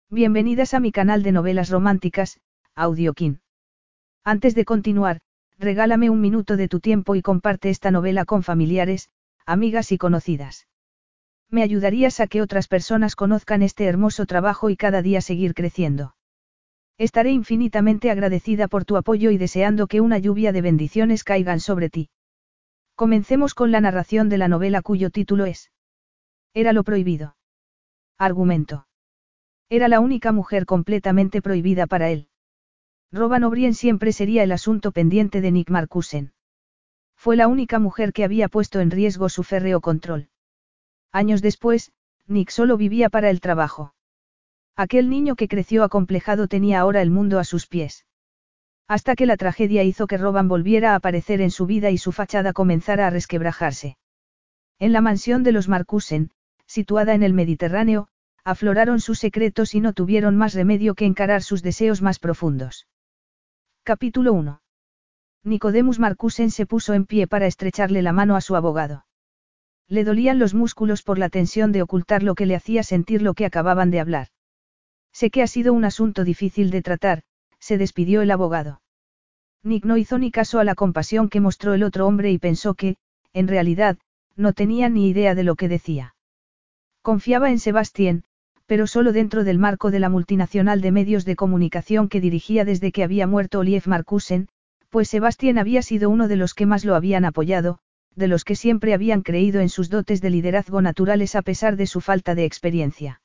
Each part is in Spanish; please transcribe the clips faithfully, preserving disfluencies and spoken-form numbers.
Bienvenidas a mi canal de novelas románticas, Audiokin. Antes de continuar, regálame un minuto de tu tiempo y comparte esta novela con familiares, amigas y conocidas. Me ayudarías a que otras personas conozcan este hermoso trabajo y cada día seguir creciendo. Estaré infinitamente agradecida por tu apoyo y deseando que una lluvia de bendiciones caigan sobre ti. Comencemos con la narración de la novela cuyo título es Era lo prohibido. Argumento. Era la única mujer completamente prohibida para él. Rowan O'Brien siempre sería el asunto pendiente de Nick Marcussen. Fue la única mujer que había puesto en riesgo su férreo control. Años después, Nick solo vivía para el trabajo. Aquel niño que creció acomplejado tenía ahora el mundo a sus pies. Hasta que la tragedia hizo que Rowan volviera a aparecer en su vida y su fachada comenzara a resquebrajarse. En la mansión de los Marcussen, situada en el Mediterráneo, afloraron sus secretos y no tuvieron más remedio que encarar sus deseos más profundos. Capítulo uno. Nicodemus Marcussen se puso en pie para estrecharle la mano a su abogado. Le dolían los músculos por la tensión de ocultar lo que le hacía sentir lo que acababan de hablar. Sé que ha sido un asunto difícil de tratar, se despidió el abogado. Nick no hizo ni caso a la compasión que mostró el otro hombre y pensó que, en realidad, no tenía ni idea de lo que decía. Confiaba en Sebastien, pero solo dentro del marco de la multinacional de medios de comunicación que dirigía desde que había muerto Olive Marcussen, pues Sebastien había sido uno de los que más lo habían apoyado, de los que siempre habían creído en sus dotes de liderazgo naturales a pesar de su falta de experiencia.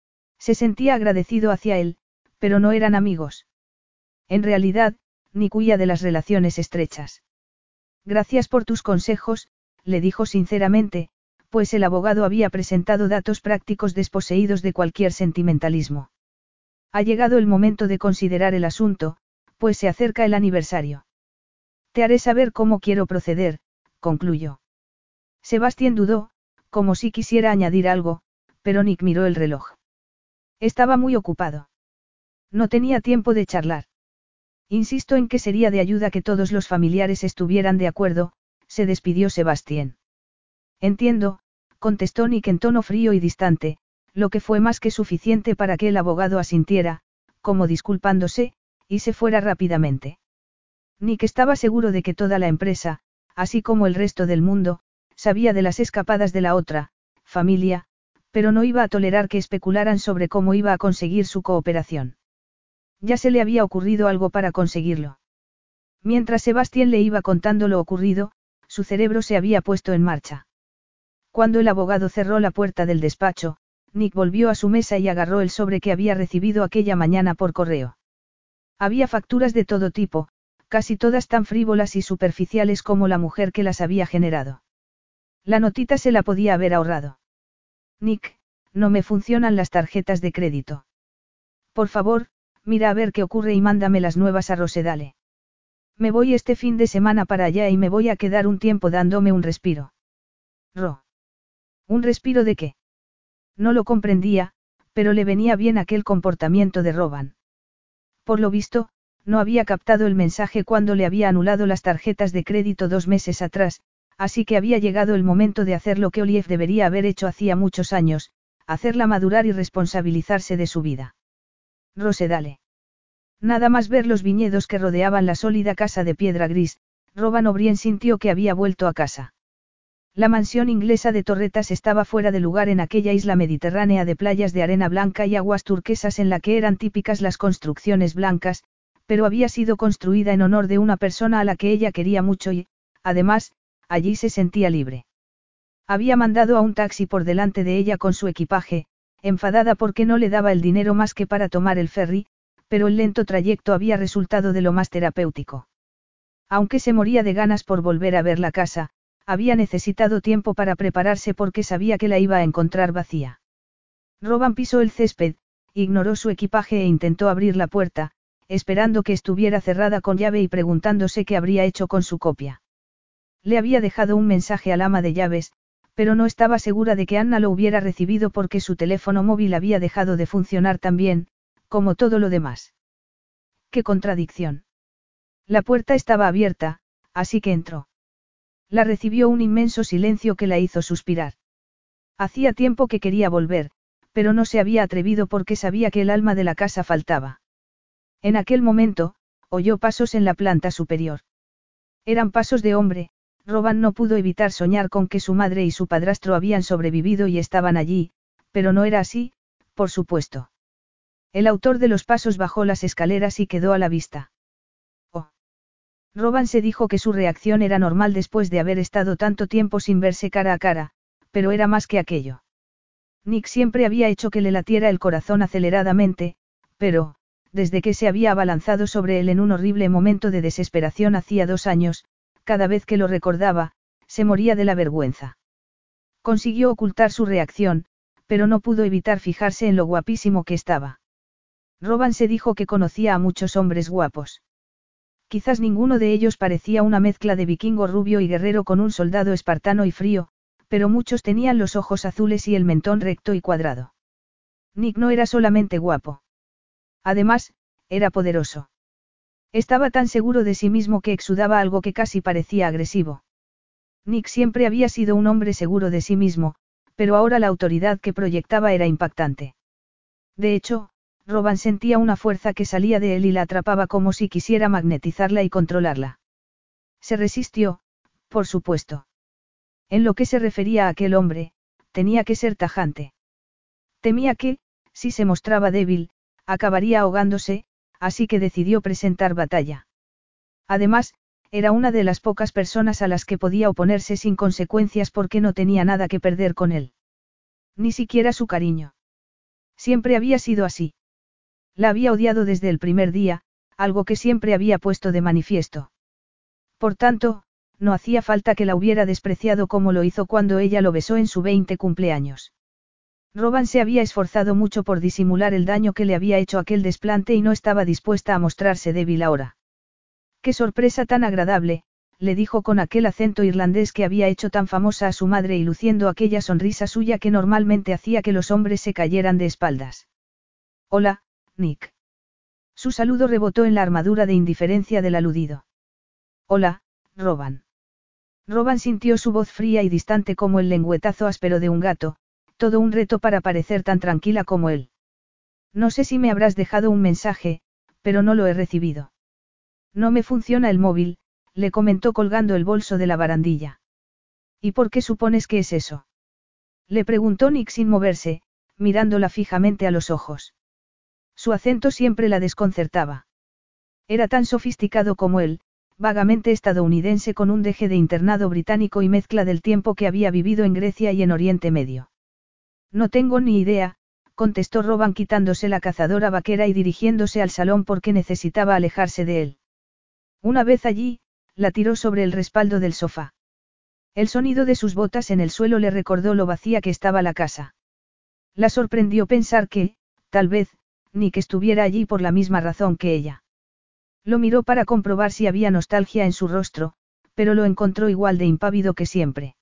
Se sentía agradecido hacia él, pero no eran amigos. En realidad, Nick huía de las relaciones estrechas. Gracias por tus consejos, le dijo sinceramente, pues el abogado había presentado datos prácticos desposeídos de cualquier sentimentalismo. Ha llegado el momento de considerar el asunto, pues se acerca el aniversario. Te haré saber cómo quiero proceder, concluyó. Sebastien dudó, como si quisiera añadir algo, pero Nick miró el reloj. Estaba muy ocupado. No tenía tiempo de charlar. Insisto en que sería de ayuda que todos los familiares estuvieran de acuerdo, se despidió Sebastien. Entiendo, contestó Nick en tono frío y distante, lo que fue más que suficiente para que el abogado asintiera, como disculpándose, y se fuera rápidamente. Nick estaba seguro de que toda la empresa, así como el resto del mundo, sabía de las escapadas de la otra, familia, pero no iba a tolerar que especularan sobre cómo iba a conseguir su cooperación. Ya se le había ocurrido algo para conseguirlo. Mientras Sebastien le iba contando lo ocurrido, su cerebro se había puesto en marcha. Cuando el abogado cerró la puerta del despacho, Nick volvió a su mesa y agarró el sobre que había recibido aquella mañana por correo. Había facturas de todo tipo, casi todas tan frívolas y superficiales como la mujer que las había generado. La notita se la podía haber ahorrado. Nick, no me funcionan las tarjetas de crédito. Por favor, mira a ver qué ocurre y mándame las nuevas a Rosedale. Me voy este fin de semana para allá y me voy a quedar un tiempo dándome un respiro. Ro. ¿Un respiro de qué? No lo comprendía, pero le venía bien aquel comportamiento de Rowan. Por lo visto, no había captado el mensaje cuando le había anulado las tarjetas de crédito dos meses atrás, así que había llegado el momento de hacer lo que Olive debería haber hecho hacía muchos años, hacerla madurar y responsabilizarse de su vida. Rosedale. Nada más ver los viñedos que rodeaban la sólida casa de piedra gris, Rowan O'Brien sintió que había vuelto a casa. La mansión inglesa de Torretas estaba fuera de lugar en aquella isla mediterránea de playas de arena blanca y aguas turquesas en la que eran típicas las construcciones blancas, pero había sido construida en honor de una persona a la que ella quería mucho y, además, allí se sentía libre. Había mandado a un taxi por delante de ella con su equipaje, enfadada porque no le daba el dinero más que para tomar el ferry, pero el lento trayecto había resultado de lo más terapéutico. Aunque se moría de ganas por volver a ver la casa, había necesitado tiempo para prepararse porque sabía que la iba a encontrar vacía. Rowan pisó el césped, ignoró su equipaje e intentó abrir la puerta, esperando que estuviera cerrada con llave y preguntándose qué habría hecho con su copia. Le había dejado un mensaje al ama de llaves, pero no estaba segura de que Anna lo hubiera recibido porque su teléfono móvil había dejado de funcionar también, como todo lo demás. ¡Qué contradicción! La puerta estaba abierta, así que entró. La recibió un inmenso silencio que la hizo suspirar. Hacía tiempo que quería volver, pero no se había atrevido porque sabía que el alma de la casa faltaba. En aquel momento, oyó pasos en la planta superior. Eran pasos de hombre. Rowan no pudo evitar soñar con que su madre y su padrastro habían sobrevivido y estaban allí, pero no era así, por supuesto. El autor de los pasos bajó las escaleras y quedó a la vista. Oh. Rowan se dijo que su reacción era normal después de haber estado tanto tiempo sin verse cara a cara, pero era más que aquello. Nick siempre había hecho que le latiera el corazón aceleradamente, pero, desde que se había abalanzado sobre él en un horrible momento de desesperación hacía dos años, cada vez que lo recordaba, se moría de la vergüenza. Consiguió ocultar su reacción, pero no pudo evitar fijarse en lo guapísimo que estaba. Rowan se dijo que conocía a muchos hombres guapos. Quizás ninguno de ellos parecía una mezcla de vikingo rubio y guerrero con un soldado espartano y frío, pero muchos tenían los ojos azules y el mentón recto y cuadrado. Nick no era solamente guapo. Además, era poderoso. Estaba tan seguro de sí mismo que exudaba algo que casi parecía agresivo. Nick siempre había sido un hombre seguro de sí mismo, pero ahora la autoridad que proyectaba era impactante. De hecho, Rowan sentía una fuerza que salía de él y la atrapaba como si quisiera magnetizarla y controlarla. Se resistió, por supuesto. En lo que se refería a aquel hombre, tenía que ser tajante. Temía que, si se mostraba débil, acabaría ahogándose, así que decidió presentar batalla. Además, era una de las pocas personas a las que podía oponerse sin consecuencias porque no tenía nada que perder con él. Ni siquiera su cariño. Siempre había sido así. La había odiado desde el primer día, algo que siempre había puesto de manifiesto. Por tanto, no hacía falta que la hubiera despreciado como lo hizo cuando ella lo besó en su veinte cumpleaños. Rowan se había esforzado mucho por disimular el daño que le había hecho aquel desplante y no estaba dispuesta a mostrarse débil ahora. ¡Qué sorpresa tan agradable!, le dijo con aquel acento irlandés que había hecho tan famosa a su madre y luciendo aquella sonrisa suya que normalmente hacía que los hombres se cayeran de espaldas. Hola, Nick. Su saludo rebotó en la armadura de indiferencia del aludido. Hola, Rowan. Rowan sintió su voz fría y distante como el lengüetazo áspero de un gato, todo un reto para parecer tan tranquila como él. No sé si me habrás dejado un mensaje, pero no lo he recibido. No me funciona el móvil, le comentó colgando el bolso de la barandilla. ¿Y por qué supones que es eso? Le preguntó Nick sin moverse, mirándola fijamente a los ojos. Su acento siempre la desconcertaba. Era tan sofisticado como él, vagamente estadounidense con un deje de internado británico y mezcla del tiempo que había vivido en Grecia y en Oriente Medio. No tengo ni idea, contestó Rowan quitándose la cazadora vaquera y dirigiéndose al salón porque necesitaba alejarse de él. Una vez allí, la tiró sobre el respaldo del sofá. El sonido de sus botas en el suelo le recordó lo vacía que estaba la casa. La sorprendió pensar que, tal vez, Nick estuviera allí por la misma razón que ella. Lo miró para comprobar si había nostalgia en su rostro, pero lo encontró igual de impávido que siempre.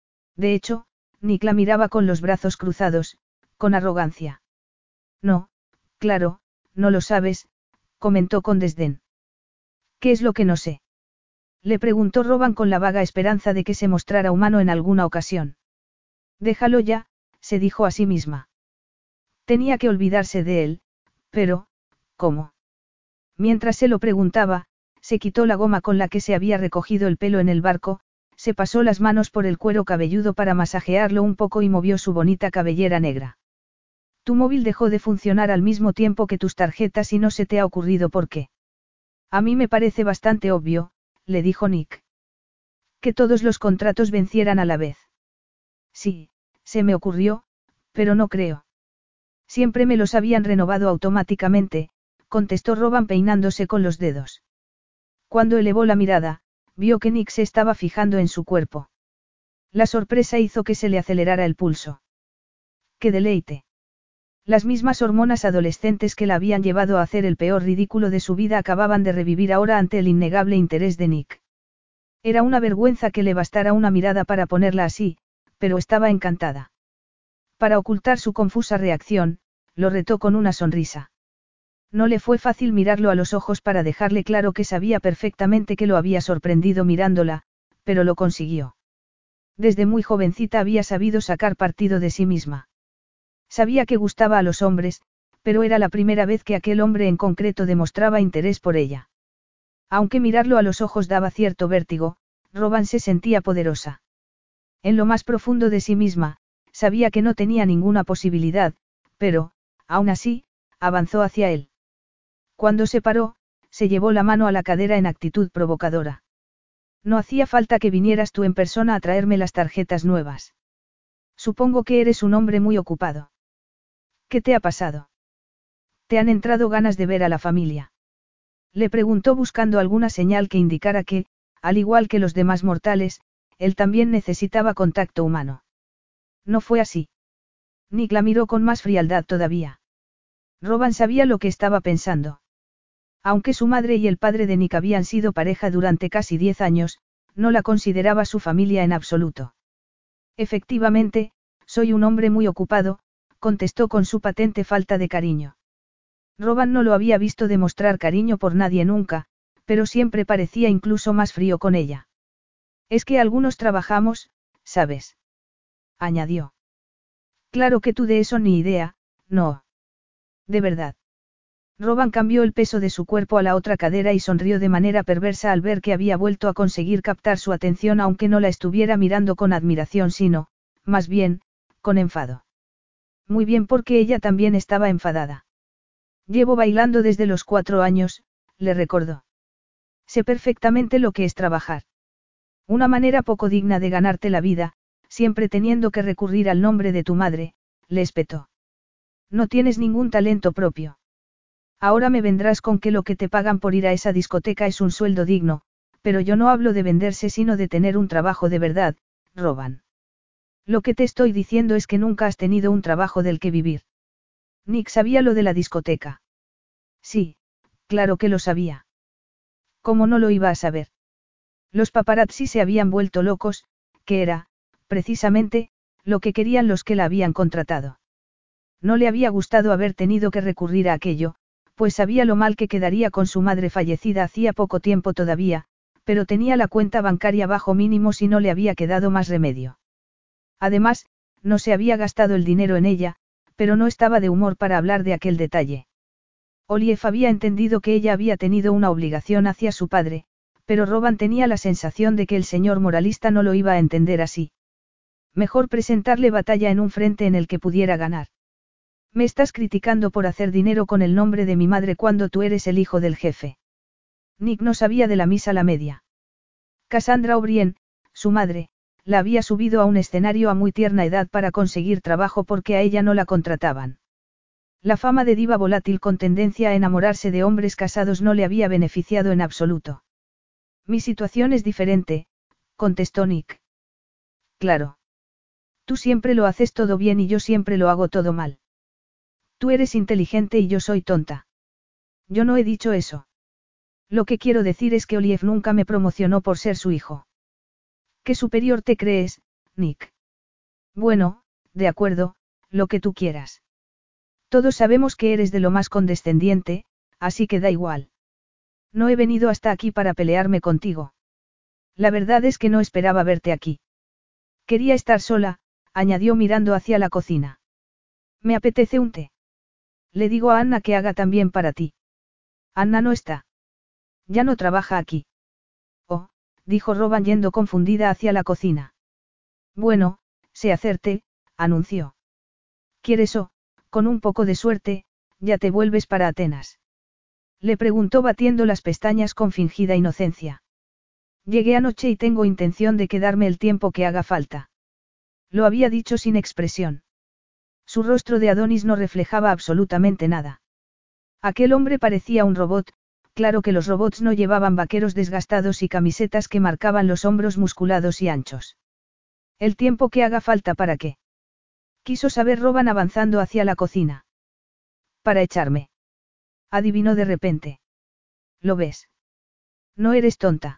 De hecho, Nick la miraba con los brazos cruzados, con arrogancia. No, claro, no lo sabes, comentó con desdén. ¿Qué es lo que no sé? Le preguntó Rowan con la vaga esperanza de que se mostrara humano en alguna ocasión. Déjalo ya, se dijo a sí misma. Tenía que olvidarse de él, pero, ¿cómo? Mientras se lo preguntaba, se quitó la goma con la que se había recogido el pelo en el barco, se pasó las manos por el cuero cabelludo para masajearlo un poco y movió su bonita cabellera negra. Tu móvil dejó de funcionar al mismo tiempo que tus tarjetas y no se te ha ocurrido por qué. A mí me parece bastante obvio, le dijo Nick. Que todos los contratos vencieran a la vez. Sí, se me ocurrió, pero no creo. Siempre me los habían renovado automáticamente, contestó Rowan peinándose con los dedos. Cuando elevó la mirada, vio que Nick se estaba fijando en su cuerpo. La sorpresa hizo que se le acelerara el pulso. ¡Qué deleite! Las mismas hormonas adolescentes que la habían llevado a hacer el peor ridículo de su vida acababan de revivir ahora ante el innegable interés de Nick. Era una vergüenza que le bastara una mirada para ponerla así, pero estaba encantada. Para ocultar su confusa reacción, lo retó con una sonrisa. No le fue fácil mirarlo a los ojos para dejarle claro que sabía perfectamente que lo había sorprendido mirándola, pero lo consiguió. Desde muy jovencita había sabido sacar partido de sí misma. Sabía que gustaba a los hombres, pero era la primera vez que aquel hombre en concreto demostraba interés por ella. Aunque mirarlo a los ojos daba cierto vértigo, Roban se sentía poderosa. En lo más profundo de sí misma, sabía que no tenía ninguna posibilidad, pero, aún así, avanzó hacia él. Cuando se paró, se llevó la mano a la cadera en actitud provocadora. No hacía falta que vinieras tú en persona a traerme las tarjetas nuevas. Supongo que eres un hombre muy ocupado. ¿Qué te ha pasado? ¿Te han entrado ganas de ver a la familia? Le preguntó buscando alguna señal que indicara que, al igual que los demás mortales, él también necesitaba contacto humano. No fue así. Nick la miró con más frialdad todavía. Roban sabía lo que estaba pensando. Aunque su madre y el padre de Nick habían sido pareja durante casi diez años, no la consideraba su familia en absoluto. Efectivamente, soy un hombre muy ocupado, contestó con su patente falta de cariño. Roban no lo había visto demostrar cariño por nadie nunca, pero siempre parecía incluso más frío con ella. Es que algunos trabajamos, ¿sabes? Añadió. Claro que tú de eso ni idea, no. De verdad. Roban cambió el peso de su cuerpo a la otra cadera y sonrió de manera perversa al ver que había vuelto a conseguir captar su atención aunque no la estuviera mirando con admiración sino, más bien, con enfado. Muy bien porque ella también estaba enfadada. Llevo bailando desde los cuatro años, le recordó. Sé perfectamente lo que es trabajar. Una manera poco digna de ganarte la vida, siempre teniendo que recurrir al nombre de tu madre, le espetó. No tienes ningún talento propio. Ahora me vendrás con que lo que te pagan por ir a esa discoteca es un sueldo digno, pero yo no hablo de venderse sino de tener un trabajo de verdad, Roban. Lo que te estoy diciendo es que nunca has tenido un trabajo del que vivir. Nick sabía lo de la discoteca. Sí, claro que lo sabía. ¿Cómo no lo iba a saber? Los paparazzi se habían vuelto locos, que era, precisamente, lo que querían los que la habían contratado. No le había gustado haber tenido que recurrir a aquello, pues sabía lo mal que quedaría con su madre fallecida hacía poco tiempo todavía, pero tenía la cuenta bancaria bajo mínimos y no le había quedado más remedio. Además, no se había gastado el dinero en ella, pero no estaba de humor para hablar de aquel detalle. Olive había entendido que ella había tenido una obligación hacia su padre, pero Roban tenía la sensación de que el señor moralista no lo iba a entender así. Mejor presentarle batalla en un frente en el que pudiera ganar. Me estás criticando por hacer dinero con el nombre de mi madre cuando tú eres el hijo del jefe. Nick no sabía de la misa la media. Cassandra O'Brien, su madre, la había subido a un escenario a muy tierna edad para conseguir trabajo porque a ella no la contrataban. La fama de diva volátil con tendencia a enamorarse de hombres casados no le había beneficiado en absoluto. Mi situación es diferente, contestó Nick. Claro. Tú siempre lo haces todo bien y yo siempre lo hago todo mal. Tú eres inteligente y yo soy tonta. Yo no he dicho eso. Lo que quiero decir es que Olive nunca me promocionó por ser su hijo. ¿Qué superior te crees, Nick? Bueno, de acuerdo, lo que tú quieras. Todos sabemos que eres de lo más condescendiente, así que da igual. No he venido hasta aquí para pelearme contigo. La verdad es que no esperaba verte aquí. Quería estar sola, añadió mirando hacia la cocina. Me apetece un té. Le digo a Anna que haga también para ti. Anna no está. Ya no trabaja aquí. Oh, dijo Roban yendo confundida hacia la cocina. Bueno, sé hacerte, anunció. ¿Quieres o, con un poco de suerte, ya te vuelves para Atenas? Le preguntó batiendo las pestañas con fingida inocencia. Llegué anoche y tengo intención de quedarme el tiempo que haga falta. Lo había dicho sin expresión. Su rostro de Adonis no reflejaba absolutamente nada. Aquel hombre parecía un robot, claro que los robots no llevaban vaqueros desgastados y camisetas que marcaban los hombros musculados y anchos. ¿El tiempo que haga falta para qué? Quiso saber Roban avanzando hacia la cocina. Para echarme. Adivinó de repente. ¿Lo ves? No eres tonta.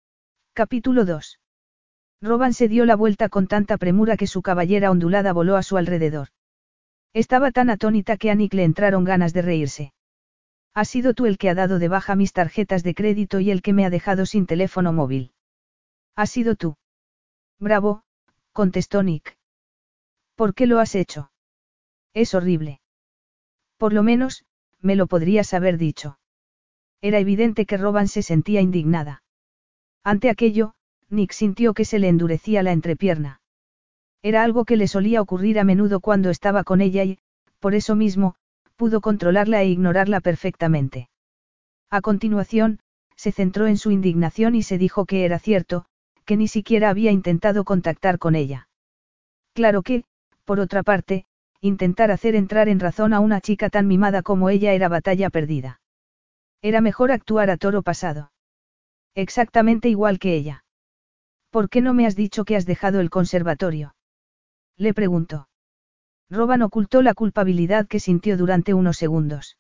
Capítulo dos. Roban se dio la vuelta con tanta premura que su cabellera ondulada voló a su alrededor. Estaba tan atónita que a Nick le entraron ganas de reírse. Has sido tú el que ha dado de baja mis tarjetas de crédito y el que me ha dejado sin teléfono móvil. Has sido tú. Bravo, contestó Nick. ¿Por qué lo has hecho? Es horrible. Por lo menos, me lo podrías haber dicho. Era evidente que Rowan se sentía indignada. Ante aquello, Nick sintió que se le endurecía la entrepierna. Era algo que le solía ocurrir a menudo cuando estaba con ella y, por eso mismo, pudo controlarla e ignorarla perfectamente. A continuación, se centró en su indignación y se dijo que era cierto, que ni siquiera había intentado contactar con ella. Claro que, por otra parte, intentar hacer entrar en razón a una chica tan mimada como ella era batalla perdida. Era mejor actuar a toro pasado. Exactamente igual que ella. ¿Por qué no me has dicho que has dejado el conservatorio? Le preguntó. Rowan ocultó la culpabilidad que sintió durante unos segundos.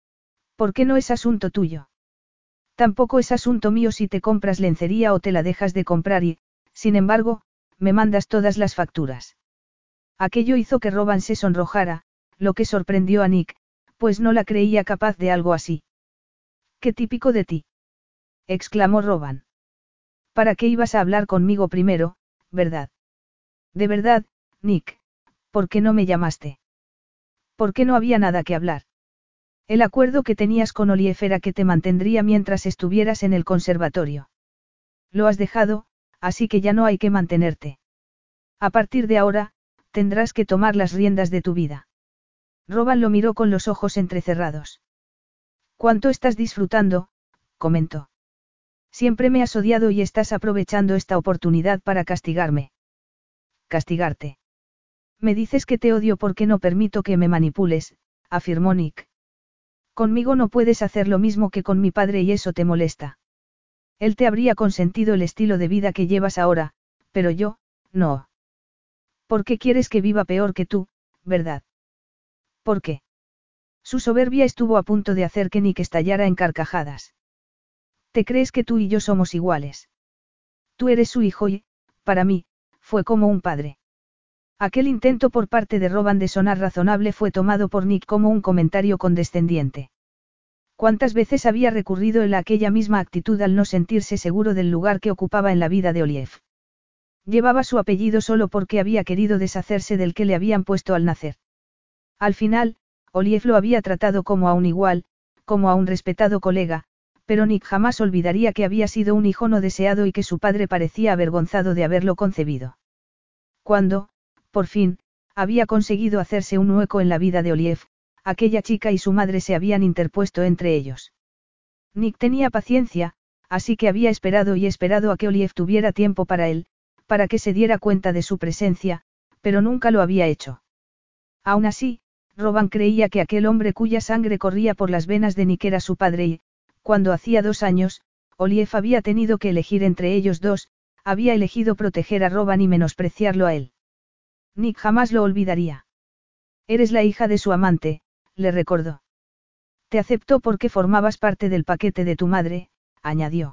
¿Por qué no es asunto tuyo? Tampoco es asunto mío si te compras lencería o te la dejas de comprar y, sin embargo, me mandas todas las facturas. Aquello hizo que Rowan se sonrojara, lo que sorprendió a Nick, pues no la creía capaz de algo así. ¡Qué típico de ti!, exclamó Rowan. ¿Para qué ibas a hablar conmigo primero, verdad? De verdad, Nick, ¿por qué no me llamaste? ¿Por qué no había nada que hablar? El acuerdo que tenías con Olive era que te mantendría mientras estuvieras en el conservatorio. Lo has dejado, así que ya no hay que mantenerte. A partir de ahora, tendrás que tomar las riendas de tu vida. Rowan lo miró con los ojos entrecerrados. ¿Cuánto estás disfrutando?, comentó. Siempre me has odiado y estás aprovechando esta oportunidad para castigarme. ¿Castigarte? Me dices que te odio porque no permito que me manipules, afirmó Nick. Conmigo no puedes hacer lo mismo que con mi padre y eso te molesta. Él te habría consentido el estilo de vida que llevas ahora, pero yo, no. ¿Por qué quieres que viva peor que tú, verdad? ¿Por qué? Su soberbia estuvo a punto de hacer que Nick estallara en carcajadas. ¿Te crees que tú y yo somos iguales? Tú eres su hijo y, para mí, fue como un padre. Aquel intento por parte de Rowan de sonar razonable fue tomado por Nick como un comentario condescendiente. ¿Cuántas veces había recurrido él a aquella misma actitud al no sentirse seguro del lugar que ocupaba en la vida de Olive? Llevaba su apellido solo porque había querido deshacerse del que le habían puesto al nacer. Al final, Olive lo había tratado como a un igual, como a un respetado colega, pero Nick jamás olvidaría que había sido un hijo no deseado y que su padre parecía avergonzado de haberlo concebido. Cuando, por fin, había conseguido hacerse un hueco en la vida de Olive, aquella chica y su madre se habían interpuesto entre ellos. Nick tenía paciencia, así que había esperado y esperado a que Olive tuviera tiempo para él, para que se diera cuenta de su presencia, pero nunca lo había hecho. Aún así, Rowan creía que aquel hombre cuya sangre corría por las venas de Nick era su padre y, cuando hacía dos años, Olive había tenido que elegir entre ellos dos, había elegido proteger a Rowan y menospreciarlo a él. Nick jamás lo olvidaría. Eres la hija de su amante, le recordó. Te aceptó porque formabas parte del paquete de tu madre, añadió.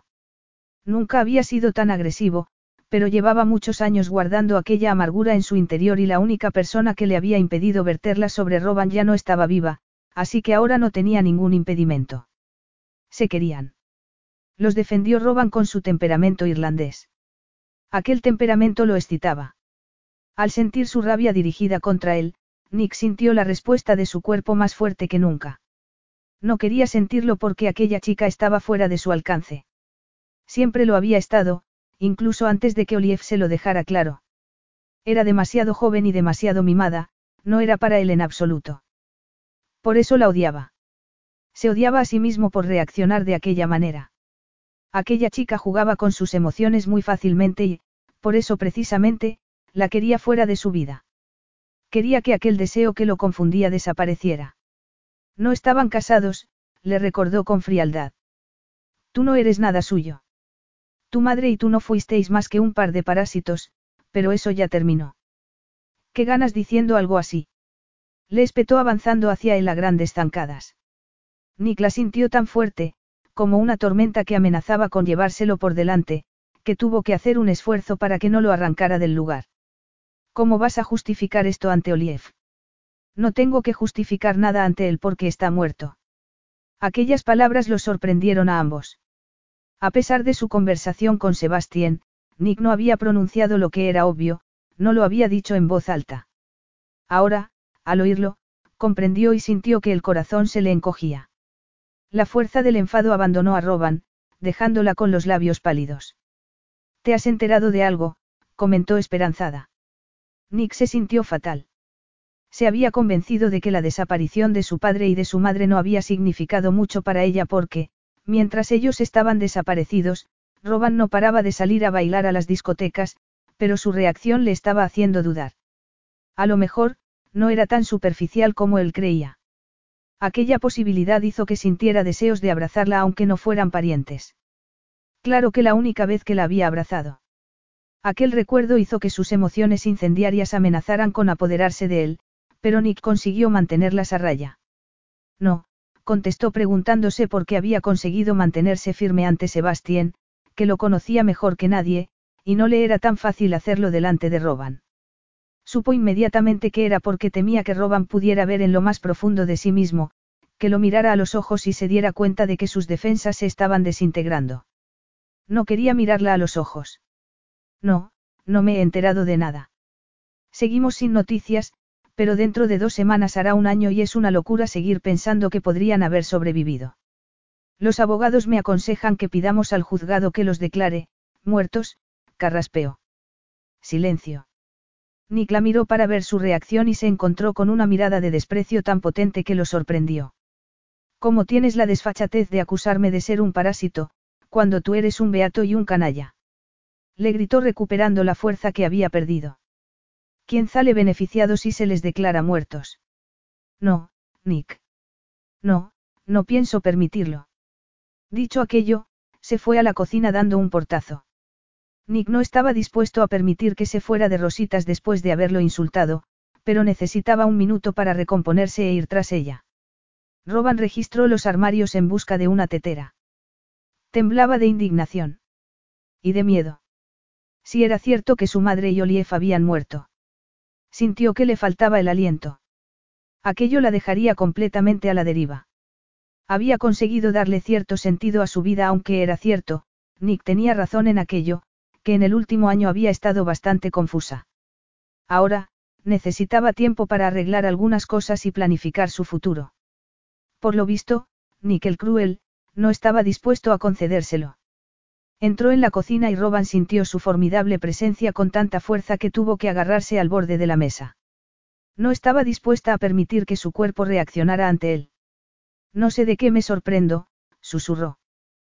Nunca había sido tan agresivo, pero llevaba muchos años guardando aquella amargura en su interior y la única persona que le había impedido verterla sobre Rowan ya no estaba viva, así que ahora no tenía ningún impedimento. Se querían. Los defendió Rowan con su temperamento irlandés. Aquel temperamento lo excitaba. Al sentir su rabia dirigida contra él, Nick sintió la respuesta de su cuerpo más fuerte que nunca. No quería sentirlo porque aquella chica estaba fuera de su alcance. Siempre lo había estado, incluso antes de que Olive se lo dejara claro. Era demasiado joven y demasiado mimada, no era para él en absoluto. Por eso la odiaba. Se odiaba a sí mismo por reaccionar de aquella manera. Aquella chica jugaba con sus emociones muy fácilmente y, por eso precisamente, la quería fuera de su vida. Quería que aquel deseo que lo confundía desapareciera. No estaban casados, le recordó con frialdad. Tú no eres nada suyo. Tu madre y tú no fuisteis más que un par de parásitos, pero eso ya terminó. ¿Qué ganas diciendo algo así? Le espetó avanzando hacia él a grandes zancadas. Nick la sintió tan fuerte, como una tormenta que amenazaba con llevárselo por delante, que tuvo que hacer un esfuerzo para que no lo arrancara del lugar. ¿Cómo vas a justificar esto ante Olive? No tengo que justificar nada ante él porque está muerto. Aquellas palabras los sorprendieron a ambos. A pesar de su conversación con Sebastián, Nick no había pronunciado lo que era obvio, no lo había dicho en voz alta. Ahora, al oírlo, comprendió y sintió que el corazón se le encogía. La fuerza del enfado abandonó a Rowan, dejándola con los labios pálidos. ¿Te has enterado de algo?, comentó esperanzada. Nick se sintió fatal. Se había convencido de que la desaparición de su padre y de su madre no había significado mucho para ella porque, mientras ellos estaban desaparecidos, Rowan no paraba de salir a bailar a las discotecas, pero su reacción le estaba haciendo dudar. A lo mejor, no era tan superficial como él creía. Aquella posibilidad hizo que sintiera deseos de abrazarla aunque no fueran parientes. Claro que la única vez que la había abrazado. Aquel recuerdo hizo que sus emociones incendiarias amenazaran con apoderarse de él, pero Nick consiguió mantenerlas a raya. No, contestó preguntándose por qué había conseguido mantenerse firme ante Sebastien, que lo conocía mejor que nadie, y no le era tan fácil hacerlo delante de Rowan. Supo inmediatamente que era porque temía que Rowan pudiera ver en lo más profundo de sí mismo, que lo mirara a los ojos y se diera cuenta de que sus defensas se estaban desintegrando. No quería mirarla a los ojos. No, no me he enterado de nada. Seguimos sin noticias, pero dentro de dos semanas hará un año y es una locura seguir pensando que podrían haber sobrevivido. Los abogados me aconsejan que pidamos al juzgado que los declare, muertos, carraspeó. Silencio. Nick la miró para ver su reacción y se encontró con una mirada de desprecio tan potente que lo sorprendió. ¿Cómo tienes la desfachatez de acusarme de ser un parásito, cuando tú eres un beato y un canalla? Le gritó recuperando la fuerza que había perdido. ¿Quién sale beneficiado si se les declara muertos? No, Nick. No, no pienso permitirlo. Dicho aquello, se fue a la cocina dando un portazo. Nick no estaba dispuesto a permitir que se fuera de rositas después de haberlo insultado, pero necesitaba un minuto para recomponerse e ir tras ella. Rowan registró los armarios en busca de una tetera. Temblaba de indignación. Y de miedo. Si era cierto que su madre y Olive habían muerto. Sintió que le faltaba el aliento. Aquello la dejaría completamente a la deriva. Había conseguido darle cierto sentido a su vida aunque era cierto, Nick tenía razón en aquello, que en el último año había estado bastante confusa. Ahora, necesitaba tiempo para arreglar algunas cosas y planificar su futuro. Por lo visto, Nick el cruel, no estaba dispuesto a concedérselo. Entró en la cocina y Rowan sintió su formidable presencia con tanta fuerza que tuvo que agarrarse al borde de la mesa. No estaba dispuesta a permitir que su cuerpo reaccionara ante él. No sé de qué me sorprendo, susurró.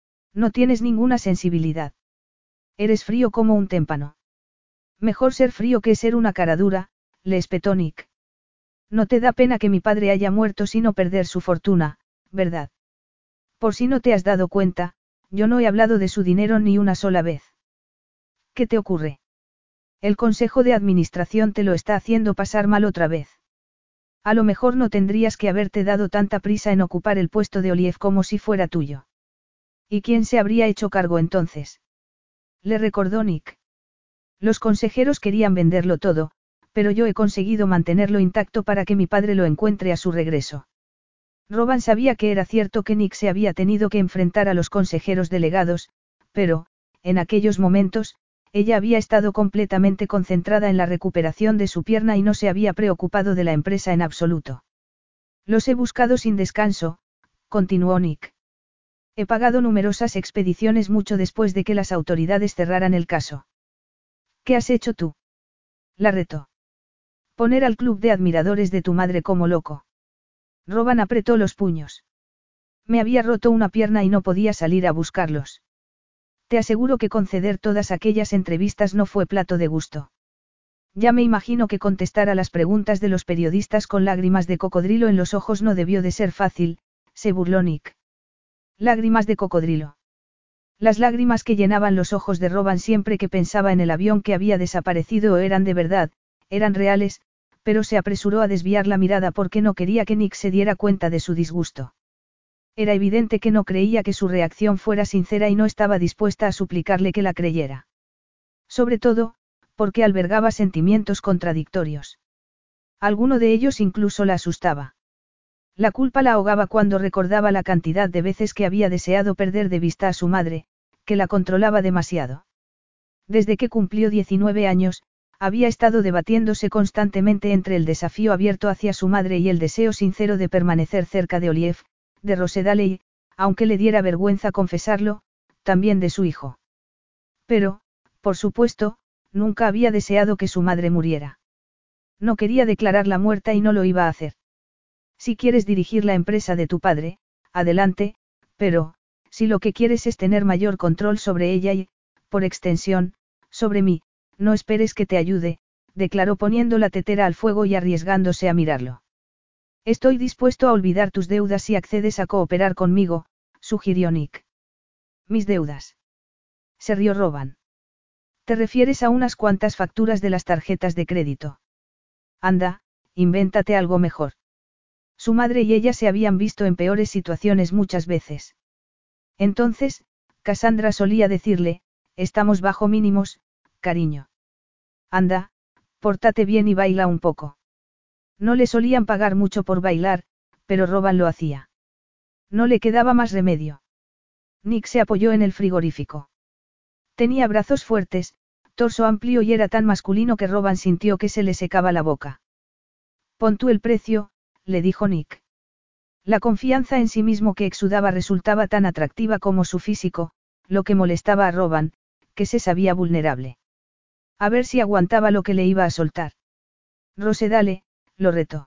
No tienes ninguna sensibilidad. Eres frío como un témpano. Mejor ser frío que ser una cara dura, le espetó Nick. No te da pena que mi padre haya muerto sino perder su fortuna, ¿verdad? Por si no te has dado cuenta, yo no he hablado de su dinero ni una sola vez. ¿Qué te ocurre? El consejo de administración te lo está haciendo pasar mal otra vez. A lo mejor no tendrías que haberte dado tanta prisa en ocupar el puesto de Olive como si fuera tuyo. ¿Y quién se habría hecho cargo entonces? Le recordó Nick. Los consejeros querían venderlo todo, pero yo he conseguido mantenerlo intacto para que mi padre lo encuentre a su regreso. Rowan sabía que era cierto que Nick se había tenido que enfrentar a los consejeros delegados, pero, en aquellos momentos, ella había estado completamente concentrada en la recuperación de su pierna y no se había preocupado de la empresa en absoluto. Los he buscado sin descanso, continuó Nick. He pagado numerosas expediciones mucho después de que las autoridades cerraran el caso. ¿Qué has hecho tú? La retó. Poner al club de admiradores de tu madre como loco. Rowan apretó los puños. Me había roto una pierna y no podía salir a buscarlos. Te aseguro que conceder todas aquellas entrevistas no fue plato de gusto. Ya me imagino que contestar a las preguntas de los periodistas con lágrimas de cocodrilo en los ojos no debió de ser fácil, se burló Nick. Lágrimas de cocodrilo. Las lágrimas que llenaban los ojos de Rowan siempre que pensaba en el avión que había desaparecido eran de verdad, eran reales, pero se apresuró a desviar la mirada porque no quería que Nick se diera cuenta de su disgusto. Era evidente que no creía que su reacción fuera sincera y no estaba dispuesta a suplicarle que la creyera. Sobre todo, porque albergaba sentimientos contradictorios. Alguno de ellos incluso la asustaba. La culpa la ahogaba cuando recordaba la cantidad de veces que había deseado perder de vista a su madre, que la controlaba demasiado. Desde que cumplió diecinueve años, Había estado debatiéndose constantemente entre el desafío abierto hacia su madre y el deseo sincero de permanecer cerca de Olive, de Rosedale y, aunque le diera vergüenza confesarlo, también de su hijo. Pero, por supuesto, nunca había deseado que su madre muriera. No quería declararla muerta y no lo iba a hacer. Si quieres dirigir la empresa de tu padre, adelante, pero, si lo que quieres es tener mayor control sobre ella y, por extensión, sobre mí, no esperes que te ayude, declaró poniendo la tetera al fuego y arriesgándose a mirarlo. Estoy dispuesto a olvidar tus deudas si accedes a cooperar conmigo, sugirió Nick. ¿Mis deudas? Se rió Roban. ¿Te refieres a unas cuantas facturas de las tarjetas de crédito? Anda, invéntate algo mejor. Su madre y ella se habían visto en peores situaciones muchas veces. Entonces, Cassandra solía decirle, estamos bajo mínimos, cariño. Anda, pórtate bien y baila un poco. No le solían pagar mucho por bailar, pero Roban lo hacía. No le quedaba más remedio. Nick se apoyó en el frigorífico. Tenía brazos fuertes, torso amplio y era tan masculino que Roban sintió que se le secaba la boca. Pon tú el precio, le dijo Nick. La confianza en sí mismo que exudaba resultaba tan atractiva como su físico, lo que molestaba a Roban, que se sabía vulnerable. A ver si aguantaba lo que le iba a soltar. Rosedale, lo retó.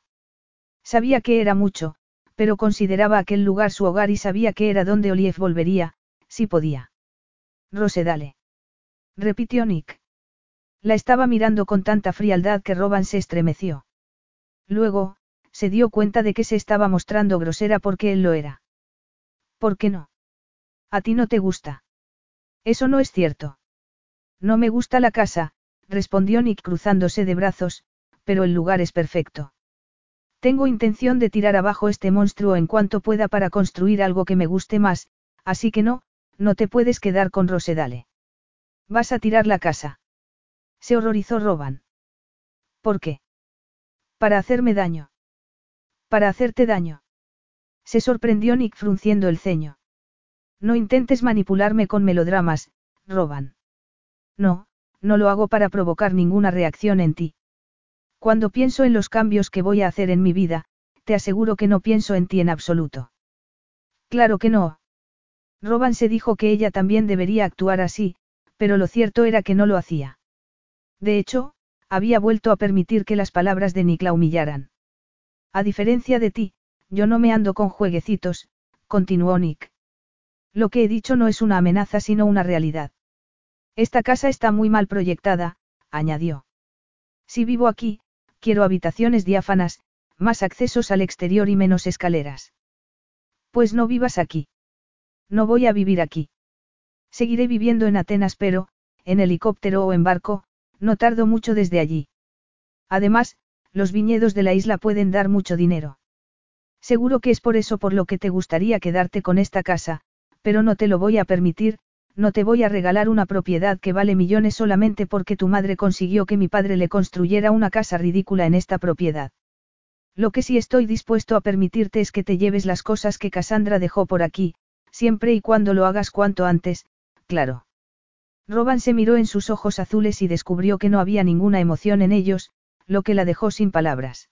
Sabía que era mucho, pero consideraba aquel lugar su hogar y sabía que era donde Olive volvería, si podía. Rosedale. Repitió Nick. La estaba mirando con tanta frialdad que Roban se estremeció. Luego, se dio cuenta de que se estaba mostrando grosera porque él lo era. ¿Por qué no? ¿A ti no te gusta? Eso no es cierto. No me gusta la casa, respondió Nick cruzándose de brazos, pero el lugar es perfecto. Tengo intención de tirar abajo este monstruo en cuanto pueda para construir algo que me guste más, así que no, no te puedes quedar con Rosedale. ¿Vas a tirar la casa? Se horrorizó Roban. ¿Por qué? Para hacerme daño. Para hacerte daño. Se sorprendió Nick frunciendo el ceño. No intentes manipularme con melodramas, Roban. No, no lo hago para provocar ninguna reacción en ti. Cuando pienso en los cambios que voy a hacer en mi vida, te aseguro que no pienso en ti en absoluto. Claro que no. Roban se dijo que ella también debería actuar así, pero lo cierto era que no lo hacía. De hecho, había vuelto a permitir que las palabras de Nick la humillaran. A diferencia de ti, yo no me ando con jueguecitos, continuó Nick. Lo que he dicho no es una amenaza sino una realidad. Esta casa está muy mal proyectada, añadió. Si vivo aquí, quiero habitaciones diáfanas, más accesos al exterior y menos escaleras. Pues no vivas aquí. No voy a vivir aquí. Seguiré viviendo en Atenas pero, en helicóptero o en barco, no tardo mucho desde allí. Además, los viñedos de la isla pueden dar mucho dinero. Seguro que es por eso por lo que te gustaría quedarte con esta casa, pero no te lo voy a permitir, no te voy a regalar una propiedad que vale millones solamente porque tu madre consiguió que mi padre le construyera una casa ridícula en esta propiedad. Lo que sí estoy dispuesto a permitirte es que te lleves las cosas que Cassandra dejó por aquí, siempre y cuando lo hagas cuanto antes, claro. Roban se miró en sus ojos azules y descubrió que no había ninguna emoción en ellos, lo que la dejó sin palabras.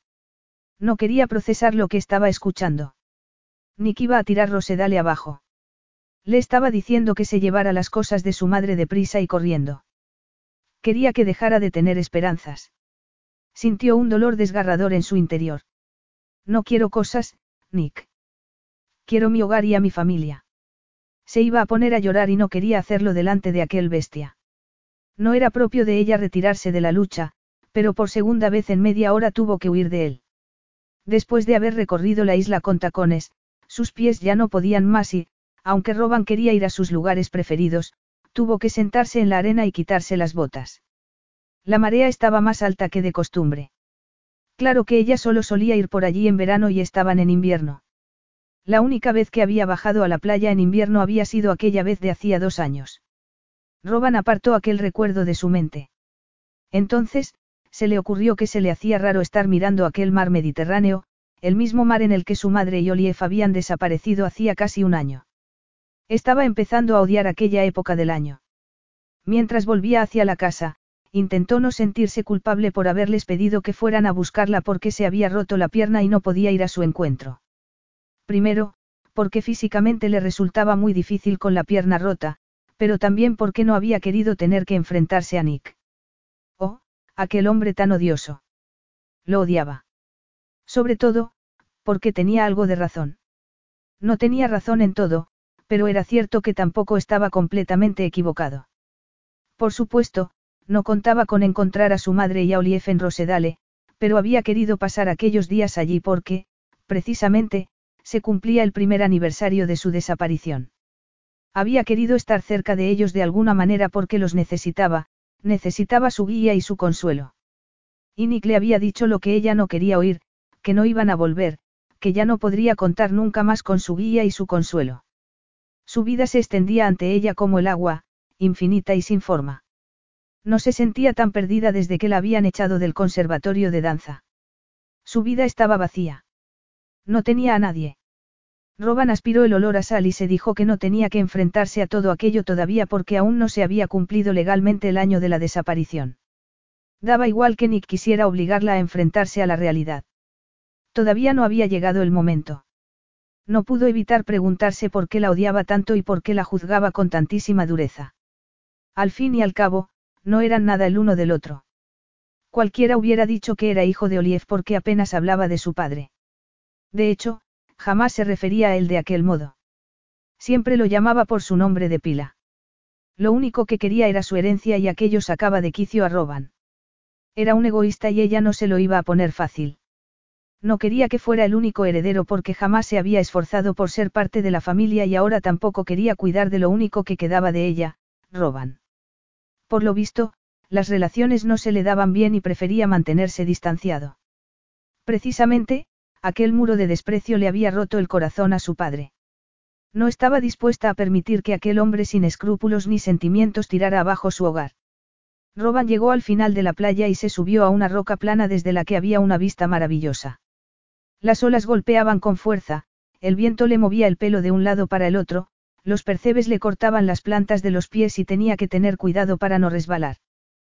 No quería procesar lo que estaba escuchando. Nick iba a tirar Rosedale abajo. Le estaba diciendo que se llevara las cosas de su madre deprisa y corriendo. Quería que dejara de tener esperanzas. Sintió un dolor desgarrador en su interior. No quiero cosas, Nick. Quiero mi hogar y a mi familia. Se iba a poner a llorar y no quería hacerlo delante de aquel bestia. No era propio de ella retirarse de la lucha, pero por segunda vez en media hora tuvo que huir de él. Después de haber recorrido la isla con tacones, sus pies ya no podían más y, aunque Roban quería ir a sus lugares preferidos, tuvo que sentarse en la arena y quitarse las botas. La marea estaba más alta que de costumbre. Claro que ella solo solía ir por allí en verano y estaban en invierno. La única vez que había bajado a la playa en invierno había sido aquella vez de hacía dos años. Roban apartó aquel recuerdo de su mente. Entonces, se le ocurrió que se le hacía raro estar mirando aquel mar Mediterráneo, el mismo mar en el que su madre y Olive habían desaparecido hacía casi un año. Estaba empezando a odiar aquella época del año. Mientras volvía hacia la casa, intentó no sentirse culpable por haberles pedido que fueran a buscarla porque se había roto la pierna y no podía ir a su encuentro. Primero, porque físicamente le resultaba muy difícil con la pierna rota, pero también porque no había querido tener que enfrentarse a Nick. Oh, aquel hombre tan odioso. Lo odiaba. Sobre todo, porque tenía algo de razón. No tenía razón en todo, pero era cierto que tampoco estaba completamente equivocado. Por supuesto, no contaba con encontrar a su madre y a Olive en Rosedale, pero había querido pasar aquellos días allí porque, precisamente, se cumplía el primer aniversario de su desaparición. Había querido estar cerca de ellos de alguna manera porque los necesitaba, necesitaba su guía y su consuelo. Y Nick le había dicho lo que ella no quería oír, que no iban a volver, que ya no podría contar nunca más con su guía y su consuelo. Su vida se extendía ante ella como el agua, infinita y sin forma. No se sentía tan perdida desde que la habían echado del conservatorio de danza. Su vida estaba vacía. No tenía a nadie. Roban aspiró el olor a sal y se dijo que no tenía que enfrentarse a todo aquello todavía porque aún no se había cumplido legalmente el año de la desaparición. Daba igual que Nick quisiera obligarla a enfrentarse a la realidad. Todavía no había llegado el momento. No pudo evitar preguntarse por qué la odiaba tanto y por qué la juzgaba con tantísima dureza. Al fin y al cabo, no eran nada el uno del otro. Cualquiera hubiera dicho que era hijo de Olive porque apenas hablaba de su padre. De hecho, jamás se refería a él de aquel modo. Siempre lo llamaba por su nombre de pila. Lo único que quería era su herencia y aquello sacaba de quicio a Roban. Era un egoísta y ella no se lo iba a poner fácil. No quería que fuera el único heredero porque jamás se había esforzado por ser parte de la familia y ahora tampoco quería cuidar de lo único que quedaba de ella, Roban. Por lo visto, las relaciones no se le daban bien y prefería mantenerse distanciado. Precisamente, aquel muro de desprecio le había roto el corazón a su padre. No estaba dispuesta a permitir que aquel hombre sin escrúpulos ni sentimientos tirara abajo su hogar. Roban llegó al final de la playa y se subió a una roca plana desde la que había una vista maravillosa. Las olas golpeaban con fuerza, el viento le movía el pelo de un lado para el otro, los percebes le cortaban las plantas de los pies y tenía que tener cuidado para no resbalar.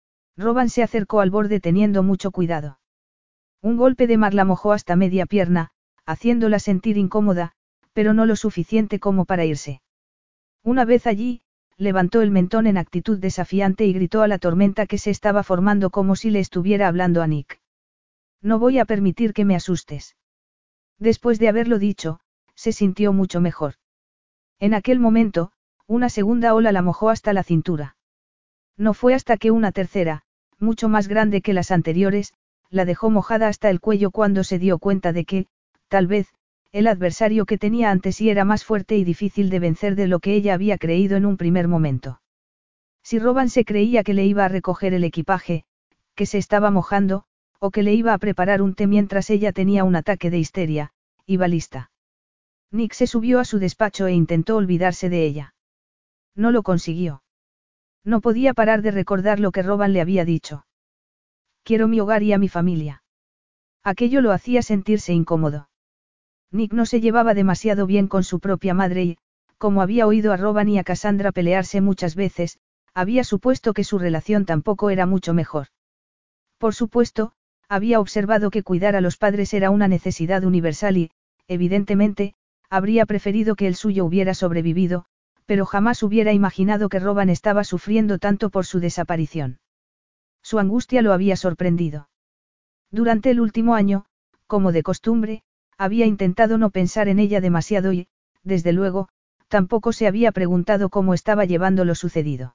Roban se acercó al borde teniendo mucho cuidado. Un golpe de mar la mojó hasta media pierna, haciéndola sentir incómoda, pero no lo suficiente como para irse. Una vez allí, levantó el mentón en actitud desafiante y gritó a la tormenta que se estaba formando como si le estuviera hablando a Nick. No voy a permitir que me asustes. Después de haberlo dicho, se sintió mucho mejor. En aquel momento, una segunda ola la mojó hasta la cintura. No fue hasta que una tercera, mucho más grande que las anteriores, la dejó mojada hasta el cuello cuando se dio cuenta de que, tal vez, el adversario que tenía ante sí era más fuerte y difícil de vencer de lo que ella había creído en un primer momento. Si Roban se creía que le iba a recoger el equipaje, que se estaba mojando, o que le iba a preparar un té mientras ella tenía un ataque de histeria, iba lista. Nick se subió a su despacho e intentó olvidarse de ella. No lo consiguió. No podía parar de recordar lo que Roban le había dicho. Quiero mi hogar y a mi familia. Aquello lo hacía sentirse incómodo. Nick no se llevaba demasiado bien con su propia madre y, como había oído a Roban y a Cassandra pelearse muchas veces, había supuesto que su relación tampoco era mucho mejor. Por supuesto, había observado que cuidar a los padres era una necesidad universal y, evidentemente, habría preferido que el suyo hubiera sobrevivido, pero jamás hubiera imaginado que Roban estaba sufriendo tanto por su desaparición. Su angustia lo había sorprendido. Durante el último año, como de costumbre, había intentado no pensar en ella demasiado y, desde luego, tampoco se había preguntado cómo estaba llevando lo sucedido.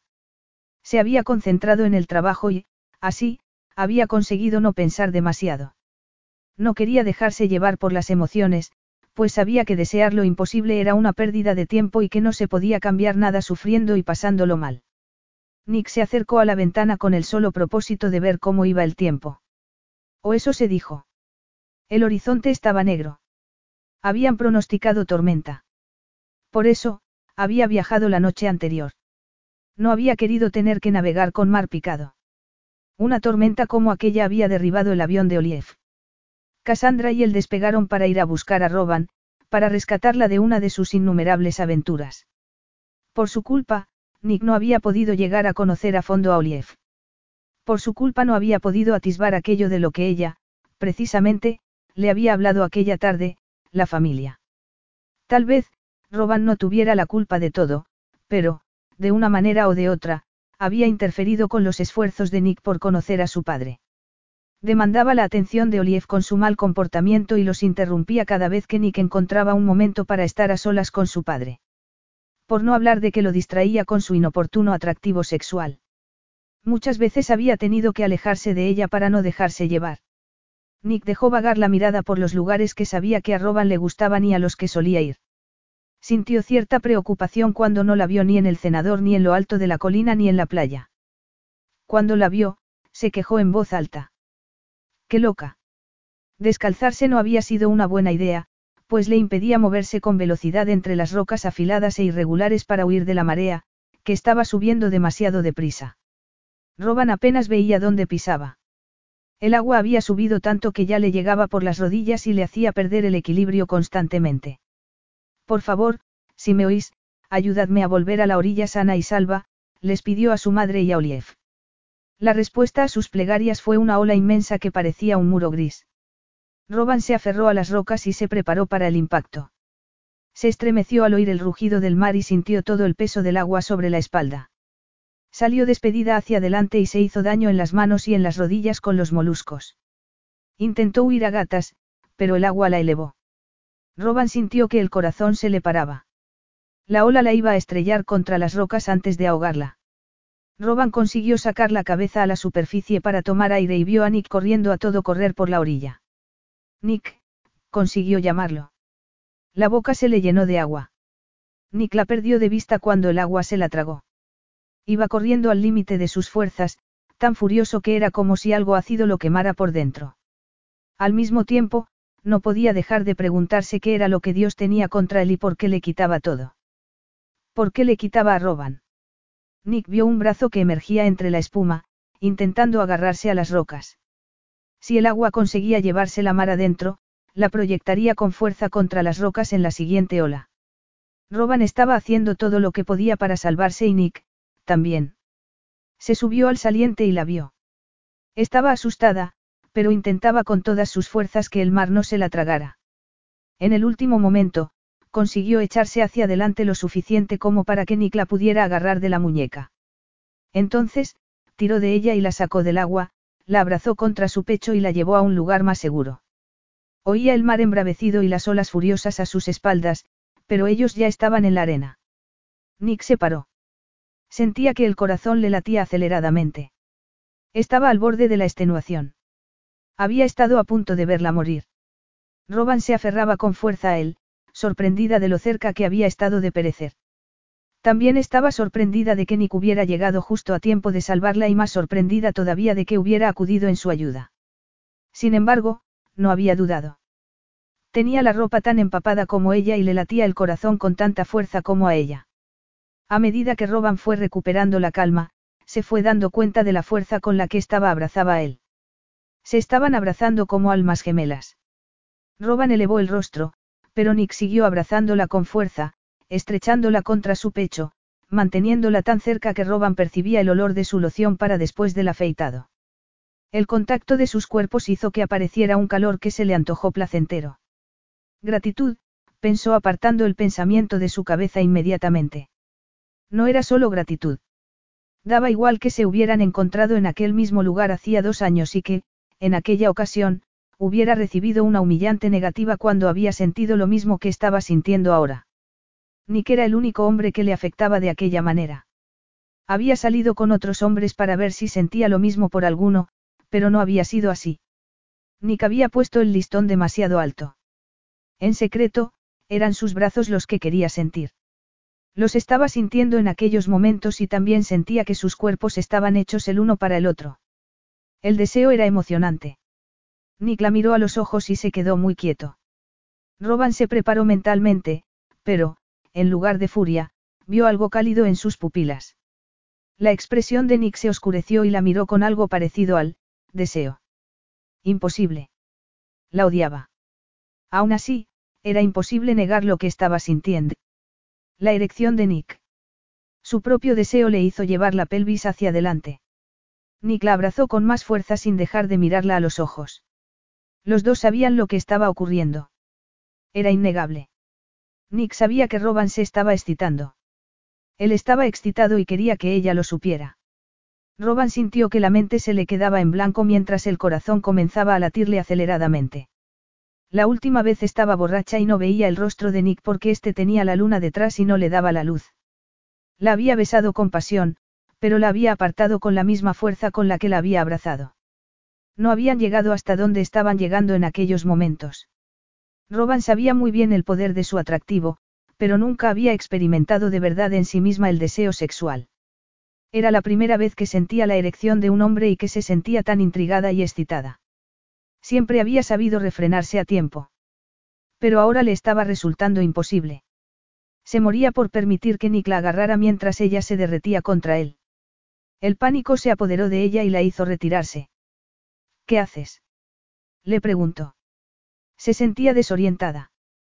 Se había concentrado en el trabajo y, así, había conseguido no pensar demasiado. No quería dejarse llevar por las emociones, pues sabía que desear lo imposible era una pérdida de tiempo y que no se podía cambiar nada sufriendo y pasándolo mal. Nick se acercó a la ventana con el solo propósito de ver cómo iba el tiempo. O eso se dijo. El horizonte estaba negro. Habían pronosticado tormenta. Por eso, había viajado la noche anterior. No había querido tener que navegar con mar picado. Una tormenta como aquella había derribado el avión de Olive. Cassandra y él despegaron para ir a buscar a Roban, para rescatarla de una de sus innumerables aventuras. Por su culpa, Nick no había podido llegar a conocer a fondo a Olive. Por su culpa no había podido atisbar aquello de lo que ella, precisamente, le había hablado aquella tarde, la familia. Tal vez, Roban no tuviera la culpa de todo, pero, de una manera o de otra, había interferido con los esfuerzos de Nick por conocer a su padre. Demandaba la atención de Olive con su mal comportamiento y los interrumpía cada vez que Nick encontraba un momento para estar a solas con su padre. Por no hablar de que lo distraía con su inoportuno atractivo sexual. Muchas veces había tenido que alejarse de ella para no dejarse llevar. Nick dejó vagar la mirada por los lugares que sabía que a Roban le gustaban y a los que solía ir. Sintió cierta preocupación cuando no la vio ni en el cenador ni en lo alto de la colina ni en la playa. Cuando la vio, se quejó en voz alta. ¡Qué loca! Descalzarse no había sido una buena idea, pues le impedía moverse con velocidad entre las rocas afiladas e irregulares para huir de la marea, que estaba subiendo demasiado deprisa. Roban apenas veía dónde pisaba. El agua había subido tanto que ya le llegaba por las rodillas y le hacía perder el equilibrio constantemente. Por favor, si me oís, ayudadme a volver a la orilla sana y salva, les pidió a su madre y a Olive. La respuesta a sus plegarias fue una ola inmensa que parecía un muro gris. Roban se aferró a las rocas y se preparó para el impacto. Se estremeció al oír el rugido del mar y sintió todo el peso del agua sobre la espalda. Salió despedida hacia adelante y se hizo daño en las manos y en las rodillas con los moluscos. Intentó huir a gatas, pero el agua la elevó. Roban sintió que el corazón se le paraba. La ola la iba a estrellar contra las rocas antes de ahogarla. Roban consiguió sacar la cabeza a la superficie para tomar aire y vio a Nick corriendo a todo correr por la orilla. Nick, consiguió llamarlo. La boca se le llenó de agua. Nick la perdió de vista cuando el agua se la tragó. Iba corriendo al límite de sus fuerzas, tan furioso que era como si algo ácido lo quemara por dentro. Al mismo tiempo, no podía dejar de preguntarse qué era lo que Dios tenía contra él y por qué le quitaba todo. ¿Por qué le quitaba a Roban? Nick vio un brazo que emergía entre la espuma, intentando agarrarse a las rocas. Si el agua conseguía llevarse la mar adentro, la proyectaría con fuerza contra las rocas en la siguiente ola. Roban estaba haciendo todo lo que podía para salvarse y Nick, también. Se subió al saliente y la vio. Estaba asustada, pero intentaba con todas sus fuerzas que el mar no se la tragara. En el último momento, consiguió echarse hacia adelante lo suficiente como para que Nick la pudiera agarrar de la muñeca. Entonces, tiró de ella y la sacó del agua, la abrazó contra su pecho y la llevó a un lugar más seguro. Oía el mar embravecido y las olas furiosas a sus espaldas, pero ellos ya estaban en la arena. Nick se paró. Sentía que el corazón le latía aceleradamente. Estaba al borde de la extenuación. Había estado a punto de verla morir. Roban se aferraba con fuerza a él, sorprendida de lo cerca que había estado de perecer. También estaba sorprendida de que Nick hubiera llegado justo a tiempo de salvarla y más sorprendida todavía de que hubiera acudido en su ayuda. Sin embargo, no había dudado. Tenía la ropa tan empapada como ella y le latía el corazón con tanta fuerza como a ella. A medida que Roban fue recuperando la calma, se fue dando cuenta de la fuerza con la que estaba abrazaba a él. Se estaban abrazando como almas gemelas. Roban elevó el rostro, pero Nick siguió abrazándola con fuerza, estrechándola contra su pecho, manteniéndola tan cerca que Roban percibía el olor de su loción para después del afeitado. El contacto de sus cuerpos hizo que apareciera un calor que se le antojó placentero. Gratitud, pensó apartando el pensamiento de su cabeza inmediatamente. No era solo gratitud. Daba igual que se hubieran encontrado en aquel mismo lugar hacía dos años y que, en aquella ocasión, hubiera recibido una humillante negativa cuando había sentido lo mismo que estaba sintiendo ahora. Nick era el único hombre que le afectaba de aquella manera. Había salido con otros hombres para ver si sentía lo mismo por alguno, pero no había sido así. Nick había puesto el listón demasiado alto. En secreto, eran sus brazos los que quería sentir. Los estaba sintiendo en aquellos momentos y también sentía que sus cuerpos estaban hechos el uno para el otro. El deseo era emocionante. Nick la miró a los ojos y se quedó muy quieto. Roban se preparó mentalmente, pero, en lugar de furia, vio algo cálido en sus pupilas. La expresión de Nick se oscureció y la miró con algo parecido al deseo. Imposible. La odiaba. Aún así, era imposible negar lo que estaba sintiendo. La erección de Nick. Su propio deseo le hizo llevar la pelvis hacia adelante. Nick la abrazó con más fuerza sin dejar de mirarla a los ojos. Los dos sabían lo que estaba ocurriendo. Era innegable. Nick sabía que Rowan se estaba excitando. Él estaba excitado y quería que ella lo supiera. Rowan sintió que la mente se le quedaba en blanco mientras el corazón comenzaba a latirle aceleradamente. La última vez estaba borracha y no veía el rostro de Nick porque éste tenía la luna detrás y no le daba la luz. La había besado con pasión, pero la había apartado con la misma fuerza con la que la había abrazado. No habían llegado hasta donde estaban llegando en aquellos momentos. Rowan sabía muy bien el poder de su atractivo, pero nunca había experimentado de verdad en sí misma el deseo sexual. Era la primera vez que sentía la erección de un hombre y que se sentía tan intrigada y excitada. Siempre había sabido refrenarse a tiempo. Pero ahora le estaba resultando imposible. Se moría por permitir que Nick la agarrara mientras ella se derretía contra él. El pánico se apoderó de ella y la hizo retirarse. ¿Qué haces?, le preguntó. Se sentía desorientada.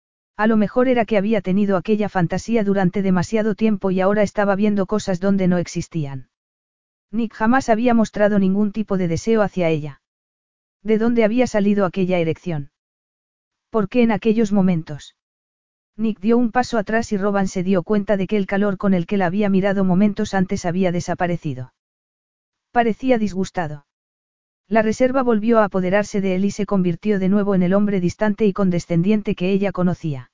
A lo mejor era que había tenido aquella fantasía durante demasiado tiempo y ahora estaba viendo cosas donde no existían. Nick jamás había mostrado ningún tipo de deseo hacia ella. ¿De dónde había salido aquella erección? ¿Por qué en aquellos momentos? Nick dio un paso atrás y Rowan se dio cuenta de que el calor con el que la había mirado momentos antes había desaparecido. Parecía disgustado. La reserva volvió a apoderarse de él y se convirtió de nuevo en el hombre distante y condescendiente que ella conocía.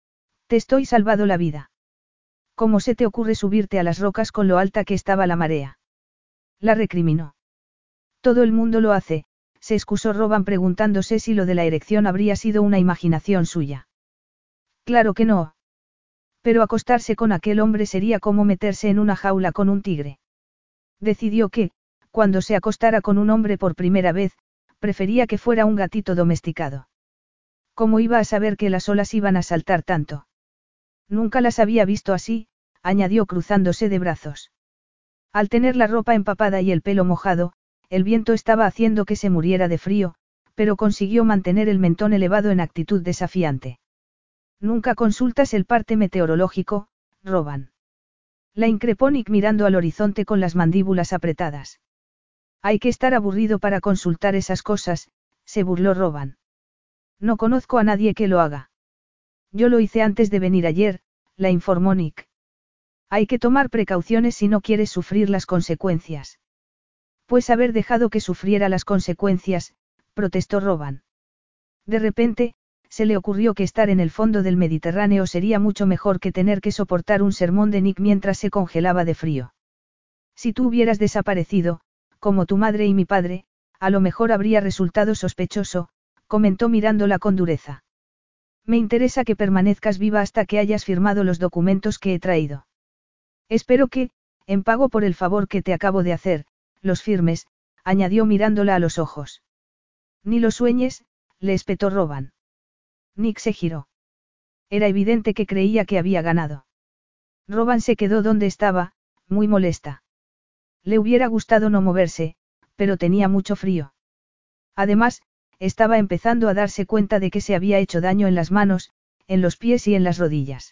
Te estoy salvando la vida. ¿Cómo se te ocurre subirte a las rocas con lo alta que estaba la marea? La recriminó. Todo el mundo lo hace, se excusó Rowan preguntándose si lo de la erección habría sido una imaginación suya. Claro que no. Pero acostarse con aquel hombre sería como meterse en una jaula con un tigre. Decidió que, cuando se acostara con un hombre por primera vez, prefería que fuera un gatito domesticado. ¿Cómo iba a saber que las olas iban a saltar tanto? Nunca las había visto así, añadió cruzándose de brazos. Al tener la ropa empapada y el pelo mojado, el viento estaba haciendo que se muriera de frío, pero consiguió mantener el mentón elevado en actitud desafiante. Nunca consultas el parte meteorológico, Rowan. La increpó Nick mirando al horizonte con las mandíbulas apretadas. Hay que estar aburrido para consultar esas cosas, se burló Rowan. No conozco a nadie que lo haga. Yo lo hice antes de venir ayer, la informó Nick. Hay que tomar precauciones si no quieres sufrir las consecuencias. Pues haber dejado que sufriera las consecuencias, protestó Rowan. De repente, se le ocurrió que estar en el fondo del Mediterráneo sería mucho mejor que tener que soportar un sermón de Nick mientras se congelaba de frío. Si tú hubieras desaparecido, como tu madre y mi padre, a lo mejor habría resultado sospechoso, comentó mirándola con dureza. Me interesa que permanezcas viva hasta que hayas firmado los documentos que he traído. Espero que, en pago por el favor que te acabo de hacer, los firmes, añadió mirándola a los ojos. Ni lo sueñes, le espetó Rowan. Nick se giró. Era evidente que creía que había ganado. Rowan se quedó donde estaba, muy molesta. Le hubiera gustado no moverse, pero tenía mucho frío. Además, estaba empezando a darse cuenta de que se había hecho daño en las manos, en los pies y en las rodillas.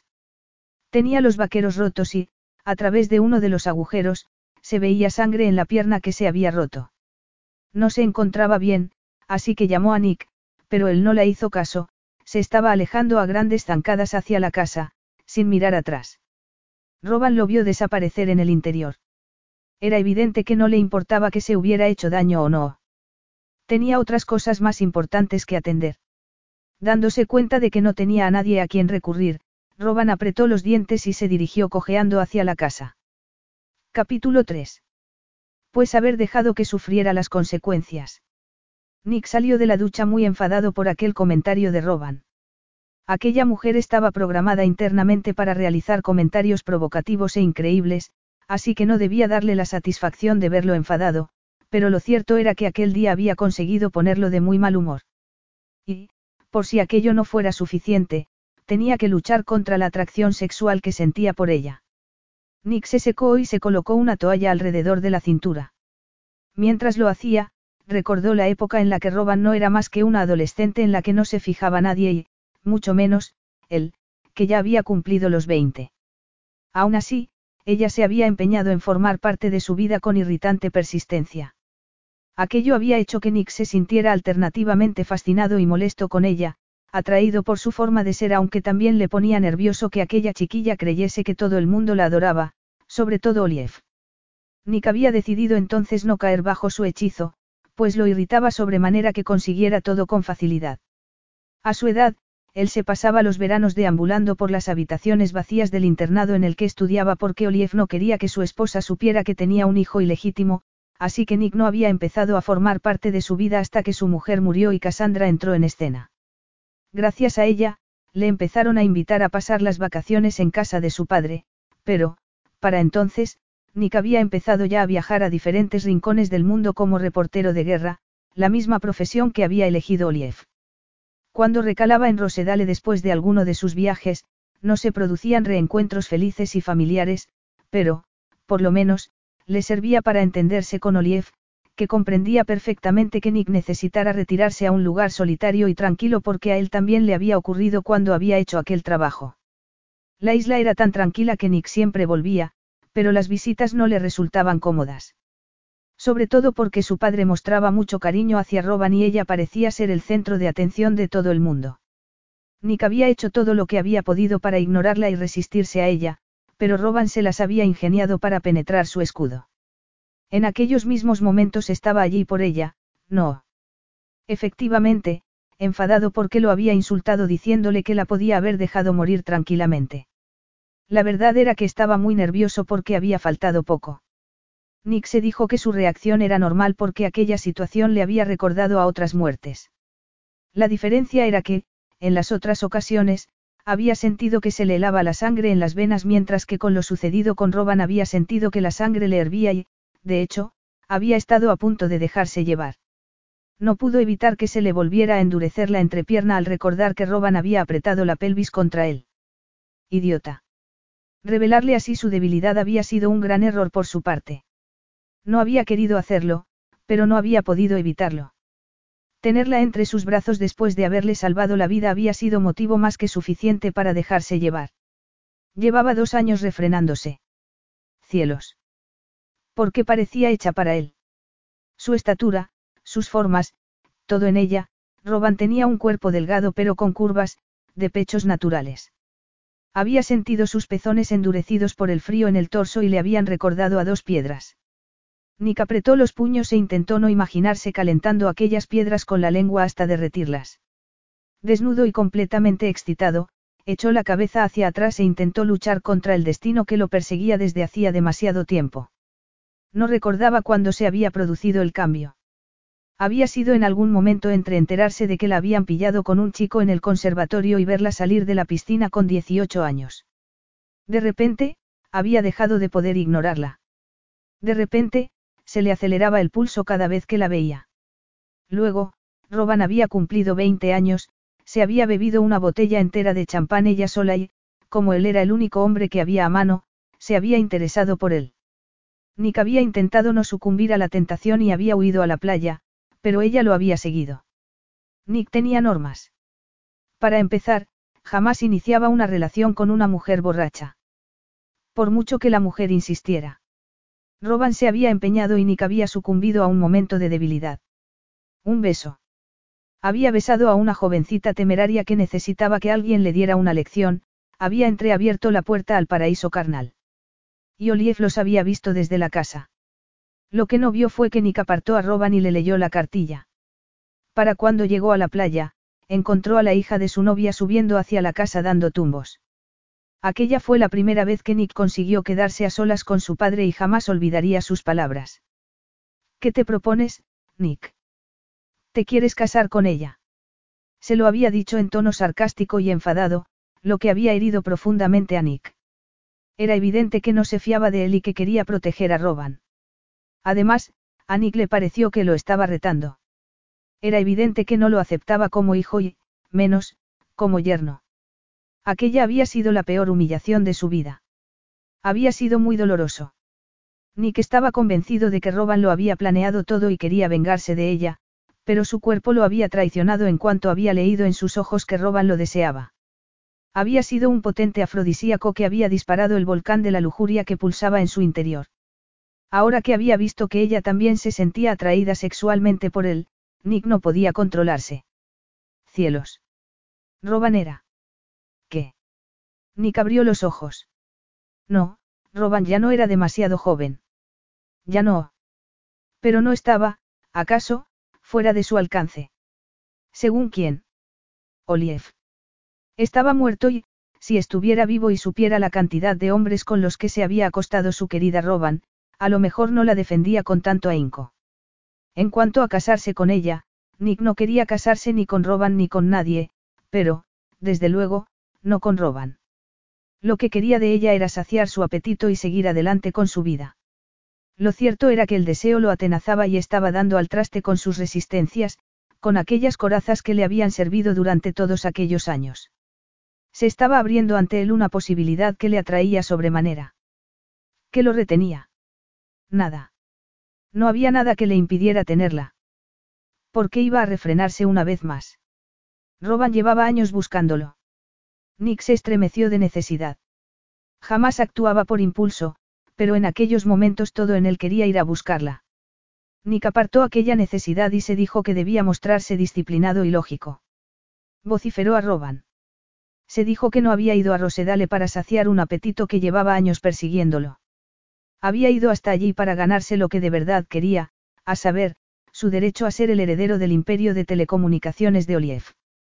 Tenía los vaqueros rotos y, a través de uno de los agujeros, se veía sangre en la pierna que se había roto. No se encontraba bien, así que llamó a Nick, pero él no la hizo caso, se estaba alejando a grandes zancadas hacia la casa, sin mirar atrás. Rowan lo vio desaparecer en el interior. Era evidente que no le importaba que se hubiera hecho daño o no. Tenía otras cosas más importantes que atender. Dándose cuenta de que no tenía a nadie a quien recurrir, Rowan apretó los dientes y se dirigió cojeando hacia la casa. Capítulo tres. Pues haber dejado que sufriera las consecuencias. Nick salió de la ducha muy enfadado por aquel comentario de Rowan. Aquella mujer estaba programada internamente para realizar comentarios provocativos e increíbles, así que no debía darle la satisfacción de verlo enfadado, pero lo cierto era que aquel día había conseguido ponerlo de muy mal humor. Y, por si aquello no fuera suficiente, tenía que luchar contra la atracción sexual que sentía por ella. Nick se secó y se colocó una toalla alrededor de la cintura. Mientras lo hacía, recordó la época en la que Rowan no era más que una adolescente en la que no se fijaba nadie y, mucho menos, él, que ya había cumplido los veinte. Aún así, ella se había empeñado en formar parte de su vida con irritante persistencia. Aquello había hecho que Nick se sintiera alternativamente fascinado y molesto con ella, atraído por su forma de ser, aunque también le ponía nervioso que aquella chiquilla creyese que todo el mundo la adoraba, sobre todo Olive. Nick había decidido entonces no caer bajo su hechizo, pues lo irritaba sobremanera que consiguiera todo con facilidad. A su edad, él se pasaba los veranos deambulando por las habitaciones vacías del internado en el que estudiaba porque Olive no quería que su esposa supiera que tenía un hijo ilegítimo, así que Nick no había empezado a formar parte de su vida hasta que su mujer murió y Cassandra entró en escena. Gracias a ella, le empezaron a invitar a pasar las vacaciones en casa de su padre, pero, para entonces, Nick había empezado ya a viajar a diferentes rincones del mundo como reportero de guerra, la misma profesión que había elegido Olive. Cuando recalaba en Rosedale después de alguno de sus viajes, no se producían reencuentros felices y familiares, pero, por lo menos, le servía para entenderse con Olive, que comprendía perfectamente que Nick necesitara retirarse a un lugar solitario y tranquilo porque a él también le había ocurrido cuando había hecho aquel trabajo. La isla era tan tranquila que Nick siempre volvía, pero las visitas no le resultaban cómodas. Sobre todo porque su padre mostraba mucho cariño hacia Roban y ella parecía ser el centro de atención de todo el mundo. Nick había hecho todo lo que había podido para ignorarla y resistirse a ella, pero Roban se las había ingeniado para penetrar su escudo. En aquellos mismos momentos estaba allí por ella, no. Efectivamente, enfadado porque lo había insultado diciéndole que la podía haber dejado morir tranquilamente. La verdad era que estaba muy nervioso porque había faltado poco. Nick se dijo que su reacción era normal porque aquella situación le había recordado a otras muertes. La diferencia era que, en las otras ocasiones, había sentido que se le helaba la sangre en las venas mientras que con lo sucedido con Roban había sentido que la sangre le hervía y, de hecho, había estado a punto de dejarse llevar. No pudo evitar que se le volviera a endurecer la entrepierna al recordar que Roban había apretado la pelvis contra él. Idiota. Revelarle así su debilidad había sido un gran error por su parte. No había querido hacerlo, pero no había podido evitarlo. Tenerla entre sus brazos después de haberle salvado la vida había sido motivo más que suficiente para dejarse llevar. Llevaba dos años refrenándose. Cielos. Porque parecía hecha para él. Su estatura, sus formas, todo en ella, Roban tenía un cuerpo delgado pero con curvas, de pechos naturales. Había sentido sus pezones endurecidos por el frío en el torso y le habían recordado a dos piedras. Nick apretó los puños e intentó no imaginarse calentando aquellas piedras con la lengua hasta derretirlas. Desnudo y completamente excitado, echó la cabeza hacia atrás e intentó luchar contra el destino que lo perseguía desde hacía demasiado tiempo. No recordaba cuándo se había producido el cambio. Había sido en algún momento entre enterarse de que la habían pillado con un chico en el conservatorio y verla salir de la piscina con dieciocho años. De repente, había dejado de poder ignorarla. De repente, se le aceleraba el pulso cada vez que la veía. Luego, Roban había cumplido veinte años, se había bebido una botella entera de champán ella sola y, como él era el único hombre que había a mano, se había interesado por él. Nick había intentado no sucumbir a la tentación y había huido a la playa, pero ella lo había seguido. Nick tenía normas. Para empezar, jamás iniciaba una relación con una mujer borracha. Por mucho que la mujer insistiera. Roban se había empeñado y Nick había sucumbido a un momento de debilidad. Un beso. Había besado a una jovencita temeraria que necesitaba que alguien le diera una lección, había entreabierto la puerta al paraíso carnal. Y Olive los había visto desde la casa. Lo que no vio fue que Nick apartó a Roban y le leyó la cartilla. Para cuando llegó a la playa, encontró a la hija de su novia subiendo hacia la casa dando tumbos. Aquella fue la primera vez que Nick consiguió quedarse a solas con su padre y jamás olvidaría sus palabras. ¿Qué te propones, Nick? ¿Te quieres casar con ella? Se lo había dicho en tono sarcástico y enfadado, lo que había herido profundamente a Nick. Era evidente que no se fiaba de él y que quería proteger a Roban. Además, a Nick le pareció que lo estaba retando. Era evidente que no lo aceptaba como hijo y, menos, como yerno. Aquella había sido la peor humillación de su vida. Había sido muy doloroso. Nick estaba convencido de que Roban lo había planeado todo y quería vengarse de ella, pero su cuerpo lo había traicionado en cuanto había leído en sus ojos que Roban lo deseaba. Había sido un potente afrodisíaco que había disparado el volcán de la lujuria que pulsaba en su interior. Ahora que había visto que ella también se sentía atraída sexualmente por él, Nick no podía controlarse. Cielos. Roban era. ¿Qué? Nick abrió los ojos. No, Roban ya no era demasiado joven. Ya no. Pero no estaba, ¿acaso, fuera de su alcance? ¿Según quién? Olive. Estaba muerto y, si estuviera vivo y supiera la cantidad de hombres con los que se había acostado su querida Roban, a lo mejor no la defendía con tanto ahínco. En cuanto a casarse con ella, Nick no quería casarse ni con Roban ni con nadie, pero, desde luego, no con Roban. Lo que quería de ella era saciar su apetito y seguir adelante con su vida. Lo cierto era que el deseo lo atenazaba y estaba dando al traste con sus resistencias, con aquellas corazas que le habían servido durante todos aquellos años. Se estaba abriendo ante él una posibilidad que le atraía sobremanera. ¿Qué lo retenía? Nada. No había nada que le impidiera tenerla. ¿Por qué iba a refrenarse una vez más? Roban llevaba años buscándolo. Nick se estremeció de necesidad. Jamás actuaba por impulso, pero en aquellos momentos todo en él quería ir a buscarla. Nick apartó aquella necesidad y se dijo que debía mostrarse disciplinado y lógico. Vociferó a Roban. Se dijo que no había ido a Rosedale para saciar un apetito que llevaba años persiguiéndolo. Había ido hasta allí para ganarse lo que de verdad quería, a saber, su derecho a ser el heredero del imperio de telecomunicaciones de Olive.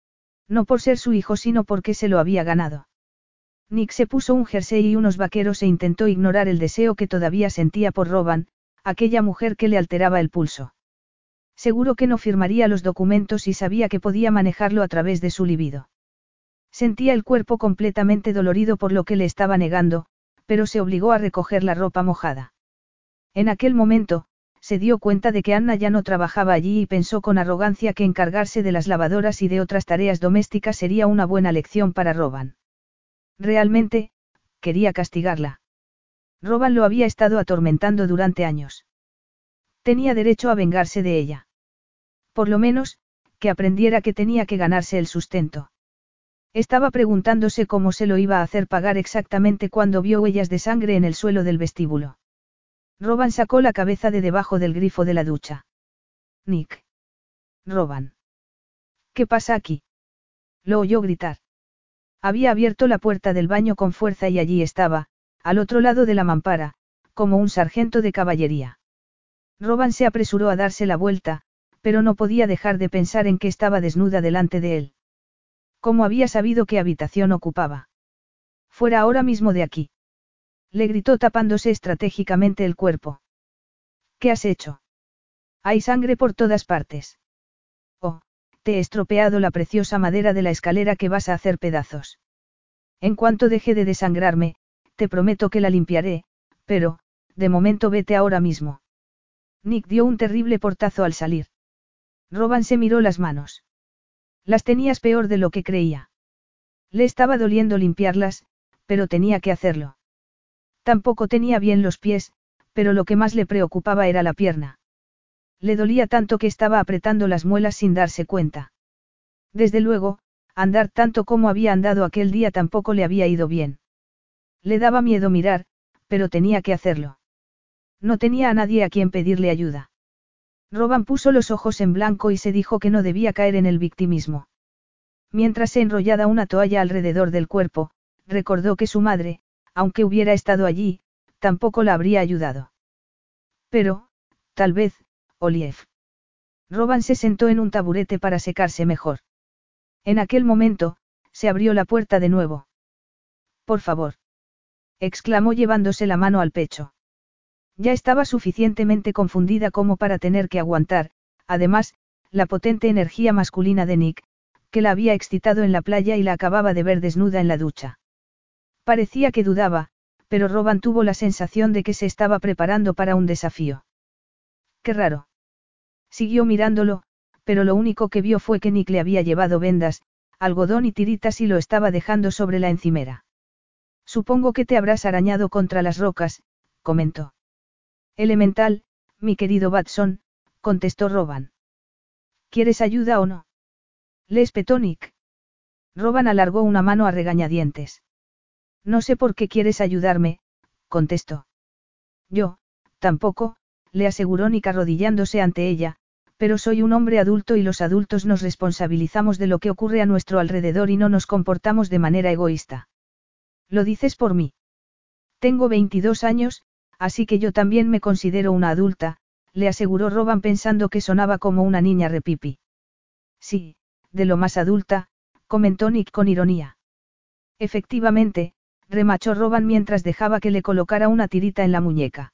No por ser su hijo, sino porque se lo había ganado. Nick se puso un jersey y unos vaqueros e intentó ignorar el deseo que todavía sentía por Roban, aquella mujer que le alteraba el pulso. Seguro que no firmaría los documentos y sabía que podía manejarlo a través de su libido. Sentía el cuerpo completamente dolorido por lo que le estaba negando, pero se obligó a recoger la ropa mojada. En aquel momento, se dio cuenta de que Anna ya no trabajaba allí y pensó con arrogancia que encargarse de las lavadoras y de otras tareas domésticas sería una buena lección para Roban. Realmente, quería castigarla. Roban lo había estado atormentando durante años. Tenía derecho a vengarse de ella. Por lo menos, que aprendiera que tenía que ganarse el sustento. Estaba preguntándose cómo se lo iba a hacer pagar exactamente cuando vio huellas de sangre en el suelo del vestíbulo. Roban sacó la cabeza de debajo del grifo de la ducha. Nick. Roban. ¿Qué pasa aquí? Lo oyó gritar. Había abierto la puerta del baño con fuerza y allí estaba, al otro lado de la mampara, como un sargento de caballería. Roban se apresuró a darse la vuelta, pero no podía dejar de pensar en que estaba desnuda delante de él. ¿Cómo había sabido qué habitación ocupaba? Fuera ahora mismo de aquí. Le gritó tapándose estratégicamente el cuerpo. ¿Qué has hecho? Hay sangre por todas partes. Oh, te he estropeado la preciosa madera de la escalera que vas a hacer pedazos. En cuanto deje de desangrarme, te prometo que la limpiaré, pero, de momento vete ahora mismo. Nick dio un terrible portazo al salir. Roban se miró las manos. Las tenías peor de lo que creía. Le estaba doliendo limpiarlas, pero tenía que hacerlo. Tampoco tenía bien los pies, pero lo que más le preocupaba era la pierna. Le dolía tanto que estaba apretando las muelas sin darse cuenta. Desde luego, andar tanto como había andado aquel día tampoco le había ido bien. Le daba miedo mirar, pero tenía que hacerlo. No tenía a nadie a quien pedirle ayuda. Roban puso los ojos en blanco y se dijo que no debía caer en el victimismo. Mientras se enrollaba una toalla alrededor del cuerpo, recordó que su madre, aunque hubiera estado allí, tampoco la habría ayudado. Pero, tal vez, Olive. Roban se sentó en un taburete para secarse mejor. En aquel momento, se abrió la puerta de nuevo. Por favor. Exclamó llevándose la mano al pecho. Ya estaba suficientemente confundida como para tener que aguantar, además, la potente energía masculina de Nick, que la había excitado en la playa y la acababa de ver desnuda en la ducha. Parecía que dudaba, pero Roban tuvo la sensación de que se estaba preparando para un desafío. Qué raro. Siguió mirándolo, pero lo único que vio fue que Nick le había llevado vendas, algodón y tiritas y lo estaba dejando sobre la encimera. Supongo que te habrás arañado contra las rocas, comentó. Elemental, mi querido Watson, contestó Roban. ¿Quieres ayuda o no? Le espetó Nick. Roban alargó una mano a regañadientes. No sé por qué quieres ayudarme, contestó. Yo, tampoco, le aseguró Nick arrodillándose ante ella, pero soy un hombre adulto y los adultos nos responsabilizamos de lo que ocurre a nuestro alrededor y no nos comportamos de manera egoísta. ¿Lo dices por mí? Tengo veintidós años, así que yo también me considero una adulta, le aseguró Rowan pensando que sonaba como una niña repipi. Sí, de lo más adulta, comentó Nick con ironía. Efectivamente, remachó Rowan mientras dejaba que le colocara una tirita en la muñeca.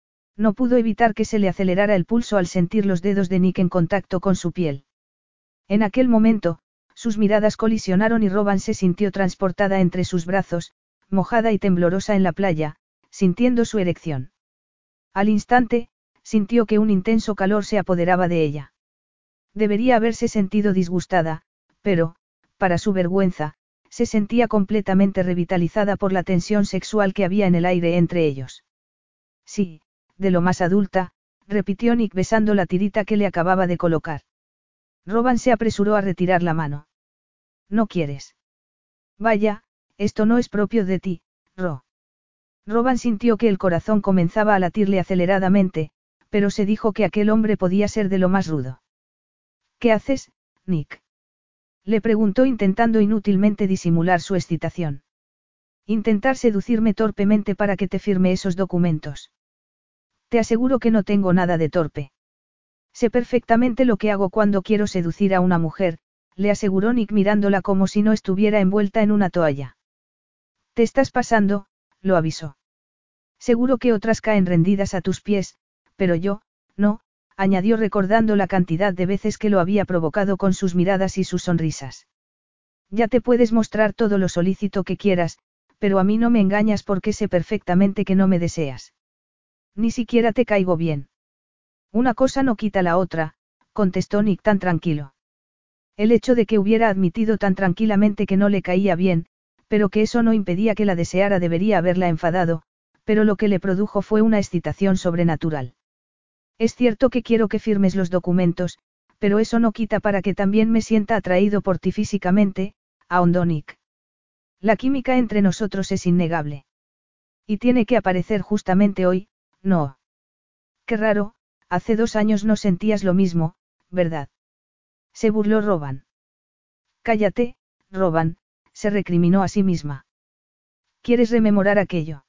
No pudo evitar que se le acelerara el pulso al sentir los dedos de Nick en contacto con su piel. En aquel momento, sus miradas colisionaron y Rowan se sintió transportada entre sus brazos, mojada y temblorosa en la playa, sintiendo su erección. Al instante, sintió que un intenso calor se apoderaba de ella. Debería haberse sentido disgustada, pero, para su vergüenza, se sentía completamente revitalizada por la tensión sexual que había en el aire entre ellos. Sí, de lo más adulta, repitió Nick besando la tirita que le acababa de colocar. Rowan se apresuró a retirar la mano. ¿No quieres? Vaya, esto no es propio de ti, Ro. Rowan sintió que el corazón comenzaba a latirle aceleradamente, pero se dijo que aquel hombre podía ser de lo más rudo. ¿Qué haces, Nick? Le preguntó intentando inútilmente disimular su excitación. Intentar seducirme torpemente para que te firme esos documentos. Te aseguro que no tengo nada de torpe. Sé perfectamente lo que hago cuando quiero seducir a una mujer, le aseguró Nick mirándola como si no estuviera envuelta en una toalla. Te estás pasando, lo avisó. Seguro que otras caen rendidas a tus pies, pero yo, no, añadió recordando la cantidad de veces que lo había provocado con sus miradas y sus sonrisas. Ya te puedes mostrar todo lo solícito que quieras, pero a mí no me engañas porque sé perfectamente que no me deseas. Ni siquiera te caigo bien. Una cosa no quita la otra, contestó Nick tan tranquilo. El hecho de que hubiera admitido tan tranquilamente que no le caía bien, pero que eso no impedía que la deseara debería haberla enfadado, pero lo que le produjo fue una excitación sobrenatural. Es cierto que quiero que firmes los documentos, pero eso no quita para que también me sienta atraído por ti físicamente, ahondó Nick. La química entre nosotros es innegable. Y tiene que aparecer justamente hoy, ¿no? Qué raro, hace dos años no sentías lo mismo, ¿verdad? Se burló Rowan. Cállate, Rowan, se recriminó a sí misma. ¿Quieres rememorar aquello?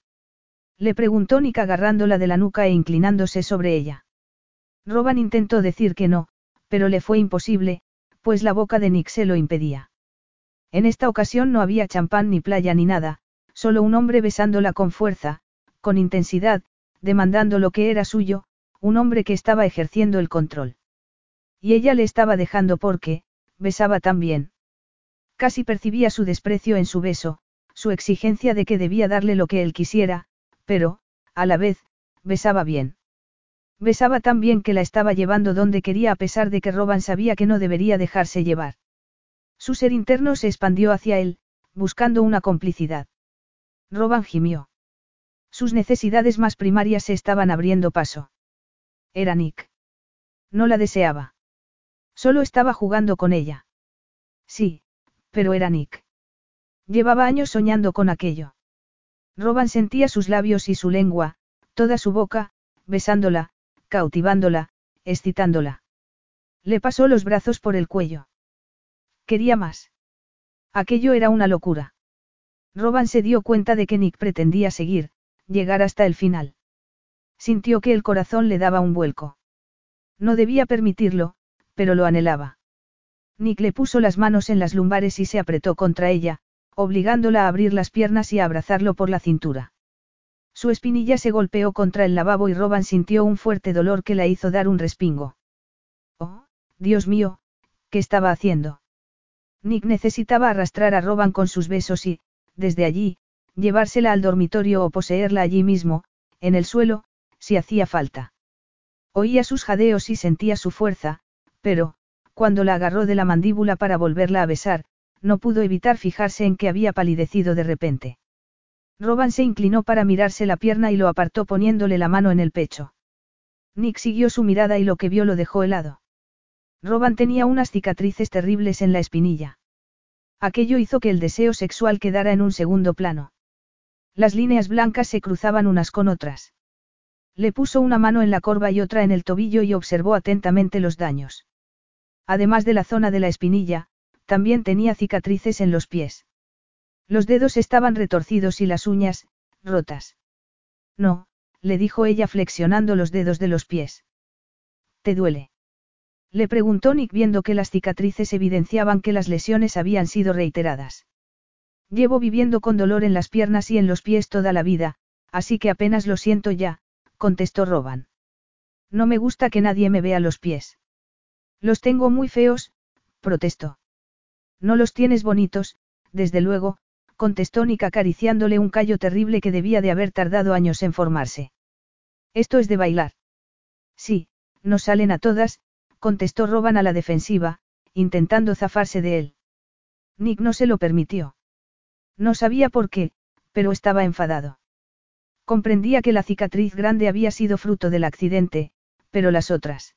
Le preguntó Nick agarrándola de la nuca e inclinándose sobre ella. Rowan intentó decir que no, pero le fue imposible, pues la boca de Nick se lo impedía. En esta ocasión no había champán ni playa ni nada, solo un hombre besándola con fuerza, con intensidad, demandando lo que era suyo, un hombre que estaba ejerciendo el control. Y ella le estaba dejando porque, besaba tan bien. Casi percibía su desprecio en su beso, su exigencia de que debía darle lo que él quisiera, pero, a la vez, besaba bien. Besaba tan bien que la estaba llevando donde quería a pesar de que Rowan sabía que no debería dejarse llevar. Su ser interno se expandió hacia él, buscando una complicidad. Rowan gimió. Sus necesidades más primarias se estaban abriendo paso. Era Nick. No la deseaba. Solo estaba jugando con ella. Sí, pero era Nick. Llevaba años soñando con aquello. Rowan sentía sus labios y su lengua, toda su boca, besándola, cautivándola, excitándola. Le pasó los brazos por el cuello. Quería más. Aquello era una locura. Rowan se dio cuenta de que Nick pretendía seguir, llegar hasta el final. Sintió que el corazón le daba un vuelco. No debía permitirlo, pero lo anhelaba. Nick le puso las manos en las lumbares y se apretó contra ella, obligándola a abrir las piernas y a abrazarlo por la cintura. Su espinilla se golpeó contra el lavabo y Rowan sintió un fuerte dolor que la hizo dar un respingo. Oh, Dios mío, ¿qué estaba haciendo? Nick necesitaba arrastrar a Rowan con sus besos y, desde allí, llevársela al dormitorio o poseerla allí mismo, en el suelo, si hacía falta. Oía sus jadeos y sentía su fuerza, pero, cuando la agarró de la mandíbula para volverla a besar, no pudo evitar fijarse en que había palidecido de repente. Rowan se inclinó para mirarse la pierna y lo apartó poniéndole la mano en el pecho. Nick siguió su mirada y lo que vio lo dejó helado. Rowan tenía unas cicatrices terribles en la espinilla. Aquello hizo que el deseo sexual quedara en un segundo plano. Las líneas blancas se cruzaban unas con otras. Le puso una mano en la corva y otra en el tobillo y observó atentamente los daños. Además de la zona de la espinilla, también tenía cicatrices en los pies. Los dedos estaban retorcidos y las uñas, rotas. No, le dijo ella flexionando los dedos de los pies. ¿Te duele? Le preguntó Nick viendo que las cicatrices evidenciaban que las lesiones habían sido reiteradas. Llevo viviendo con dolor en las piernas y en los pies toda la vida, así que apenas lo siento ya, contestó Roban. No me gusta que nadie me vea los pies. Los tengo muy feos, protestó. No los tienes bonitos, desde luego, contestó Nick acariciándole un callo terrible que debía de haber tardado años en formarse. Esto es de bailar. Sí, nos salen a todas, contestó Roban a la defensiva, intentando zafarse de él. Nick no se lo permitió. No sabía por qué, pero estaba enfadado. Comprendía que la cicatriz grande había sido fruto del accidente, pero las otras.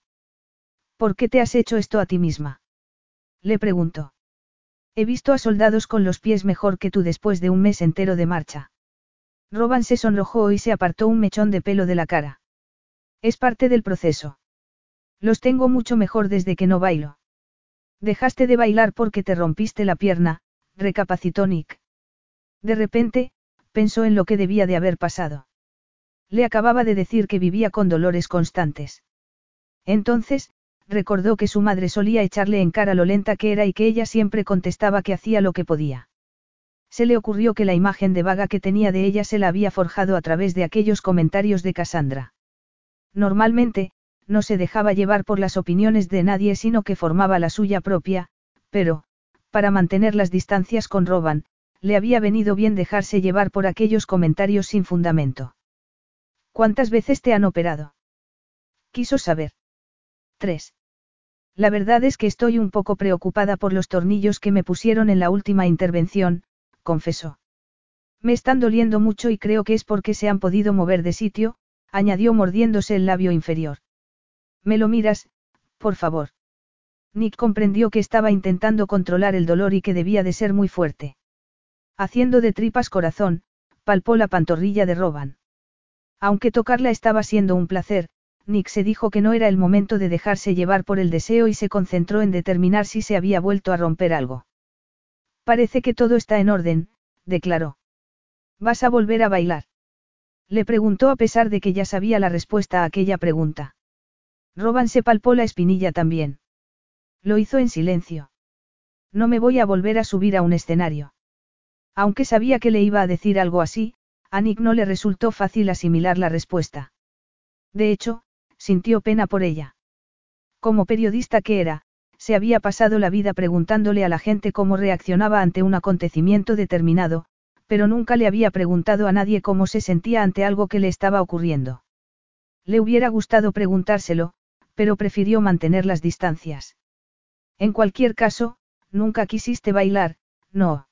¿Por qué te has hecho esto a ti misma? Le preguntó. He visto a soldados con los pies mejor que tú después de un mes entero de marcha. Roban se sonrojó y se apartó un mechón de pelo de la cara. Es parte del proceso. Los tengo mucho mejor desde que no bailo. Dejaste de bailar porque te rompiste la pierna, recapacitó Nick. De repente, pensó en lo que debía de haber pasado. Le acababa de decir que vivía con dolores constantes. Entonces, recordó que su madre solía echarle en cara lo lenta que era y que ella siempre contestaba que hacía lo que podía. Se le ocurrió que la imagen de vaga que tenía de ella se la había forjado a través de aquellos comentarios de Cassandra. Normalmente, no se dejaba llevar por las opiniones de nadie sino que formaba la suya propia, pero, para mantener las distancias con Roban, le había venido bien dejarse llevar por aquellos comentarios sin fundamento. ¿Cuántas veces te han operado? Quiso saber. Tres. La verdad es que estoy un poco preocupada por los tornillos que me pusieron en la última intervención, confesó. Me están doliendo mucho y creo que es porque se han podido mover de sitio, añadió mordiéndose el labio inferior. ¿Me lo miras, por favor? Nick comprendió que estaba intentando controlar el dolor y que debía de ser muy fuerte. Haciendo de tripas corazón, palpó la pantorrilla de Roban. Aunque tocarla estaba siendo un placer, Nick se dijo que no era el momento de dejarse llevar por el deseo y se concentró en determinar si se había vuelto a romper algo. Parece que todo está en orden, declaró. ¿Vas a volver a bailar? Le preguntó a pesar de que ya sabía la respuesta a aquella pregunta. Roban se palpó la espinilla también. Lo hizo en silencio. No me voy a volver a subir a un escenario. Aunque sabía que le iba a decir algo así, a Nick no le resultó fácil asimilar la respuesta. De hecho, sintió pena por ella. Como periodista que era, se había pasado la vida preguntándole a la gente cómo reaccionaba ante un acontecimiento determinado, pero nunca le había preguntado a nadie cómo se sentía ante algo que le estaba ocurriendo. Le hubiera gustado preguntárselo, pero prefirió mantener las distancias. En cualquier caso, nunca quisiste bailar, ¿no?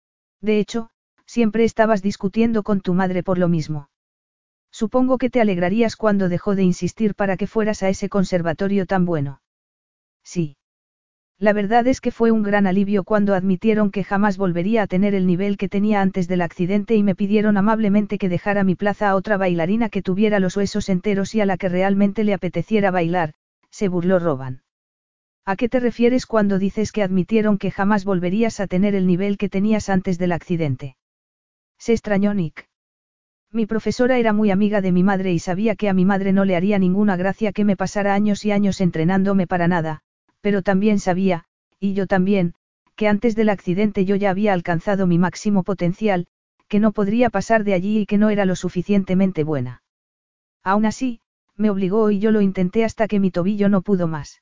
De hecho, siempre estabas discutiendo con tu madre por lo mismo. Supongo que te alegrarías cuando dejó de insistir para que fueras a ese conservatorio tan bueno. Sí. La verdad es que fue un gran alivio cuando admitieron que jamás volvería a tener el nivel que tenía antes del accidente y me pidieron amablemente que dejara mi plaza a otra bailarina que tuviera los huesos enteros y a la que realmente le apeteciera bailar, se burló Roban. ¿A qué te refieres cuando dices que admitieron que jamás volverías a tener el nivel que tenías antes del accidente? Se extrañó Nick. Mi profesora era muy amiga de mi madre y sabía que a mi madre no le haría ninguna gracia que me pasara años y años entrenándome para nada, pero también sabía, y yo también, que antes del accidente yo ya había alcanzado mi máximo potencial, que no podría pasar de allí y que no era lo suficientemente buena. Aún así, me obligó y yo lo intenté hasta que mi tobillo no pudo más.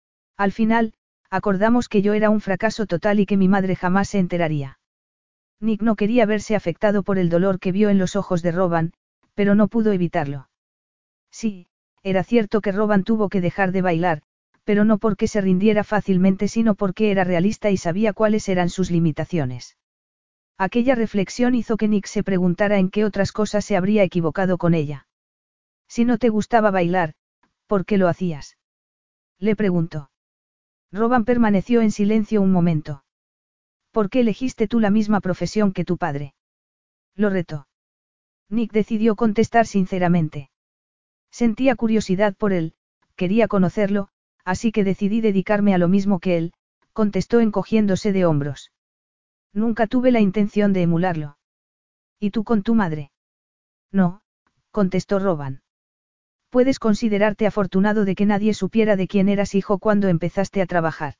Al final, acordamos que yo era un fracaso total y que mi madre jamás se enteraría. Nick no quería verse afectado por el dolor que vio en los ojos de Roban, pero no pudo evitarlo. Sí, era cierto que Roban tuvo que dejar de bailar, pero no porque se rindiera fácilmente sino porque era realista y sabía cuáles eran sus limitaciones. Aquella reflexión hizo que Nick se preguntara en qué otras cosas se habría equivocado con ella. Si no te gustaba bailar, ¿por qué lo hacías? Le preguntó. Roban permaneció en silencio un momento. ¿Por qué elegiste tú la misma profesión que tu padre? Lo retó. Nick decidió contestar sinceramente. Sentía curiosidad por él, quería conocerlo, así que decidí dedicarme a lo mismo que él, contestó encogiéndose de hombros. Nunca tuve la intención de emularlo. ¿Y tú con tu madre? No, contestó Roban. Puedes considerarte afortunado de que nadie supiera de quién eras hijo cuando empezaste a trabajar.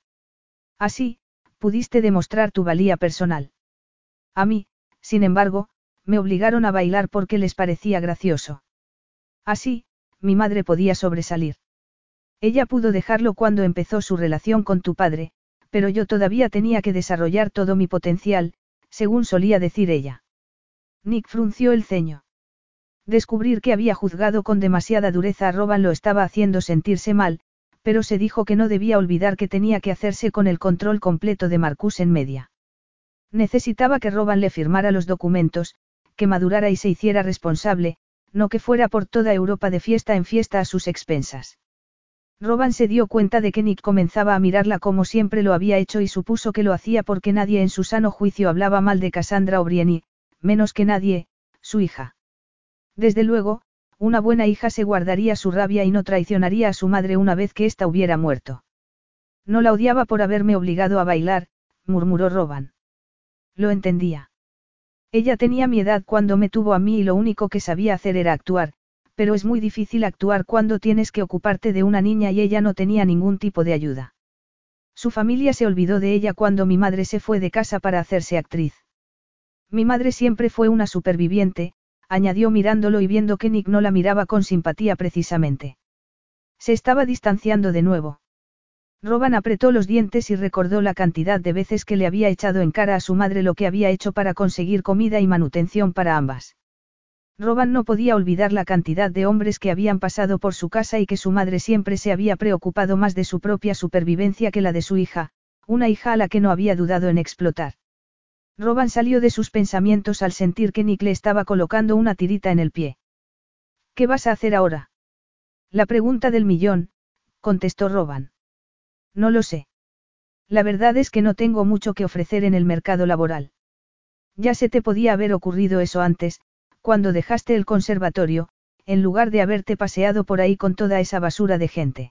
Así, pudiste demostrar tu valía personal. A mí, sin embargo, me obligaron a bailar porque les parecía gracioso. Así, mi madre podía sobresalir. Ella pudo dejarlo cuando empezó su relación con tu padre, pero yo todavía tenía que desarrollar todo mi potencial, según solía decir ella. Nick frunció el ceño. Descubrir que había juzgado con demasiada dureza a Roban lo estaba haciendo sentirse mal, pero se dijo que no debía olvidar que tenía que hacerse con el control completo de Marcus en media. Necesitaba que Roban le firmara los documentos, que madurara y se hiciera responsable, no que fuera por toda Europa de fiesta en fiesta a sus expensas. Roban se dio cuenta de que Nick comenzaba a mirarla como siempre lo había hecho y supuso que lo hacía porque nadie en su sano juicio hablaba mal de Cassandra O'Brien y, menos que nadie, su hija. Desde luego, una buena hija se guardaría su rabia y no traicionaría a su madre una vez que ésta hubiera muerto. No la odiaba por haberme obligado a bailar, murmuró Roban. Lo entendía. Ella tenía mi edad cuando me tuvo a mí y lo único que sabía hacer era actuar, pero es muy difícil actuar cuando tienes que ocuparte de una niña y ella no tenía ningún tipo de ayuda. Su familia se olvidó de ella cuando mi madre se fue de casa para hacerse actriz. Mi madre siempre fue una superviviente, añadió mirándolo y viendo que Nick no la miraba con simpatía precisamente. Se estaba distanciando de nuevo. Roban apretó los dientes y recordó la cantidad de veces que le había echado en cara a su madre lo que había hecho para conseguir comida y manutención para ambas. Roban no podía olvidar la cantidad de hombres que habían pasado por su casa y que su madre siempre se había preocupado más de su propia supervivencia que la de su hija, una hija a la que no había dudado en explotar. Roban salió de sus pensamientos al sentir que Nick le estaba colocando una tirita en el pie. ¿Qué vas a hacer ahora? La pregunta del millón, contestó Roban. No lo sé. La verdad es que no tengo mucho que ofrecer en el mercado laboral. Ya se te podía haber ocurrido eso antes, cuando dejaste el conservatorio, en lugar de haberte paseado por ahí con toda esa basura de gente.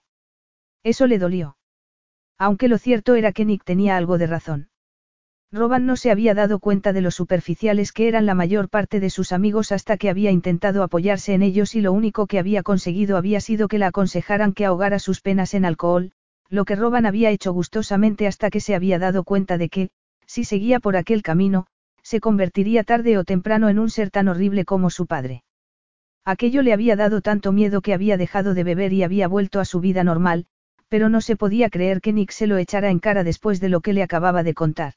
Eso le dolió. Aunque lo cierto era que Nick tenía algo de razón. Roban no se había dado cuenta de lo superficiales que eran la mayor parte de sus amigos hasta que había intentado apoyarse en ellos y lo único que había conseguido había sido que la aconsejaran que ahogara sus penas en alcohol, lo que Roban había hecho gustosamente hasta que se había dado cuenta de que, si seguía por aquel camino, se convertiría tarde o temprano en un ser tan horrible como su padre. Aquello le había dado tanto miedo que había dejado de beber y había vuelto a su vida normal, pero no se podía creer que Nick se lo echara en cara después de lo que le acababa de contar.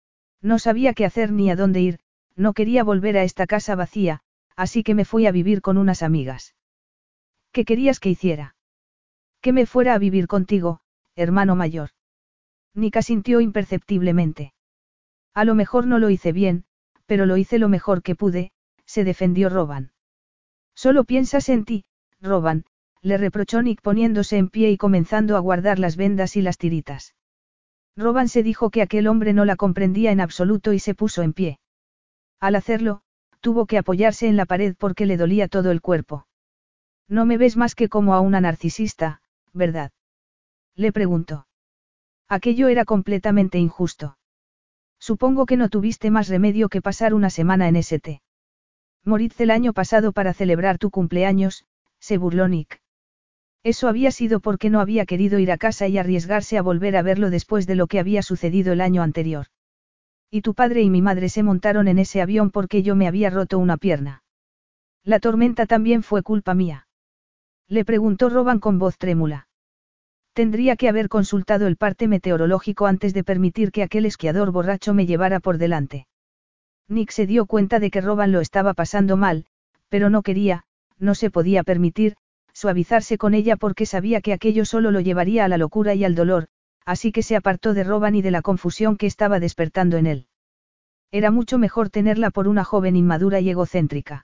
No sabía qué hacer ni a dónde ir, no quería volver a esta casa vacía, así que me fui a vivir con unas amigas. ¿Qué querías que hiciera? Que me fuera a vivir contigo, hermano mayor. Nick asintió imperceptiblemente. A lo mejor no lo hice bien, pero lo hice lo mejor que pude, se defendió Roban. Solo piensas en ti, Roban, le reprochó Nick poniéndose en pie y comenzando a guardar las vendas y las tiritas. Roban se dijo que aquel hombre no la comprendía en absoluto y se puso en pie. Al hacerlo, tuvo que apoyarse en la pared porque le dolía todo el cuerpo. No me ves más que como a una narcisista, ¿verdad? Le preguntó. Aquello era completamente injusto. Supongo que no tuviste más remedio que pasar una semana en ese té. Moritz el año pasado para celebrar tu cumpleaños, se burló Nick. Eso había sido porque no había querido ir a casa y arriesgarse a volver a verlo después de lo que había sucedido el año anterior. Y tu padre y mi madre se montaron en ese avión porque yo me había roto una pierna. La tormenta también fue culpa mía. Le preguntó Roban con voz trémula. Tendría que haber consultado el parte meteorológico antes de permitir que aquel esquiador borracho me llevara por delante. Nick se dio cuenta de que Roban lo estaba pasando mal, pero no quería, no se podía permitir, suavizarse con ella porque sabía que aquello solo lo llevaría a la locura y al dolor, así que se apartó de Roban y de la confusión que estaba despertando en él. Era mucho mejor tenerla por una joven inmadura y egocéntrica.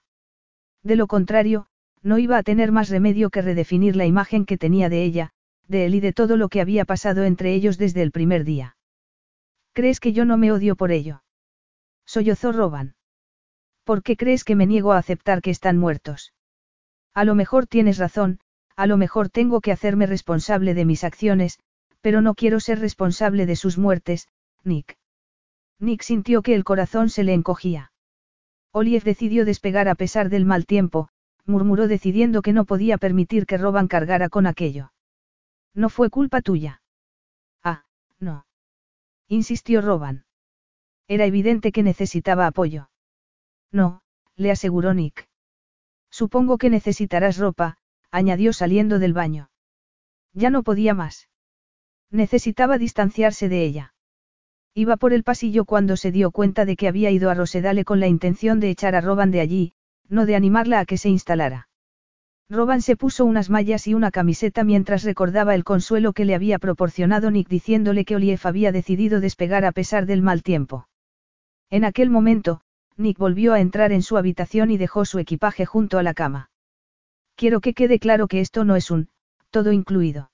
De lo contrario, no iba a tener más remedio que redefinir la imagen que tenía de ella, de él y de todo lo que había pasado entre ellos desde el primer día. ¿Crees que yo no me odio por ello? Sollozó Roban. ¿Por qué crees que me niego a aceptar que están muertos? A lo mejor tienes razón, a lo mejor tengo que hacerme responsable de mis acciones, pero no quiero ser responsable de sus muertes, Nick. Nick sintió que el corazón se le encogía. Olive decidió despegar a pesar del mal tiempo, murmuró decidiendo que no podía permitir que Roban cargara con aquello. No fue culpa tuya. Ah, no. Insistió Roban. Era evidente que necesitaba apoyo. No, le aseguró Nick. Supongo que necesitarás ropa, añadió saliendo del baño. Ya no podía más. Necesitaba distanciarse de ella. Iba por el pasillo cuando se dio cuenta de que había ido a Rosedale con la intención de echar a Roban de allí, no de animarla a que se instalara. Roban se puso unas mallas y una camiseta mientras recordaba el consuelo que le había proporcionado Nick diciéndole que Olive había decidido despegar a pesar del mal tiempo. En aquel momento, Nick volvió a entrar en su habitación y dejó su equipaje junto a la cama. Quiero que quede claro que esto no es un, todo incluido.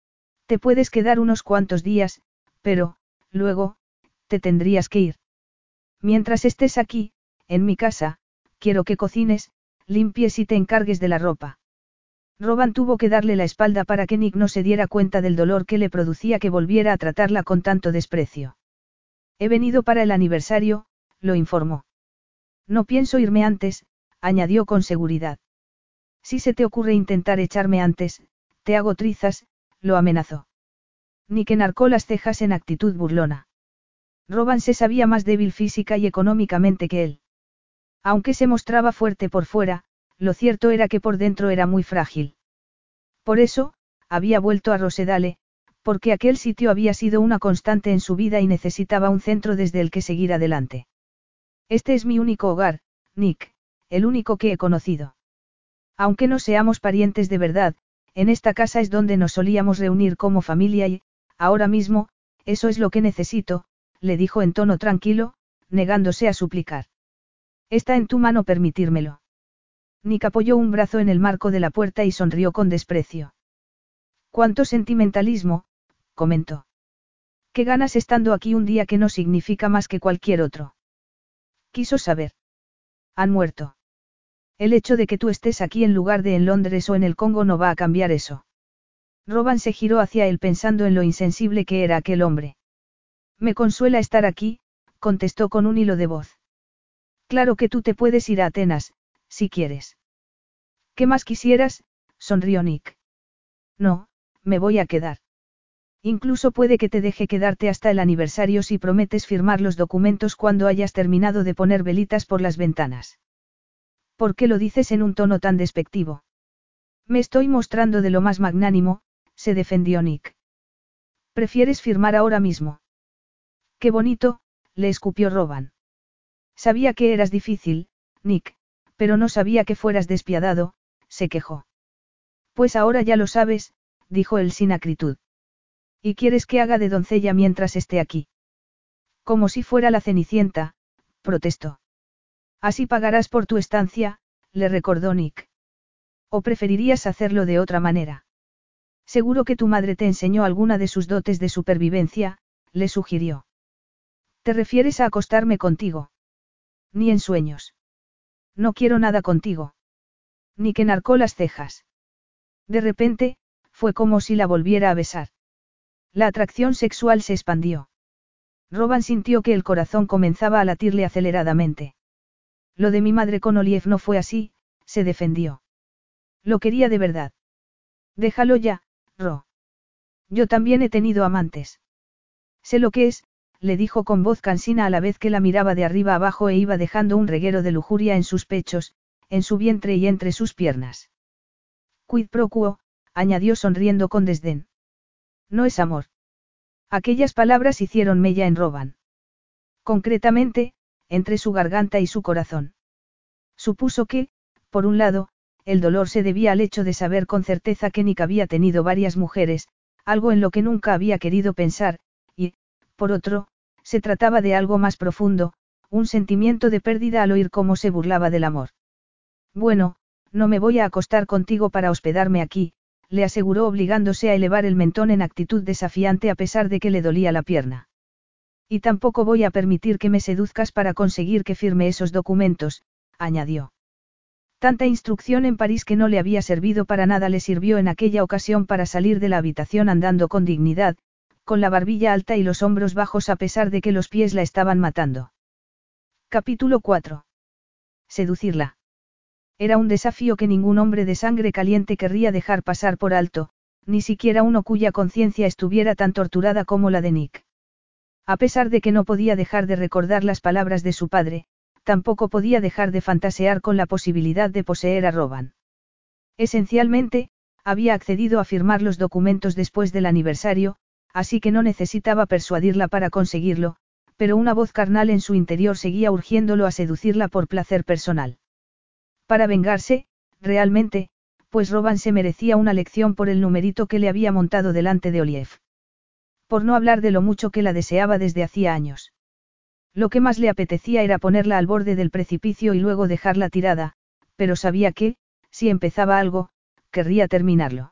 Te puedes quedar unos cuantos días, pero, luego, te tendrías que ir. Mientras estés aquí, en mi casa, quiero que cocines, limpies y te encargues de la ropa. Roban tuvo que darle la espalda para que Nick no se diera cuenta del dolor que le producía que volviera a tratarla con tanto desprecio. He venido para el aniversario, lo informó. No pienso irme antes, añadió con seguridad. Si se te ocurre intentar echarme antes, te hago trizas, lo amenazó. Nick enarcó las cejas en actitud burlona. Roban se sabía más débil física y económicamente que él. Aunque se mostraba fuerte por fuera, lo cierto era que por dentro era muy frágil. Por eso, había vuelto a Rosedale, porque aquel sitio había sido una constante en su vida y necesitaba un centro desde el que seguir adelante. Este es mi único hogar, Nick, el único que he conocido. Aunque no seamos parientes de verdad, en esta casa es donde nos solíamos reunir como familia y, ahora mismo, eso es lo que necesito, le dijo en tono tranquilo, negándose a suplicar. Está en tu mano permitírmelo. Nick apoyó un brazo en el marco de la puerta y sonrió con desprecio. Cuánto sentimentalismo, comentó. ¿Qué ganas estando aquí un día que no significa más que cualquier otro? Quiso saber. Han muerto. El hecho de que tú estés aquí en lugar de en Londres o en el Congo no va a cambiar eso. Roban se giró hacia él pensando en lo insensible que era aquel hombre. Me consuela estar aquí, contestó con un hilo de voz. Claro que tú te puedes ir a Atenas, si quieres. ¿Qué más quisieras? Sonrió Nick. No, me voy a quedar. Incluso puede que te deje quedarte hasta el aniversario si prometes firmar los documentos cuando hayas terminado de poner velitas por las ventanas. ¿Por qué lo dices en un tono tan despectivo? Me estoy mostrando de lo más magnánimo, se defendió Nick. ¿Prefieres firmar ahora mismo? Qué bonito, le escupió Roban. Sabía que eras difícil, Nick, pero no sabía que fueras despiadado, se quejó. Pues ahora ya lo sabes, dijo él sin acritud. ¿Y quieres que haga de doncella mientras esté aquí? Como si fuera la Cenicienta, protestó. Así pagarás por tu estancia, le recordó Nick. ¿O preferirías hacerlo de otra manera? Seguro que tu madre te enseñó alguna de sus dotes de supervivencia, le sugirió. ¿Te refieres a acostarme contigo? Ni en sueños. No quiero nada contigo. Nick enarcó las cejas. De repente, fue como si la volviera a besar. La atracción sexual se expandió. Roban sintió que el corazón comenzaba a latirle aceleradamente. Lo de mi madre con Olive no fue así, se defendió. Lo quería de verdad. Déjalo ya, Ro. Yo también he tenido amantes. Sé lo que es, le dijo con voz cansina a la vez que la miraba de arriba abajo e iba dejando un reguero de lujuria en sus pechos, en su vientre y entre sus piernas. Quid pro quo, añadió sonriendo con desdén. No es amor. Aquellas palabras hicieron mella en Roban. Concretamente, entre su garganta y su corazón. Supuso que, por un lado, el dolor se debía al hecho de saber con certeza que Nick había tenido varias mujeres, algo en lo que nunca había querido pensar, y, por otro, se trataba de algo más profundo, un sentimiento de pérdida al oír cómo se burlaba del amor. Bueno, no me voy a acostar contigo para hospedarme aquí, le aseguró obligándose a elevar el mentón en actitud desafiante a pesar de que le dolía la pierna. Y tampoco voy a permitir que me seduzcas para conseguir que firme esos documentos, añadió. Tanta instrucción en París que no le había servido para nada le sirvió en aquella ocasión para salir de la habitación andando con dignidad, con la barbilla alta y los hombros bajos a pesar de que los pies la estaban matando. Capítulo cuatro. Seducirla. Era un desafío que ningún hombre de sangre caliente querría dejar pasar por alto, ni siquiera uno cuya conciencia estuviera tan torturada como la de Nick. A pesar de que no podía dejar de recordar las palabras de su padre, tampoco podía dejar de fantasear con la posibilidad de poseer a Roban. Esencialmente, había accedido a firmar los documentos después del aniversario, así que no necesitaba persuadirla para conseguirlo, pero una voz carnal en su interior seguía urgiéndolo a seducirla por placer personal. Para vengarse, realmente, pues Roban se merecía una lección por el numerito que le había montado delante de Olive. Por no hablar de lo mucho que la deseaba desde hacía años. Lo que más le apetecía era ponerla al borde del precipicio y luego dejarla tirada, pero sabía que, si empezaba algo, querría terminarlo.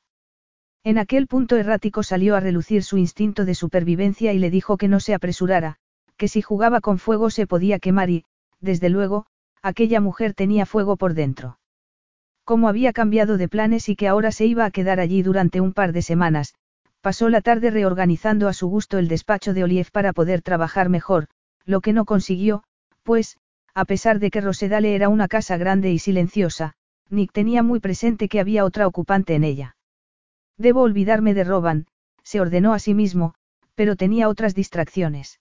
En aquel punto errático salió a relucir su instinto de supervivencia y le dijo que no se apresurara, que si jugaba con fuego se podía quemar y, desde luego, aquella mujer tenía fuego por dentro. Como había cambiado de planes y que ahora se iba a quedar allí durante un par de semanas, pasó la tarde reorganizando a su gusto el despacho de Olive para poder trabajar mejor, lo que no consiguió, pues, a pesar de que Rosedale era una casa grande y silenciosa, Nick tenía muy presente que había otra ocupante en ella. Debo olvidarme de Roban, se ordenó a sí mismo, pero tenía otras distracciones.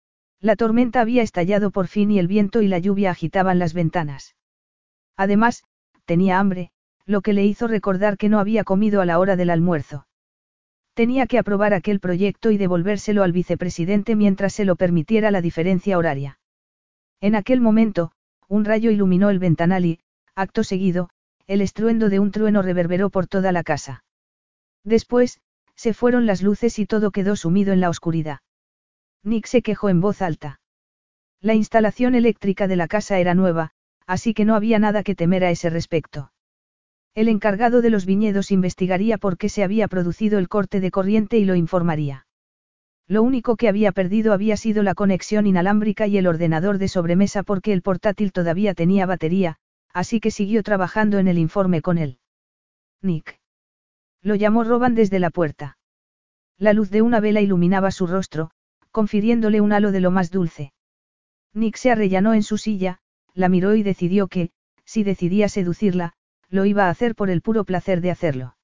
La tormenta había estallado por fin y el viento y la lluvia agitaban las ventanas. Además, tenía hambre, lo que le hizo recordar que no había comido a la hora del almuerzo. Tenía que aprobar aquel proyecto y devolvérselo al vicepresidente mientras se lo permitiera la diferencia horaria. En aquel momento, un rayo iluminó el ventanal y, acto seguido, el estruendo de un trueno reverberó por toda la casa. Después, se fueron las luces y todo quedó sumido en la oscuridad. Nick se quejó en voz alta. La instalación eléctrica de la casa era nueva, así que no había nada que temer a ese respecto. El encargado de los viñedos investigaría por qué se había producido el corte de corriente y lo informaría. Lo único que había perdido había sido la conexión inalámbrica y el ordenador de sobremesa porque el portátil todavía tenía batería, así que siguió trabajando en el informe con él. Nick. Lo llamó Roban desde la puerta. La luz de una vela iluminaba su rostro, confiriéndole un halo de lo más dulce. Nick se arrellanó en su silla, la miró y decidió que, si decidía seducirla, lo iba a hacer por el puro placer de hacerlo.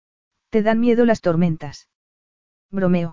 ¿Te dan miedo las tormentas? Bromeó.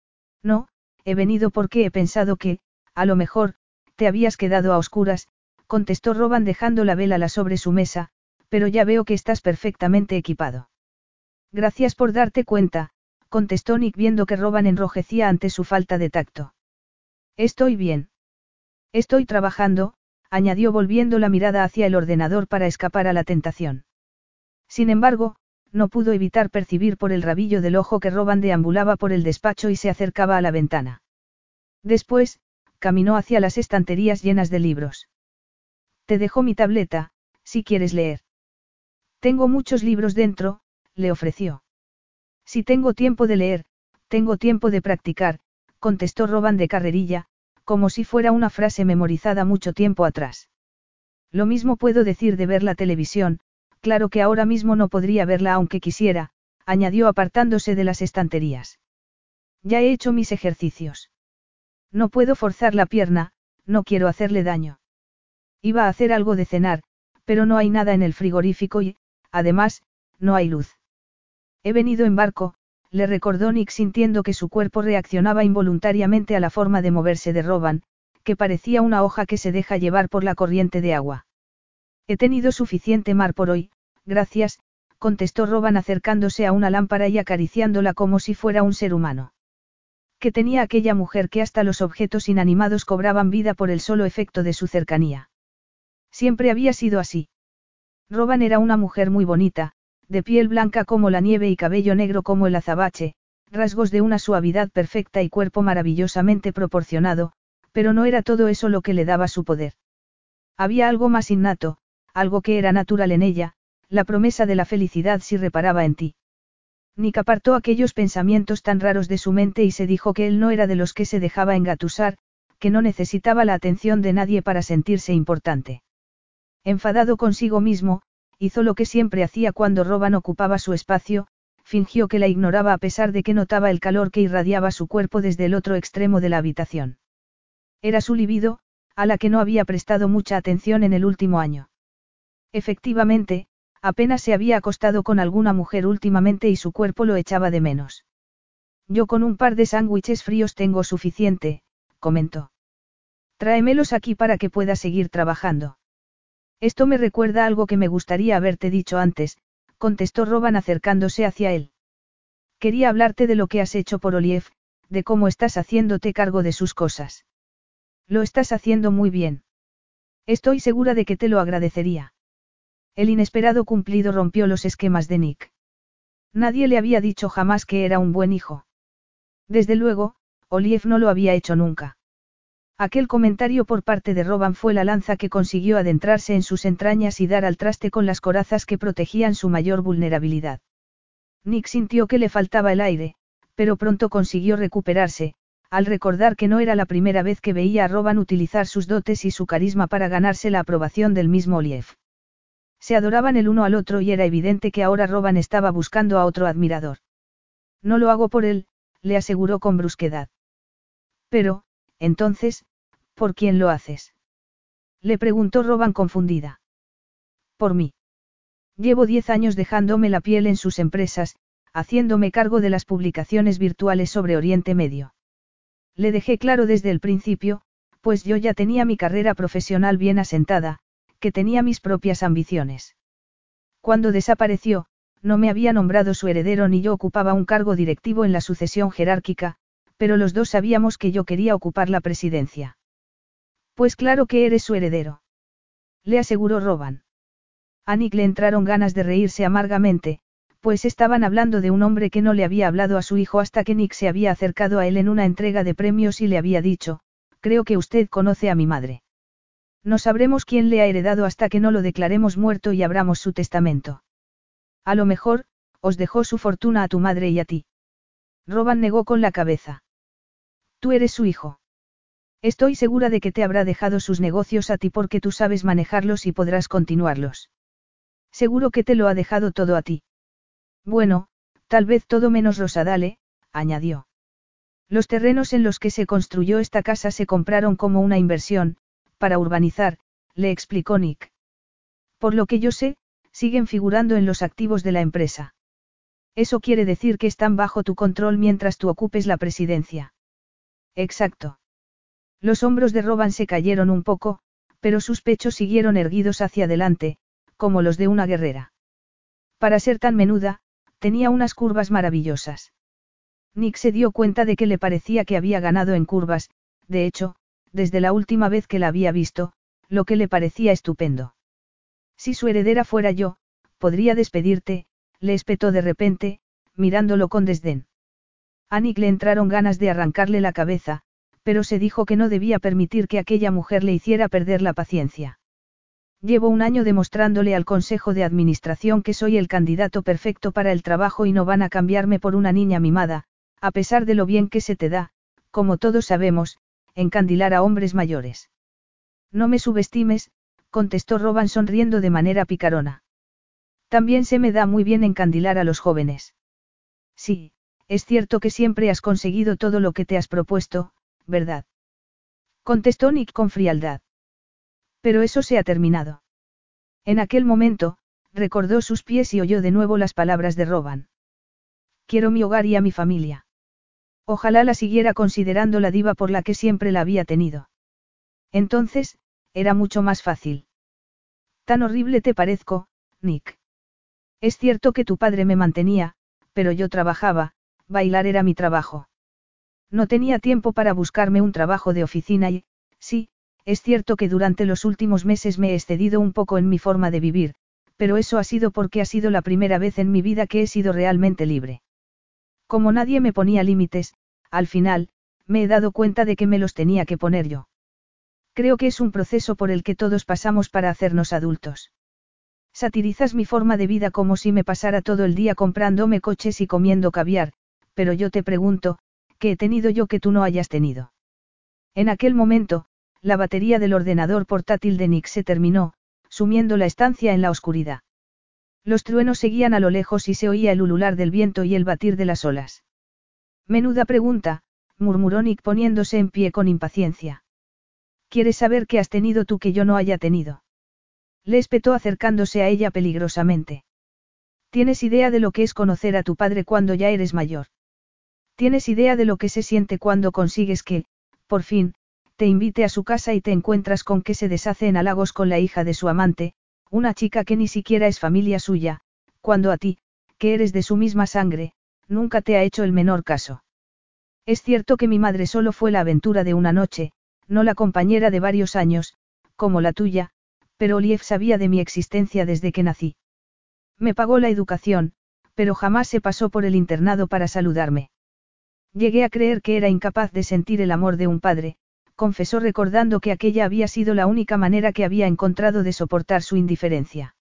No, he venido porque he pensado que, a lo mejor, te habías quedado a oscuras, contestó Roban dejando la vela sobre su mesa, pero ya veo que estás perfectamente equipado. Gracias por darte cuenta, contestó Nick viendo que Roban enrojecía ante su falta de tacto. Estoy bien. Estoy trabajando, añadió volviendo la mirada hacia el ordenador para escapar a la tentación. Sin embargo, no pudo evitar percibir por el rabillo del ojo que Roban deambulaba por el despacho y se acercaba a la ventana. Después, caminó hacia las estanterías llenas de libros. Te dejo mi tableta, si quieres leer. Tengo muchos libros dentro, le ofreció. Si tengo tiempo de leer, tengo tiempo de practicar, contestó Roban de carrerilla, como si fuera una frase memorizada mucho tiempo atrás. Lo mismo puedo decir de ver la televisión, claro que ahora mismo no podría verla aunque quisiera, añadió apartándose de las estanterías. Ya he hecho mis ejercicios. No puedo forzar la pierna, no quiero hacerle daño. Iba a hacer algo de cenar, pero no hay nada en el frigorífico y, además, no hay luz. He venido en barco, le recordó Nick sintiendo que su cuerpo reaccionaba involuntariamente a la forma de moverse de Roban, que parecía una hoja que se deja llevar por la corriente de agua. He tenido suficiente mar por hoy, gracias, contestó Roban acercándose a una lámpara y acariciándola como si fuera un ser humano. ¿Qué tenía aquella mujer que hasta los objetos inanimados cobraban vida por el solo efecto de su cercanía? Siempre había sido así. Roban era una mujer muy bonita, de piel blanca como la nieve y cabello negro como el azabache, rasgos de una suavidad perfecta y cuerpo maravillosamente proporcionado, pero no era todo eso lo que le daba su poder. Había algo más innato, algo que era natural en ella, la promesa de la felicidad si reparaba en ti. Nick apartó aquellos pensamientos tan raros de su mente y se dijo que él no era de los que se dejaba engatusar, que no necesitaba la atención de nadie para sentirse importante. Enfadado consigo mismo, hizo lo que siempre hacía cuando Roban ocupaba su espacio, fingió que la ignoraba a pesar de que notaba el calor que irradiaba su cuerpo desde el otro extremo de la habitación. Era su libido, a la que no había prestado mucha atención en el último año. Efectivamente, apenas se había acostado con alguna mujer últimamente y su cuerpo lo echaba de menos. Yo con un par de sándwiches fríos tengo suficiente, comentó. Tráemelos aquí para que pueda seguir trabajando. Esto me recuerda algo que me gustaría haberte dicho antes, contestó Roban acercándose hacia él. Quería hablarte de lo que has hecho por Olive, de cómo estás haciéndote cargo de sus cosas. Lo estás haciendo muy bien. Estoy segura de que te lo agradecería. El inesperado cumplido rompió los esquemas de Nick. Nadie le había dicho jamás que era un buen hijo. Desde luego, Olive no lo había hecho nunca. Aquel comentario por parte de Roban fue la lanza que consiguió adentrarse en sus entrañas y dar al traste con las corazas que protegían su mayor vulnerabilidad. Nick sintió que le faltaba el aire, pero pronto consiguió recuperarse, al recordar que no era la primera vez que veía a Roban utilizar sus dotes y su carisma para ganarse la aprobación del mismo Olive. Se adoraban el uno al otro y era evidente que ahora Roban estaba buscando a otro admirador. No lo hago por él, le aseguró con brusquedad. Pero, entonces, ¿por quién lo haces? Le preguntó Roban confundida. Por mí. Llevo diez años dejándome la piel en sus empresas, haciéndome cargo de las publicaciones virtuales sobre Oriente Medio. Le dejé claro desde el principio, pues yo ya tenía mi carrera profesional bien asentada, que tenía mis propias ambiciones. Cuando desapareció, no me había nombrado su heredero ni yo ocupaba un cargo directivo en la sucesión jerárquica, pero los dos sabíamos que yo quería ocupar la presidencia. Pues claro que eres su heredero. Le aseguró Roban. A Nick le entraron ganas de reírse amargamente, pues estaban hablando de un hombre que no le había hablado a su hijo hasta que Nick se había acercado a él en una entrega de premios y le había dicho, creo que usted conoce a mi madre. No sabremos quién le ha heredado hasta que no lo declaremos muerto y abramos su testamento. A lo mejor, os dejó su fortuna a tu madre y a ti. Roban negó con la cabeza. Tú eres su hijo. Estoy segura de que te habrá dejado sus negocios a ti porque tú sabes manejarlos y podrás continuarlos. Seguro que te lo ha dejado todo a ti. Bueno, tal vez todo menos Rosadale, añadió. Los terrenos en los que se construyó esta casa se compraron como una inversión, para urbanizar, le explicó Nick. Por lo que yo sé, siguen figurando en los activos de la empresa. Eso quiere decir que están bajo tu control mientras tú ocupes la presidencia. Exacto. Los hombros de Roban se cayeron un poco, pero sus pechos siguieron erguidos hacia adelante, como los de una guerrera. Para ser tan menuda, tenía unas curvas maravillosas. Nick se dio cuenta de que le parecía que había ganado en curvas, de hecho, desde la última vez que la había visto, lo que le parecía estupendo. Si su heredera fuera yo, podría despedirte, le espetó de repente, mirándolo con desdén. A Nick le entraron ganas de arrancarle la cabeza, pero se dijo que no debía permitir que aquella mujer le hiciera perder la paciencia. Llevo un año demostrándole al Consejo de Administración que soy el candidato perfecto para el trabajo y no van a cambiarme por una niña mimada, a pesar de lo bien que se te da, como todos sabemos, encandilar a hombres mayores. No me subestimes, contestó Roban sonriendo de manera picarona. También se me da muy bien encandilar a los jóvenes. Sí, es cierto que siempre has conseguido todo lo que te has propuesto, ¿verdad? Contestó Nick con frialdad. Pero eso se ha terminado. En aquel momento, recordó sus pies y oyó de nuevo las palabras de Roban. Quiero mi hogar y a mi familia. Ojalá la siguiera considerando la diva por la que siempre la había tenido. Entonces, era mucho más fácil. Tan horrible te parezco, Nick. Es cierto que tu padre me mantenía, pero yo trabajaba, bailar era mi trabajo. No tenía tiempo para buscarme un trabajo de oficina y, sí, es cierto que durante los últimos meses me he excedido un poco en mi forma de vivir, pero eso ha sido porque ha sido la primera vez en mi vida que he sido realmente libre. Como nadie me ponía límites, al final, me he dado cuenta de que me los tenía que poner yo. Creo que es un proceso por el que todos pasamos para hacernos adultos. Satirizas mi forma de vida como si me pasara todo el día comprándome coches y comiendo caviar, pero yo te pregunto, ¿qué he tenido yo que tú no hayas tenido? En aquel momento, la batería del ordenador portátil de Nick se terminó, sumiendo la estancia en la oscuridad. Los truenos seguían a lo lejos y se oía el ulular del viento y el batir de las olas. Menuda pregunta, murmuró Nick poniéndose en pie con impaciencia. ¿Quieres saber qué has tenido tú que yo no haya tenido? Le espetó acercándose a ella peligrosamente. ¿Tienes idea de lo que es conocer a tu padre cuando ya eres mayor? ¿Tienes idea de lo que se siente cuando consigues que, por fin, te invite a su casa y te encuentras con que se deshace en halagos con la hija de su amante, una chica que ni siquiera es familia suya, cuando a ti, que eres de su misma sangre, nunca te ha hecho el menor caso? Es cierto que mi madre solo fue la aventura de una noche, no la compañera de varios años, como la tuya, pero Olive sabía de mi existencia desde que nací. Me pagó la educación, pero jamás se pasó por el internado para saludarme. Llegué a creer que era incapaz de sentir el amor de un padre, confesó recordando que aquella había sido la única manera que había encontrado de soportar su indiferencia.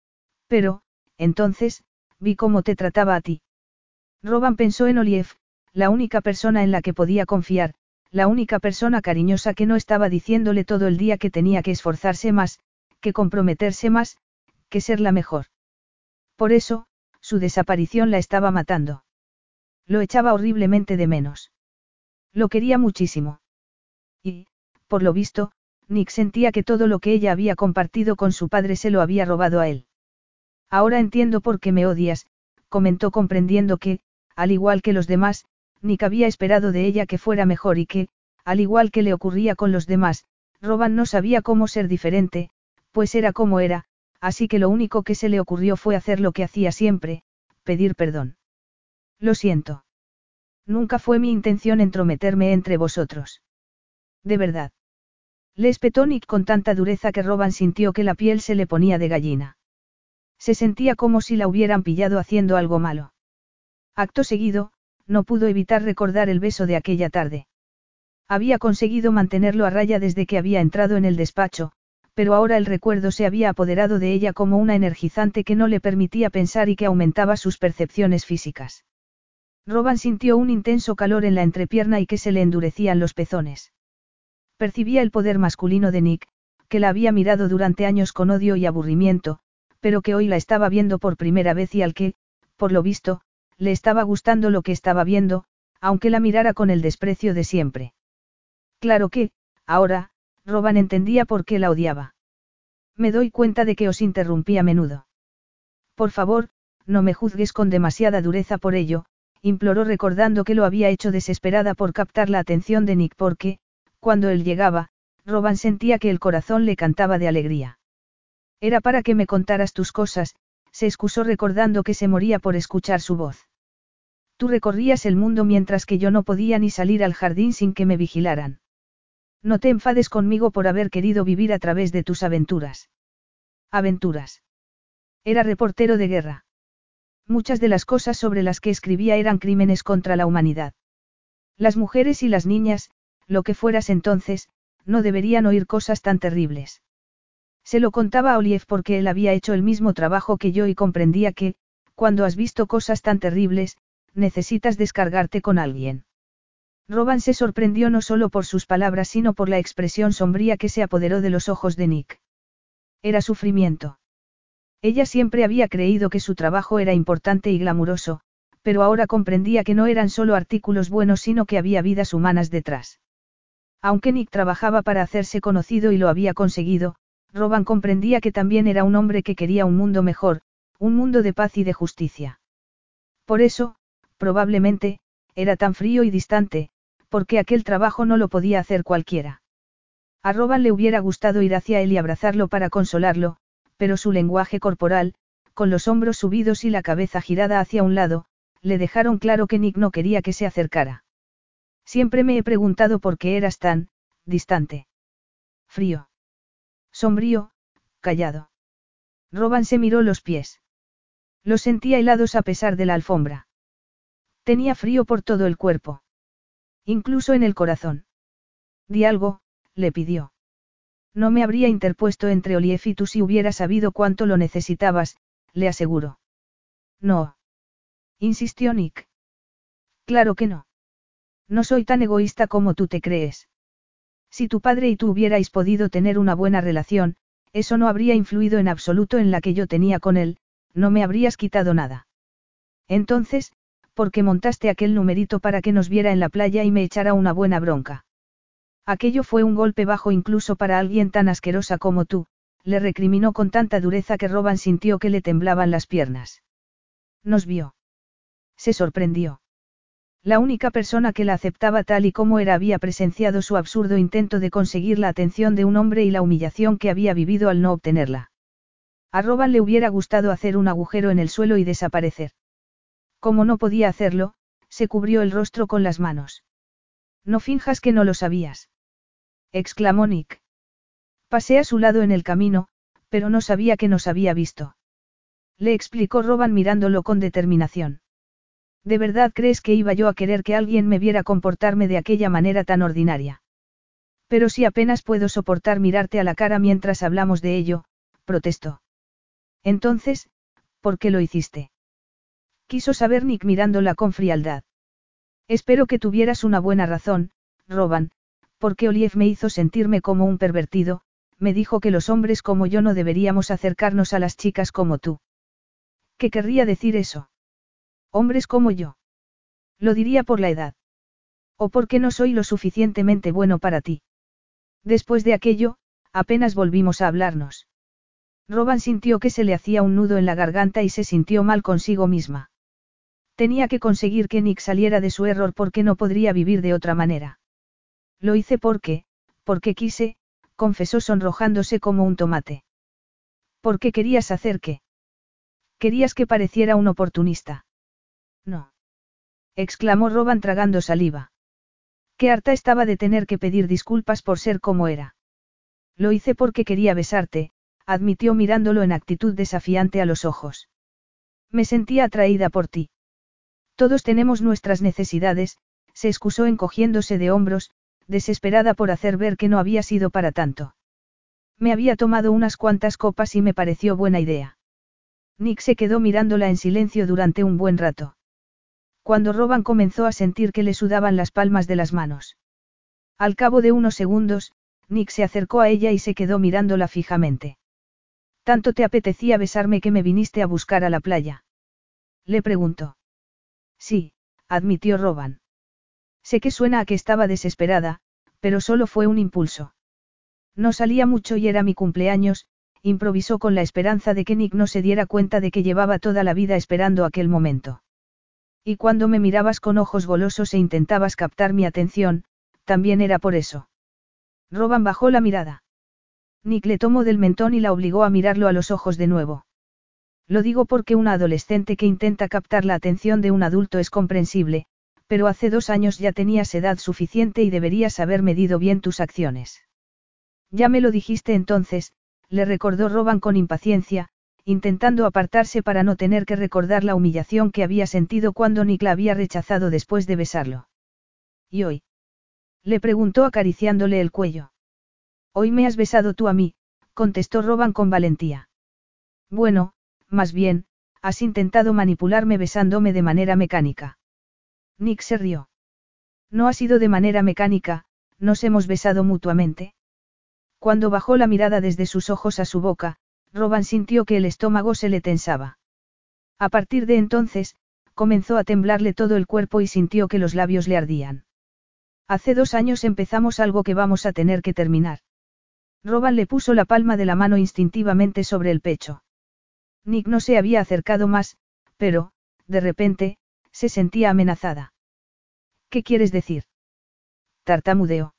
Pero, entonces, vi cómo te trataba a ti. Roban pensó en Olive, la única persona en la que podía confiar, la única persona cariñosa que no estaba diciéndole todo el día que tenía que esforzarse más, que comprometerse más, que ser la mejor. Por eso, su desaparición la estaba matando. Lo echaba horriblemente de menos. Lo quería muchísimo. Y, por lo visto, Nick sentía que todo lo que ella había compartido con su padre se lo había robado a él. Ahora entiendo por qué me odias, comentó comprendiendo que, al igual que los demás, Nick había esperado de ella que fuera mejor y que, al igual que le ocurría con los demás, Roban no sabía cómo ser diferente, pues era como era, así que lo único que se le ocurrió fue hacer lo que hacía siempre, pedir perdón. Lo siento. Nunca fue mi intención entrometerme entre vosotros. De verdad. Le espetó Nick con tanta dureza que Roban sintió que la piel se le ponía de gallina. Se sentía como si la hubieran pillado haciendo algo malo. Acto seguido, no pudo evitar recordar el beso de aquella tarde. Había conseguido mantenerlo a raya desde que había entrado en el despacho, pero ahora el recuerdo se había apoderado de ella como una energizante que no le permitía pensar y que aumentaba sus percepciones físicas. Roban sintió un intenso calor en la entrepierna y que se le endurecían los pezones. Percibía el poder masculino de Nick, que la había mirado durante años con odio y aburrimiento, pero que hoy la estaba viendo por primera vez y al que, por lo visto, le estaba gustando lo que estaba viendo, aunque la mirara con el desprecio de siempre. Claro que, ahora, Roban entendía por qué la odiaba. Me doy cuenta de que os interrumpí a menudo. Por favor, no me juzgues con demasiada dureza por ello, imploró recordando que lo había hecho desesperada por captar la atención de Nick porque, cuando él llegaba, Roban sentía que el corazón le cantaba de alegría. Era para que me contaras tus cosas, se excusó recordando que se moría por escuchar su voz. Tú recorrías el mundo mientras que yo no podía ni salir al jardín sin que me vigilaran. No te enfades conmigo por haber querido vivir a través de tus aventuras. Aventuras. Era reportero de guerra. Muchas de las cosas sobre las que escribía eran crímenes contra la humanidad. Las mujeres y las niñas, lo que fueras entonces, no deberían oír cosas tan terribles. Se lo contaba a Olive porque él había hecho el mismo trabajo que yo y comprendía que, cuando has visto cosas tan terribles, necesitas descargarte con alguien. Roban se sorprendió no solo por sus palabras sino por la expresión sombría que se apoderó de los ojos de Nick. Era sufrimiento. Ella siempre había creído que su trabajo era importante y glamuroso, pero ahora comprendía que no eran solo artículos buenos sino que había vidas humanas detrás. Aunque Nick trabajaba para hacerse conocido y lo había conseguido, Roban comprendía que también era un hombre que quería un mundo mejor, un mundo de paz y de justicia. Por eso, probablemente, era tan frío y distante, porque aquel trabajo no lo podía hacer cualquiera. A Roban le hubiera gustado ir hacia él y abrazarlo para consolarlo, pero su lenguaje corporal, con los hombros subidos y la cabeza girada hacia un lado, le dejaron claro que Nick no quería que se acercara. Siempre me he preguntado por qué eras tan, distante. Frío. Sombrío, callado. Roban se miró los pies. Los sentía helados a pesar de la alfombra. Tenía frío por todo el cuerpo. Incluso en el corazón. Di algo, le pidió. No me habría interpuesto entre Olive y tú si hubiera sabido cuánto lo necesitabas, le aseguró. No. Insistió Nick. Claro que no. No soy tan egoísta como tú te crees. Si tu padre y tú hubierais podido tener una buena relación, eso no habría influido en absoluto en la que yo tenía con él, no me habrías quitado nada. Entonces, ¿por qué montaste aquel numerito para que nos viera en la playa y me echara una buena bronca? Aquello fue un golpe bajo incluso para alguien tan asquerosa como tú, le recriminó con tanta dureza que Roban sintió que le temblaban las piernas. Nos vio. Se sorprendió. La única persona que la aceptaba tal y como era había presenciado su absurdo intento de conseguir la atención de un hombre y la humillación que había vivido al no obtenerla. A Roban le hubiera gustado hacer un agujero en el suelo y desaparecer. Como no podía hacerlo, se cubrió el rostro con las manos. No finjas que no lo sabías, exclamó Nick. Pasé a su lado en el camino, pero no sabía que nos había visto. Le explicó Roban mirándolo con determinación. ¿De verdad crees que iba yo a querer que alguien me viera comportarme de aquella manera tan ordinaria? Pero si apenas puedo soportar mirarte a la cara mientras hablamos de ello, protestó. Entonces, ¿por qué lo hiciste? Quiso saber Nick mirándola con frialdad. Espero que tuvieras una buena razón, Roban, porque Olive me hizo sentirme como un pervertido, me dijo que los hombres como yo no deberíamos acercarnos a las chicas como tú. ¿Qué querría decir eso? Hombres como yo. Lo diría por la edad. O porque no soy lo suficientemente bueno para ti. Después de aquello, apenas volvimos a hablarnos. Roban sintió que se le hacía un nudo en la garganta y se sintió mal consigo misma. Tenía que conseguir que Nick saliera de su error porque no podría vivir de otra manera. Lo hice porque, porque quise, confesó sonrojándose como un tomate. ¿Por qué querías hacer qué? ¿Querías que pareciera un oportunista? No. Exclamó Roban tragando saliva. Qué harta estaba de tener que pedir disculpas por ser como era. Lo hice porque quería besarte, admitió mirándolo en actitud desafiante a los ojos. Me sentía atraída por ti. Todos tenemos nuestras necesidades, se excusó encogiéndose de hombros, desesperada por hacer ver que no había sido para tanto. Me había tomado unas cuantas copas y me pareció buena idea. Nick se quedó mirándola en silencio durante un buen rato. Cuando Roban comenzó a sentir que le sudaban las palmas de las manos. Al cabo de unos segundos, Nick se acercó a ella y se quedó mirándola fijamente. ¿Tanto te apetecía besarme que me viniste a buscar a la playa? Le preguntó. Sí, admitió Roban. Sé que suena a que estaba desesperada, pero solo fue un impulso. No salía mucho y era mi cumpleaños, improvisó con la esperanza de que Nick no se diera cuenta de que llevaba toda la vida esperando aquel momento. Y cuando me mirabas con ojos golosos e intentabas captar mi atención, también era por eso. Roban bajó la mirada. Nick le tomó del mentón y la obligó a mirarlo a los ojos de nuevo. Lo digo porque una adolescente que intenta captar la atención de un adulto es comprensible, pero hace dos años ya tenías edad suficiente y deberías haber medido bien tus acciones. Ya me lo dijiste entonces, le recordó Roban con impaciencia, intentando apartarse para no tener que recordar la humillación que había sentido cuando Nick la había rechazado después de besarlo. ¿Y hoy? Le preguntó acariciándole el cuello. Hoy me has besado tú a mí, contestó Roban con valentía. Bueno, más bien, has intentado manipularme besándome de manera mecánica. Nick se rió. No ha sido de manera mecánica, nos hemos besado mutuamente. Cuando bajó la mirada desde sus ojos a su boca, Roban sintió que el estómago se le tensaba. A partir de entonces, comenzó a temblarle todo el cuerpo y sintió que los labios le ardían. Hace dos años empezamos algo que vamos a tener que terminar. Roban le puso la palma de la mano instintivamente sobre el pecho. Nick no se había acercado más, pero, de repente, se sentía amenazada. ¿Qué quieres decir? Tartamudeó.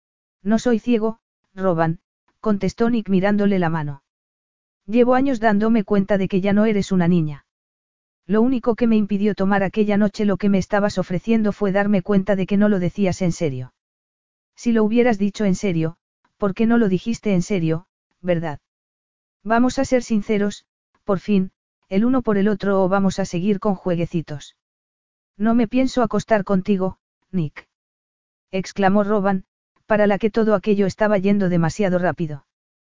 No soy ciego, Roban, contestó Nick mirándole la mano. Llevo años dándome cuenta de que ya no eres una niña. Lo único que me impidió tomar aquella noche lo que me estabas ofreciendo fue darme cuenta de que no lo decías en serio. Si lo hubieras dicho en serio, ¿por qué no lo dijiste en serio, verdad? Vamos a ser sinceros, por fin, el uno por el otro o vamos a seguir con jueguecitos. No me pienso acostar contigo, Nick. Exclamó Roban, para la que todo aquello estaba yendo demasiado rápido.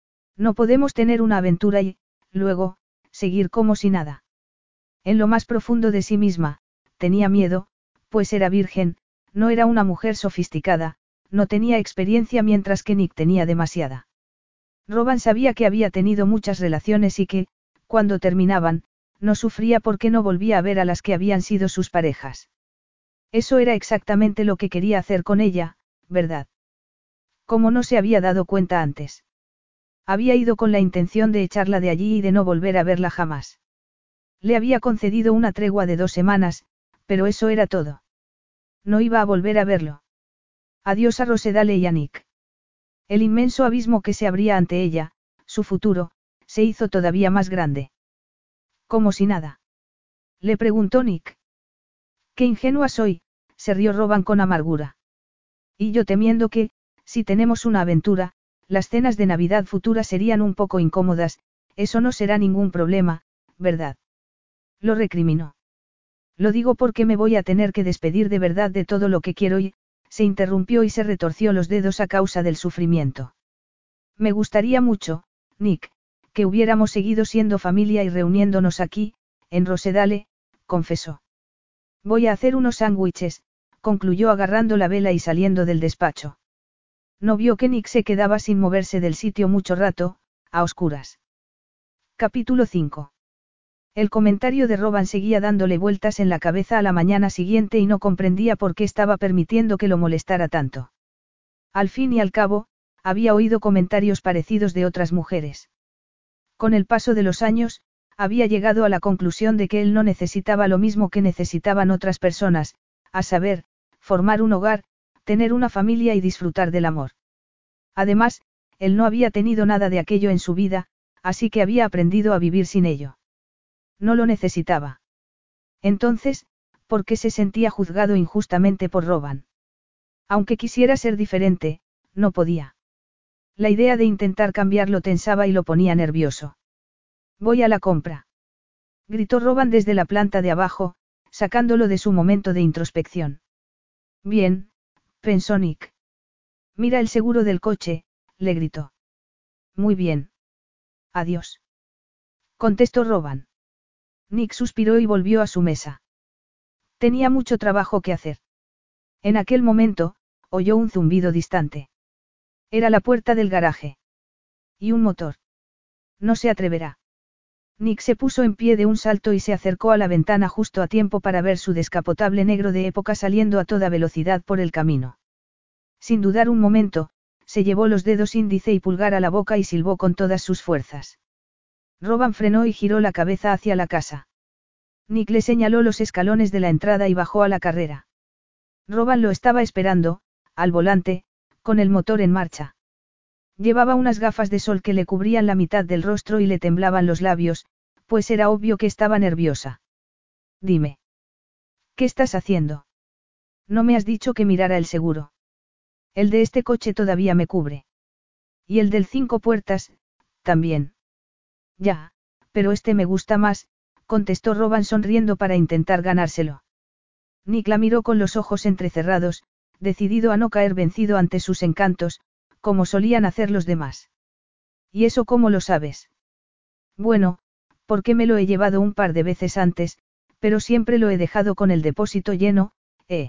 No podemos tener una aventura y, luego, seguir como si nada. En lo más profundo de sí misma, tenía miedo, pues era virgen, no era una mujer sofisticada, no tenía experiencia mientras que Nick tenía demasiada. Roban sabía que había tenido muchas relaciones y que, cuando terminaban, No sufría porque no volvía a ver a las que habían sido sus parejas. Eso era exactamente lo que quería hacer con ella, ¿verdad? ¿Cómo no se había dado cuenta antes? Había ido con la intención de echarla de allí y de no volver a verla jamás. Le había concedido una tregua de dos semanas, pero eso era todo. No iba a volver a verlo. Adiós a Rosedale y a Nick. El inmenso abismo que se abría ante ella, su futuro, se hizo todavía más grande. Como si nada. Le preguntó Nick. Qué ingenua soy, se rió Roban con amargura. Y yo temiendo que, si tenemos una aventura, las cenas de Navidad futuras serían un poco incómodas, eso no será ningún problema, ¿verdad? Lo recriminó. Lo digo porque me voy a tener que despedir de verdad de todo lo que quiero y, se interrumpió y se retorció los dedos a causa del sufrimiento. Me gustaría mucho, Nick, que hubiéramos seguido siendo familia y reuniéndonos aquí, en Rosedale, confesó. Voy a hacer unos sándwiches, concluyó agarrando la vela y saliendo del despacho. No vio que Nick se quedaba sin moverse del sitio mucho rato, a oscuras. Capítulo cinco. El comentario de Roban seguía dándole vueltas en la cabeza a la mañana siguiente y no comprendía por qué estaba permitiendo que lo molestara tanto. Al fin y al cabo, había oído comentarios parecidos de otras mujeres. Con el paso de los años, había llegado a la conclusión de que él no necesitaba lo mismo que necesitaban otras personas, a saber, formar un hogar, tener una familia y disfrutar del amor. Además, él no había tenido nada de aquello en su vida, así que había aprendido a vivir sin ello. No lo necesitaba. Entonces, ¿por qué se sentía juzgado injustamente por Roban? Aunque quisiera ser diferente, no podía. La idea de intentar cambiarlo tensaba y lo ponía nervioso. Voy a la compra. Gritó Roban desde la planta de abajo, sacándolo de su momento de introspección. Bien, pensó Nick. Mira el seguro del coche, le gritó. Muy bien. Adiós. Contestó Roban. Nick suspiró y volvió a su mesa. Tenía mucho trabajo que hacer. En aquel momento, oyó un zumbido distante. Era la puerta del garaje. Y un motor. No se atreverá. Nick se puso en pie de un salto y se acercó a la ventana justo a tiempo para ver su descapotable negro de época saliendo a toda velocidad por el camino. Sin dudar un momento, se llevó los dedos índice y pulgar a la boca y silbó con todas sus fuerzas. Roban frenó y giró la cabeza hacia la casa. Nick le señaló los escalones de la entrada y bajó a la carrera. Roban lo estaba esperando, al volante, con el motor en marcha. Llevaba unas gafas de sol que le cubrían la mitad del rostro y le temblaban los labios, pues era obvio que estaba nerviosa. Dime. ¿Qué estás haciendo? No me has dicho que mirara el seguro. El de este coche todavía me cubre. Y el del cinco puertas, también. Ya, pero este me gusta más, contestó Roban sonriendo para intentar ganárselo. Nick la miró con los ojos entrecerrados, decidido a no caer vencido ante sus encantos, como solían hacer los demás. ¿Y eso cómo lo sabes? Bueno, porque me lo he llevado un par de veces antes, pero siempre lo he dejado con el depósito lleno, ¿eh?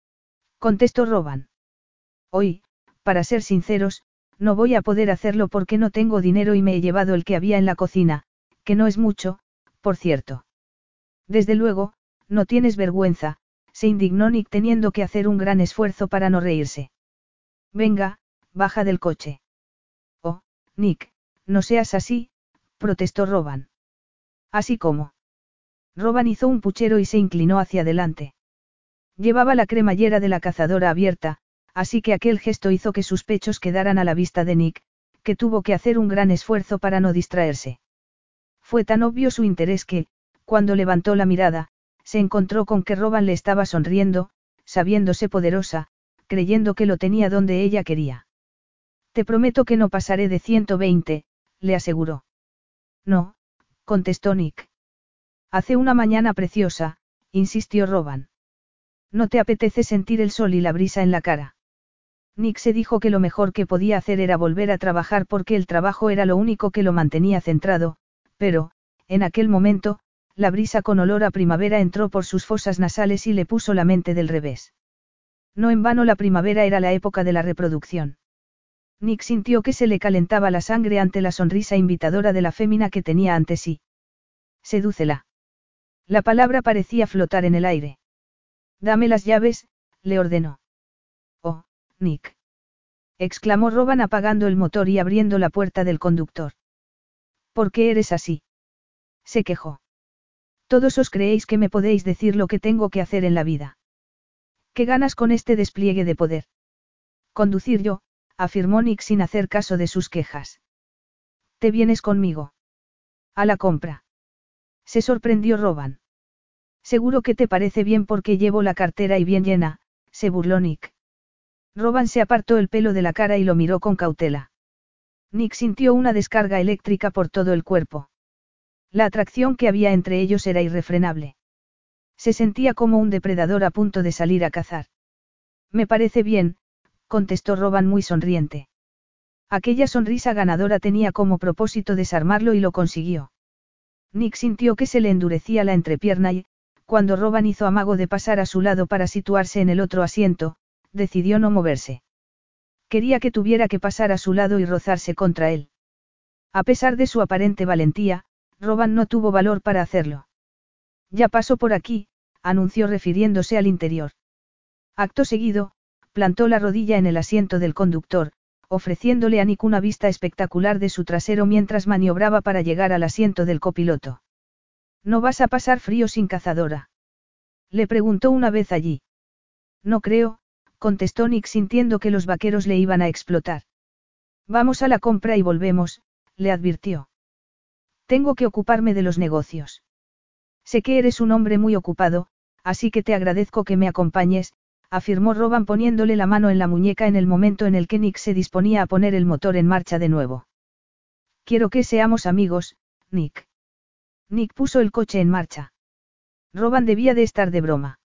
Contestó Roban. Hoy, para ser sinceros, no voy a poder hacerlo porque no tengo dinero y me he llevado el que había en la cocina, que no es mucho, por cierto. Desde luego, no tienes vergüenza, se indignó Nick teniendo que hacer un gran esfuerzo para no reírse. Venga, baja del coche. Oh, Nick, no seas así, protestó Roban. Así como. Roban hizo un puchero y se inclinó hacia adelante. Llevaba la cremallera de la cazadora abierta, así que aquel gesto hizo que sus pechos quedaran a la vista de Nick, que tuvo que hacer un gran esfuerzo para no distraerse. Fue tan obvio su interés que, cuando levantó la mirada, se encontró con que Roban le estaba sonriendo, sabiéndose poderosa, creyendo que lo tenía donde ella quería. Te prometo que no pasaré de ciento veinte, le aseguró. No, contestó Nick. Hace una mañana preciosa, insistió Roban. ¿No te apetece sentir el sol y la brisa en la cara? Nick se dijo que lo mejor que podía hacer era volver a trabajar porque el trabajo era lo único que lo mantenía centrado, pero, en aquel momento, la brisa con olor a primavera entró por sus fosas nasales y le puso la mente del revés. No en vano la primavera era la época de la reproducción. Nick sintió que se le calentaba la sangre ante la sonrisa invitadora de la fémina que tenía ante sí. Sedúcela. La palabra parecía flotar en el aire. Dame las llaves, le ordenó. Oh, Nick. Exclamó Roban apagando el motor y abriendo la puerta del conductor. ¿Por qué eres así? Se quejó. Todos os creéis que me podéis decir lo que tengo que hacer en la vida. ¿Qué ganas con este despliegue de poder? Conducir yo, afirmó Nick sin hacer caso de sus quejas. ¿Te vienes conmigo? A la compra. Se sorprendió Roban. Seguro que te parece bien porque llevo la cartera y bien llena, se burló Nick. Roban se apartó el pelo de la cara y lo miró con cautela. Nick sintió una descarga eléctrica por todo el cuerpo. La atracción que había entre ellos era irrefrenable. Se sentía como un depredador a punto de salir a cazar. Me parece bien, contestó Roban muy sonriente. Aquella sonrisa ganadora tenía como propósito desarmarlo y lo consiguió. Nick sintió que se le endurecía la entrepierna y, cuando Roban hizo amago de pasar a su lado para situarse en el otro asiento, decidió no moverse. Quería que tuviera que pasar a su lado y rozarse contra él. A pesar de su aparente valentía, Roban no tuvo valor para hacerlo. Ya pasó por aquí, anunció refiriéndose al interior. Acto seguido, plantó la rodilla en el asiento del conductor, ofreciéndole a Nick una vista espectacular de su trasero mientras maniobraba para llegar al asiento del copiloto. ¿No vas a pasar frío sin cazadora? Le preguntó una vez allí. No creo, contestó Nick sintiendo que los vaqueros le iban a explotar. Vamos a la compra y volvemos, le advirtió. Tengo que ocuparme de los negocios. Sé que eres un hombre muy ocupado, así que te agradezco que me acompañes, afirmó Roban poniéndole la mano en la muñeca en el momento en el que Nick se disponía a poner el motor en marcha de nuevo. Quiero que seamos amigos, Nick. Nick puso el coche en marcha. Roban debía de estar de broma.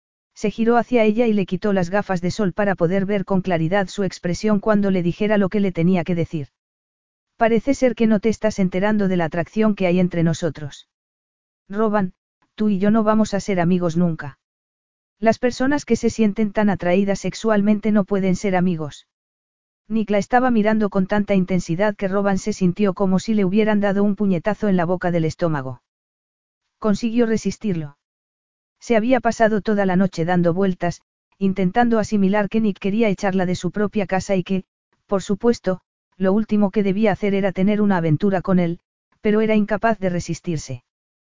Se giró hacia ella y le quitó las gafas de sol para poder ver con claridad su expresión cuando le dijera lo que le tenía que decir. Parece ser que no te estás enterando de la atracción que hay entre nosotros. Roban, tú y yo no vamos a ser amigos nunca. Las personas que se sienten tan atraídas sexualmente no pueden ser amigos. Nick la estaba mirando con tanta intensidad que Roban se sintió como si le hubieran dado un puñetazo en la boca del estómago. Consiguió resistirlo. Se había pasado toda la noche dando vueltas, intentando asimilar que Nick quería echarla de su propia casa y que, por supuesto, lo último que debía hacer era tener una aventura con él, pero era incapaz de resistirse.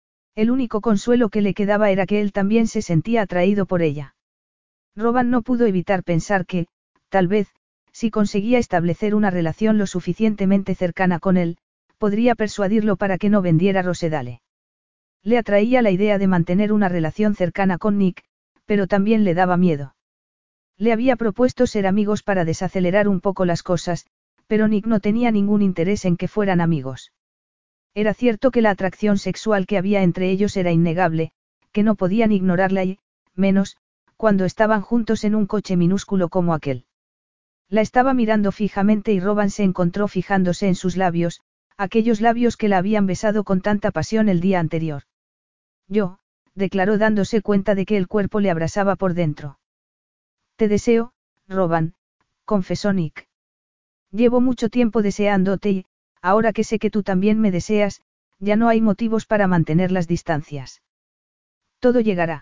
El único consuelo que le quedaba era que él también se sentía atraído por ella. Roban no pudo evitar pensar que, tal vez, si conseguía establecer una relación lo suficientemente cercana con él, podría persuadirlo para que no vendiera Rosedale. Le atraía la idea de mantener una relación cercana con Nick, pero también le daba miedo. Le había propuesto ser amigos para desacelerar un poco las cosas, pero Nick no tenía ningún interés en que fueran amigos. Era cierto que la atracción sexual que había entre ellos era innegable, que no podían ignorarla y, menos, cuando estaban juntos en un coche minúsculo como aquel. La estaba mirando fijamente y Roban se encontró fijándose en sus labios, aquellos labios que la habían besado con tanta pasión el día anterior. Yo, declaró dándose cuenta de que el cuerpo le abrasaba por dentro. Te deseo, Roban, confesó Nick. Llevo mucho tiempo deseándote y, ahora que sé que tú también me deseas, ya no hay motivos para mantener las distancias. Todo llegará.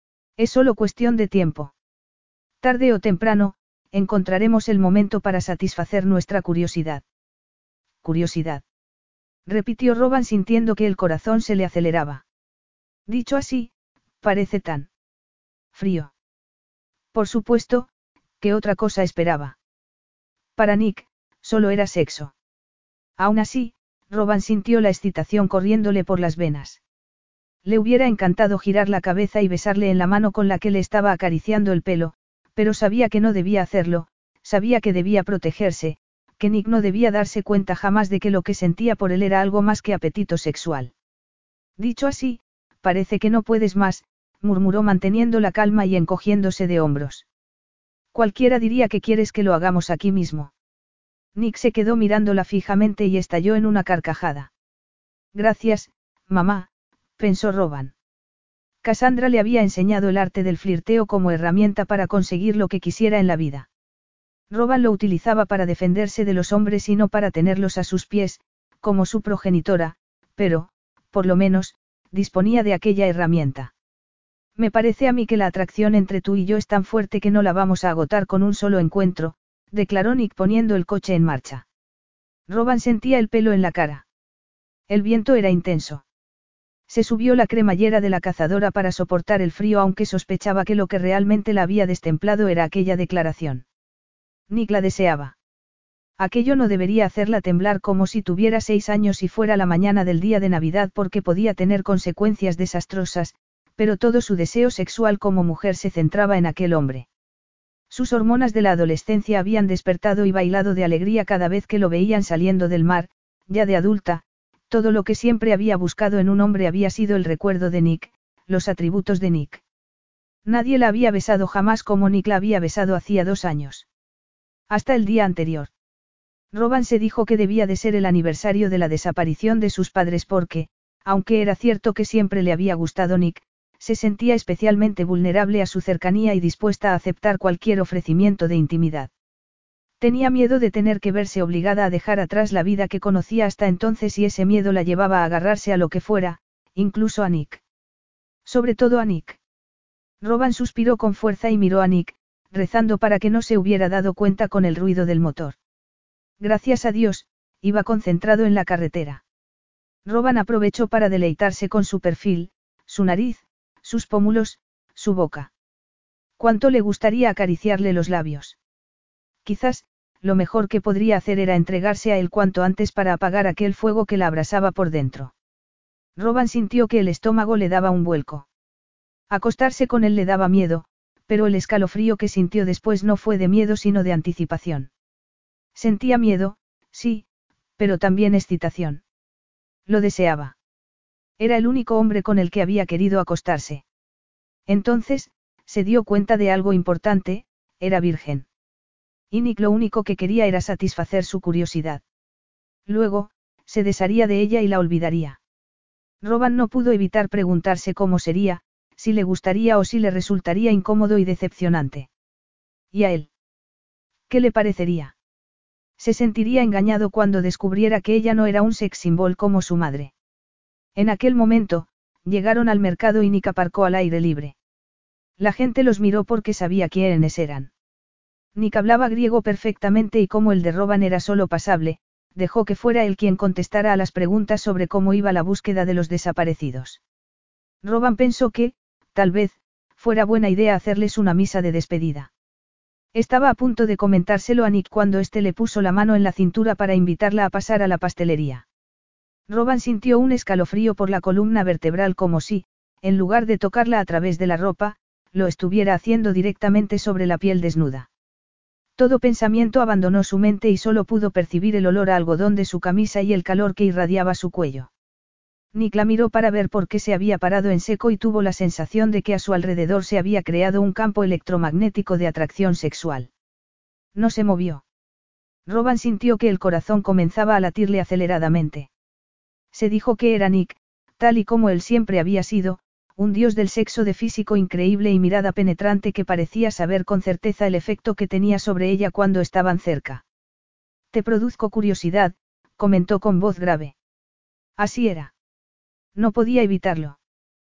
Es solo cuestión de tiempo. Tarde o temprano, encontraremos el momento para satisfacer nuestra curiosidad. Curiosidad. Repitió Roban sintiendo que el corazón se le aceleraba. Dicho así, parece tan frío. Por supuesto, ¿qué otra cosa esperaba? Para Nick, solo era sexo. Aún así, Roban sintió la excitación corriéndole por las venas. Le hubiera encantado girar la cabeza y besarle en la mano con la que le estaba acariciando el pelo, pero sabía que no debía hacerlo, sabía que debía protegerse, que Nick no debía darse cuenta jamás de que lo que sentía por él era algo más que apetito sexual. Dicho así, parece que no puedes más, murmuró manteniendo la calma y encogiéndose de hombros. Cualquiera diría que quieres que lo hagamos aquí mismo. Nick se quedó mirándola fijamente y estalló en una carcajada. Gracias, mamá, pensó Roban. Cassandra le había enseñado el arte del flirteo como herramienta para conseguir lo que quisiera en la vida. Roban lo utilizaba para defenderse de los hombres y no para tenerlos a sus pies, como su progenitora, pero, por lo menos, disponía de aquella herramienta. Me parece a mí que la atracción entre tú y yo es tan fuerte que no la vamos a agotar con un solo encuentro, declaró Nick poniendo el coche en marcha. Roban sentía el pelo en la cara. El viento era intenso. Se subió la cremallera de la cazadora para soportar el frío, aunque sospechaba que lo que realmente la había destemplado era aquella declaración. Nick la deseaba. Aquello no debería hacerla temblar como si tuviera seis años y fuera la mañana del día de Navidad, porque podía tener consecuencias desastrosas, pero todo su deseo sexual como mujer se centraba en aquel hombre. Sus hormonas de la adolescencia habían despertado y bailado de alegría cada vez que lo veían saliendo del mar, ya de adulta. Todo lo que siempre había buscado en un hombre había sido el recuerdo de Nick, los atributos de Nick. Nadie la había besado jamás como Nick la había besado hacía dos años. Hasta el día anterior. Roban se dijo que debía de ser el aniversario de la desaparición de sus padres porque, aunque era cierto que siempre le había gustado Nick, se sentía especialmente vulnerable a su cercanía y dispuesta a aceptar cualquier ofrecimiento de intimidad. Tenía miedo de tener que verse obligada a dejar atrás la vida que conocía hasta entonces, y ese miedo la llevaba a agarrarse a lo que fuera, incluso a Nick. Sobre todo a Nick. Roban suspiró con fuerza y miró a Nick, rezando para que no se hubiera dado cuenta con el ruido del motor. Gracias a Dios, iba concentrado en la carretera. Roban aprovechó para deleitarse con su perfil, su nariz, sus pómulos, su boca. Cuánto le gustaría acariciarle los labios. Quizás, lo mejor que podría hacer era entregarse a él cuanto antes para apagar aquel fuego que la abrasaba por dentro. Roban sintió que el estómago le daba un vuelco. Acostarse con él le daba miedo, pero el escalofrío que sintió después no fue de miedo sino de anticipación. Sentía miedo, sí, pero también excitación. Lo deseaba. Era el único hombre con el que había querido acostarse. Entonces, se dio cuenta de algo importante: era virgen. Y Nick lo único que quería era satisfacer su curiosidad. Luego, se desharía de ella y la olvidaría. Roban no pudo evitar preguntarse cómo sería, si le gustaría o si le resultaría incómodo y decepcionante. ¿Y a él? ¿Qué le parecería? Se sentiría engañado cuando descubriera que ella no era un sex symbol como su madre. En aquel momento, llegaron al mercado y Nick aparcó al aire libre. La gente los miró porque sabía quiénes eran. Nick hablaba griego perfectamente y como el de Roban era solo pasable, dejó que fuera él quien contestara a las preguntas sobre cómo iba la búsqueda de los desaparecidos. Roban pensó que, tal vez, fuera buena idea hacerles una misa de despedida. Estaba a punto de comentárselo a Nick cuando éste le puso la mano en la cintura para invitarla a pasar a la pastelería. Roban sintió un escalofrío por la columna vertebral, como si, en lugar de tocarla a través de la ropa, lo estuviera haciendo directamente sobre la piel desnuda. Todo pensamiento abandonó su mente y solo pudo percibir el olor a algodón de su camisa y el calor que irradiaba su cuello. Nick la miró para ver por qué se había parado en seco y tuvo la sensación de que a su alrededor se había creado un campo electromagnético de atracción sexual. No se movió. Roban sintió que el corazón comenzaba a latirle aceleradamente. Se dijo que era Nick, tal y como él siempre había sido, un dios del sexo de físico increíble y mirada penetrante que parecía saber con certeza el efecto que tenía sobre ella cuando estaban cerca. Te produzco curiosidad, comentó con voz grave. Así era. No podía evitarlo.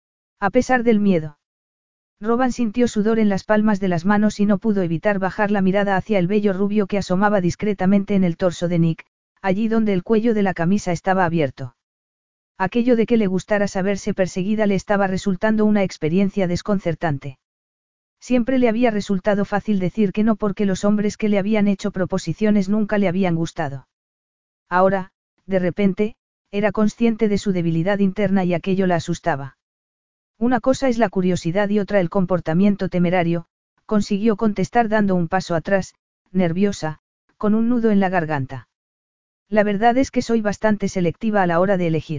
A pesar del miedo. Roban sintió sudor en las palmas de las manos y no pudo evitar bajar la mirada hacia el vello rubio que asomaba discretamente en el torso de Nick, allí donde el cuello de la camisa estaba abierto. Aquello de que le gustara saberse perseguida le estaba resultando una experiencia desconcertante. Siempre le había resultado fácil decir que no porque los hombres que le habían hecho proposiciones nunca le habían gustado. Ahora, de repente, era consciente de su debilidad interna y aquello la asustaba. Una cosa es la curiosidad y otra el comportamiento temerario, consiguió contestar dando un paso atrás, nerviosa, con un nudo en la garganta. La verdad es que soy bastante selectiva a la hora de elegir.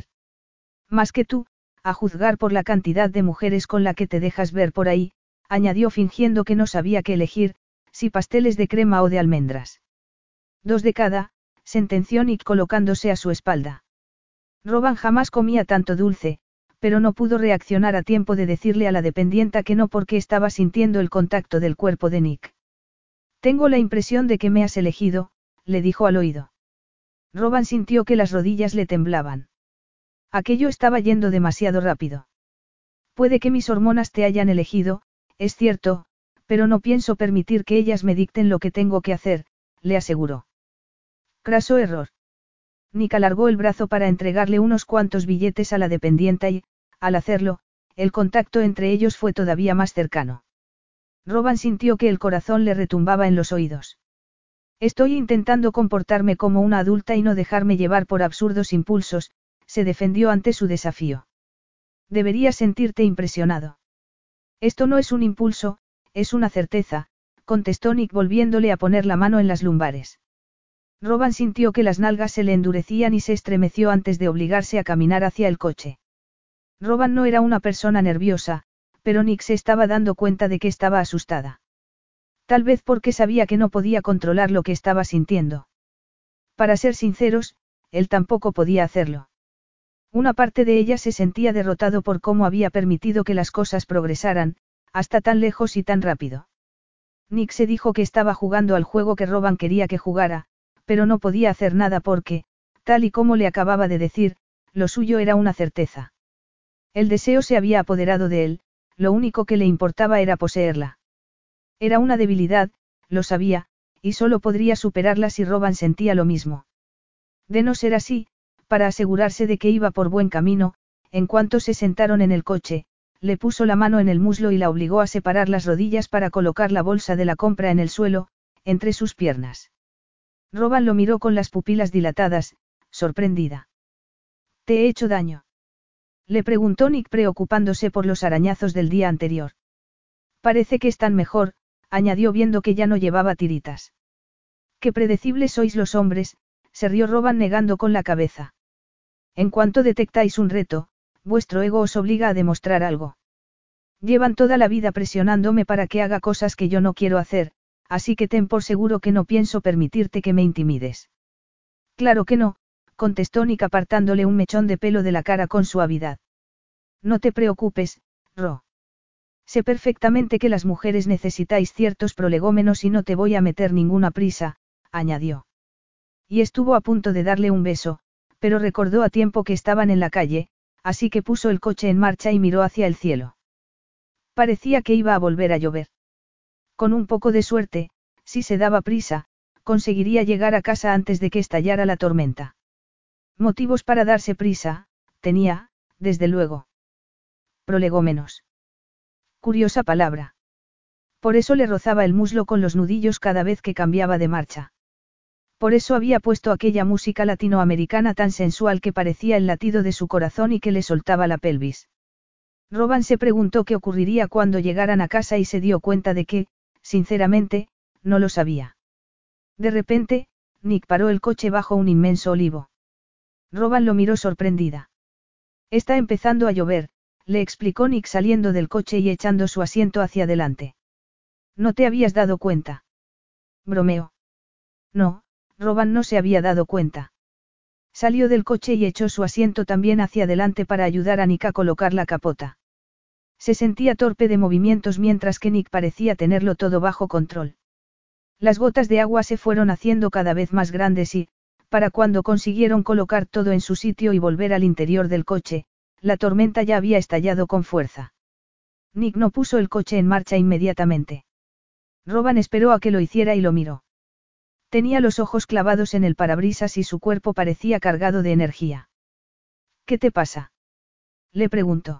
Más que tú, a juzgar por la cantidad de mujeres con la que te dejas ver por ahí, añadió fingiendo que no sabía qué elegir, si pasteles de crema o de almendras. Dos de cada, sentenció Nick colocándose a su espalda. Roban jamás comía tanto dulce, pero no pudo reaccionar a tiempo de decirle a la dependienta que no porque estaba sintiendo el contacto del cuerpo de Nick. Tengo la impresión de que me has elegido, le dijo al oído. Roban sintió que las rodillas le temblaban. Aquello estaba yendo demasiado rápido. Puede que mis hormonas te hayan elegido, es cierto, pero no pienso permitir que ellas me dicten lo que tengo que hacer, le aseguró. Craso error. Nick alargó el brazo para entregarle unos cuantos billetes a la dependienta y, al hacerlo, el contacto entre ellos fue todavía más cercano. Roban sintió que el corazón le retumbaba en los oídos. Estoy intentando comportarme como una adulta y no dejarme llevar por absurdos impulsos, se defendió ante su desafío. Deberías sentirte impresionado. Esto no es un impulso, es una certeza, contestó Nick volviéndole a poner la mano en las lumbares. Roban sintió que las nalgas se le endurecían y se estremeció antes de obligarse a caminar hacia el coche. Roban no era una persona nerviosa, pero Nick se estaba dando cuenta de que estaba asustada. Tal vez porque sabía que no podía controlar lo que estaba sintiendo. Para ser sinceros, él tampoco podía hacerlo. Una parte de ella se sentía derrotado por cómo había permitido que las cosas progresaran, hasta tan lejos y tan rápido. Nick se dijo que estaba jugando al juego que Roban quería que jugara, pero no podía hacer nada porque, tal y como le acababa de decir, lo suyo era una certeza. El deseo se había apoderado de él, lo único que le importaba era poseerla. Era una debilidad, lo sabía, y solo podría superarla si Roban sentía lo mismo. De no ser así, para asegurarse de que iba por buen camino, en cuanto se sentaron en el coche, le puso la mano en el muslo y la obligó a separar las rodillas para colocar la bolsa de la compra en el suelo, entre sus piernas. Roban lo miró con las pupilas dilatadas, sorprendida. ¿Te he hecho daño?, le preguntó Nick preocupándose por los arañazos del día anterior. Parece que están mejor, añadió viendo que ya no llevaba tiritas. Qué predecibles sois los hombres, se rió Roban negando con la cabeza. En cuanto detectáis un reto, vuestro ego os obliga a demostrar algo. Llevan toda la vida presionándome para que haga cosas que yo no quiero hacer, así que ten por seguro que no pienso permitirte que me intimides. Claro que no, contestó Nick apartándole un mechón de pelo de la cara con suavidad. No te preocupes, Ro. Sé perfectamente que las mujeres necesitáis ciertos prolegómenos y no te voy a meter ninguna prisa, añadió. Y estuvo a punto de darle un beso, pero recordó a tiempo que estaban en la calle, así que puso el coche en marcha y miró hacia el cielo. Parecía que iba a volver a llover. Con un poco de suerte, si se daba prisa, conseguiría llegar a casa antes de que estallara la tormenta. Motivos para darse prisa, tenía, desde luego. Prolegómenos. Curiosa palabra. Por eso le rozaba el muslo con los nudillos cada vez que cambiaba de marcha. Por eso había puesto aquella música latinoamericana tan sensual que parecía el latido de su corazón y que le soltaba la pelvis. Roban se preguntó qué ocurriría cuando llegaran a casa y se dio cuenta de que, sinceramente, no lo sabía. De repente, Nick paró el coche bajo un inmenso olivo. Roban lo miró sorprendida. Está empezando a llover, le explicó Nick saliendo del coche y echando su asiento hacia adelante. ¿No te habías dado cuenta? Bromeó. No, Roban no se había dado cuenta. Salió del coche y echó su asiento también hacia adelante para ayudar a Nick a colocar la capota. Se sentía torpe de movimientos mientras que Nick parecía tenerlo todo bajo control. Las gotas de agua se fueron haciendo cada vez más grandes y, para cuando consiguieron colocar todo en su sitio y volver al interior del coche, la tormenta ya había estallado con fuerza. Nick no puso el coche en marcha inmediatamente. Roban esperó a que lo hiciera y lo miró. Tenía los ojos clavados en el parabrisas y su cuerpo parecía cargado de energía. ¿Qué te pasa?, le preguntó.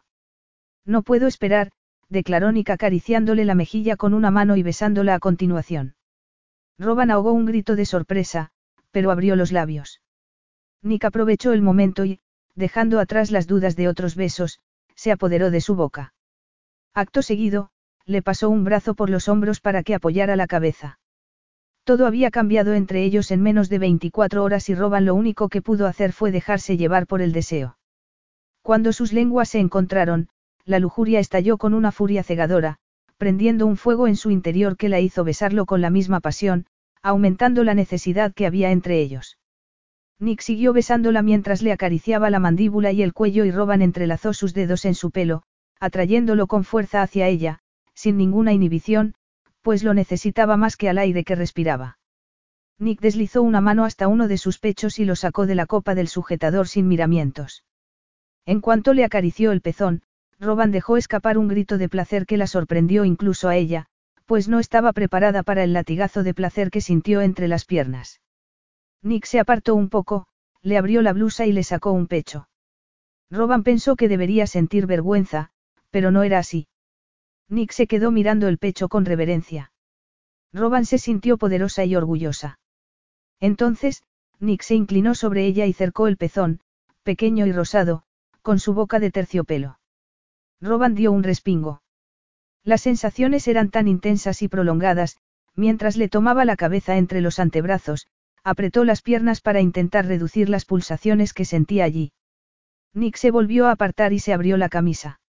No puedo esperar, declaró Nick acariciándole la mejilla con una mano y besándola a continuación. Roban ahogó un grito de sorpresa, pero abrió los labios. Nick aprovechó el momento y, dejando atrás las dudas de otros besos, se apoderó de su boca. Acto seguido, le pasó un brazo por los hombros para que apoyara la cabeza. Todo había cambiado entre ellos en menos de veinticuatro horas y Roban lo único que pudo hacer fue dejarse llevar por el deseo. Cuando sus lenguas se encontraron, la lujuria estalló con una furia cegadora, prendiendo un fuego en su interior que la hizo besarlo con la misma pasión, aumentando la necesidad que había entre ellos. Nick siguió besándola mientras le acariciaba la mandíbula y el cuello y Roban entrelazó sus dedos en su pelo, atrayéndolo con fuerza hacia ella, sin ninguna inhibición, pues lo necesitaba más que al aire que respiraba. Nick deslizó una mano hasta uno de sus pechos y lo sacó de la copa del sujetador sin miramientos. En cuanto le acarició el pezón, Roban dejó escapar un grito de placer que la sorprendió incluso a ella, pues no estaba preparada para el latigazo de placer que sintió entre las piernas. Nick se apartó un poco, le abrió la blusa y le sacó un pecho. Roban pensó que debería sentir vergüenza, pero no era así. Nick se quedó mirando el pecho con reverencia. Roban se sintió poderosa y orgullosa. Entonces, Nick se inclinó sobre ella y cercó el pezón, pequeño y rosado, con su boca de terciopelo. Roban dio un respingo. Las sensaciones eran tan intensas y prolongadas, mientras le tomaba la cabeza entre los antebrazos, apretó las piernas para intentar reducir las pulsaciones que sentía allí. Nick se volvió a apartar y se abrió la camisa.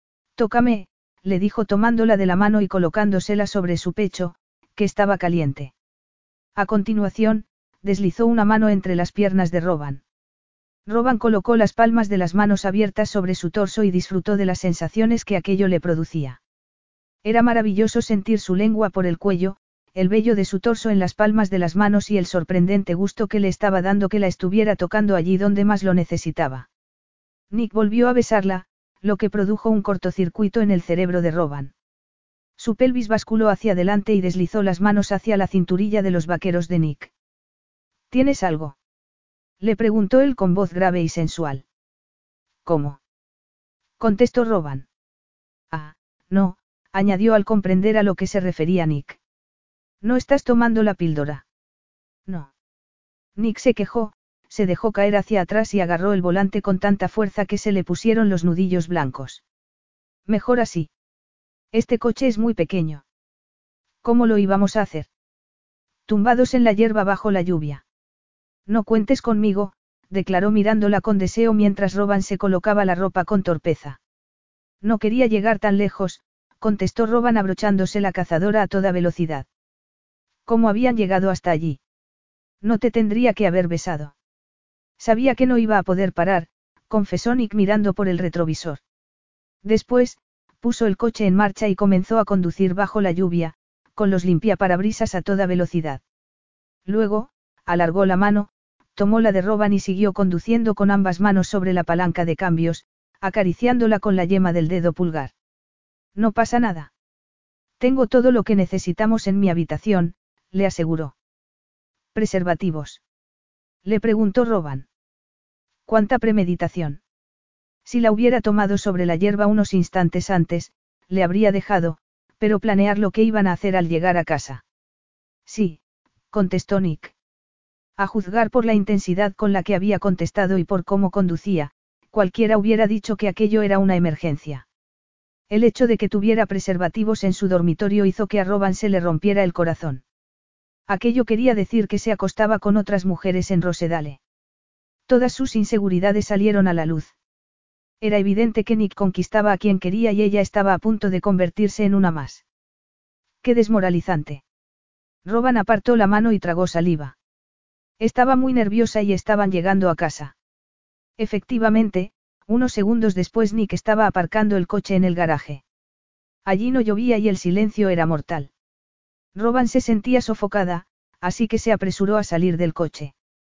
Tócame, le dijo tomándola de la mano y colocándosela sobre su pecho, que estaba caliente. A continuación, deslizó una mano entre las piernas de Roban. Roban colocó las palmas de las manos abiertas sobre su torso y disfrutó de las sensaciones que aquello le producía. Era maravilloso sentir su lengua por el cuello, el vello de su torso en las palmas de las manos y el sorprendente gusto que le estaba dando que la estuviera tocando allí donde más lo necesitaba. Nick volvió a besarla, lo que produjo un cortocircuito en el cerebro de Roban. Su pelvis basculó hacia adelante y deslizó las manos hacia la cinturilla de los vaqueros de Nick. ¿Tienes algo?, le preguntó él con voz grave y sensual. ¿Cómo?, contestó Roban. Ah, no, añadió al comprender a lo que se refería Nick. ¿No estás tomando la píldora? No. Nick se quejó, se dejó caer hacia atrás y agarró el volante con tanta fuerza que se le pusieron los nudillos blancos. Mejor así. Este coche es muy pequeño. ¿Cómo lo íbamos a hacer? Tumbados en la hierba bajo la lluvia. No cuentes conmigo, declaró mirándola con deseo mientras Roban se colocaba la ropa con torpeza. No quería llegar tan lejos, contestó Roban abrochándose la cazadora a toda velocidad. ¿Cómo habían llegado hasta allí? No te tendría que haber besado. Sabía que no iba a poder parar, confesó Nick mirando por el retrovisor. Después, puso el coche en marcha y comenzó a conducir bajo la lluvia, con los limpiaparabrisas a toda velocidad. Luego, alargó la mano, tomó la de Roban y siguió conduciendo con ambas manos sobre la palanca de cambios, acariciándola con la yema del dedo pulgar. No pasa nada. Tengo todo lo que necesitamos en mi habitación, le aseguró. ¿Preservativos?, le preguntó Roban. ¿Cuánta premeditación? Si la hubiera tomado sobre la hierba unos instantes antes, le habría dejado, pero planear lo que iban a hacer al llegar a casa. Sí, contestó Nick. A juzgar por la intensidad con la que había contestado y por cómo conducía, cualquiera hubiera dicho que aquello era una emergencia. El hecho de que tuviera preservativos en su dormitorio hizo que a Roban se le rompiera el corazón. Aquello quería decir que se acostaba con otras mujeres en Rosedale. Todas sus inseguridades salieron a la luz. Era evidente que Nick conquistaba a quien quería y ella estaba a punto de convertirse en una más. ¡Qué desmoralizante! Roban apartó la mano y tragó saliva. Estaba muy nerviosa y estaban llegando a casa. Efectivamente, unos segundos después Nick estaba aparcando el coche en el garaje. Allí no llovía y el silencio era mortal. Roban se sentía sofocada, así que se apresuró a salir del coche.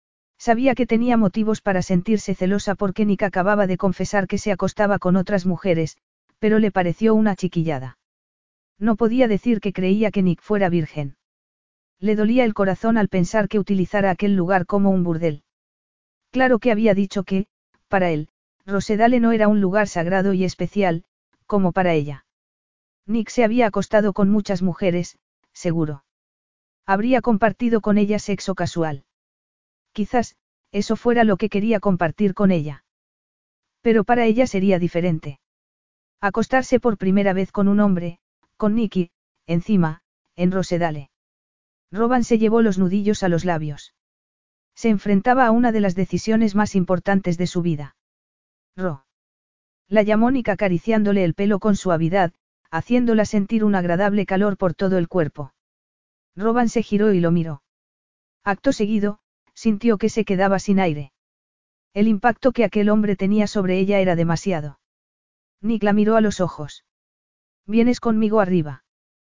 Sabía que tenía motivos para sentirse celosa porque Nick acababa de confesar que se acostaba con otras mujeres, pero le pareció una chiquillada. No podía decir que creía que Nick fuera virgen. Le dolía el corazón al pensar que utilizara aquel lugar como un burdel. Claro que había dicho que, para él, Rosedale no era un lugar sagrado y especial, como para ella. Nick se había acostado con muchas mujeres, seguro. Habría compartido con ella sexo casual. Quizás, eso fuera lo que quería compartir con ella. Pero para ella sería diferente. Acostarse por primera vez con un hombre, con Nicky, encima, en Rosedale. Roban se llevó los nudillos a los labios. Se enfrentaba a una de las decisiones más importantes de su vida. Ro. La llamó Nick acariciándole el pelo con suavidad, haciéndola sentir un agradable calor por todo el cuerpo. Roban se giró y lo miró. Acto seguido, sintió que se quedaba sin aire. El impacto que aquel hombre tenía sobre ella era demasiado. Nick la miró a los ojos. ¿Vienes conmigo arriba?,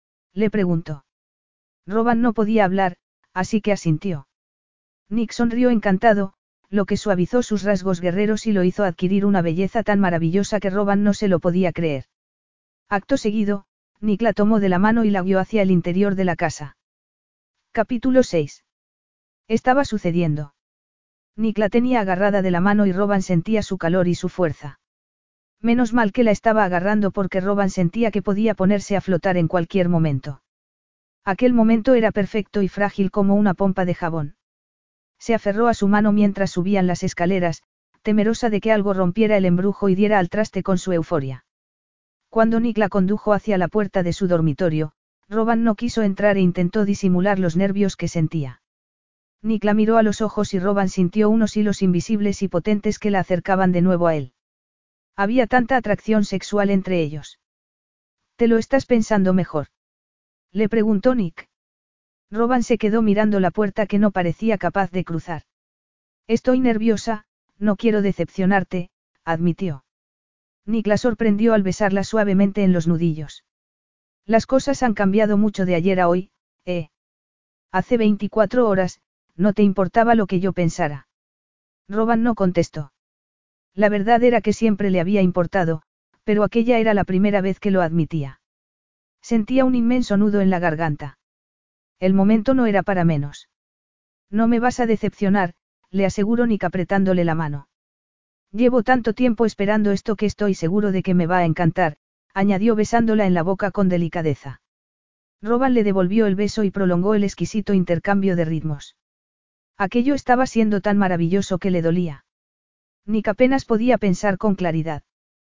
le preguntó. Roban no podía hablar, así que asintió. Nick sonrió encantado, lo que suavizó sus rasgos guerreros y lo hizo adquirir una belleza tan maravillosa que Rowan no se lo podía creer. Acto seguido, Nick la tomó de la mano y la guió hacia el interior de la casa. Capítulo seis. Estaba sucediendo. Nick la tenía agarrada de la mano y Rowan sentía su calor y su fuerza. Menos mal que la estaba agarrando porque Rowan sentía que podía ponerse a flotar en cualquier momento. Aquel momento era perfecto y frágil como una pompa de jabón. Se aferró a su mano mientras subían las escaleras, temerosa de que algo rompiera el embrujo y diera al traste con su euforia. Cuando Nick la condujo hacia la puerta de su dormitorio, Rowan no quiso entrar e intentó disimular los nervios que sentía. Nick la miró a los ojos y Rowan sintió unos hilos invisibles y potentes que la acercaban de nuevo a él. Había tanta atracción sexual entre ellos. ¿Te lo estás pensando mejor?, le preguntó Nick. Rowan se quedó mirando la puerta que no parecía capaz de cruzar. Estoy nerviosa, no quiero decepcionarte, admitió. Nick la sorprendió al besarla suavemente en los nudillos. Las cosas han cambiado mucho de ayer a hoy, ¿eh? Hace veinticuatro horas, no te importaba lo que yo pensara. Rowan no contestó. La verdad era que siempre le había importado, pero aquella era la primera vez que lo admitía. Sentía un inmenso nudo en la garganta. El momento no era para menos. No me vas a decepcionar, le aseguró Nick apretándole la mano. Llevo tanto tiempo esperando esto que estoy seguro de que me va a encantar, añadió besándola en la boca con delicadeza. Rowan le devolvió el beso y prolongó el exquisito intercambio de ritmos. Aquello estaba siendo tan maravilloso que le dolía. Nick apenas podía pensar con claridad.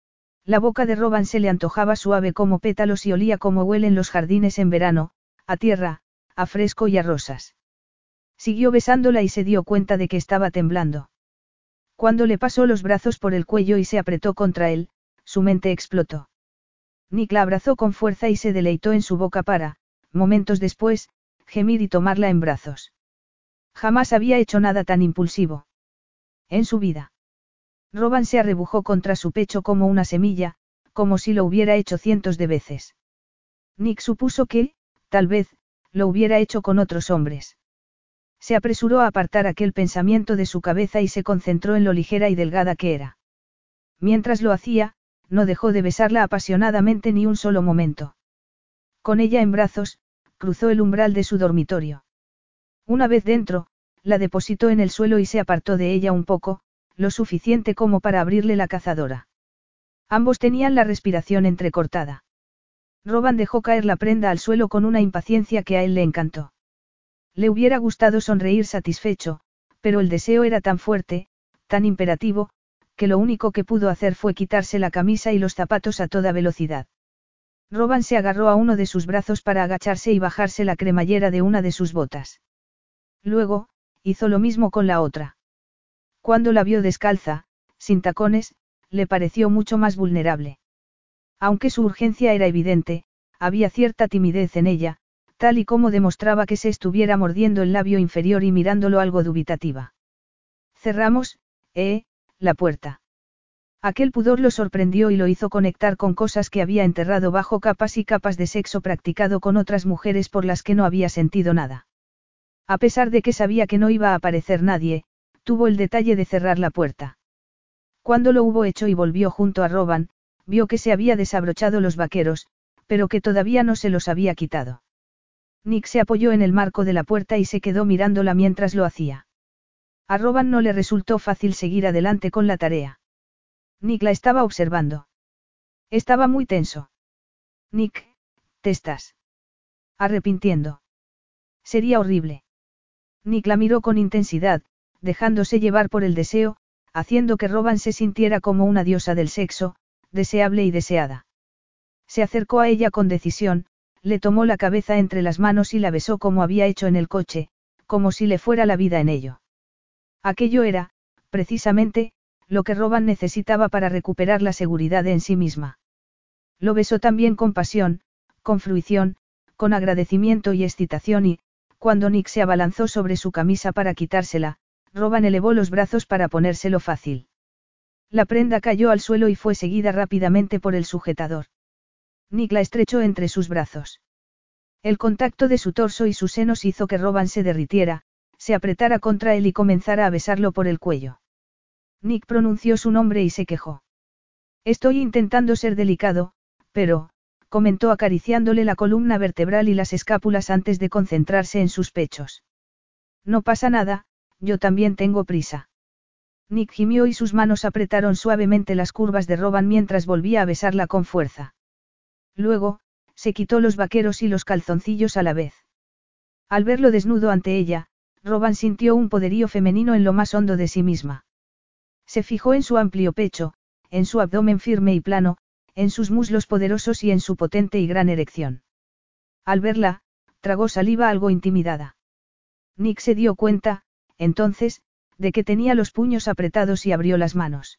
La boca de Rowan se le antojaba suave como pétalos y olía como huelen los jardines en verano, a tierra, a fresco y a rosas. Siguió besándola y se dio cuenta de que estaba temblando. Cuando le pasó los brazos por el cuello y se apretó contra él, su mente explotó. Nick la abrazó con fuerza y se deleitó en su boca para, momentos después, gemir y tomarla en brazos. Jamás había hecho nada tan impulsivo en su vida. Rowan se arrebujó contra su pecho como una semilla, como si lo hubiera hecho cientos de veces. Nick supuso que, tal vez, lo hubiera hecho con otros hombres. Se apresuró a apartar aquel pensamiento de su cabeza y se concentró en lo ligera y delgada que era. Mientras lo hacía, no dejó de besarla apasionadamente ni un solo momento. Con ella en brazos, cruzó el umbral de su dormitorio. Una vez dentro, la depositó en el suelo y se apartó de ella un poco, lo suficiente como para abrirle la cazadora. Ambos tenían la respiración entrecortada. Rowan dejó caer la prenda al suelo con una impaciencia que a él le encantó. Le hubiera gustado sonreír satisfecho, pero el deseo era tan fuerte, tan imperativo, que lo único que pudo hacer fue quitarse la camisa y los zapatos a toda velocidad. Rowan se agarró a uno de sus brazos para agacharse y bajarse la cremallera de una de sus botas. Luego, hizo lo mismo con la otra. Cuando la vio descalza, sin tacones, le pareció mucho más vulnerable. Aunque su urgencia era evidente, había cierta timidez en ella, tal y como demostraba que se estuviera mordiendo el labio inferior y mirándolo algo dubitativa. Cerramos, eh, la puerta. Aquel pudor lo sorprendió y lo hizo conectar con cosas que había enterrado bajo capas y capas de sexo practicado con otras mujeres por las que no había sentido nada. A pesar de que sabía que no iba a aparecer nadie, tuvo el detalle de cerrar la puerta. Cuando lo hubo hecho y volvió junto a Rowan, vio que se había desabrochado los vaqueros, pero que todavía no se los había quitado. Nick se apoyó en el marco de la puerta y se quedó mirándola mientras lo hacía. A Rowan no le resultó fácil seguir adelante con la tarea. Nick la estaba observando. Estaba muy tenso. Nick, ¿te estás arrepintiendo? Sería horrible. Nick la miró con intensidad, dejándose llevar por el deseo, haciendo que Rowan se sintiera como una diosa del sexo, deseable y deseada. Se acercó a ella con decisión, le tomó la cabeza entre las manos y la besó como había hecho en el coche, como si le fuera la vida en ello. Aquello era, precisamente, lo que Rowan necesitaba para recuperar la seguridad en sí misma. Lo besó también con pasión, con fruición, con agradecimiento y excitación y, cuando Nick se abalanzó sobre su camisa para quitársela, Rowan elevó los brazos para ponérselo fácil. La prenda cayó al suelo y fue seguida rápidamente por el sujetador. Nick la estrechó entre sus brazos. El contacto de su torso y sus senos hizo que Rowan se derritiera, se apretara contra él y comenzara a besarlo por el cuello. Nick pronunció su nombre y se quejó. Estoy intentando ser delicado, pero, comentó acariciándole la columna vertebral y las escápulas antes de concentrarse en sus pechos. No pasa nada, yo también tengo prisa. Nick gimió y sus manos apretaron suavemente las curvas de Roban mientras volvía a besarla con fuerza. Luego, se quitó los vaqueros y los calzoncillos a la vez. Al verlo desnudo ante ella, Roban sintió un poderío femenino en lo más hondo de sí misma. Se fijó en su amplio pecho, en su abdomen firme y plano, en sus muslos poderosos y en su potente y gran erección. Al verla, tragó saliva algo intimidada. Nick se dio cuenta, entonces, de que tenía los puños apretados y abrió las manos.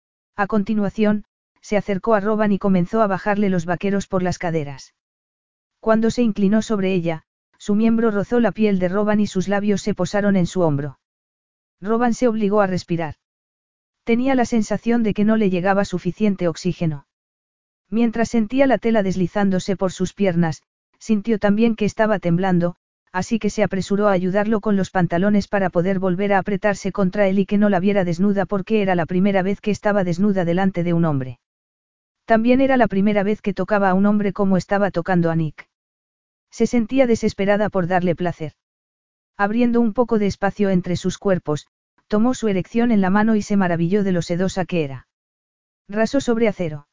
A continuación, se acercó a Roban y comenzó a bajarle los vaqueros por las caderas. Cuando se inclinó sobre ella, su miembro rozó la piel de Roban y sus labios se posaron en su hombro. Roban se obligó a respirar. Tenía la sensación de que no le llegaba suficiente oxígeno. Mientras sentía la tela deslizándose por sus piernas, sintió también que estaba temblando, así que se apresuró a ayudarlo con los pantalones para poder volver a apretarse contra él y que no la viera desnuda porque era la primera vez que estaba desnuda delante de un hombre. También era la primera vez que tocaba a un hombre como estaba tocando a Nick. Se sentía desesperada por darle placer. Abriendo un poco de espacio entre sus cuerpos, tomó su erección en la mano y se maravilló de lo sedosa que era. Rasó sobre acero.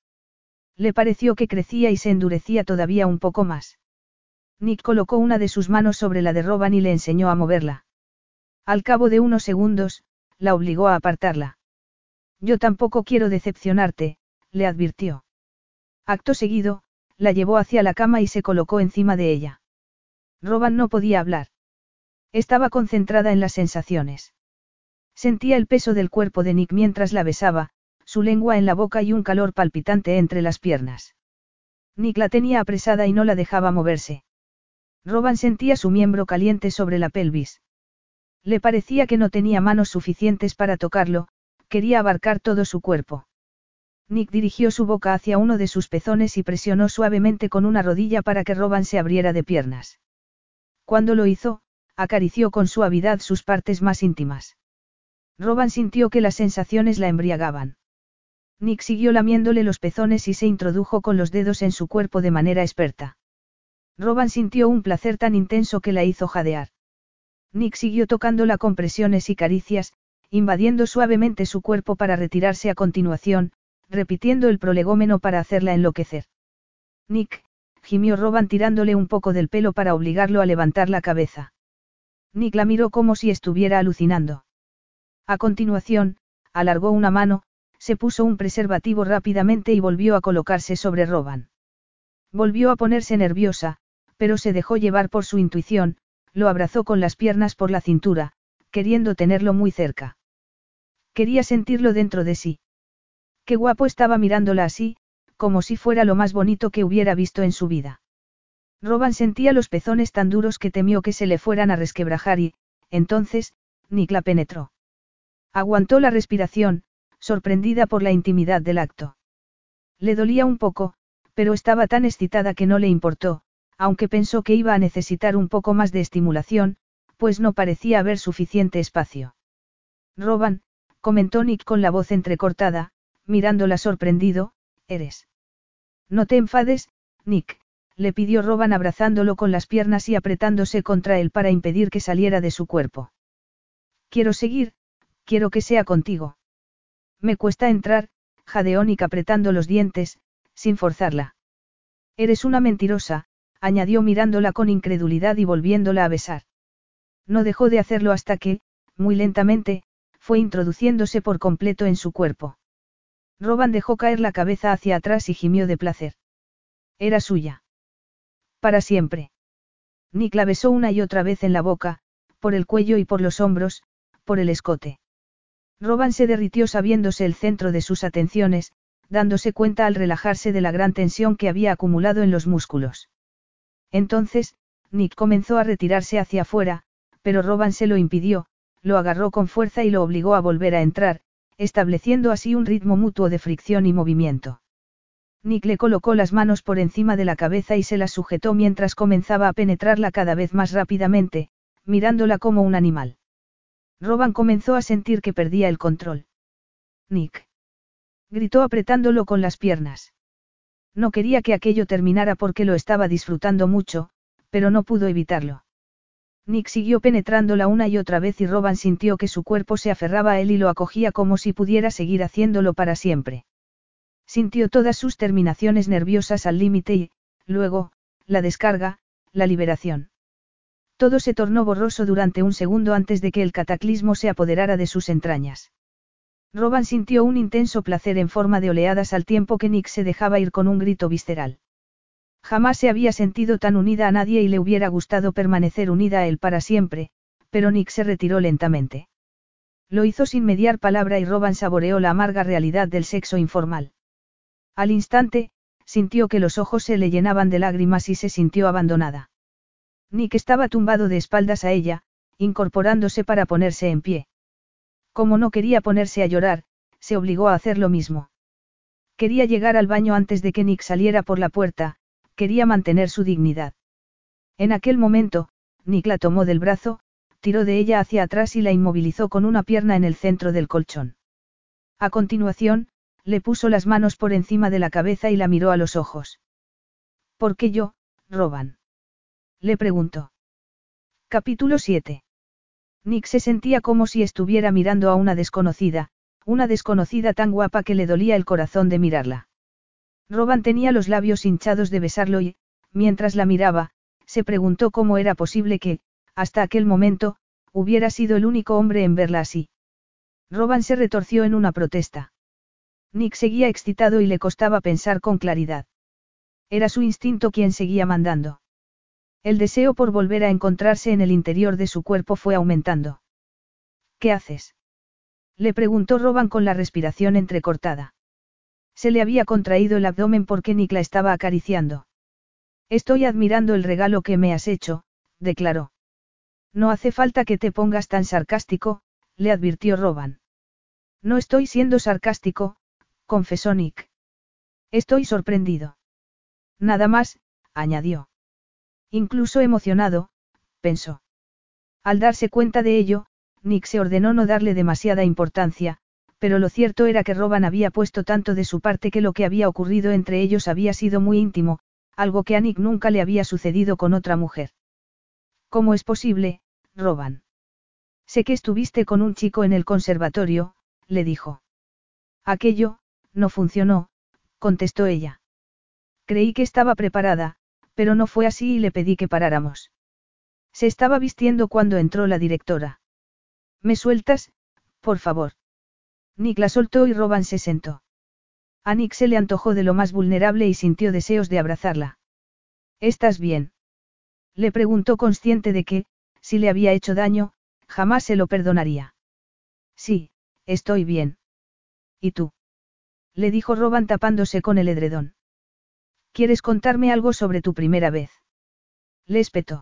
Le pareció que crecía y se endurecía todavía un poco más. Nick colocó una de sus manos sobre la de Roban y le enseñó a moverla. Al cabo de unos segundos, la obligó a apartarla. Yo tampoco quiero decepcionarte, le advirtió. Acto seguido, la llevó hacia la cama y se colocó encima de ella. Roban no podía hablar. Estaba concentrada en las sensaciones. Sentía el peso del cuerpo de Nick mientras la besaba, su lengua en la boca y un calor palpitante entre las piernas. Nick la tenía apresada y no la dejaba moverse. Roban sentía su miembro caliente sobre la pelvis. Le parecía que no tenía manos suficientes para tocarlo, quería abarcar todo su cuerpo. Nick dirigió su boca hacia uno de sus pezones y presionó suavemente con una rodilla para que Roban se abriera de piernas. Cuando lo hizo, acarició con suavidad sus partes más íntimas. Roban sintió que las sensaciones la embriagaban. Nick siguió lamiéndole los pezones y se introdujo con los dedos en su cuerpo de manera experta. Roban sintió un placer tan intenso que la hizo jadear. Nick siguió tocándola con presiones y caricias, invadiendo suavemente su cuerpo para retirarse a continuación, repitiendo el prolegómeno para hacerla enloquecer. Nick, gimió Roban tirándole un poco del pelo para obligarlo a levantar la cabeza. Nick la miró como si estuviera alucinando. A continuación, alargó una mano, se puso un preservativo rápidamente y volvió a colocarse sobre Roban. Volvió a ponerse nerviosa, pero se dejó llevar por su intuición, lo abrazó con las piernas por la cintura, queriendo tenerlo muy cerca. Quería sentirlo dentro de sí. Qué guapo estaba mirándola así, como si fuera lo más bonito que hubiera visto en su vida. Roban sentía los pezones tan duros que temió que se le fueran a resquebrajar y, entonces, Nick la penetró. Aguantó la respiración, sorprendida por la intimidad del acto. Le dolía un poco, pero estaba tan excitada que no le importó, aunque pensó que iba a necesitar un poco más de estimulación, pues no parecía haber suficiente espacio. Roban, comentó Nick con la voz entrecortada, mirándola sorprendido, eres. No te enfades, Nick, le pidió Roban abrazándolo con las piernas y apretándose contra él para impedir que saliera de su cuerpo. Quiero seguir, quiero que sea contigo. Me cuesta entrar, jadeó Nick apretando los dientes, sin forzarla. Eres una mentirosa, añadió mirándola con incredulidad y volviéndola a besar. No dejó de hacerlo hasta que, muy lentamente, fue introduciéndose por completo en su cuerpo. Roban dejó caer la cabeza hacia atrás y gimió de placer. Era suya. Para siempre. Nick la besó una y otra vez en la boca, por el cuello y por los hombros, por el escote. Roban se derritió sabiéndose el centro de sus atenciones, dándose cuenta al relajarse de la gran tensión que había acumulado en los músculos. Entonces, Nick comenzó a retirarse hacia afuera, pero Roban se lo impidió, lo agarró con fuerza y lo obligó a volver a entrar, estableciendo así un ritmo mutuo de fricción y movimiento. Nick le colocó las manos por encima de la cabeza y se las sujetó mientras comenzaba a penetrarla cada vez más rápidamente, mirándola como un animal. Roban comenzó a sentir que perdía el control. Nick. Gritó apretándolo con las piernas. No quería que aquello terminara porque lo estaba disfrutando mucho, pero no pudo evitarlo. Nick siguió penetrándola una y otra vez y Roban sintió que su cuerpo se aferraba a él y lo acogía como si pudiera seguir haciéndolo para siempre. Sintió todas sus terminaciones nerviosas al límite y, luego, la descarga, la liberación. Todo se tornó borroso durante un segundo antes de que el cataclismo se apoderara de sus entrañas. Roban sintió un intenso placer en forma de oleadas al tiempo que Nick se dejaba ir con un grito visceral. Jamás se había sentido tan unida a nadie y le hubiera gustado permanecer unida a él para siempre, pero Nick se retiró lentamente. Lo hizo sin mediar palabra y Roban saboreó la amarga realidad del sexo informal. Al instante, sintió que los ojos se le llenaban de lágrimas y se sintió abandonada. Nick estaba tumbado de espaldas a ella, incorporándose para ponerse en pie. Como no quería ponerse a llorar, se obligó a hacer lo mismo. Quería llegar al baño antes de que Nick saliera por la puerta, quería mantener su dignidad. En aquel momento, Nick la tomó del brazo, tiró de ella hacia atrás y la inmovilizó con una pierna en el centro del colchón. A continuación, le puso las manos por encima de la cabeza y la miró a los ojos. ¿Por qué yo, Roban? Le preguntó. Capítulo siete. Nick se sentía como si estuviera mirando a una desconocida, una desconocida tan guapa que le dolía el corazón de mirarla. Roban tenía los labios hinchados de besarlo y, mientras la miraba, se preguntó cómo era posible que, hasta aquel momento, hubiera sido el único hombre en verla así. Roban se retorció en una protesta. Nick seguía excitado y le costaba pensar con claridad. Era su instinto quien seguía mandando. El deseo por volver a encontrarse en el interior de su cuerpo fue aumentando. ¿Qué haces? Le preguntó Roban con la respiración entrecortada. Se le había contraído el abdomen porque Nick la estaba acariciando. Estoy admirando el regalo que me has hecho, declaró. No hace falta que te pongas tan sarcástico, le advirtió Roban. No estoy siendo sarcástico, confesó Nick. Estoy sorprendido. Nada más, añadió. Incluso emocionado, pensó. Al darse cuenta de ello, Nick se ordenó no darle demasiada importancia, pero lo cierto era que Roban había puesto tanto de su parte que lo que había ocurrido entre ellos había sido muy íntimo, algo que a Nick nunca le había sucedido con otra mujer. ¿Cómo es posible, Roban? Sé que estuviste con un chico en el conservatorio, le dijo. Aquello, no funcionó, contestó ella. Creí que estaba preparada, pero no fue así y le pedí que paráramos. Se estaba vistiendo cuando entró la directora. ¿Me sueltas, por favor? Nick la soltó y Roban se sentó. A Nick se le antojó de lo más vulnerable y sintió deseos de abrazarla. ¿Estás bien? Le preguntó consciente de que, si le había hecho daño, jamás se lo perdonaría. Sí, estoy bien. ¿Y tú? Le dijo Roban tapándose con el edredón. ¿Quieres contarme algo sobre tu primera vez? Le espetó.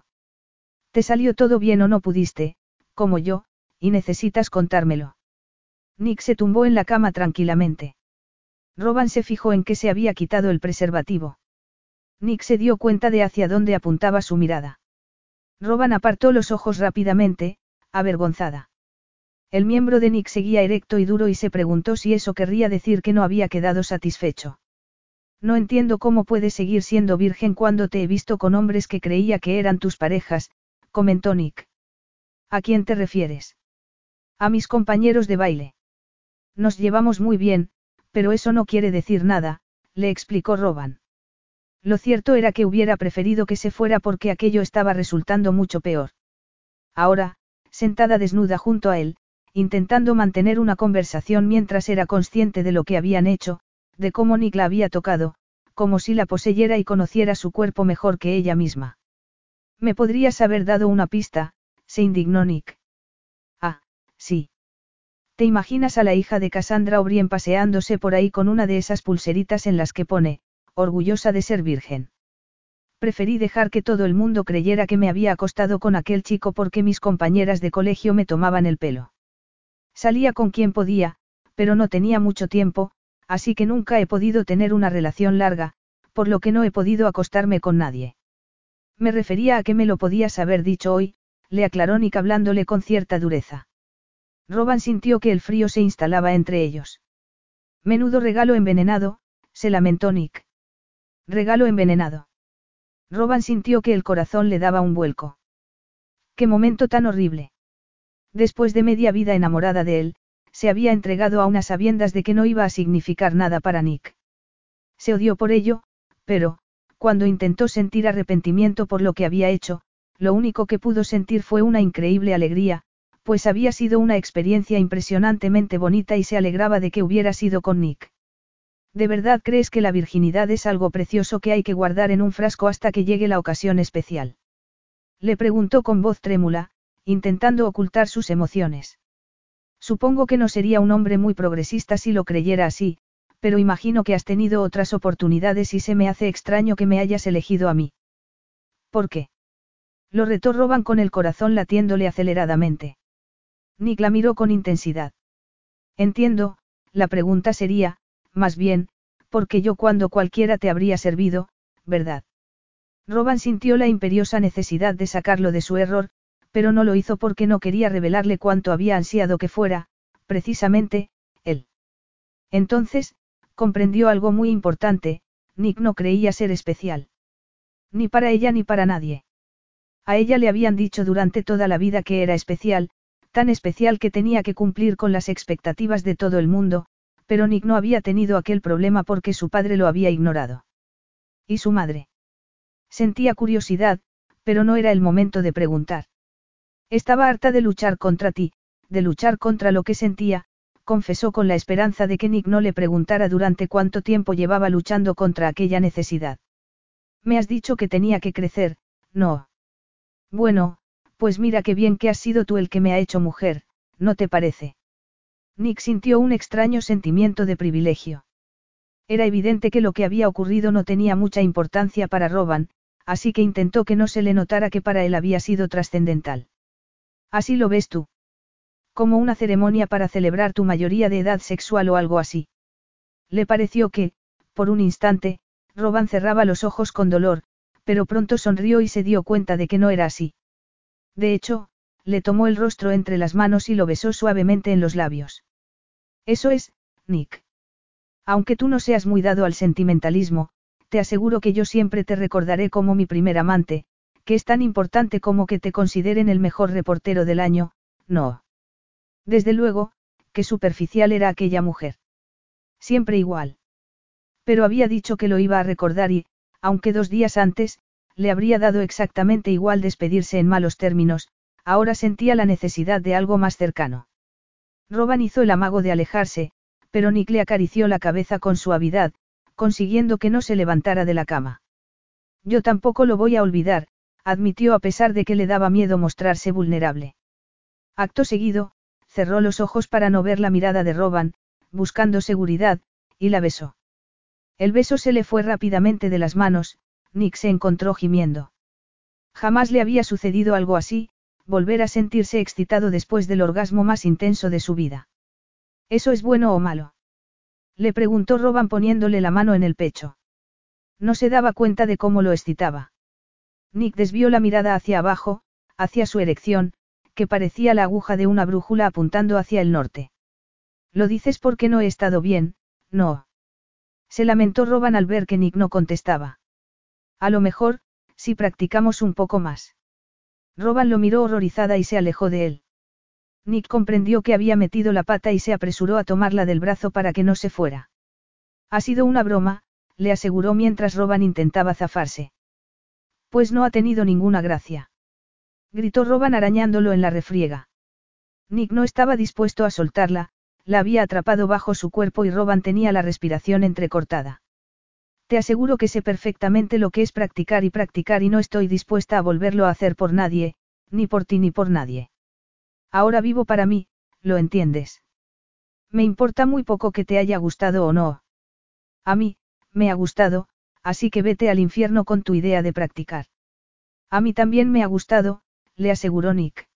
Te salió todo bien o no pudiste, como yo, y necesitas contármelo. Nick se tumbó en la cama tranquilamente. Roban se fijó en que se había quitado el preservativo. Nick se dio cuenta de hacia dónde apuntaba su mirada. Roban apartó los ojos rápidamente, avergonzada. El miembro de Nick seguía erecto y duro y se preguntó si eso querría decir que no había quedado satisfecho. No entiendo cómo puedes seguir siendo virgen cuando te he visto con hombres que creía que eran tus parejas, comentó Nick. ¿A quién te refieres? A mis compañeros de baile. Nos llevamos muy bien, pero eso no quiere decir nada, le explicó Roban. Lo cierto era que hubiera preferido que se fuera porque aquello estaba resultando mucho peor. Ahora, sentada desnuda junto a él, intentando mantener una conversación mientras era consciente de lo que habían hecho, de cómo Nick la había tocado, como si la poseyera y conociera su cuerpo mejor que ella misma. Me podrías haber dado una pista, se indignó Nick. Ah, sí. ¿Te imaginas a la hija de Cassandra O'Brien paseándose por ahí con una de esas pulseritas en las que pone, orgullosa de ser virgen? Preferí dejar que todo el mundo creyera que me había acostado con aquel chico porque mis compañeras de colegio me tomaban el pelo. Salía con quien podía, pero no tenía mucho tiempo, así que nunca he podido tener una relación larga, por lo que no he podido acostarme con nadie. Me refería a que me lo podías haber dicho hoy, le aclaró Nick hablándole con cierta dureza. Roban sintió que el frío se instalaba entre ellos. Menudo regalo envenenado, se lamentó Nick. Regalo envenenado. Roban sintió que el corazón le daba un vuelco. ¡Qué momento tan horrible! Después de media vida enamorada de él, se había entregado a unas sabiendas de que no iba a significar nada para Nick. Se odió por ello, pero, cuando intentó sentir arrepentimiento por lo que había hecho, lo único que pudo sentir fue una increíble alegría, pues había sido una experiencia impresionantemente bonita y se alegraba de que hubiera sido con Nick. ¿De verdad crees que la virginidad es algo precioso que hay que guardar en un frasco hasta que llegue la ocasión especial? Le preguntó con voz trémula, intentando ocultar sus emociones. Supongo que no sería un hombre muy progresista si lo creyera así, pero imagino que has tenido otras oportunidades y se me hace extraño que me hayas elegido a mí. ¿Por qué? Lo retó Roban con el corazón latiéndole aceleradamente. Nick la miró con intensidad. Entiendo, la pregunta sería, más bien, porque yo cuando cualquiera te habría servido, ¿verdad? Roban sintió la imperiosa necesidad de sacarlo de su error, pero no lo hizo porque no quería revelarle cuánto había ansiado que fuera, precisamente, él. Entonces, comprendió algo muy importante: Nick no creía ser especial. Ni para ella ni para nadie. A ella le habían dicho durante toda la vida que era especial, tan especial que tenía que cumplir con las expectativas de todo el mundo, pero Nick no había tenido aquel problema porque su padre lo había ignorado. ¿Y su madre? Sentía curiosidad, pero no era el momento de preguntar. Estaba harta de luchar contra ti, de luchar contra lo que sentía, confesó con la esperanza de que Nick no le preguntara durante cuánto tiempo llevaba luchando contra aquella necesidad. Me has dicho que tenía que crecer, ¿no? Bueno, pues mira qué bien que has sido tú el que me ha hecho mujer, ¿no te parece? Nick sintió un extraño sentimiento de privilegio. Era evidente que lo que había ocurrido no tenía mucha importancia para Roban, así que intentó que no se le notara que para él había sido trascendental. ¿Así lo ves tú? Como una ceremonia para celebrar tu mayoría de edad sexual o algo así. Le pareció que, por un instante, Roban cerraba los ojos con dolor, pero pronto sonrió y se dio cuenta de que no era así. De hecho, le tomó el rostro entre las manos y lo besó suavemente en los labios. Eso es, Nick. Aunque tú no seas muy dado al sentimentalismo, te aseguro que yo siempre te recordaré como mi primer amante, que es tan importante como que te consideren el mejor reportero del año, no. Desde luego, qué superficial era aquella mujer. Siempre igual. Pero había dicho que lo iba a recordar y, aunque dos días antes, le habría dado exactamente igual despedirse en malos términos, ahora sentía la necesidad de algo más cercano. Roban hizo el amago de alejarse, pero Nick le acarició la cabeza con suavidad, consiguiendo que no se levantara de la cama. Yo tampoco lo voy a olvidar, admitió a pesar de que le daba miedo mostrarse vulnerable. Acto seguido, cerró los ojos para no ver la mirada de Roban, buscando seguridad, y la besó. El beso se le fue rápidamente de las manos, Nick se encontró gimiendo. Jamás le había sucedido algo así, volver a sentirse excitado después del orgasmo más intenso de su vida. ¿Eso es bueno o malo? Le preguntó Roban poniéndole la mano en el pecho. No se daba cuenta de cómo lo excitaba. Nick desvió la mirada hacia abajo, hacia su erección, que parecía la aguja de una brújula apuntando hacia el norte. Lo dices porque no he estado bien, no. Se lamentó Roban al ver que Nick no contestaba. A lo mejor, si practicamos un poco más. Roban lo miró horrorizada y se alejó de él. Nick comprendió que había metido la pata y se apresuró a tomarla del brazo para que no se fuera. Ha sido una broma, le aseguró mientras Roban intentaba zafarse. Pues no ha tenido ninguna gracia. Gritó Roban arañándolo en la refriega. Nick no estaba dispuesto a soltarla, la había atrapado bajo su cuerpo y Roban tenía la respiración entrecortada. Te aseguro que sé perfectamente lo que es practicar y practicar y no estoy dispuesta a volverlo a hacer por nadie, ni por ti ni por nadie. Ahora vivo para mí, ¿lo entiendes? Me importa muy poco que te haya gustado o no. A mí, me ha gustado, así que vete al infierno con tu idea de practicar. A mí también me ha gustado, le aseguró Nick.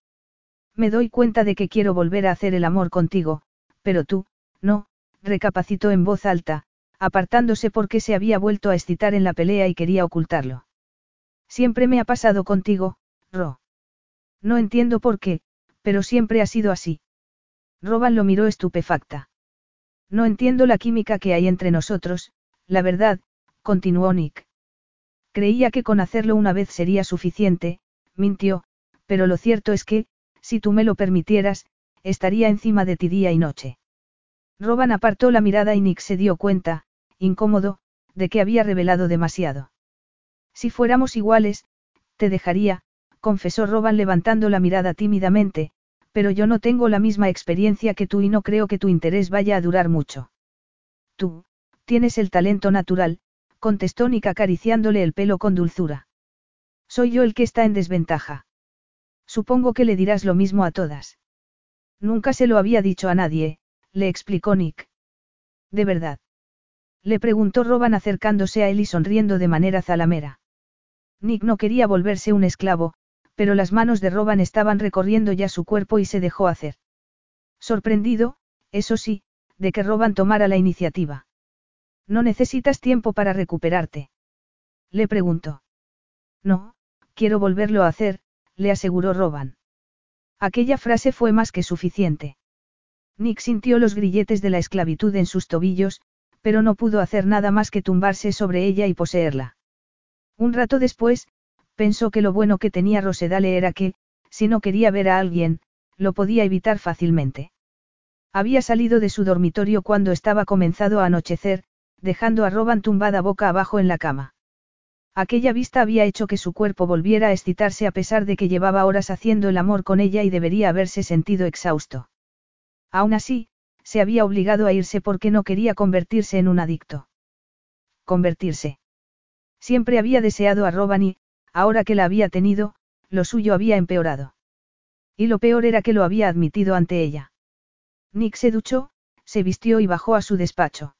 Me doy cuenta de que quiero volver a hacer el amor contigo, pero tú, no, recapacitó en voz alta, apartándose porque se había vuelto a excitar en la pelea y quería ocultarlo. Siempre me ha pasado contigo, Ro. No entiendo por qué, pero siempre ha sido así. Roban lo miró estupefacta. No entiendo la química que hay entre nosotros, la verdad, continuó Nick. Creía que con hacerlo una vez sería suficiente, mintió, pero lo cierto es que, si tú me lo permitieras, estaría encima de ti día y noche. Roban apartó la mirada y Nick se dio cuenta, incómodo, de que había revelado demasiado. Si fuéramos iguales, te dejaría, confesó Roban levantando la mirada tímidamente, pero yo no tengo la misma experiencia que tú y no creo que tu interés vaya a durar mucho. Tú, tienes el talento natural, contestó Nick acariciándole el pelo con dulzura. Soy yo el que está en desventaja. Supongo que le dirás lo mismo a todas. Nunca se lo había dicho a nadie, le explicó Nick. ¿De verdad? Le preguntó Roban acercándose a él y sonriendo de manera zalamera. Nick no quería volverse un esclavo, pero las manos de Roban estaban recorriendo ya su cuerpo y se dejó hacer. Sorprendido, eso sí, de que Roban tomara la iniciativa. ¿No necesitas tiempo para recuperarte? Le preguntó. No, quiero volverlo a hacer, le aseguró Roban. Aquella frase fue más que suficiente. Nick sintió los grilletes de la esclavitud en sus tobillos, pero no pudo hacer nada más que tumbarse sobre ella y poseerla. Un rato después, pensó que lo bueno que tenía Rosedale era que, si no quería ver a alguien, lo podía evitar fácilmente. Había salido de su dormitorio cuando estaba comenzado a anochecer, dejando a Roban tumbada boca abajo en la cama. Aquella vista había hecho que su cuerpo volviera a excitarse a pesar de que llevaba horas haciendo el amor con ella y debería haberse sentido exhausto. Aún así, se había obligado a irse porque no quería convertirse en un adicto. Convertirse. Siempre había deseado a Roban y, ahora que la había tenido, lo suyo había empeorado. Y lo peor era que lo había admitido ante ella. Nick se duchó, se vistió y bajó a su despacho.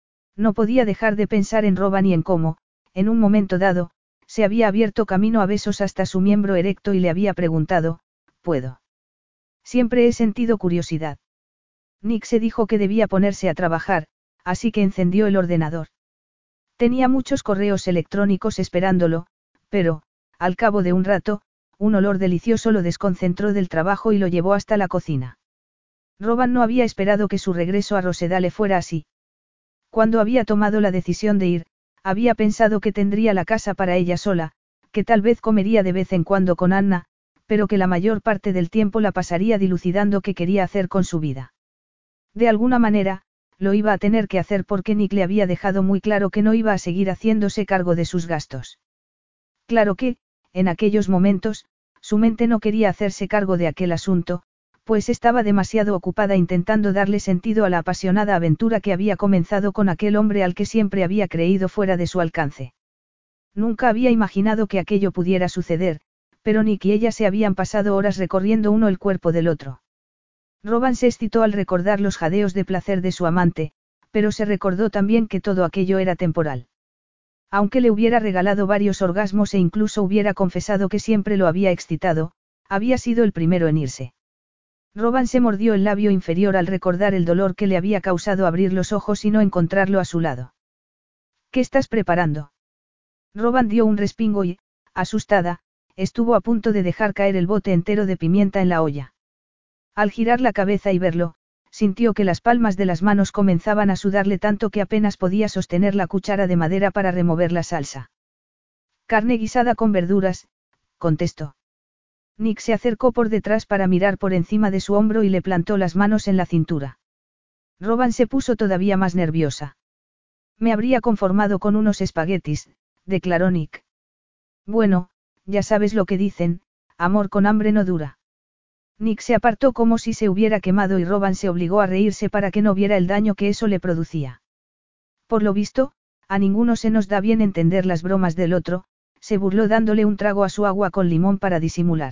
No podía dejar de pensar en Roban y en cómo, en un momento dado, se había abierto camino a besos hasta su miembro erecto y le había preguntado, ¿puedo? Siempre he sentido curiosidad. Nick se dijo que debía ponerse a trabajar, así que encendió el ordenador. Tenía muchos correos electrónicos esperándolo, pero, al cabo de un rato, un olor delicioso lo desconcentró del trabajo y lo llevó hasta la cocina. Roban no había esperado que su regreso a Rosedale fuera así. Cuando había tomado la decisión de ir, había pensado que tendría la casa para ella sola, que tal vez comería de vez en cuando con Anna, pero que la mayor parte del tiempo la pasaría dilucidando qué quería hacer con su vida. De alguna manera, lo iba a tener que hacer porque Nick le había dejado muy claro que no iba a seguir haciéndose cargo de sus gastos. Claro que, en aquellos momentos, su mente no quería hacerse cargo de aquel asunto, pues estaba demasiado ocupada intentando darle sentido a la apasionada aventura que había comenzado con aquel hombre al que siempre había creído fuera de su alcance. Nunca había imaginado que aquello pudiera suceder, pero Nick y ella se habían pasado horas recorriendo uno el cuerpo del otro. Roban se excitó al recordar los jadeos de placer de su amante, pero se recordó también que todo aquello era temporal. Aunque le hubiera regalado varios orgasmos e incluso hubiera confesado que siempre lo había excitado, había sido el primero en irse. Roban se mordió el labio inferior al recordar el dolor que le había causado abrir los ojos y no encontrarlo a su lado. ¿Qué estás preparando? Roban dio un respingo y, asustada, estuvo a punto de dejar caer el bote entero de pimienta en la olla. Al girar la cabeza y verlo, sintió que las palmas de las manos comenzaban a sudarle tanto que apenas podía sostener la cuchara de madera para remover la salsa. Carne guisada con verduras, contestó. Nick se acercó por detrás para mirar por encima de su hombro y le plantó las manos en la cintura. Roban se puso todavía más nerviosa. Me habría conformado con unos espaguetis, declaró Nick. Bueno, ya sabes lo que dicen, amor con hambre no dura. Nick se apartó como si se hubiera quemado y Roban se obligó a reírse para que no viera el daño que eso le producía. Por lo visto, a ninguno se nos da bien entender las bromas del otro, se burló dándole un trago a su agua con limón para disimular.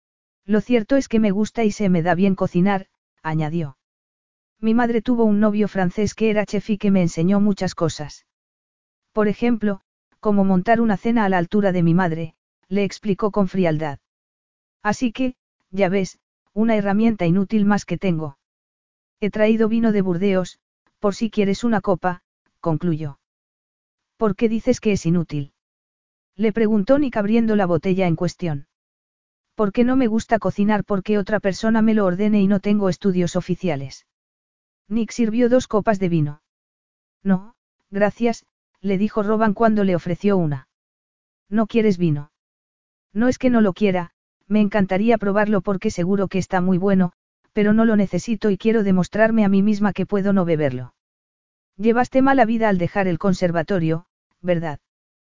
Lo cierto es que me gusta y se me da bien cocinar, añadió. Mi madre tuvo un novio francés que era chef y que me enseñó muchas cosas. Por ejemplo, cómo montar una cena a la altura de mi madre, le explicó con frialdad. Así que, ya ves, una herramienta inútil más que tengo. He traído vino de Burdeos, por si quieres una copa, concluyó. ¿Por qué dices que es inútil? Le preguntó Nick abriendo la botella en cuestión. Porque no me gusta cocinar porque otra persona me lo ordene y no tengo estudios oficiales. Nick sirvió dos copas de vino. No, gracias, le dijo Roban cuando le ofreció una. ¿No quieres vino? No es que no lo quiera, me encantaría probarlo porque seguro que está muy bueno, pero no lo necesito y quiero demostrarme a mí misma que puedo no beberlo. Llevaste mala vida al dejar el conservatorio, ¿verdad?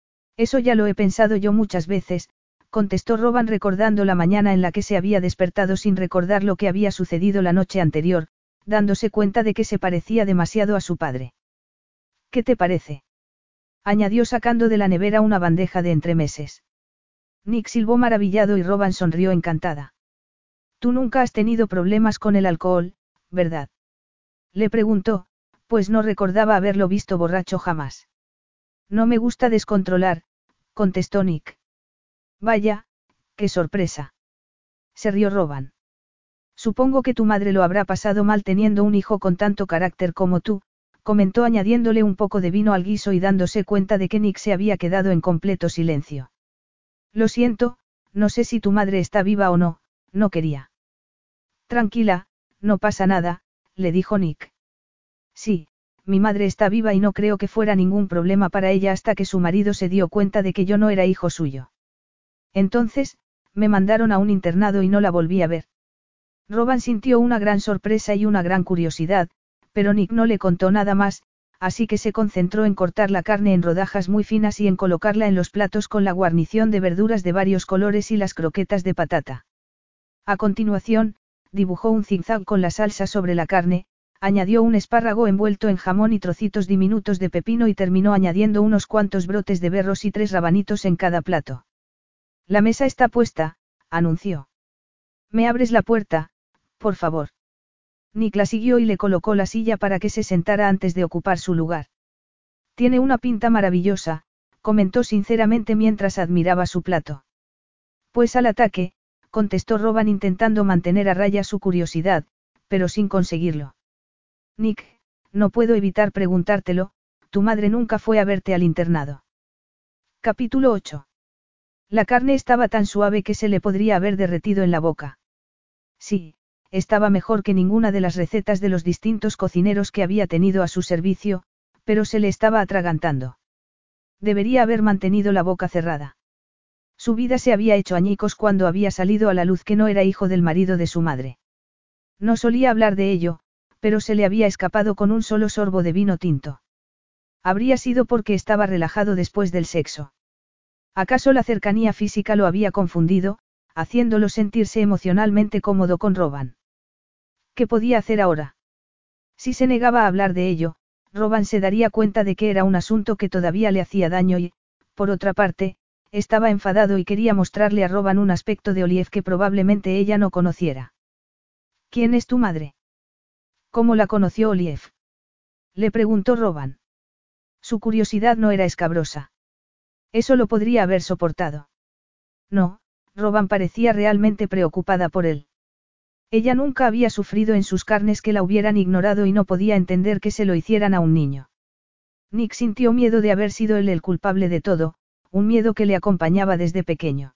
Eso ya lo he pensado yo muchas veces, contestó Roban recordando la mañana en la que se había despertado sin recordar lo que había sucedido la noche anterior, dándose cuenta de que se parecía demasiado a su padre. ¿Qué te parece? Añadió sacando de la nevera una bandeja de entremeses. Nick silbó maravillado y Roban sonrió encantada. Tú nunca has tenido problemas con el alcohol, ¿verdad? Le preguntó, pues no recordaba haberlo visto borracho jamás. No me gusta descontrolar, contestó Nick. Vaya, qué sorpresa. Se rió Roban. Supongo que tu madre lo habrá pasado mal teniendo un hijo con tanto carácter como tú, comentó añadiéndole un poco de vino al guiso y dándose cuenta de que Nick se había quedado en completo silencio. Lo siento, no sé si tu madre está viva o no, no quería. Tranquila, no pasa nada, le dijo Nick. Sí, mi madre está viva y no creo que fuera ningún problema para ella hasta que su marido se dio cuenta de que yo no era hijo suyo. Entonces, me mandaron a un internado y no la volví a ver. Roban sintió una gran sorpresa y una gran curiosidad, pero Nick no le contó nada más, así que se concentró en cortar la carne en rodajas muy finas y en colocarla en los platos con la guarnición de verduras de varios colores y las croquetas de patata. A continuación, dibujó un zigzag con la salsa sobre la carne, añadió un espárrago envuelto en jamón y trocitos diminutos de pepino y terminó añadiendo unos cuantos brotes de berros y tres rabanitos en cada plato. La mesa está puesta, anunció. ¿Me abres la puerta, por favor? Nick la siguió y le colocó la silla para que se sentara antes de ocupar su lugar. Tiene una pinta maravillosa, comentó sinceramente mientras admiraba su plato. Pues al ataque, contestó Roban intentando mantener a raya su curiosidad, pero sin conseguirlo. Nick, no puedo evitar preguntártelo, tu madre nunca fue a verte al internado. Capítulo ocho. La carne estaba tan suave que se le podría haber derretido en la boca. Sí, estaba mejor que ninguna de las recetas de los distintos cocineros que había tenido a su servicio, pero se le estaba atragantando. Debería haber mantenido la boca cerrada. Su vida se había hecho añicos cuando había salido a la luz que no era hijo del marido de su madre. No solía hablar de ello, pero se le había escapado con un solo sorbo de vino tinto. Habría sido porque estaba relajado después del sexo. ¿Acaso la cercanía física lo había confundido, haciéndolo sentirse emocionalmente cómodo con Roban? ¿Qué podía hacer ahora? Si se negaba a hablar de ello, Roban se daría cuenta de que era un asunto que todavía le hacía daño y, por otra parte, estaba enfadado y quería mostrarle a Roban un aspecto de Olive que probablemente ella no conociera. ¿Quién es tu madre? ¿Cómo la conoció Olive? Le preguntó Roban. Su curiosidad no era escabrosa. Eso lo podría haber soportado. No, Roban parecía realmente preocupada por él. Ella nunca había sufrido en sus carnes que la hubieran ignorado y no podía entender que se lo hicieran a un niño. Nick sintió miedo de haber sido él el culpable de todo, un miedo que le acompañaba desde pequeño.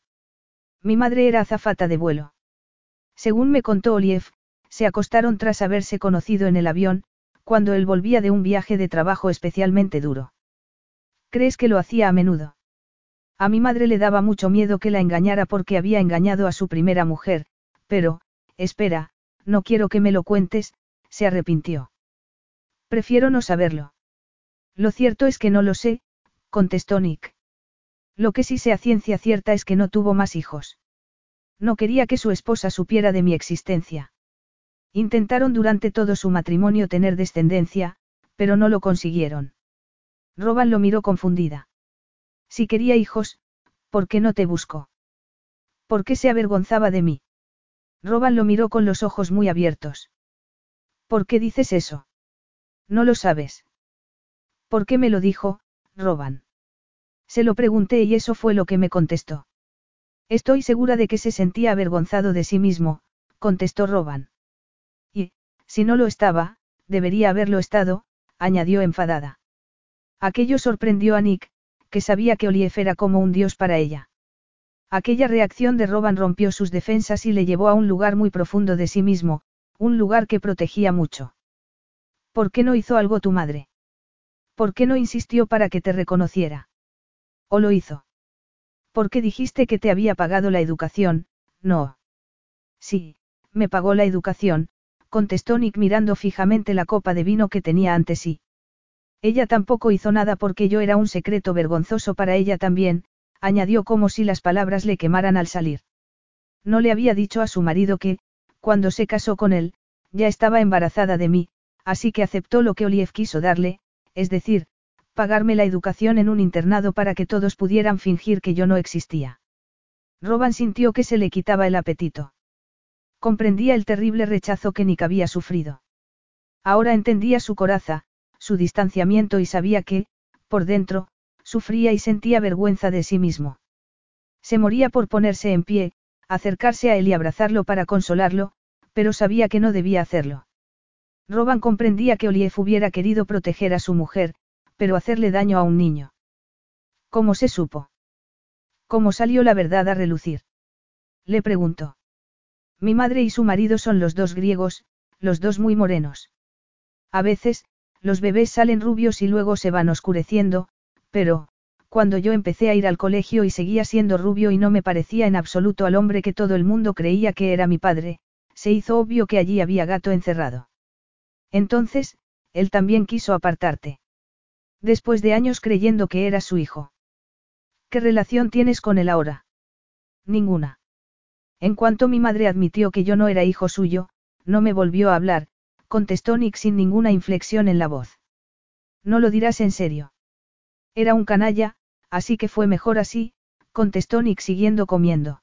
Mi madre era azafata de vuelo. Según me contó Olive, se acostaron tras haberse conocido en el avión, cuando él volvía de un viaje de trabajo especialmente duro. ¿Crees que lo hacía a menudo? A mi madre le daba mucho miedo que la engañara porque había engañado a su primera mujer, pero, espera, no quiero que me lo cuentes, se arrepintió. Prefiero no saberlo. Lo cierto es que no lo sé, contestó Nick. Lo que sí sé a ciencia cierta es que no tuvo más hijos. No quería que su esposa supiera de mi existencia. Intentaron durante todo su matrimonio tener descendencia, pero no lo consiguieron. Roban lo miró confundida. Si quería hijos, ¿por qué no te buscó? ¿Por qué se avergonzaba de mí? Roban lo miró con los ojos muy abiertos. ¿Por qué dices eso? No lo sabes. ¿Por qué me lo dijo, Roban? Se lo pregunté y eso fue lo que me contestó. Estoy segura de que se sentía avergonzado de sí mismo, contestó Roban. Y, si no lo estaba, debería haberlo estado, añadió enfadada. Aquello sorprendió a Nick, que sabía que Olive era como un dios para ella. Aquella reacción de Roban rompió sus defensas y le llevó a un lugar muy profundo de sí mismo, un lugar que protegía mucho. ¿Por qué no hizo algo tu madre? ¿Por qué no insistió para que te reconociera? ¿O lo hizo? ¿Por qué dijiste que te había pagado la educación? No. Sí, me pagó la educación, contestó Nick mirando fijamente la copa de vino que tenía ante sí. Ella tampoco hizo nada porque yo era un secreto vergonzoso para ella también, añadió como si las palabras le quemaran al salir. No le había dicho a su marido que, cuando se casó con él, ya estaba embarazada de mí, así que aceptó lo que Olive quiso darle, es decir, pagarme la educación en un internado para que todos pudieran fingir que yo no existía. Roban sintió que se le quitaba el apetito. Comprendía el terrible rechazo que Nick había sufrido. Ahora entendía su coraza, su distanciamiento y sabía que, por dentro, sufría y sentía vergüenza de sí mismo. Se moría por ponerse en pie, acercarse a él y abrazarlo para consolarlo, pero sabía que no debía hacerlo. Roban comprendía que Olive hubiera querido proteger a su mujer, pero hacerle daño a un niño. ¿Cómo se supo? ¿Cómo salió la verdad a relucir? Le preguntó. Mi madre y su marido son los dos griegos, los dos muy morenos. A veces, los bebés salen rubios y luego se van oscureciendo, pero, cuando yo empecé a ir al colegio y seguía siendo rubio y no me parecía en absoluto al hombre que todo el mundo creía que era mi padre, se hizo obvio que allí había gato encerrado. Entonces, él también quiso apartarte. Después de años creyendo que era su hijo. ¿Qué relación tienes con él ahora? Ninguna. En cuanto mi madre admitió que yo no era hijo suyo, no me volvió a hablar, contestó Nick sin ninguna inflexión en la voz. No lo dirás en serio. Era un canalla, así que fue mejor así, contestó Nick siguiendo comiendo.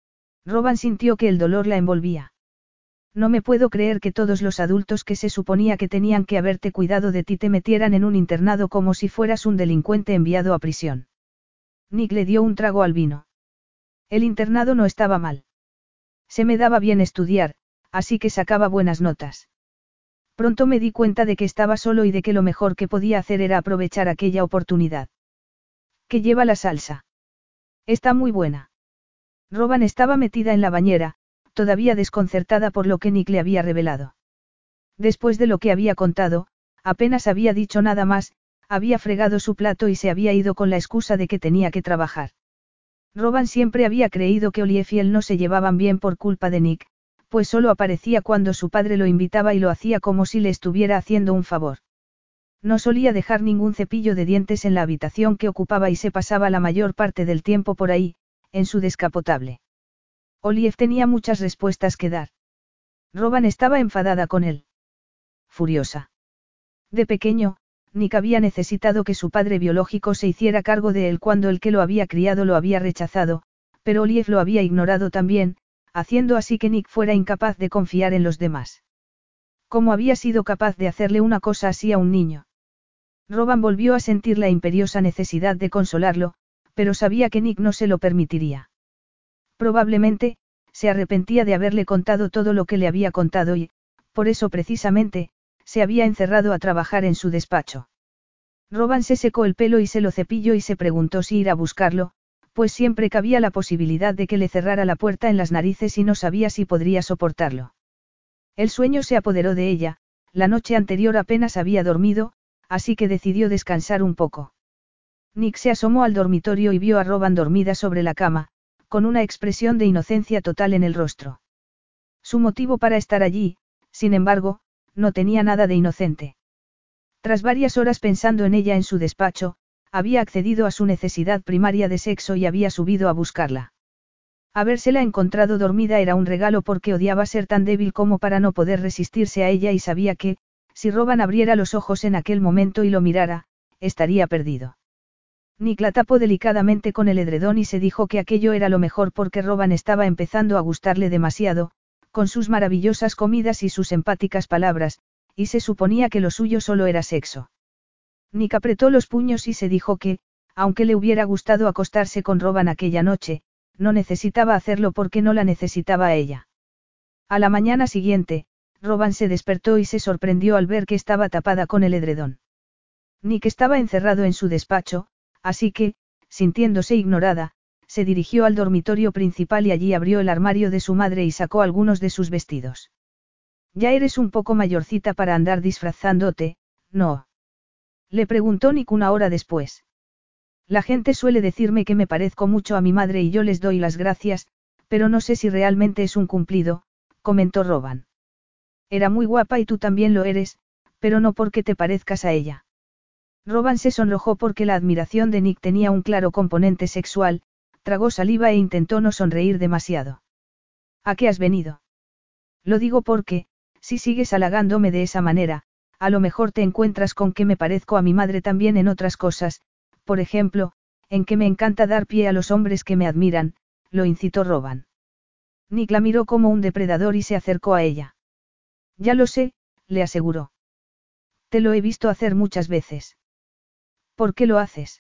Roban sintió que el dolor la envolvía. No me puedo creer que todos los adultos que se suponía que tenían que haberte cuidado de ti te metieran en un internado como si fueras un delincuente enviado a prisión. Nick le dio un trago al vino. El internado no estaba mal. Se me daba bien estudiar, así que sacaba buenas notas. Pronto me di cuenta de que estaba solo y de que lo mejor que podía hacer era aprovechar aquella oportunidad. ¿Qué lleva la salsa? Está muy buena. Roban estaba metida en la bañera, todavía desconcertada por lo que Nick le había revelado. Después de lo que había contado, apenas había dicho nada más, había fregado su plato y se había ido con la excusa de que tenía que trabajar. Roban siempre había creído que Olive y él no se llevaban bien por culpa de Nick, pues solo aparecía cuando su padre lo invitaba y lo hacía como si le estuviera haciendo un favor. No solía dejar ningún cepillo de dientes en la habitación que ocupaba y se pasaba la mayor parte del tiempo por ahí, en su descapotable. Olive tenía muchas respuestas que dar. Roban estaba enfadada con él. Furiosa. De pequeño, Nick había necesitado que su padre biológico se hiciera cargo de él cuando el que lo había criado lo había rechazado, pero Olive lo había ignorado también, haciendo así que Nick fuera incapaz de confiar en los demás. ¿Cómo había sido capaz de hacerle una cosa así a un niño? Roban volvió a sentir la imperiosa necesidad de consolarlo, pero sabía que Nick no se lo permitiría. Probablemente, se arrepentía de haberle contado todo lo que le había contado y, por eso precisamente, se había encerrado a trabajar en su despacho. Roban se secó el pelo y se lo cepilló y se preguntó si ir a buscarlo, pues siempre cabía la posibilidad de que le cerrara la puerta en las narices y no sabía si podría soportarlo. El sueño se apoderó de ella, la noche anterior apenas había dormido, así que decidió descansar un poco. Nick se asomó al dormitorio y vio a Roban dormida sobre la cama, con una expresión de inocencia total en el rostro. Su motivo para estar allí, sin embargo, no tenía nada de inocente. Tras varias horas pensando en ella en su despacho, había accedido a su necesidad primaria de sexo y había subido a buscarla. Habérsela encontrado dormida era un regalo porque odiaba ser tan débil como para no poder resistirse a ella y sabía que, si Roban abriera los ojos en aquel momento y lo mirara, estaría perdido. Nick la tapó delicadamente con el edredón y se dijo que aquello era lo mejor porque Roban estaba empezando a gustarle demasiado, con sus maravillosas comidas y sus empáticas palabras, y se suponía que lo suyo solo era sexo. Nick apretó los puños y se dijo que, aunque le hubiera gustado acostarse con Roban aquella noche, no necesitaba hacerlo porque no la necesitaba a ella. A la mañana siguiente, Roban se despertó y se sorprendió al ver que estaba tapada con el edredón. Nick estaba encerrado en su despacho, así que, sintiéndose ignorada, se dirigió al dormitorio principal y allí abrió el armario de su madre y sacó algunos de sus vestidos. Ya eres un poco mayorcita para andar disfrazándote, ¿no? Le preguntó Nick una hora después. La gente suele decirme que me parezco mucho a mi madre y yo les doy las gracias, pero no sé si realmente es un cumplido, comentó Rowan. Era muy guapa y tú también lo eres, pero no porque te parezcas a ella. Rowan se sonrojó porque la admiración de Nick tenía un claro componente sexual, tragó saliva e intentó no sonreír demasiado. ¿A qué has venido? Lo digo porque, si sigues halagándome de esa manera, a lo mejor te encuentras con que me parezco a mi madre también en otras cosas, por ejemplo, en que me encanta dar pie a los hombres que me admiran, lo incitó Rowan. Nick la miró como un depredador y se acercó a ella. Ya lo sé, le aseguró. Te lo he visto hacer muchas veces. ¿Por qué lo haces?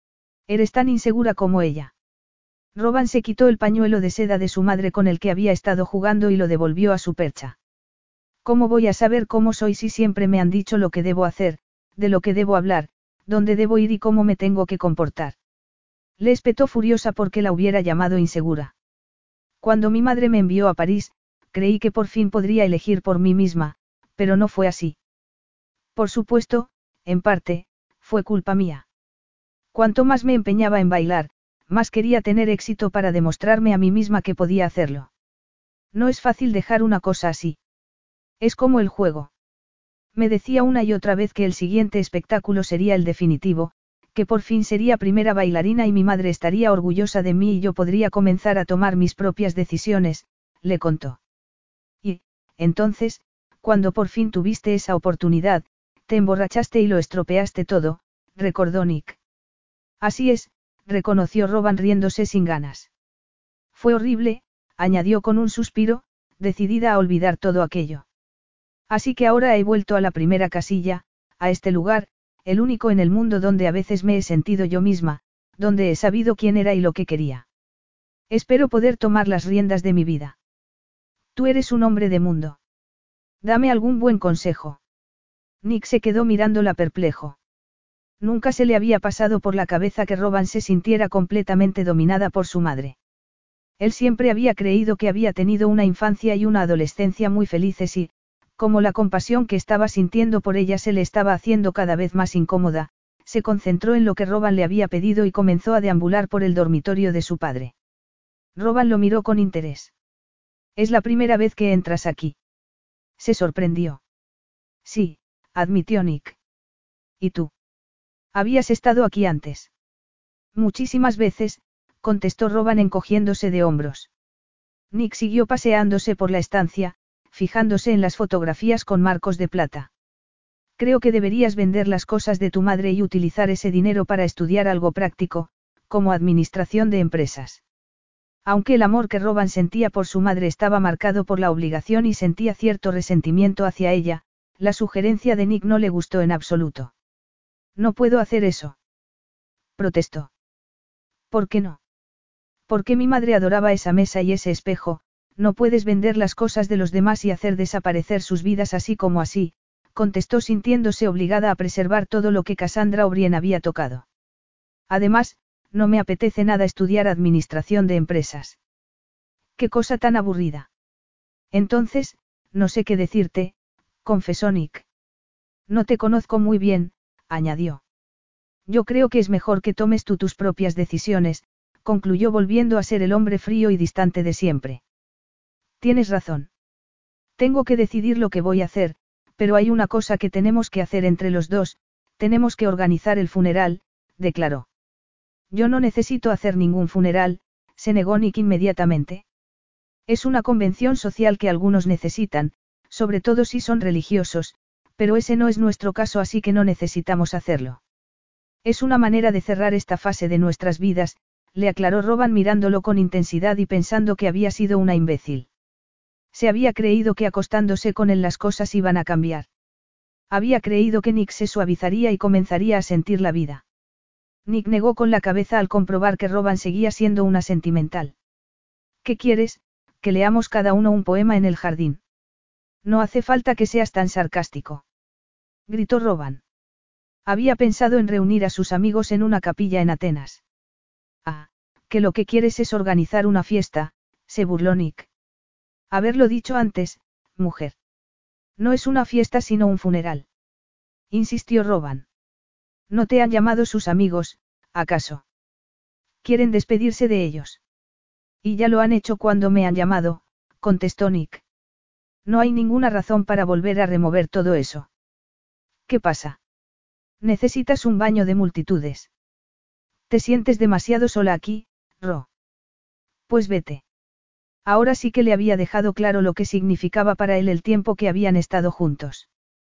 Eres tan insegura como ella. Rowan se quitó el pañuelo de seda de su madre con el que había estado jugando y lo devolvió a su percha. ¿Cómo voy a saber cómo soy si siempre me han dicho lo que debo hacer, de lo que debo hablar, dónde debo ir y cómo me tengo que comportar? Le espetó furiosa porque la hubiera llamado insegura. Cuando mi madre me envió a París, creí que por fin podría elegir por mí misma, pero no fue así. Por supuesto, en parte, fue culpa mía. Cuanto más me empeñaba en bailar, más quería tener éxito para demostrarme a mí misma que podía hacerlo. No es fácil dejar una cosa así. Es como el juego. Me decía una y otra vez que el siguiente espectáculo sería el definitivo, que por fin sería primera bailarina y mi madre estaría orgullosa de mí y yo podría comenzar a tomar mis propias decisiones, le contó. Y, entonces, cuando por fin tuviste esa oportunidad, te emborrachaste y lo estropeaste todo, recordó Nick. Así es, reconoció Rowan riéndose sin ganas. Fue horrible, añadió con un suspiro, decidida a olvidar todo aquello. Así que ahora he vuelto a la primera casilla, a este lugar, el único en el mundo donde a veces me he sentido yo misma, donde he sabido quién era y lo que quería. Espero poder tomar las riendas de mi vida. Tú eres un hombre de mundo. Dame algún buen consejo. Nick se quedó mirándola perplejo. Nunca se le había pasado por la cabeza que Rowan se sintiera completamente dominada por su madre. Él siempre había creído que había tenido una infancia y una adolescencia muy felices y, como la compasión que estaba sintiendo por ella se le estaba haciendo cada vez más incómoda, se concentró en lo que Rowan le había pedido y comenzó a deambular por el dormitorio de su padre. Rowan lo miró con interés. Es la primera vez que entras aquí. Se sorprendió. Sí, admitió Nick. ¿Y tú? ¿Habías estado aquí antes? Muchísimas veces, contestó Rowan encogiéndose de hombros. Nick siguió paseándose por la estancia, fijándose en las fotografías con marcos de plata. Creo que deberías vender las cosas de tu madre y utilizar ese dinero para estudiar algo práctico, como administración de empresas. Aunque el amor que Rowan sentía por su madre estaba marcado por la obligación y sentía cierto resentimiento hacia ella, la sugerencia de Nick no le gustó en absoluto. No puedo hacer eso. Protestó. ¿Por qué no? Porque mi madre adoraba esa mesa y ese espejo, no puedes vender las cosas de los demás y hacer desaparecer sus vidas así como así, contestó sintiéndose obligada a preservar todo lo que Cassandra O'Brien había tocado. Además, no me apetece nada estudiar administración de empresas. Qué cosa tan aburrida. Entonces, no sé qué decirte, confesó Nick. No te conozco muy bien, añadió. Yo creo que es mejor que tomes tú tus propias decisiones, concluyó volviendo a ser el hombre frío y distante de siempre. Tienes razón. Tengo que decidir lo que voy a hacer, pero hay una cosa que tenemos que hacer entre los dos, tenemos que organizar el funeral, declaró. Yo no necesito hacer ningún funeral, se negó Nick inmediatamente. Es una convención social que algunos necesitan, sobre todo si son religiosos, pero ese no es nuestro caso así que no necesitamos hacerlo. Es una manera de cerrar esta fase de nuestras vidas, le aclaró Rowan mirándolo con intensidad y pensando que había sido una imbécil. Se había creído que acostándose con él las cosas iban a cambiar. Había creído que Nick se suavizaría y comenzaría a sentir la vida. Nick negó con la cabeza al comprobar que Rowan seguía siendo una sentimental. ¿Qué quieres? Que leamos cada uno un poema en el jardín. No hace falta que seas tan sarcástico. Gritó Rowan. Había pensado en reunir a sus amigos en una capilla en Atenas. Ah, Que lo que quieres es organizar una fiesta, se burló Nick. Haberlo dicho antes, mujer. No es una fiesta sino un funeral. Insistió Roban. ¿No te han llamado sus amigos, acaso? Quieren despedirse de ellos. Y ya lo han hecho cuando me han llamado, contestó Nick. No hay ninguna razón para volver a remover todo eso. ¿Qué pasa? Necesitas un baño de multitudes. Te sientes demasiado sola aquí, Ro. Pues vete. Ahora sí que le había dejado claro lo que significaba para él el tiempo que habían estado juntos.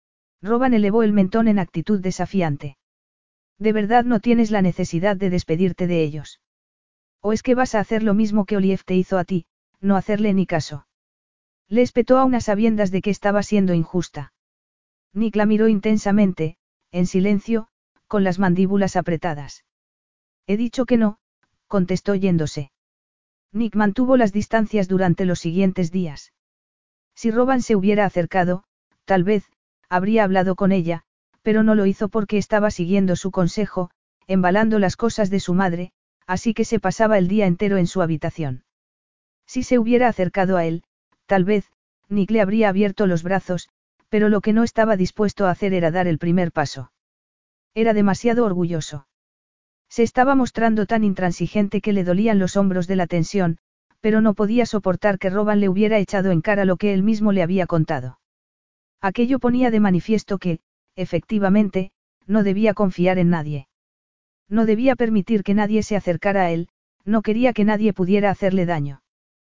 Roban elevó el mentón en actitud desafiante. ¿De verdad no tienes la necesidad de despedirte de ellos? ¿O es que vas a hacer lo mismo que Olive te hizo a ti, no hacerle ni caso? Le espetó a unas sabiendas de que estaba siendo injusta. Nick la miró intensamente, en silencio, con las mandíbulas apretadas. He dicho que no, contestó yéndose. Nick mantuvo las distancias durante los siguientes días. Si Roban se hubiera acercado, tal vez, habría hablado con ella, pero no lo hizo porque estaba siguiendo su consejo, embalando las cosas de su madre, así que se pasaba el día entero en su habitación. Si se hubiera acercado a él, tal vez, Nick le habría abierto los brazos, pero lo que no estaba dispuesto a hacer era dar el primer paso. Era demasiado orgulloso. Se estaba mostrando tan intransigente que le dolían los hombros de la tensión, pero no podía soportar que Roban le hubiera echado en cara lo que él mismo le había contado. Aquello ponía de manifiesto que, efectivamente, no debía confiar en nadie. No debía permitir que nadie se acercara a él, no quería que nadie pudiera hacerle daño.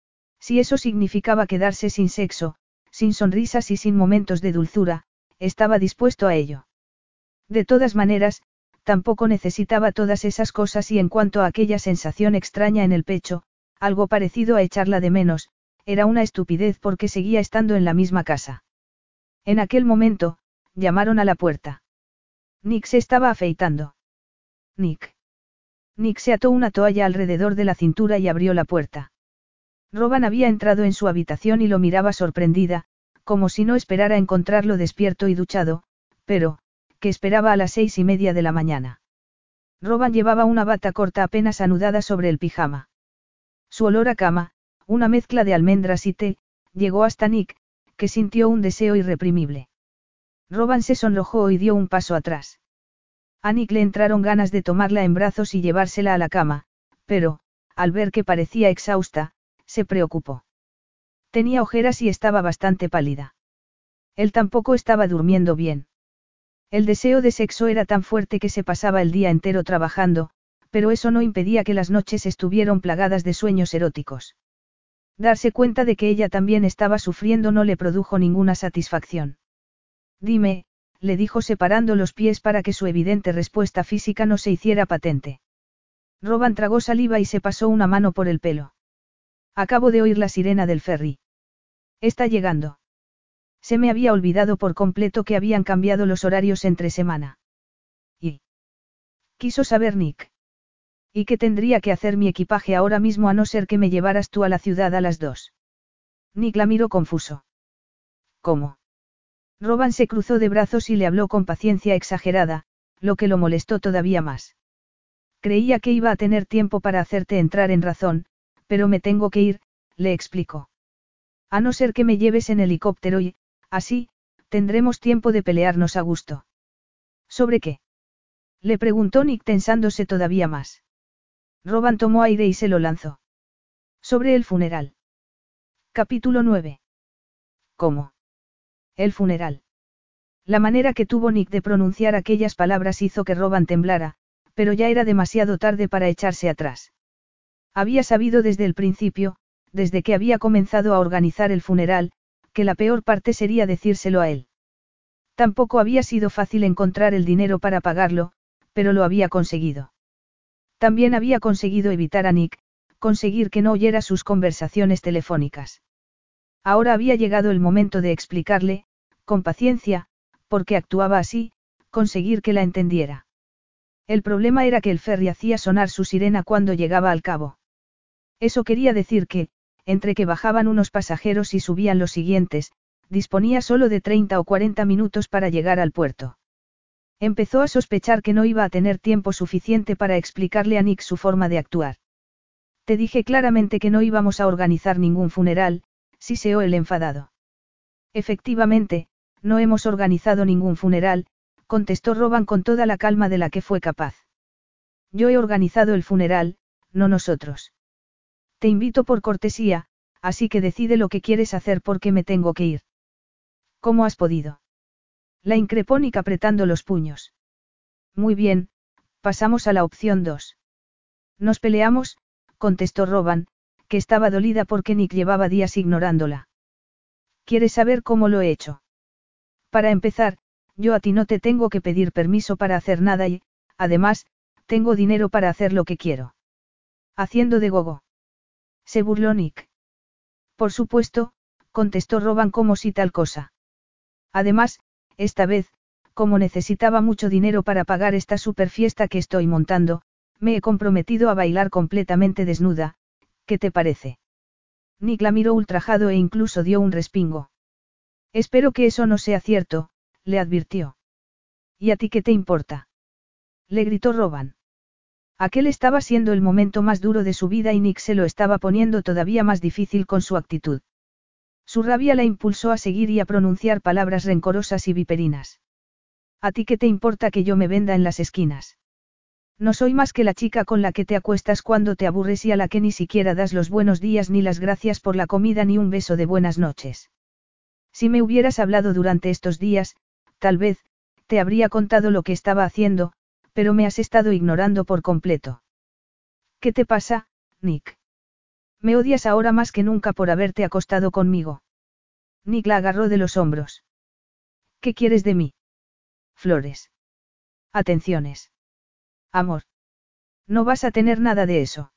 Si eso significaba quedarse sin sexo, sin sonrisas y sin momentos de dulzura, estaba dispuesto a ello. De todas maneras, tampoco necesitaba todas esas cosas y en cuanto a aquella sensación extraña en el pecho, algo parecido a echarla de menos, era una estupidez porque seguía estando en la misma casa. En aquel momento, llamaron a la puerta. Nick se estaba afeitando. Nick. Nick se ató una toalla alrededor de la cintura y abrió la puerta. Roban había entrado en su habitación y lo miraba sorprendida, como si no esperara encontrarlo despierto y duchado, pero, que esperaba a las seis y media de la mañana. Roban llevaba una bata corta apenas anudada sobre el pijama. Su olor a cama, una mezcla de almendras y té, llegó hasta Nick, que sintió un deseo irreprimible. Roban se sonrojó y dio un paso atrás. A Nick le entraron ganas de tomarla en brazos y llevársela a la cama, pero, al ver que parecía exhausta, se preocupó. Tenía ojeras y estaba bastante pálida. Él tampoco estaba durmiendo bien. El deseo de sexo era tan fuerte que se pasaba el día entero trabajando, pero eso no impedía que las noches estuvieran plagadas de sueños eróticos. Darse cuenta de que ella también estaba sufriendo no le produjo ninguna satisfacción. Dime, le dijo separando los pies para que su evidente respuesta física no se hiciera patente. Roban tragó saliva y se pasó una mano por el pelo. Acabo de oír la sirena del ferry. Está llegando. Se me había olvidado por completo que habían cambiado los horarios entre semana. Y... quiso saber Nick. ¿Y qué tendría que hacer mi equipaje ahora mismo a no ser que me llevaras tú a la ciudad a las dos? Nick la miró confuso. ¿Cómo? Roban se cruzó de brazos y le habló con paciencia exagerada, lo que lo molestó todavía más. Creía que iba a tener tiempo para hacerte entrar en razón, pero me tengo que ir, le explicó. A no ser que me lleves en helicóptero y, así, tendremos tiempo de pelearnos a gusto. ¿Sobre qué? Le preguntó Nick tensándose todavía más. Roban tomó aire y se lo lanzó. Sobre el funeral. Capítulo nueve. ¿Cómo? El funeral. La manera que tuvo Nick de pronunciar aquellas palabras hizo que Roban temblara, pero ya era demasiado tarde para echarse atrás. Había sabido desde el principio, desde que había comenzado a organizar el funeral, que la peor parte sería decírselo a él. Tampoco había sido fácil encontrar el dinero para pagarlo, pero lo había conseguido. También había conseguido evitar a Nick, conseguir que no oyera sus conversaciones telefónicas. Ahora había llegado el momento de explicarle, con paciencia, por qué actuaba así, conseguir que la entendiera. El problema era que el ferry hacía sonar su sirena cuando llegaba al cabo. Eso quería decir que, entre que bajaban unos pasajeros y subían los siguientes, disponía solo de treinta o cuarenta minutos para llegar al puerto. Empezó a sospechar que no iba a tener tiempo suficiente para explicarle a Nick su forma de actuar. Te dije claramente que no íbamos a organizar ningún funeral, siseó el enfadado. Efectivamente, no hemos organizado ningún funeral, contestó Roban con toda la calma de la que fue capaz. Yo he organizado el funeral, no nosotros. Te invito por cortesía, así que decide lo que quieres hacer porque me tengo que ir. ¿Cómo has podido? La increpó Nick apretando los puños. Muy bien, pasamos a la opción dos. Nos peleamos, contestó Roban, que estaba dolida porque Nick llevaba días ignorándola. ¿Quieres saber cómo lo he hecho? Para empezar, yo a ti no te tengo que pedir permiso para hacer nada y, además, tengo dinero para hacer lo que quiero. Haciendo de gogo. Se burló Nick. Por supuesto, contestó Roban como si tal cosa. Además, esta vez, como necesitaba mucho dinero para pagar esta super fiesta que estoy montando, me he comprometido a bailar completamente desnuda, ¿qué te parece? Nick la miró ultrajado e incluso dio un respingo. Espero que eso no sea cierto, le advirtió. ¿Y a ti qué te importa? Le gritó Roban. Aquel estaba siendo el momento más duro de su vida y Nick se lo estaba poniendo todavía más difícil con su actitud. Su rabia la impulsó a seguir y a pronunciar palabras rencorosas y viperinas. ¿A ti qué te importa que yo me venda en las esquinas? No soy más que la chica con la que te acuestas cuando te aburres y a la que ni siquiera das los buenos días ni las gracias por la comida ni un beso de buenas noches. Si me hubieras hablado durante estos días, tal vez, te habría contado lo que estaba haciendo, pero me has estado ignorando por completo. ¿Qué te pasa, Nick? Me odias ahora más que nunca por haberte acostado conmigo. Nick la agarró de los hombros. ¿Qué quieres de mí? Flores. Atenciones. Amor. No vas a tener nada de eso.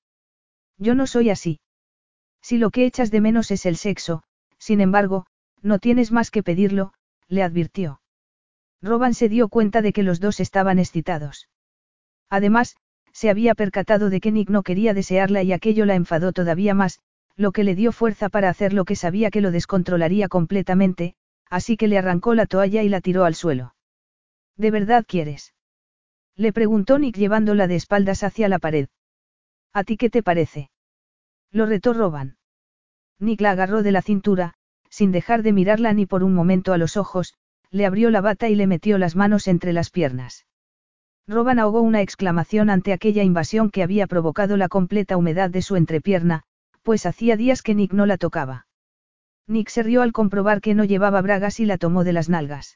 Yo no soy así. Si lo que echas de menos es el sexo, sin embargo, no tienes más que pedirlo, le advirtió. Roban se dio cuenta de que los dos estaban excitados. Además, se había percatado de que Nick no quería desearla y aquello la enfadó todavía más, lo que le dio fuerza para hacer lo que sabía que lo descontrolaría completamente, así que le arrancó la toalla y la tiró al suelo. ¿De verdad quieres? Le preguntó Nick llevándola de espaldas hacia la pared. ¿A ti qué te parece? Lo retó Roban. Nick la agarró de la cintura, sin dejar de mirarla ni por un momento a los ojos, le abrió la bata y le metió las manos entre las piernas. Roban ahogó una exclamación ante aquella invasión que había provocado la completa humedad de su entrepierna, pues hacía días que Nick no la tocaba. Nick se rió al comprobar que no llevaba bragas y la tomó de las nalgas.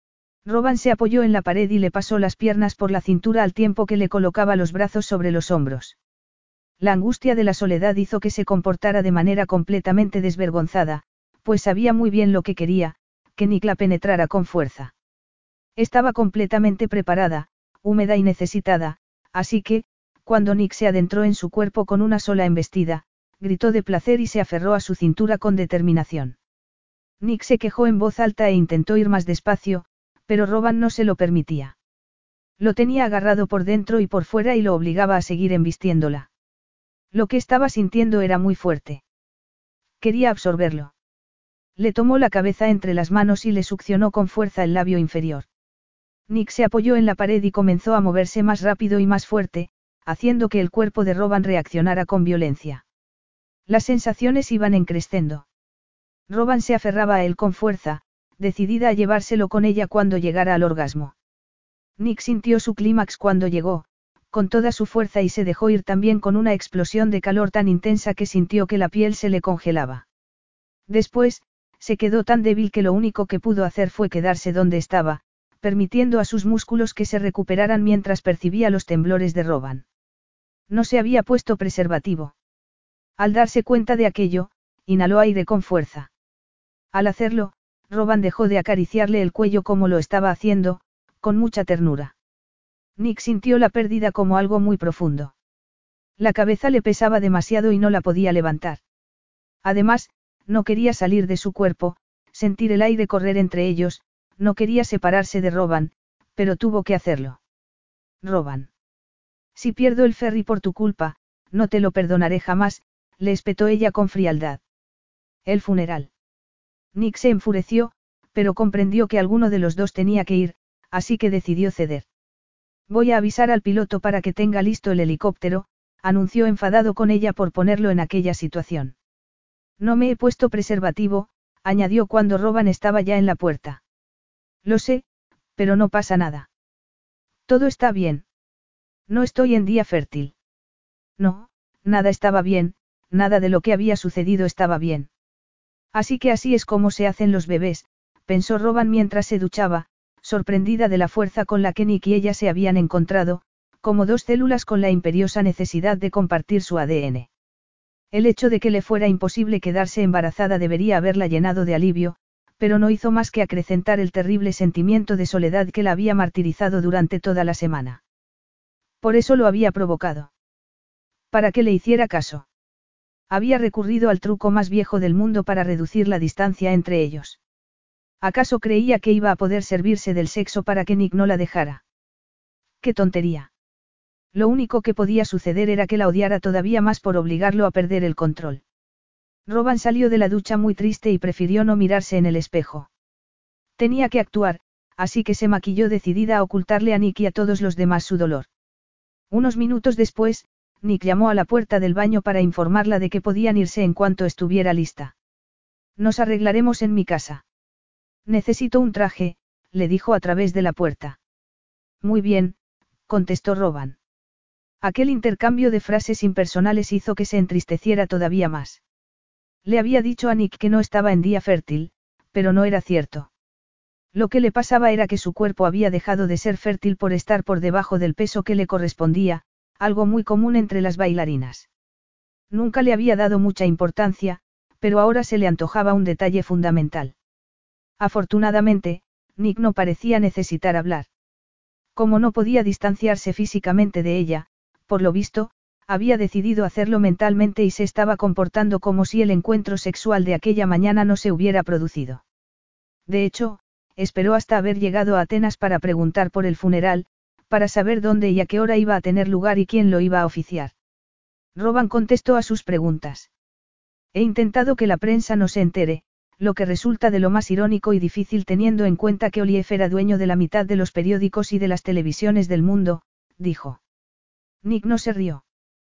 Roban se apoyó en la pared y le pasó las piernas por la cintura al tiempo que le colocaba los brazos sobre los hombros. La angustia de la soledad hizo que se comportara de manera completamente desvergonzada, pues sabía muy bien lo que quería, que Nick la penetrara con fuerza. Estaba completamente preparada, húmeda y necesitada, así que, cuando Nick se adentró en su cuerpo con una sola embestida, gritó de placer y se aferró a su cintura con determinación. Nick se quejó en voz alta e intentó ir más despacio, pero Roban no se lo permitía. Lo tenía agarrado por dentro y por fuera y lo obligaba a seguir embistiéndola. Lo que estaba sintiendo era muy fuerte. Quería absorberlo. Le tomó la cabeza entre las manos y le succionó con fuerza el labio inferior. Nick se apoyó en la pared y comenzó a moverse más rápido y más fuerte, haciendo que el cuerpo de Roban reaccionara con violencia. Las sensaciones iban encreciendo. Roban se aferraba a él con fuerza, decidida a llevárselo con ella cuando llegara al orgasmo. Nick sintió su clímax cuando llegó, con toda su fuerza y se dejó ir también con una explosión de calor tan intensa que sintió que la piel se le congelaba. Después, se quedó tan débil que lo único que pudo hacer fue quedarse donde estaba, permitiendo a sus músculos que se recuperaran mientras percibía los temblores de Roban. No se había puesto preservativo. Al darse cuenta de aquello, inhaló aire con fuerza. Al hacerlo, Roban dejó de acariciarle el cuello como lo estaba haciendo, con mucha ternura. Nick sintió la pérdida como algo muy profundo. La cabeza le pesaba demasiado y no la podía levantar. Además, no quería salir de su cuerpo, sentir el aire correr entre ellos, no quería separarse de Roban, pero tuvo que hacerlo. Roban. Si pierdo el ferry por tu culpa, no te lo perdonaré jamás, le espetó ella con frialdad. El funeral. Nick se enfureció, pero comprendió que alguno de los dos tenía que ir, así que decidió ceder. Voy a avisar al piloto para que tenga listo el helicóptero, anunció enfadado con ella por ponerlo en aquella situación. No me he puesto preservativo, añadió cuando Roban estaba ya en la puerta. Lo sé, pero no pasa nada. Todo está bien. No estoy en día fértil. No, nada estaba bien, nada de lo que había sucedido estaba bien. Así que así es como se hacen los bebés, pensó Roban mientras se duchaba, sorprendida de la fuerza con la que Nick y ella se habían encontrado, como dos células con la imperiosa necesidad de compartir su A D N. El hecho de que le fuera imposible quedarse embarazada debería haberla llenado de alivio, pero no hizo más que acrecentar el terrible sentimiento de soledad que la había martirizado durante toda la semana. Por eso lo había provocado. Para que le hiciera caso. Había recurrido al truco más viejo del mundo para reducir la distancia entre ellos. ¿Acaso creía que iba a poder servirse del sexo para que Nick no la dejara? ¡Qué tontería! Lo único que podía suceder era que la odiara todavía más por obligarlo a perder el control. Roban salió de la ducha muy triste y prefirió no mirarse en el espejo. Tenía que actuar, así que se maquilló decidida a ocultarle a Nick y a todos los demás su dolor. Unos minutos después, Nick llamó a la puerta del baño para informarla de que podían irse en cuanto estuviera lista. Nos arreglaremos en mi casa. Necesito un traje, le dijo a través de la puerta. Muy bien, contestó Roban. Aquel intercambio de frases impersonales hizo que se entristeciera todavía más. Le había dicho a Nick que no estaba en día fértil, pero no era cierto. Lo que le pasaba era que su cuerpo había dejado de ser fértil por estar por debajo del peso que le correspondía, algo muy común entre las bailarinas. Nunca le había dado mucha importancia, pero ahora se le antojaba un detalle fundamental. Afortunadamente, Nick no parecía necesitar hablar. Como no podía distanciarse físicamente de ella, por lo visto, había decidido hacerlo mentalmente y se estaba comportando como si el encuentro sexual de aquella mañana no se hubiera producido. De hecho, esperó hasta haber llegado a Atenas para preguntar por el funeral, para saber dónde y a qué hora iba a tener lugar y quién lo iba a oficiar. Roban contestó a sus preguntas. He intentado que la prensa no se entere, lo que resulta de lo más irónico y difícil teniendo en cuenta que Olief era dueño de la mitad de los periódicos y de las televisiones del mundo, dijo. Nick no se rió.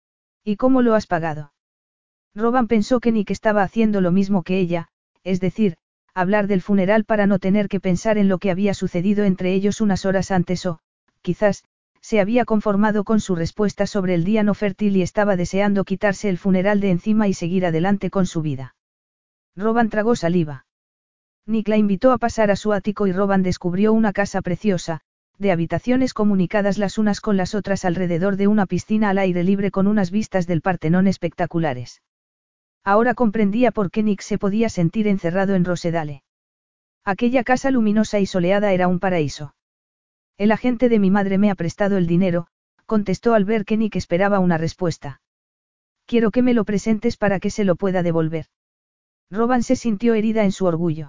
¿Y cómo lo has pagado? Roban pensó que Nick estaba haciendo lo mismo que ella, es decir, hablar del funeral para no tener que pensar en lo que había sucedido entre ellos unas horas antes o, quizás, se había conformado con su respuesta sobre el día no fértil y estaba deseando quitarse el funeral de encima y seguir adelante con su vida. Roban tragó saliva. Nick la invitó a pasar a su ático y Roban descubrió una casa preciosa, de habitaciones comunicadas las unas con las otras alrededor de una piscina al aire libre con unas vistas del Partenón espectaculares. Ahora comprendía por qué Nick se podía sentir encerrado en Rosedale. Aquella casa luminosa y soleada era un paraíso. El agente de mi madre me ha prestado el dinero, contestó al ver que Nick esperaba una respuesta. Quiero que me lo presentes para que se lo pueda devolver. Roban se sintió herida en su orgullo.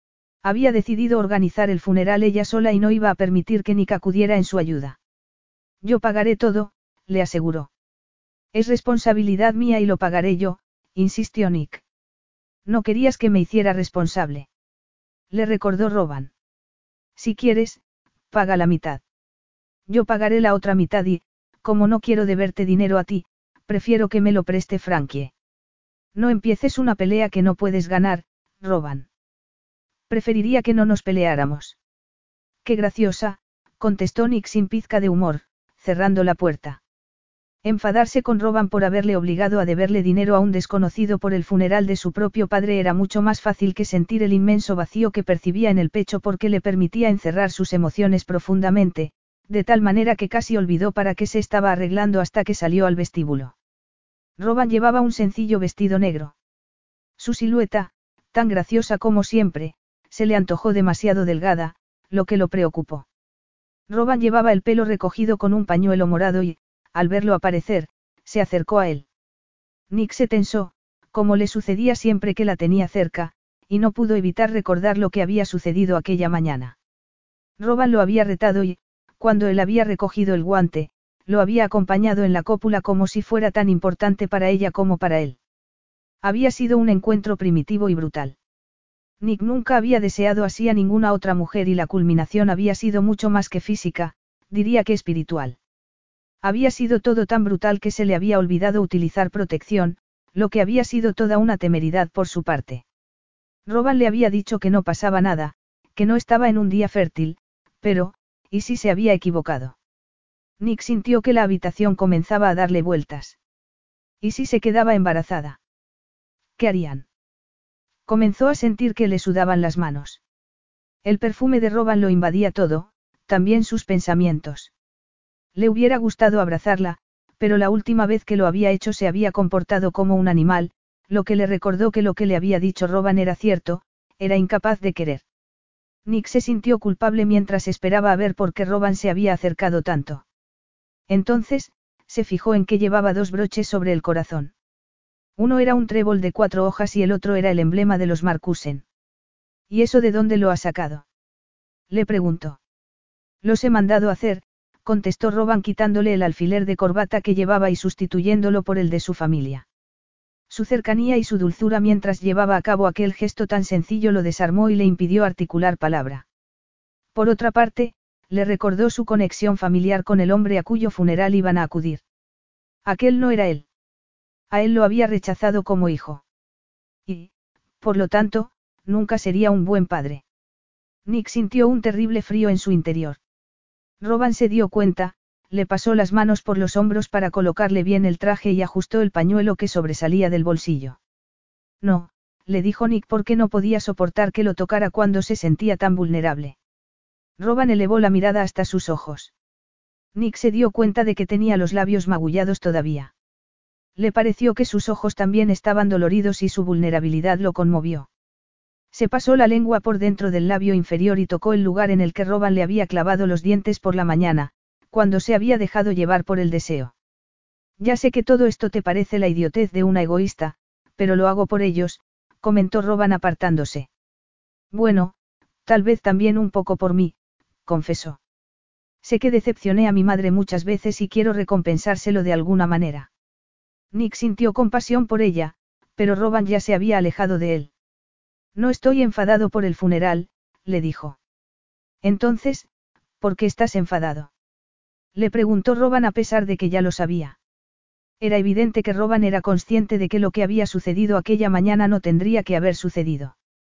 Había decidido organizar el funeral ella sola y no iba a permitir que Nick acudiera en su ayuda. Yo pagaré todo, le aseguró. Es responsabilidad mía y lo pagaré yo, insistió Nick. No querías que me hiciera responsable. Le recordó Roban. Si quieres, paga la mitad. Yo pagaré la otra mitad y, como no quiero deberte dinero a ti, prefiero que me lo preste Frankie. No empieces una pelea que no puedes ganar, Roban. Preferiría que no nos peleáramos. Qué graciosa, contestó Nick sin pizca de humor, cerrando la puerta. Enfadarse con Roban por haberle obligado a deberle dinero a un desconocido por el funeral de su propio padre era mucho más fácil que sentir el inmenso vacío que percibía en el pecho porque le permitía encerrar sus emociones profundamente, de tal manera que casi olvidó para qué se estaba arreglando hasta que salió al vestíbulo. Roban llevaba un sencillo vestido negro. Su silueta, tan graciosa como siempre, se le antojó demasiado delgada, lo que lo preocupó. Roban llevaba el pelo recogido con un pañuelo morado y, al verlo aparecer, se acercó a él. Nick se tensó, como le sucedía siempre que la tenía cerca, y no pudo evitar recordar lo que había sucedido aquella mañana. Roban lo había retado y, cuando él había recogido el guante, lo había acompañado en la cópula como si fuera tan importante para ella como para él. Había sido un encuentro primitivo y brutal. Nick nunca había deseado así a ninguna otra mujer y la culminación había sido mucho más que física, diría que espiritual. Había sido todo tan brutal que se le había olvidado utilizar protección, lo que había sido toda una temeridad por su parte. Roban le había dicho que no pasaba nada, que no estaba en un día fértil, pero, ¿y si se había equivocado? Nick sintió que la habitación comenzaba a darle vueltas. ¿Y si se quedaba embarazada? ¿Qué harían? Comenzó a sentir que le sudaban las manos. El perfume de Roban lo invadía todo, también sus pensamientos. Le hubiera gustado abrazarla, pero la última vez que lo había hecho se había comportado como un animal, lo que le recordó que lo que le había dicho Roban era cierto, era incapaz de querer. Nick se sintió culpable mientras esperaba a ver por qué Roban se había acercado tanto. Entonces, se fijó en que llevaba dos broches sobre el corazón. Uno era un trébol de cuatro hojas y el otro era el emblema de los Marcusen. ¿Y eso de dónde lo ha sacado? Le preguntó. Los he mandado hacer, contestó Roban quitándole el alfiler de corbata que llevaba y sustituyéndolo por el de su familia. Su cercanía y su dulzura mientras llevaba a cabo aquel gesto tan sencillo lo desarmó y le impidió articular palabra. Por otra parte, le recordó su conexión familiar con el hombre a cuyo funeral iban a acudir. Aquel no era él. A él lo había rechazado como hijo. Y, por lo tanto, nunca sería un buen padre. Nick sintió un terrible frío en su interior. Roban se dio cuenta, le pasó las manos por los hombros para colocarle bien el traje y ajustó el pañuelo que sobresalía del bolsillo. No, le dijo Nick porque no podía soportar que lo tocara cuando se sentía tan vulnerable. Roban elevó la mirada hasta sus ojos. Nick se dio cuenta de que tenía los labios magullados todavía. Le pareció que sus ojos también estaban doloridos y su vulnerabilidad lo conmovió. Se pasó la lengua por dentro del labio inferior y tocó el lugar en el que Roban le había clavado los dientes por la mañana, cuando se había dejado llevar por el deseo. Ya sé que todo esto te parece la idiotez de una egoísta, pero lo hago por ellos, comentó Roban apartándose. Bueno, tal vez también un poco por mí, confesó. Sé que decepcioné a mi madre muchas veces y quiero recompensárselo de alguna manera. Nick sintió compasión por ella, pero Roban ya se había alejado de él. No estoy enfadado por el funeral, le dijo. Entonces, ¿por qué estás enfadado? Le preguntó Roban a pesar de que ya lo sabía. Era evidente que Roban era consciente de que lo que había sucedido aquella mañana no tendría que haber sucedido.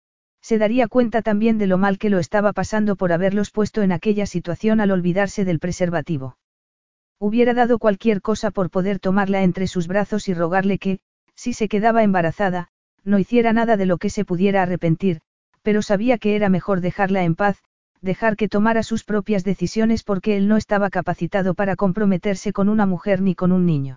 Se daría cuenta también de lo mal que lo estaba pasando por haberlos puesto en aquella situación al olvidarse del preservativo. Hubiera dado cualquier cosa por poder tomarla entre sus brazos y rogarle que, si se quedaba embarazada, no hiciera nada de lo que se pudiera arrepentir, pero sabía que era mejor dejarla en paz, dejar que tomara sus propias decisiones porque él no estaba capacitado para comprometerse con una mujer ni con un niño.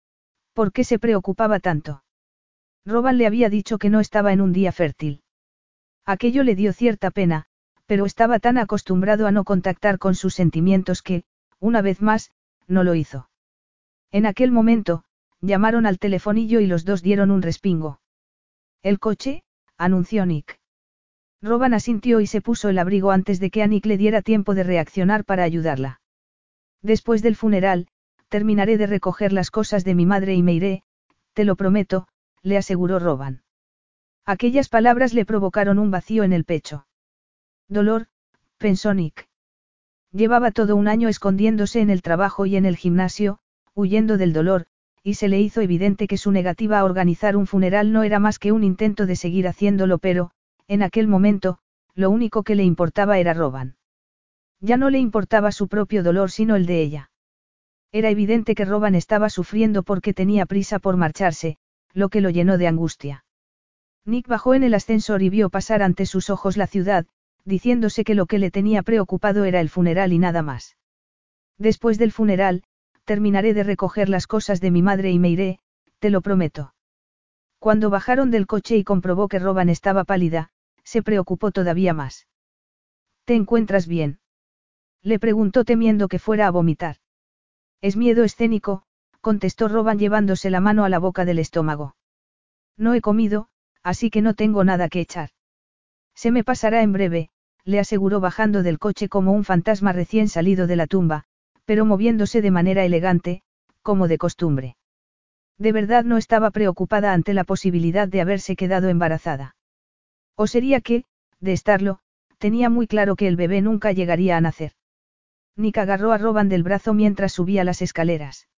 ¿Por qué se preocupaba tanto? Roban le había dicho que no estaba en un día fértil. Aquello le dio cierta pena, pero estaba tan acostumbrado a no contactar con sus sentimientos que, una vez más, no lo hizo. En aquel momento, llamaron al telefonillo y los dos dieron un respingo. «El coche», anunció Nick. Roban asintió y se puso el abrigo antes de que a Nick le diera tiempo de reaccionar para ayudarla. Después del funeral, terminaré de recoger las cosas de mi madre y me iré, te lo prometo, le aseguró Roban. Aquellas palabras le provocaron un vacío en el pecho. Dolor, pensó Nick. Llevaba todo un año escondiéndose en el trabajo y en el gimnasio, huyendo del dolor, y se le hizo evidente que su negativa a organizar un funeral no era más que un intento de seguir haciéndolo, pero, en aquel momento, lo único que le importaba era Roban. Ya no le importaba su propio dolor sino el de ella. Era evidente que Roban estaba sufriendo porque tenía prisa por marcharse, lo que lo llenó de angustia. Nick bajó en el ascensor y vio pasar ante sus ojos la ciudad, diciéndose que lo que le tenía preocupado era el funeral y nada más. Después del funeral, terminaré de recoger las cosas de mi madre y me iré, te lo prometo. Cuando bajaron del coche y comprobó que Roban estaba pálida, se preocupó todavía más. ¿Te encuentras bien?, le preguntó temiendo que fuera a vomitar. Es miedo escénico, contestó Roban llevándose la mano a la boca del estómago. No he comido, así que no tengo nada que echar. Se me pasará en breve, le aseguró bajando del coche como un fantasma recién salido de la tumba, pero moviéndose de manera elegante, como de costumbre. De verdad no estaba preocupada ante la posibilidad de haberse quedado embarazada. O sería que, de estarlo, tenía muy claro que el bebé nunca llegaría a nacer. Nick agarró a Roban del brazo mientras subía las escaleras.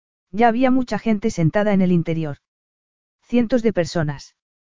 Ya había mucha gente sentada en el interior. Cientos de personas.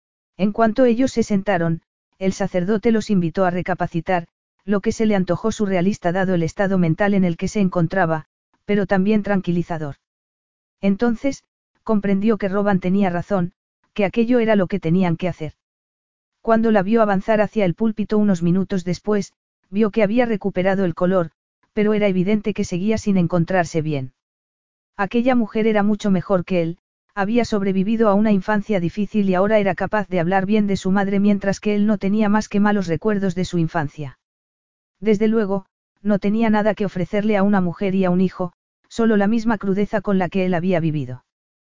En cuanto ellos se sentaron, el sacerdote los invitó a recapacitar, lo que se le antojó surrealista dado el estado mental en el que se encontraba, pero también tranquilizador. Entonces, comprendió que Roban tenía razón, que aquello era lo que tenían que hacer. Cuando la vio avanzar hacia el púlpito unos minutos después, vio que había recuperado el color, pero era evidente que seguía sin encontrarse bien. Aquella mujer era mucho mejor que él, había sobrevivido a una infancia difícil y ahora era capaz de hablar bien de su madre mientras que él no tenía más que malos recuerdos de su infancia. Desde luego, no tenía nada que ofrecerle a una mujer y a un hijo, solo la misma crudeza con la que él había vivido.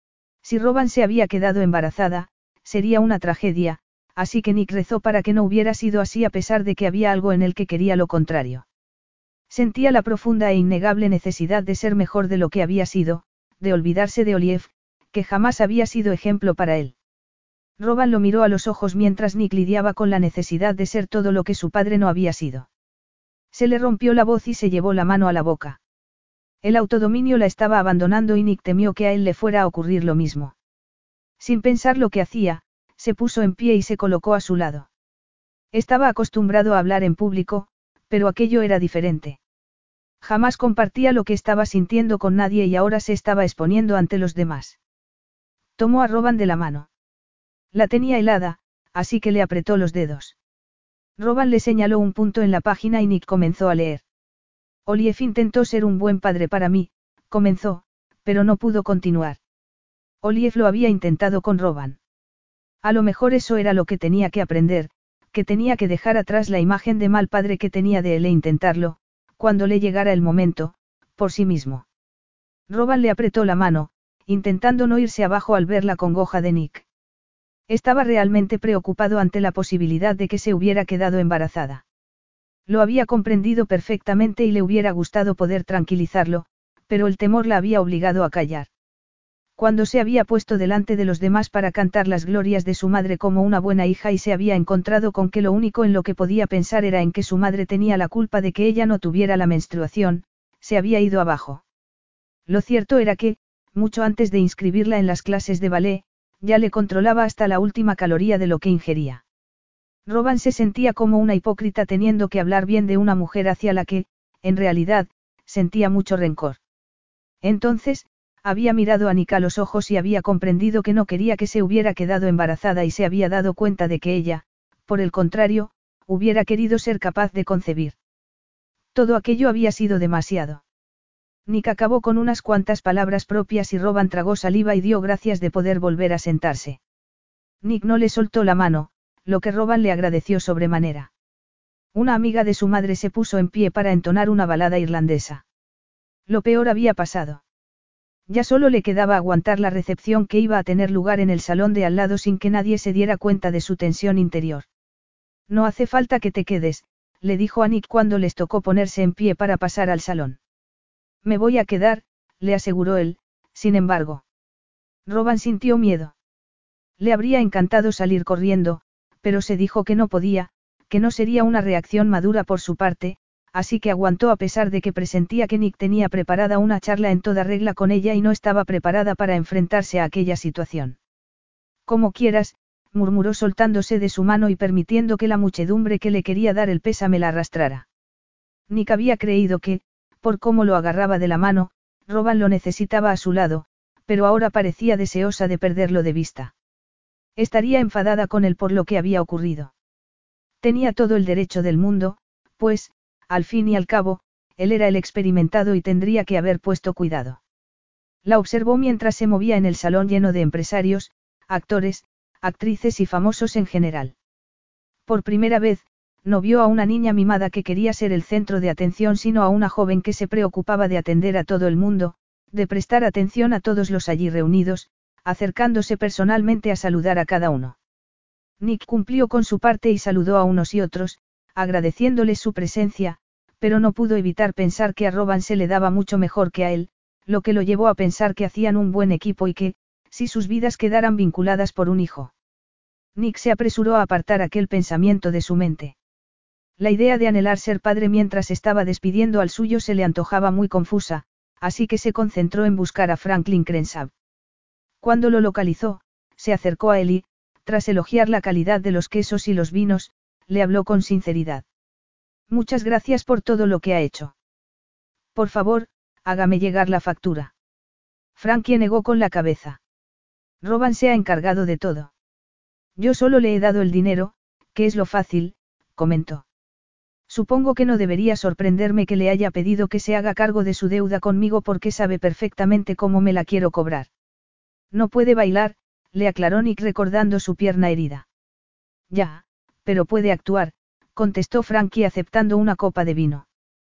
Si Roban se había quedado embarazada, sería una tragedia, así que Nick rezó para que no hubiera sido así a pesar de que había algo en él que quería lo contrario. Sentía la profunda e innegable necesidad de ser mejor de lo que había sido, de olvidarse de Olive, que jamás había sido ejemplo para él. Roban lo miró a los ojos mientras Nick lidiaba con la necesidad de ser todo lo que su padre no había sido. Se le rompió la voz y se llevó la mano a la boca. El autodominio la estaba abandonando y Nick temió que a él le fuera a ocurrir lo mismo. Sin pensar lo que hacía, se puso en pie y se colocó a su lado. Estaba acostumbrado a hablar en público, pero aquello era diferente. Jamás compartía lo que estaba sintiendo con nadie y ahora se estaba exponiendo ante los demás. Tomó a Roban de la mano. La tenía helada, así que le apretó los dedos. Roban le señaló un punto en la página y Nick comenzó a leer. Olive intentó ser un buen padre para mí, comenzó, pero no pudo continuar. Olive lo había intentado con Roban. A lo mejor eso era lo que tenía que aprender, que tenía que dejar atrás la imagen de mal padre que tenía de él e intentarlo, cuando le llegara el momento, por sí mismo. Roban le apretó la mano, intentando no irse abajo al ver la congoja de Nick. Estaba realmente preocupado ante la posibilidad de que se hubiera quedado embarazada. Lo había comprendido perfectamente y le hubiera gustado poder tranquilizarlo, pero el temor la había obligado a callar. Cuando se había puesto delante de los demás para cantar las glorias de su madre como una buena hija y se había encontrado con que lo único en lo que podía pensar era en que su madre tenía la culpa de que ella no tuviera la menstruación, se había ido abajo. Lo cierto era que, mucho antes de inscribirla en las clases de ballet, ya le controlaba hasta la última caloría de lo que ingería. Roban se sentía como una hipócrita teniendo que hablar bien de una mujer hacia la que, en realidad, sentía mucho rencor. Entonces, había mirado a Nick a los ojos y había comprendido que no quería que se hubiera quedado embarazada y se había dado cuenta de que ella, por el contrario, hubiera querido ser capaz de concebir. Todo aquello había sido demasiado. Nick acabó con unas cuantas palabras propias y Roban tragó saliva y dio gracias de poder volver a sentarse. Nick no le soltó la mano, lo que Roban le agradeció sobremanera. Una amiga de su madre se puso en pie para entonar una balada irlandesa. Lo peor había pasado. Ya solo le quedaba aguantar la recepción que iba a tener lugar en el salón de al lado sin que nadie se diera cuenta de su tensión interior. No hace falta que te quedes, le dijo a Nick cuando les tocó ponerse en pie para pasar al salón. Me voy a quedar, le aseguró él, sin embargo. Roban sintió miedo. Le habría encantado salir corriendo, pero se dijo que no podía, que no sería una reacción madura por su parte, así que aguantó a pesar de que presentía que Nick tenía preparada una charla en toda regla con ella y no estaba preparada para enfrentarse a aquella situación. Como quieras, murmuró soltándose de su mano y permitiendo que la muchedumbre que le quería dar el pésame la arrastrara. Nick había creído que, por cómo lo agarraba de la mano, Roban lo necesitaba a su lado, pero ahora parecía deseosa de perderlo de vista. Estaría enfadada con él por lo que había ocurrido. Tenía todo el derecho del mundo, pues, al fin y al cabo, él era el experimentado y tendría que haber puesto cuidado. La observó mientras se movía en el salón lleno de empresarios, actores, actrices y famosos en general. Por primera vez, no vio a una niña mimada que quería ser el centro de atención, sino a una joven que se preocupaba de atender a todo el mundo, de prestar atención a todos los allí reunidos, acercándose personalmente a saludar a cada uno. Nick cumplió con su parte y saludó a unos y otros, agradeciéndoles su presencia, pero no pudo evitar pensar que a Roban se le daba mucho mejor que a él, lo que lo llevó a pensar que hacían un buen equipo y que, si sus vidas quedaran vinculadas por un hijo. Nick se apresuró a apartar aquel pensamiento de su mente. La idea de anhelar ser padre mientras estaba despidiendo al suyo se le antojaba muy confusa, así que se concentró en buscar a Franklin Crenshaw. Cuando lo localizó, se acercó a él y, tras elogiar la calidad de los quesos y los vinos, le habló con sinceridad. Muchas gracias por todo lo que ha hecho. Por favor, hágame llegar la factura. Frankie negó con la cabeza. Roban se ha encargado de todo. Yo solo le he dado el dinero, que es lo fácil, comentó. Supongo que no debería sorprenderme que le haya pedido que se haga cargo de su deuda conmigo porque sabe perfectamente cómo me la quiero cobrar. No puede bailar, le aclaró Nick recordando su pierna herida. Ya, pero puede actuar, contestó Frankie aceptando una copa de vino.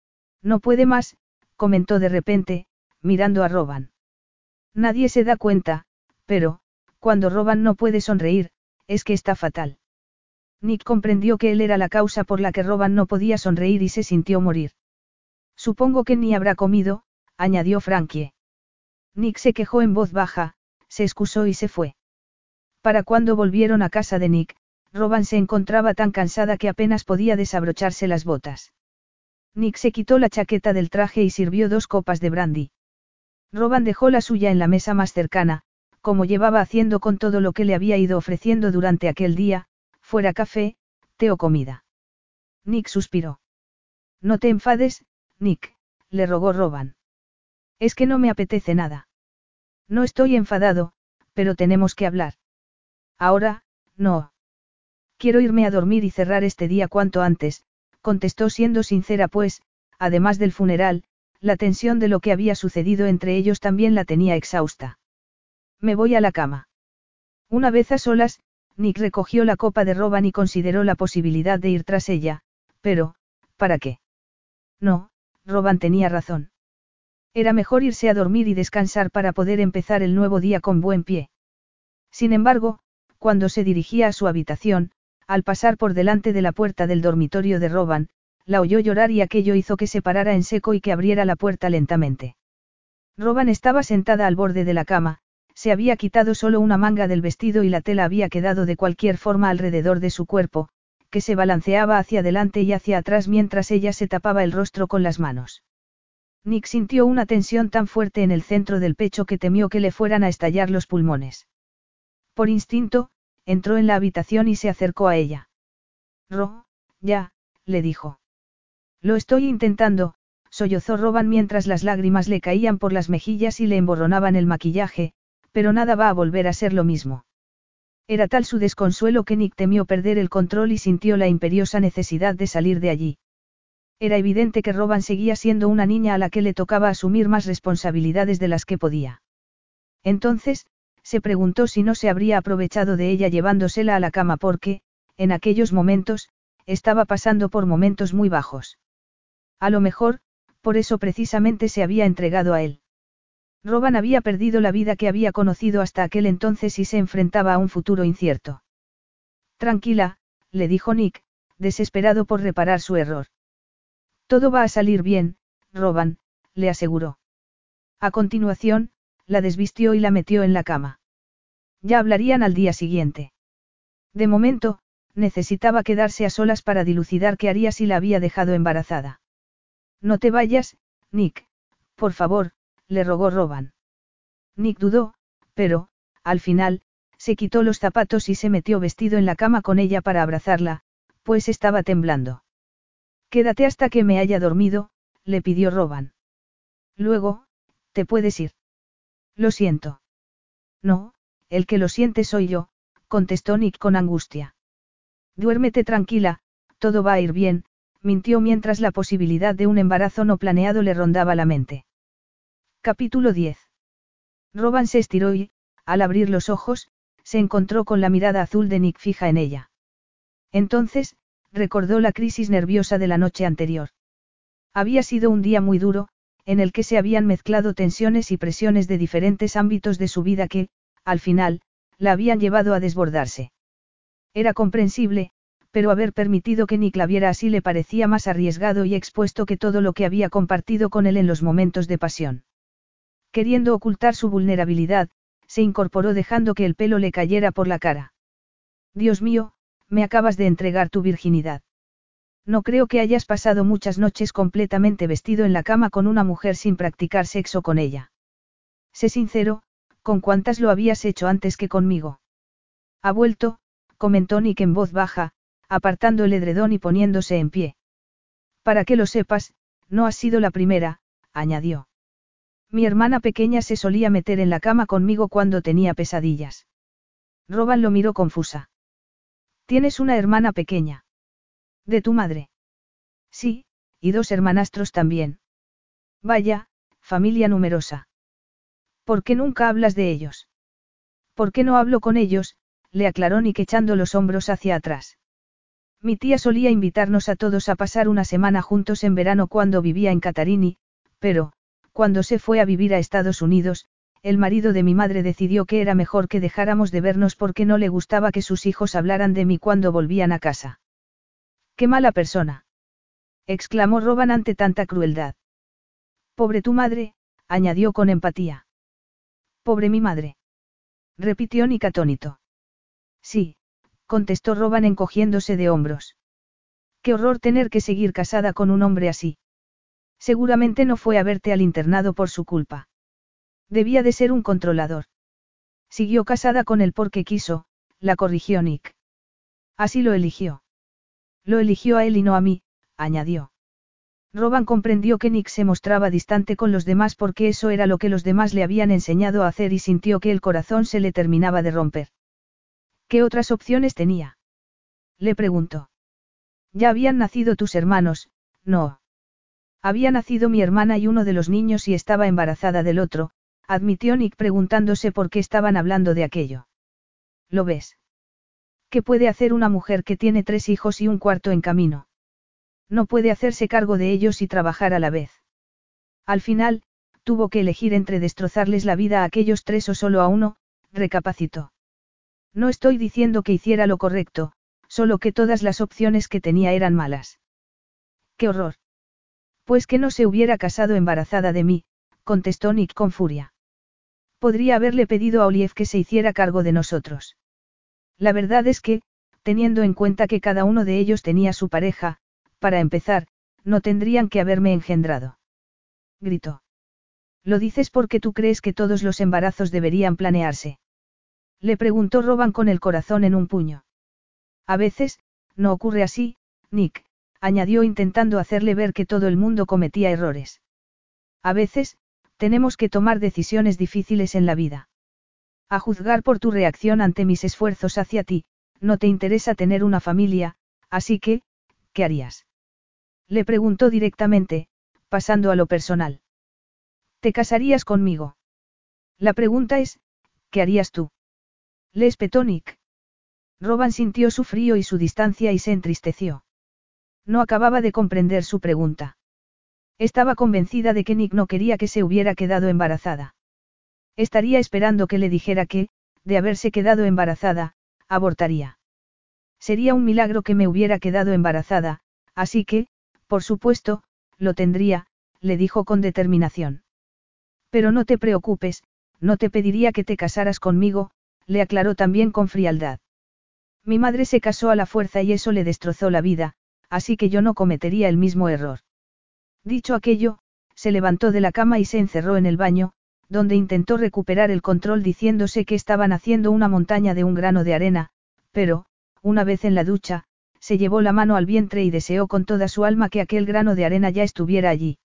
No puede más, comentó de repente, mirando a Roban. Nadie se da cuenta, pero, cuando Roban no puede sonreír, es que está fatal. Nick comprendió que él era la causa por la que Roban no podía sonreír y se sintió morir. Supongo que ni habrá comido, añadió Frankie. Nick se quejó en voz baja, se excusó y se fue. Para cuando volvieron a casa de Nick, Roban se encontraba tan cansada que apenas podía desabrocharse las botas. Nick se quitó la chaqueta del traje y sirvió dos copas de brandy. Roban dejó la suya en la mesa más cercana, como llevaba haciendo con todo lo que le había ido ofreciendo durante aquel día, fuera café, té o comida. Nick suspiró. No te enfades, Nick, le rogó Roban. Es que no me apetece nada. No estoy enfadado, pero tenemos que hablar. Ahora, no. Quiero irme a dormir y cerrar este día cuanto antes, contestó siendo sincera pues, además del funeral, la tensión de lo que había sucedido entre ellos también la tenía exhausta. Me voy a la cama. Una vez a solas, Nick recogió la copa de Roban y consideró la posibilidad de ir tras ella, pero, ¿para qué? No, Roban tenía razón. Era mejor irse a dormir y descansar para poder empezar el nuevo día con buen pie. Sin embargo, cuando se dirigía a su habitación, al pasar por delante de la puerta del dormitorio de Roban, la oyó llorar y aquello hizo que se parara en seco y que abriera la puerta lentamente. Roban estaba sentada al borde de la cama, se había quitado solo una manga del vestido y la tela había quedado de cualquier forma alrededor de su cuerpo, que se balanceaba hacia adelante y hacia atrás mientras ella se tapaba el rostro con las manos. Nick sintió una tensión tan fuerte en el centro del pecho que temió que le fueran a estallar los pulmones. Por instinto, entró en la habitación y se acercó a ella. Ro, ya, le dijo. Lo estoy intentando, sollozó Roban mientras las lágrimas le caían por las mejillas y le emborronaban el maquillaje, pero nada va a volver a ser lo mismo. Era tal su desconsuelo que Nick temió perder el control y sintió la imperiosa necesidad de salir de allí. Era evidente que Roban seguía siendo una niña a la que le tocaba asumir más responsabilidades de las que podía. Entonces, se preguntó si no se habría aprovechado de ella llevándosela a la cama porque, en aquellos momentos, estaba pasando por momentos muy bajos. A lo mejor, por eso precisamente se había entregado a él. Roban había perdido la vida que había conocido hasta aquel entonces y se enfrentaba a un futuro incierto. Tranquila, le dijo Nick, desesperado por reparar su error. Todo va a salir bien, Roban, le aseguró. A continuación, la desvistió y la metió en la cama. Ya hablarían al día siguiente. De momento, necesitaba quedarse a solas para dilucidar qué haría si la había dejado embarazada. No te vayas, Nick, por favor, le rogó Roban. Nick dudó, pero, al final, se quitó los zapatos y se metió vestido en la cama con ella para abrazarla, pues estaba temblando. Quédate hasta que me haya dormido, le pidió Roban. Luego, te puedes ir. Lo siento. No, el que lo siente soy yo, contestó Nick con angustia. Duérmete tranquila, todo va a ir bien, mintió mientras la posibilidad de un embarazo no planeado le rondaba la mente. Capítulo diez. Roban se estiró y, al abrir los ojos, se encontró con la mirada azul de Nick fija en ella. Entonces, recordó la crisis nerviosa de la noche anterior. Había sido un día muy duro, en el que se habían mezclado tensiones y presiones de diferentes ámbitos de su vida que, al final, la habían llevado a desbordarse. Era comprensible, pero haber permitido que Nick la viera así le parecía más arriesgado y expuesto que todo lo que había compartido con él en los momentos de pasión. Queriendo ocultar su vulnerabilidad, se incorporó dejando que el pelo le cayera por la cara. Dios mío, me acabas de entregar tu virginidad. No creo que hayas pasado muchas noches completamente vestido en la cama con una mujer sin practicar sexo con ella. Sé sincero, ¿con cuántas lo habías hecho antes que conmigo? Ha vuelto, comentó Nick en voz baja, apartando el edredón y poniéndose en pie. Para que lo sepas, no has sido la primera, añadió. Mi hermana pequeña se solía meter en la cama conmigo cuando tenía pesadillas. Roban lo miró confusa. ¿Tienes una hermana pequeña? ¿De tu madre? Sí, y dos hermanastros también. Vaya, familia numerosa. ¿Por qué nunca hablas de ellos? ¿Por qué no hablo con ellos? Le aclaró Nick echando los hombros hacia atrás. Mi tía solía invitarnos a todos a pasar una semana juntos en verano cuando vivía en Catarini, pero, cuando se fue a vivir a Estados Unidos, el marido de mi madre decidió que era mejor que dejáramos de vernos porque no le gustaba que sus hijos hablaran de mí cuando volvían a casa. ¡Qué mala persona!, exclamó Roban ante tanta crueldad. Pobre tu madre, añadió con empatía. Pobre mi madre, repitió Nick atónito. Sí, contestó Roban encogiéndose de hombros. Qué horror tener que seguir casada con un hombre así. Seguramente no fue a verte al internado por su culpa. Debía de ser un controlador. Siguió casada con él porque quiso, la corrigió Nick. Así lo eligió. Lo eligió a él y no a mí, añadió. Roban comprendió que Nick se mostraba distante con los demás porque eso era lo que los demás le habían enseñado a hacer y sintió que el corazón se le terminaba de romper. ¿Qué otras opciones tenía?, le preguntó. Ya habían nacido tus hermanos, no. Había nacido mi hermana y uno de los niños y estaba embarazada del otro, admitió Nick preguntándose por qué estaban hablando de aquello. ¿Lo ves? ¿Qué puede hacer una mujer que tiene tres hijos y un cuarto en camino? No puede hacerse cargo de ellos y trabajar a la vez. Al final, tuvo que elegir entre destrozarles la vida a aquellos tres o solo a uno, recapacitó. No estoy diciendo que hiciera lo correcto, solo que todas las opciones que tenía eran malas. ¡Qué horror! Pues que no se hubiera casado embarazada de mí, contestó Nick con furia. Podría haberle pedido a Olive que se hiciera cargo de nosotros. La verdad es que, teniendo en cuenta que cada uno de ellos tenía su pareja, para empezar, no tendrían que haberme engendrado. Gritó. ¿Lo dices porque tú crees que todos los embarazos deberían planearse?, le preguntó Roban con el corazón en un puño. A veces, no ocurre así, Nick, añadió intentando hacerle ver que todo el mundo cometía errores. A veces, tenemos que tomar decisiones difíciles en la vida. A juzgar por tu reacción ante mis esfuerzos hacia ti, no te interesa tener una familia, así que, ¿qué harías?, le preguntó directamente, pasando a lo personal. ¿Te casarías conmigo? La pregunta es, ¿qué harías tú?, le espetó Nick. Roban sintió su frío y su distancia y se entristeció. No acababa de comprender su pregunta. Estaba convencida de que Nick no quería que se hubiera quedado embarazada. Estaría esperando que le dijera que, de haberse quedado embarazada, abortaría. Sería un milagro que me hubiera quedado embarazada, así que, por supuesto, lo tendría, le dijo con determinación. Pero no te preocupes, no te pediría que te casaras conmigo, le aclaró también con frialdad. Mi madre se casó a la fuerza y eso le destrozó la vida, así que yo no cometería el mismo error. Dicho aquello, se levantó de la cama y se encerró en el baño, donde intentó recuperar el control diciéndose que estaban haciendo una montaña de un grano de arena, pero, una vez en la ducha, se llevó la mano al vientre y deseó con toda su alma que aquel grano de arena ya estuviera allí.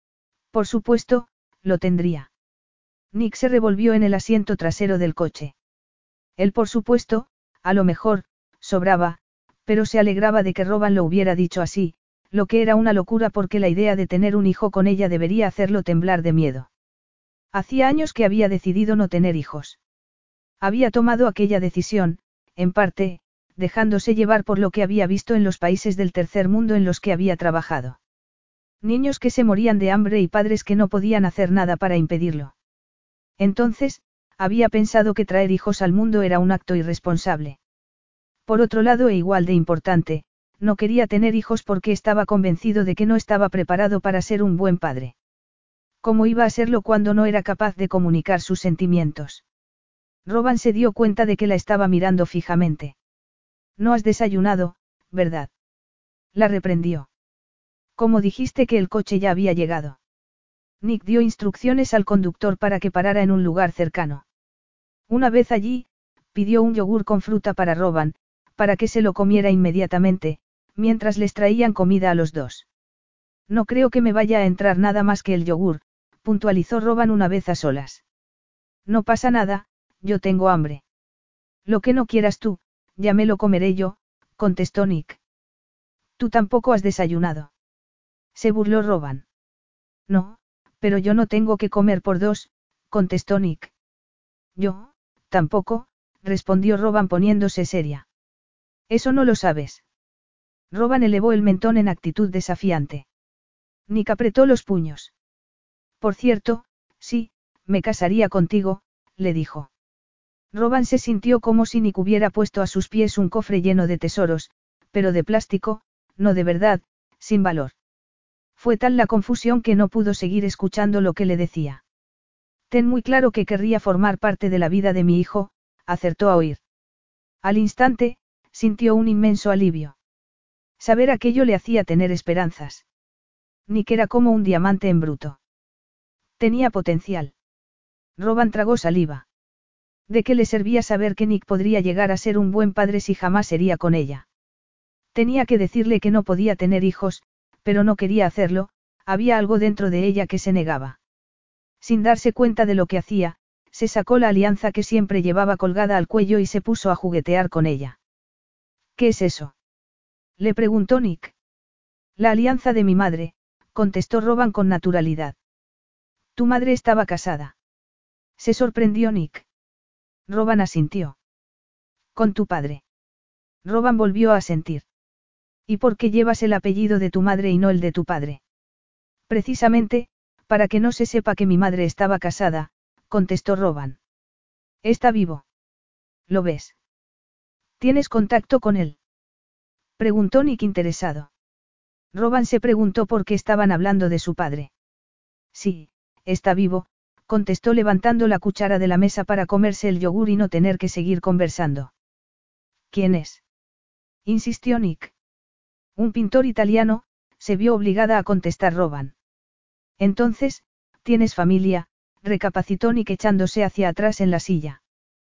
Por supuesto, lo tendría. Nick se revolvió en el asiento trasero del coche. Él por supuesto, a lo mejor, sobraba, pero se alegraba de que Roban lo hubiera dicho así, lo que era una locura porque la idea de tener un hijo con ella debería hacerlo temblar de miedo. Hacía años que había decidido no tener hijos. Había tomado aquella decisión, en parte, dejándose llevar por lo que había visto en los países del tercer mundo en los que había trabajado. Niños que se morían de hambre y padres que no podían hacer nada para impedirlo. Entonces, había pensado que traer hijos al mundo era un acto irresponsable. Por otro lado e igual de importante, no quería tener hijos porque estaba convencido de que no estaba preparado para ser un buen padre. ¿Cómo iba a serlo cuando no era capaz de comunicar sus sentimientos? Roban se dio cuenta de que la estaba mirando fijamente. No has desayunado, ¿verdad? La reprendió. ¿Cómo dijiste que el coche ya había llegado? Nick dio instrucciones al conductor para que parara en un lugar cercano. Una vez allí, pidió un yogur con fruta para Rowan, para que se lo comiera inmediatamente, mientras les traían comida a los dos. No creo que me vaya a entrar nada más que el yogur, puntualizó Rowan una vez a solas. No pasa nada, yo tengo hambre. Lo que no quieras tú, ya me lo comeré yo, contestó Nick. Tú tampoco has desayunado. Se burló Rowan. No, pero yo no tengo que comer por dos, contestó Nick. Yo, tampoco, respondió Rowan poniéndose seria. Eso no lo sabes. Rowan elevó el mentón en actitud desafiante. Nick apretó los puños. Por cierto, sí, me casaría contigo, le dijo. Rowan se sintió como si Nick hubiera puesto a sus pies un cofre lleno de tesoros, pero de plástico, no de verdad, sin valor. Fue tal la confusión que no pudo seguir escuchando lo que le decía. Ten muy claro que querría formar parte de la vida de mi hijo, acertó a oír. Al instante, sintió un inmenso alivio. Saber aquello le hacía tener esperanzas. Nick era como un diamante en bruto. Tenía potencial. Rowan tragó saliva. ¿De qué le servía saber que Nick podría llegar a ser un buen padre si jamás sería con ella? Tenía que decirle que no podía tener hijos, pero no quería hacerlo, había algo dentro de ella que se negaba. Sin darse cuenta de lo que hacía, se sacó la alianza que siempre llevaba colgada al cuello y se puso a juguetear con ella. ¿Qué es eso? Le preguntó Nick. La alianza de mi madre, contestó Rowan con naturalidad. Tu madre estaba casada. Se sorprendió Nick. Rowan asintió. Con tu padre. Rowan volvió a asentir. ¿Y por qué llevas el apellido de tu madre y no el de tu padre? Precisamente, para que no se sepa que mi madre estaba casada, contestó Rowan. Está vivo. ¿Lo ves? ¿Tienes contacto con él? Preguntó Nick interesado. Rowan se preguntó por qué estaban hablando de su padre. Sí, está vivo, contestó levantando la cuchara de la mesa para comerse el yogur y no tener que seguir conversando. ¿Quién es? Insistió Nick. Un pintor italiano, se vio obligada a contestar Rowan. Entonces, ¿tienes familia?, recapacitó Nick echándose hacia atrás en la silla.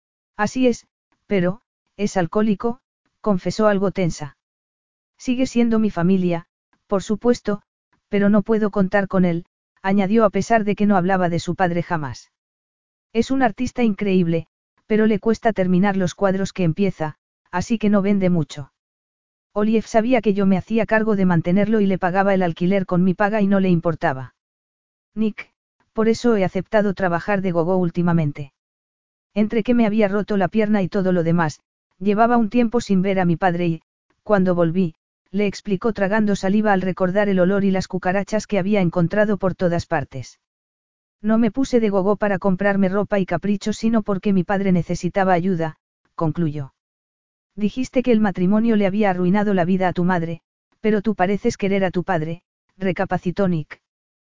Así es, pero, es alcohólico, confesó algo tensa. Sigue siendo mi familia, por supuesto, pero no puedo contar con él, añadió a pesar de que no hablaba de su padre jamás. Es un artista increíble, pero le cuesta terminar los cuadros que empieza, así que no vende mucho. Olive sabía que yo me hacía cargo de mantenerlo y le pagaba el alquiler con mi paga y no le importaba. Nick, por eso he aceptado trabajar de gogó últimamente. Entre que me había roto la pierna y todo lo demás, llevaba un tiempo sin ver a mi padre y, cuando volví, le explicó tragando saliva al recordar el olor y las cucarachas que había encontrado por todas partes. No me puse de gogó para comprarme ropa y caprichos sino porque mi padre necesitaba ayuda, concluyó. Dijiste que el matrimonio le había arruinado la vida a tu madre, pero tú pareces querer a tu padre, recapacitó Nick.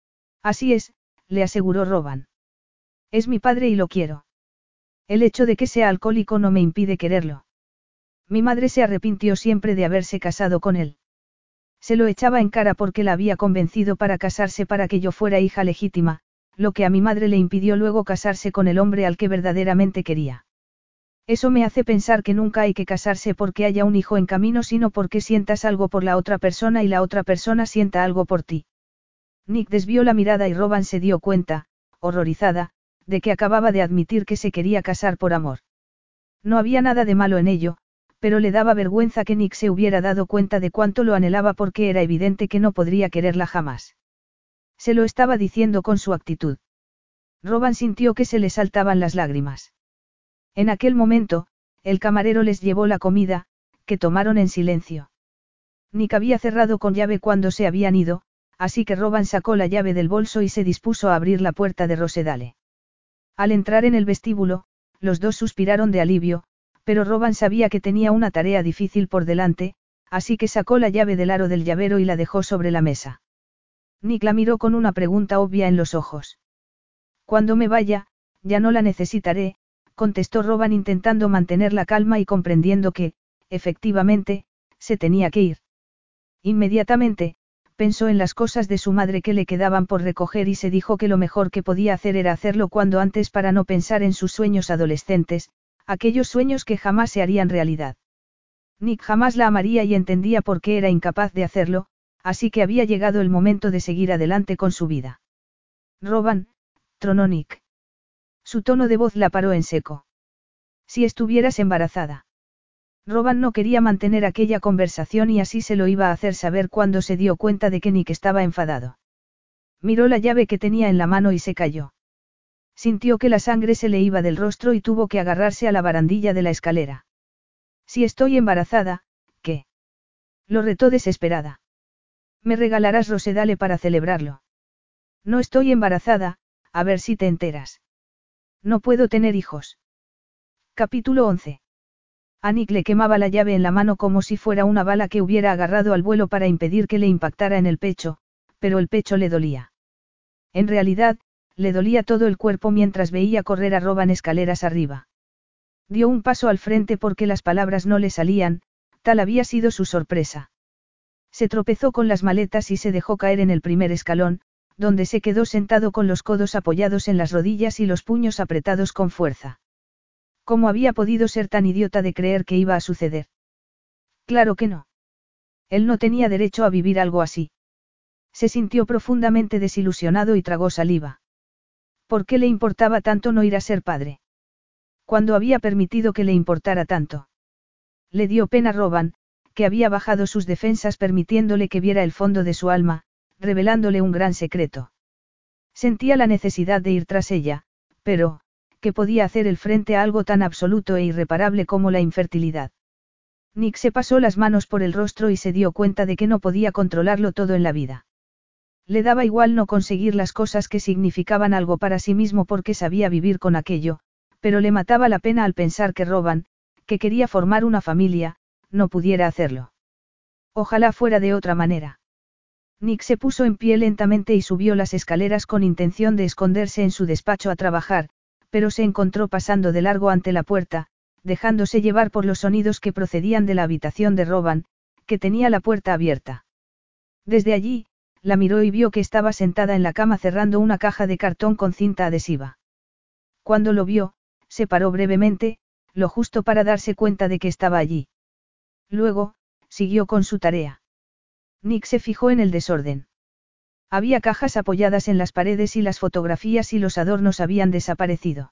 Así es, le aseguró Rowan. Es mi padre y lo quiero. El hecho de que sea alcohólico no me impide quererlo. Mi madre se arrepintió siempre de haberse casado con él. Se lo echaba en cara porque la había convencido para casarse para que yo fuera hija legítima, lo que a mi madre le impidió luego casarse con el hombre al que verdaderamente quería. Eso me hace pensar que nunca hay que casarse porque haya un hijo en camino, sino porque sientas algo por la otra persona y la otra persona sienta algo por ti. Nick desvió la mirada y Rowan se dio cuenta, horrorizada, de que acababa de admitir que se quería casar por amor. No había nada de malo en ello, pero le daba vergüenza que Nick se hubiera dado cuenta de cuánto lo anhelaba porque era evidente que no podría quererla jamás. Se lo estaba diciendo con su actitud. Rowan sintió que se le saltaban las lágrimas. En aquel momento, el camarero les llevó la comida, que tomaron en silencio. Nick había cerrado con llave cuando se habían ido, así que Rowan sacó la llave del bolso y se dispuso a abrir la puerta de Rosedale. Al entrar en el vestíbulo, los dos suspiraron de alivio, pero Rowan sabía que tenía una tarea difícil por delante, así que sacó la llave del aro del llavero y la dejó sobre la mesa. Nick la miró con una pregunta obvia en los ojos. Cuando me vaya, ya no la necesitaré, contestó Rowan intentando mantener la calma y comprendiendo que, efectivamente, se tenía que ir. Inmediatamente, pensó en las cosas de su madre que le quedaban por recoger y se dijo que lo mejor que podía hacer era hacerlo cuando antes para no pensar en sus sueños adolescentes, aquellos sueños que jamás se harían realidad. Nick jamás la amaría y entendía por qué era incapaz de hacerlo, así que había llegado el momento de seguir adelante con su vida. Roban, tronó Nick. Su tono de voz la paró en seco. Si estuvieras embarazada. Roban no quería mantener aquella conversación y así se lo iba a hacer saber cuando se dio cuenta de que Nick estaba enfadado. Miró la llave que tenía en la mano y se calló. Sintió que la sangre se le iba del rostro y tuvo que agarrarse a la barandilla de la escalera. Si estoy embarazada, ¿qué? Lo retó desesperada. Me regalarás Rosedale para celebrarlo. No estoy embarazada, a ver si te enteras. No puedo tener hijos. Capítulo once. A Nick le quemaba la llave en la mano como si fuera una bala que hubiera agarrado al vuelo para impedir que le impactara en el pecho, pero el pecho le dolía. En realidad, le dolía todo el cuerpo mientras veía correr a Roban escaleras arriba. Dio un paso al frente porque las palabras no le salían, tal había sido su sorpresa. Se tropezó con las maletas y se dejó caer en el primer escalón, donde se quedó sentado con los codos apoyados en las rodillas y los puños apretados con fuerza. ¿Cómo había podido ser tan idiota de creer que iba a suceder? Claro que no. Él no tenía derecho a vivir algo así. Se sintió profundamente desilusionado y tragó saliva. ¿Por qué le importaba tanto no ir a ser padre? ¿Cuándo había permitido que le importara tanto? Le dio pena a Roban, que había bajado sus defensas permitiéndole que viera el fondo de su alma, revelándole un gran secreto. Sentía la necesidad de ir tras ella, pero, ¿qué podía hacer el frente a algo tan absoluto e irreparable como la infertilidad? Nick se pasó las manos por el rostro y se dio cuenta de que no podía controlarlo todo en la vida. Le daba igual no conseguir las cosas que significaban algo para sí mismo porque sabía vivir con aquello, pero le mataba la pena al pensar que Roban, que quería formar una familia, no pudiera hacerlo. Ojalá fuera de otra manera. Nick se puso en pie lentamente y subió las escaleras con intención de esconderse en su despacho a trabajar, pero se encontró pasando de largo ante la puerta, dejándose llevar por los sonidos que procedían de la habitación de Roban, que tenía la puerta abierta. Desde allí, la miró y vio que estaba sentada en la cama cerrando una caja de cartón con cinta adhesiva. Cuando lo vio, se paró brevemente, lo justo para darse cuenta de que estaba allí. Luego, siguió con su tarea. Nick se fijó en el desorden. Había cajas apoyadas en las paredes y las fotografías y los adornos habían desaparecido.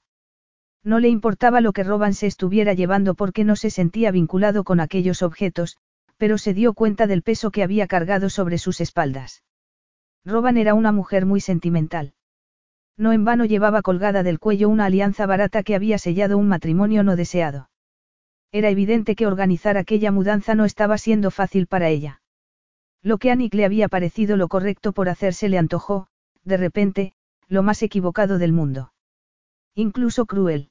No le importaba lo que Roban se estuviera llevando porque no se sentía vinculado con aquellos objetos, pero se dio cuenta del peso que había cargado sobre sus espaldas. Roban era una mujer muy sentimental. No en vano llevaba colgada del cuello una alianza barata que había sellado un matrimonio no deseado. Era evidente que organizar aquella mudanza no estaba siendo fácil para ella. Lo que a Nick le había parecido lo correcto por hacer se le antojó, de repente, lo más equivocado del mundo. Incluso cruel.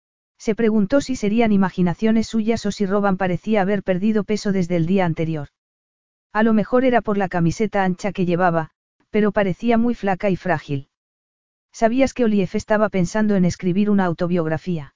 Se preguntó si serían imaginaciones suyas o si Roban parecía haber perdido peso desde el día anterior. A lo mejor era por la camiseta ancha que llevaba, pero parecía muy flaca y frágil. ¿Sabías que Olive estaba pensando en escribir una autobiografía?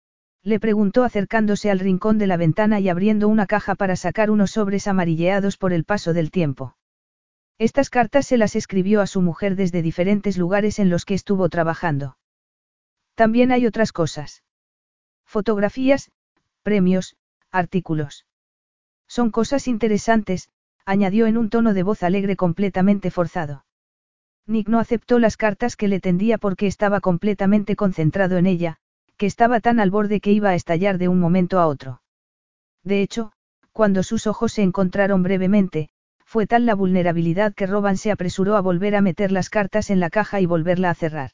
Le preguntó acercándose al rincón de la ventana y abriendo una caja para sacar unos sobres amarilleados por el paso del tiempo. Estas cartas se las escribió a su mujer desde diferentes lugares en los que estuvo trabajando. También hay otras cosas. Fotografías, premios, artículos. Son cosas interesantes, añadió en un tono de voz alegre completamente forzado. Nick no aceptó las cartas que le tendía porque estaba completamente concentrado en ella, que estaba tan al borde que iba a estallar de un momento a otro. De hecho, cuando sus ojos se encontraron brevemente, fue tal la vulnerabilidad que Roban se apresuró a volver a meter las cartas en la caja y volverla a cerrar.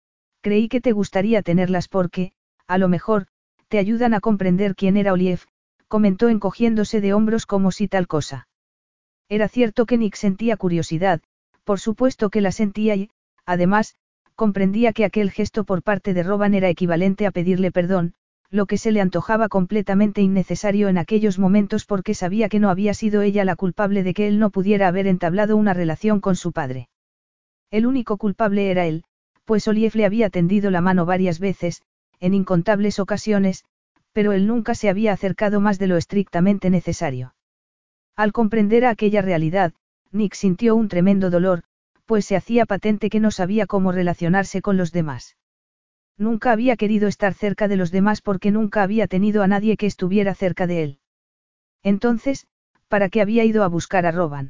Creí que te gustaría tenerlas porque, a lo mejor, te ayudan a comprender quién era Olive, comentó encogiéndose de hombros como si tal cosa. Era cierto que Nick sentía curiosidad, por supuesto que la sentía y, además, comprendía que aquel gesto por parte de Roban era equivalente a pedirle perdón, lo que se le antojaba completamente innecesario en aquellos momentos porque sabía que no había sido ella la culpable de que él no pudiera haber entablado una relación con su padre. El único culpable era él, pues Olive le había tendido la mano varias veces, en incontables ocasiones, pero él nunca se había acercado más de lo estrictamente necesario. Al comprender a aquella realidad, Nick sintió un tremendo dolor, pues se hacía patente que no sabía cómo relacionarse con los demás. Nunca había querido estar cerca de los demás porque nunca había tenido a nadie que estuviera cerca de él. Entonces, ¿para qué había ido a buscar a Roban?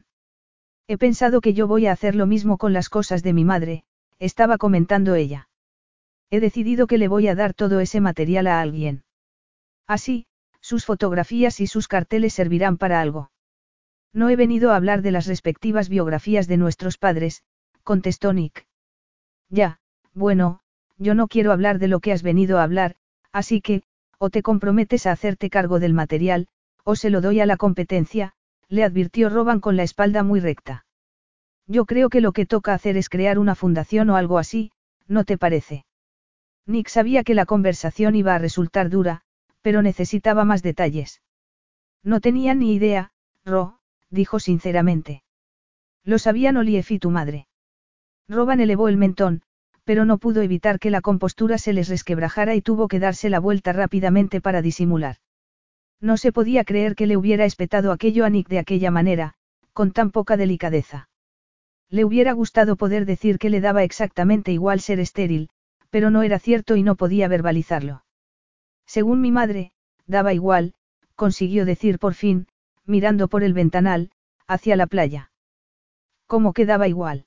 He pensado que yo voy a hacer lo mismo con las cosas de mi madre, estaba comentando ella. He decidido que le voy a dar todo ese material a alguien. Así, sus fotografías y sus carteles servirán para algo. No he venido a hablar de las respectivas biografías de nuestros padres, contestó Nick. Ya, bueno, yo no quiero hablar de lo que has venido a hablar, así que, o te comprometes a hacerte cargo del material, o se lo doy a la competencia, le advirtió Roban con la espalda muy recta. Yo creo que lo que toca hacer es crear una fundación o algo así, ¿no te parece? Nick sabía que la conversación iba a resultar dura, pero necesitaba más detalles. No tenía ni idea, Ro, dijo sinceramente. Lo sabían Olive y tu madre. Roban elevó el mentón, pero no pudo evitar que la compostura se les resquebrajara y tuvo que darse la vuelta rápidamente para disimular. No se podía creer que le hubiera espetado aquello a Nick de aquella manera, con tan poca delicadeza. Le hubiera gustado poder decir que le daba exactamente igual ser estéril, pero no era cierto y no podía verbalizarlo. Según mi madre, daba igual, consiguió decir por fin, mirando por el ventanal, hacia la playa. ¿Cómo que daba igual?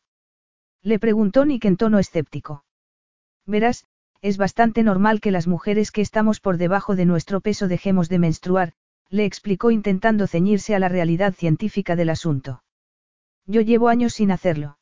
Le preguntó Nick en tono escéptico. Verás, es bastante normal que las mujeres que estamos por debajo de nuestro peso dejemos de menstruar, le explicó intentando ceñirse a la realidad científica del asunto. Yo llevo años sin hacerlo.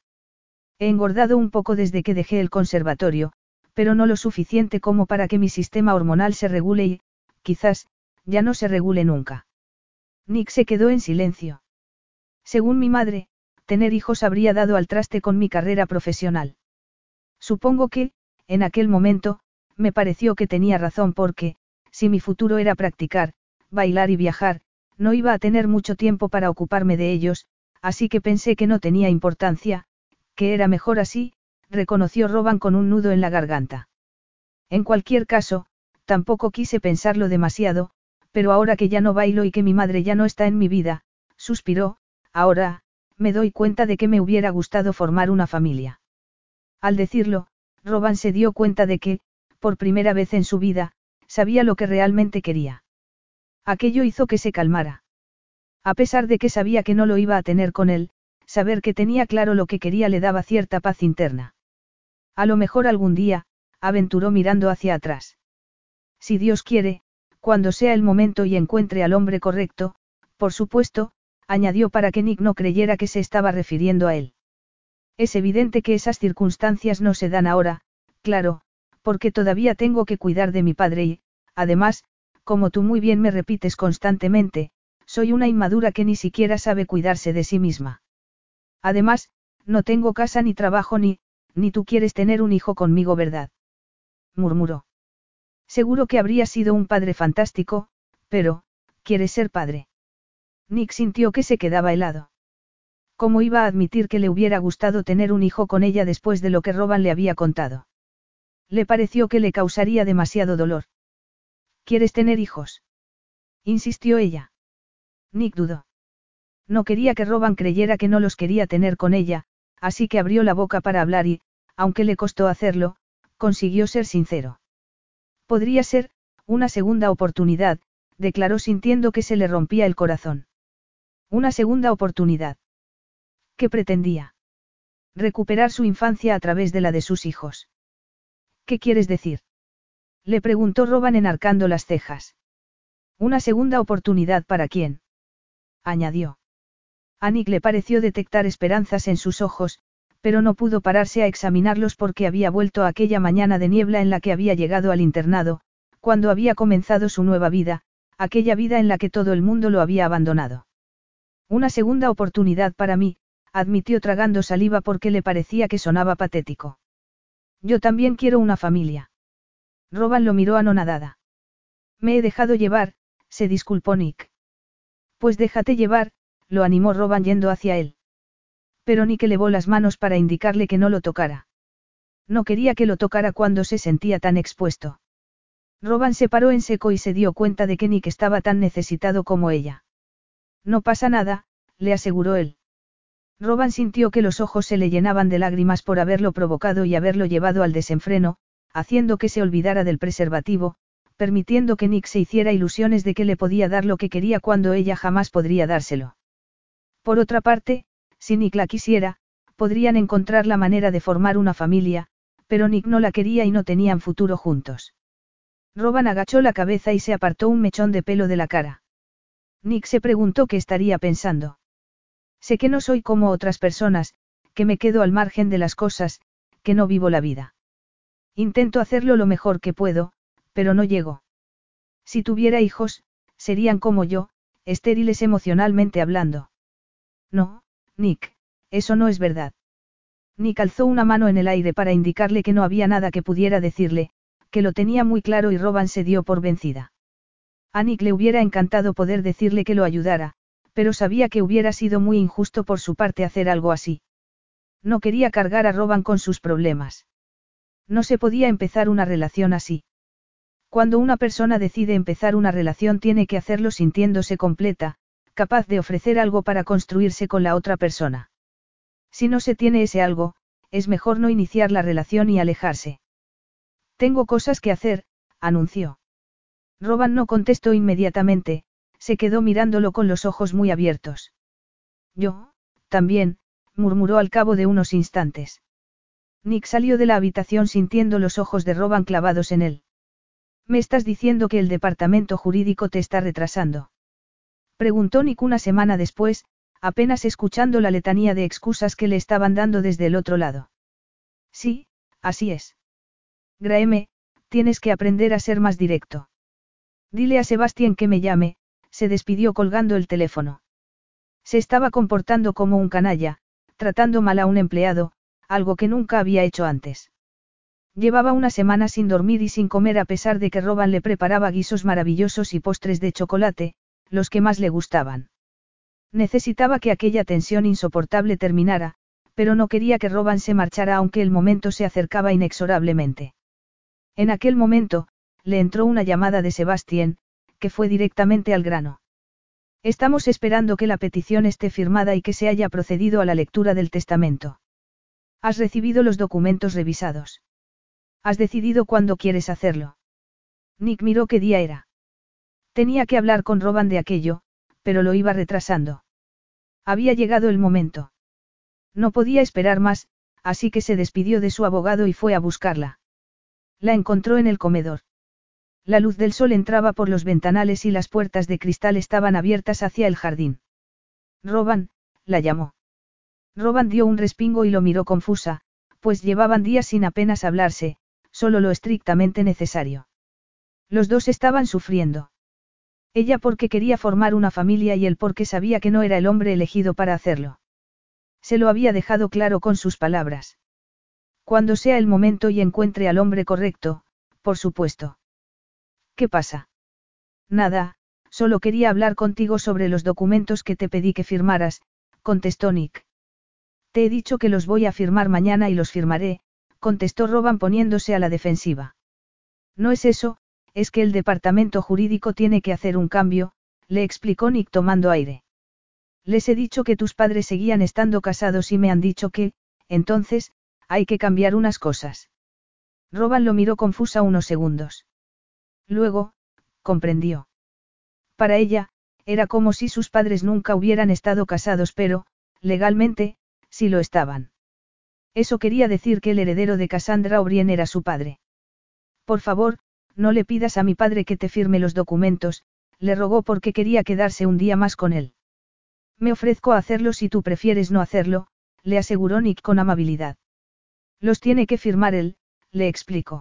He engordado un poco desde que dejé el conservatorio, pero no lo suficiente como para que mi sistema hormonal se regule y, quizás, ya no se regule nunca. Nick se quedó en silencio. Según mi madre, tener hijos habría dado al traste con mi carrera profesional. Supongo que, en aquel momento, me pareció que tenía razón porque, si mi futuro era practicar, bailar y viajar, no iba a tener mucho tiempo para ocuparme de ellos, así que pensé que no tenía importancia, que era mejor así, reconoció Roban con un nudo en la garganta. En cualquier caso, tampoco quise pensarlo demasiado, pero ahora que ya no bailo y que mi madre ya no está en mi vida, suspiró, ahora, me doy cuenta de que me hubiera gustado formar una familia. Al decirlo, Roban se dio cuenta de que, por primera vez en su vida, sabía lo que realmente quería. Aquello hizo que se calmara. A pesar de que sabía que no lo iba a tener con él, saber que tenía claro lo que quería le daba cierta paz interna. A lo mejor algún día, aventuró mirando hacia atrás. Si Dios quiere, cuando sea el momento y encuentre al hombre correcto, por supuesto, añadió para que Nick no creyera que se estaba refiriendo a él. Es evidente que esas circunstancias no se dan ahora, claro, porque todavía tengo que cuidar de mi padre y, además, como tú muy bien me repites constantemente, soy una inmadura que ni siquiera sabe cuidarse de sí misma. Además, no tengo casa ni trabajo ni, ni tú quieres tener un hijo conmigo, ¿verdad? Murmuró. Seguro que habría sido un padre fantástico, pero, ¿quieres ser padre? Nick sintió que se quedaba helado. ¿Cómo iba a admitir que le hubiera gustado tener un hijo con ella después de lo que Roban le había contado? Le pareció que le causaría demasiado dolor. ¿Quieres tener hijos? Insistió ella. Nick dudó. No quería que Roban creyera que no los quería tener con ella, así que abrió la boca para hablar y, aunque le costó hacerlo, consiguió ser sincero. Podría ser, una segunda oportunidad, declaró sintiendo que se le rompía el corazón. Una segunda oportunidad. ¿Qué pretendía? Recuperar su infancia a través de la de sus hijos. ¿Qué quieres decir? Le preguntó Roban enarcando las cejas. Una segunda oportunidad para quién, añadió. A Nick le pareció detectar esperanzas en sus ojos, pero no pudo pararse a examinarlos porque había vuelto a aquella mañana de niebla en la que había llegado al internado, cuando había comenzado su nueva vida, aquella vida en la que todo el mundo lo había abandonado. Una segunda oportunidad para mí, admitió tragando saliva porque le parecía que sonaba patético. Yo también quiero una familia. Roban lo miró anonadada. Me he dejado llevar, se disculpó Nick. Pues déjate llevar, lo animó Roban yendo hacia él. Pero Nick elevó las manos para indicarle que no lo tocara. No quería que lo tocara cuando se sentía tan expuesto. Roban se paró en seco y se dio cuenta de que Nick estaba tan necesitado como ella. No pasa nada, le aseguró él. Roban sintió que los ojos se le llenaban de lágrimas por haberlo provocado y haberlo llevado al desenfreno, haciendo que se olvidara del preservativo, permitiendo que Nick se hiciera ilusiones de que le podía dar lo que quería cuando ella jamás podría dárselo. Por otra parte, si Nick la quisiera, podrían encontrar la manera de formar una familia, pero Nick no la quería y no tenían futuro juntos. Roban agachó la cabeza y se apartó un mechón de pelo de la cara. Nick se preguntó qué estaría pensando. Sé que no soy como otras personas, que me quedo al margen de las cosas, que no vivo la vida. Intento hacerlo lo mejor que puedo, pero no llego. Si tuviera hijos, serían como yo, estériles emocionalmente hablando. No, Nick, eso no es verdad. Nick alzó una mano en el aire para indicarle que no había nada que pudiera decirle, que lo tenía muy claro y Roban se dio por vencida. A Nick le hubiera encantado poder decirle que lo ayudara, pero sabía que hubiera sido muy injusto por su parte hacer algo así. No quería cargar a Roban con sus problemas. No se podía empezar una relación así. Cuando una persona decide empezar una relación tiene que hacerlo sintiéndose completa, capaz de ofrecer algo para construirse con la otra persona. Si no se tiene ese algo, es mejor no iniciar la relación y alejarse. Tengo cosas que hacer, anunció. Roban no contestó inmediatamente, se quedó mirándolo con los ojos muy abiertos. Yo, también, murmuró al cabo de unos instantes. Nick salió de la habitación sintiendo los ojos de Roban clavados en él. ¿Me estás diciendo que el departamento jurídico te está retrasando? Preguntó Nick una semana después, apenas escuchando la letanía de excusas que le estaban dando desde el otro lado. Sí, así es. Graeme, tienes que aprender a ser más directo. Dile a Sebastián que me llame, se despidió colgando el teléfono. Se estaba comportando como un canalla, tratando mal a un empleado, algo que nunca había hecho antes. Llevaba una semana sin dormir y sin comer a pesar de que Roban le preparaba guisos maravillosos y postres de chocolate, los que más le gustaban. Necesitaba que aquella tensión insoportable terminara, pero no quería que Roban se marchara aunque el momento se acercaba inexorablemente. En aquel momento, le entró una llamada de Sebastián, que fue directamente al grano. Estamos esperando que la petición esté firmada y que se haya procedido a la lectura del testamento. ¿Has recibido los documentos revisados? ¿Has decidido cuándo quieres hacerlo? Nick miró qué día era. Tenía que hablar con Roban de aquello, pero lo iba retrasando. Había llegado el momento. No podía esperar más, así que se despidió de su abogado y fue a buscarla. La encontró en el comedor. La luz del sol entraba por los ventanales y las puertas de cristal estaban abiertas hacia el jardín. Roban, la llamó. Roban dio un respingo y lo miró confusa, pues llevaban días sin apenas hablarse, solo lo estrictamente necesario. Los dos estaban sufriendo. Ella porque quería formar una familia y él porque sabía que no era el hombre elegido para hacerlo. Se lo había dejado claro con sus palabras. Cuando sea el momento y encuentre al hombre correcto, por supuesto. ¿Qué pasa? Nada, solo quería hablar contigo sobre los documentos que te pedí que firmaras, contestó Nick. Te he dicho que los voy a firmar mañana y los firmaré, contestó Roban poniéndose a la defensiva. No es eso, es que el departamento jurídico tiene que hacer un cambio, le explicó Nick tomando aire. Les he dicho que tus padres seguían estando casados y me han dicho que, entonces, hay que cambiar unas cosas. Roban lo miró confusa unos segundos. Luego, comprendió. Para ella, era como si sus padres nunca hubieran estado casados pero, legalmente, sí lo estaban. Eso quería decir que el heredero de Cassandra O'Brien era su padre. Por favor, no le pidas a mi padre que te firme los documentos, le rogó porque quería quedarse un día más con él. Me ofrezco a hacerlo si tú prefieres no hacerlo, le aseguró Nick con amabilidad. Los tiene que firmar él, le explicó.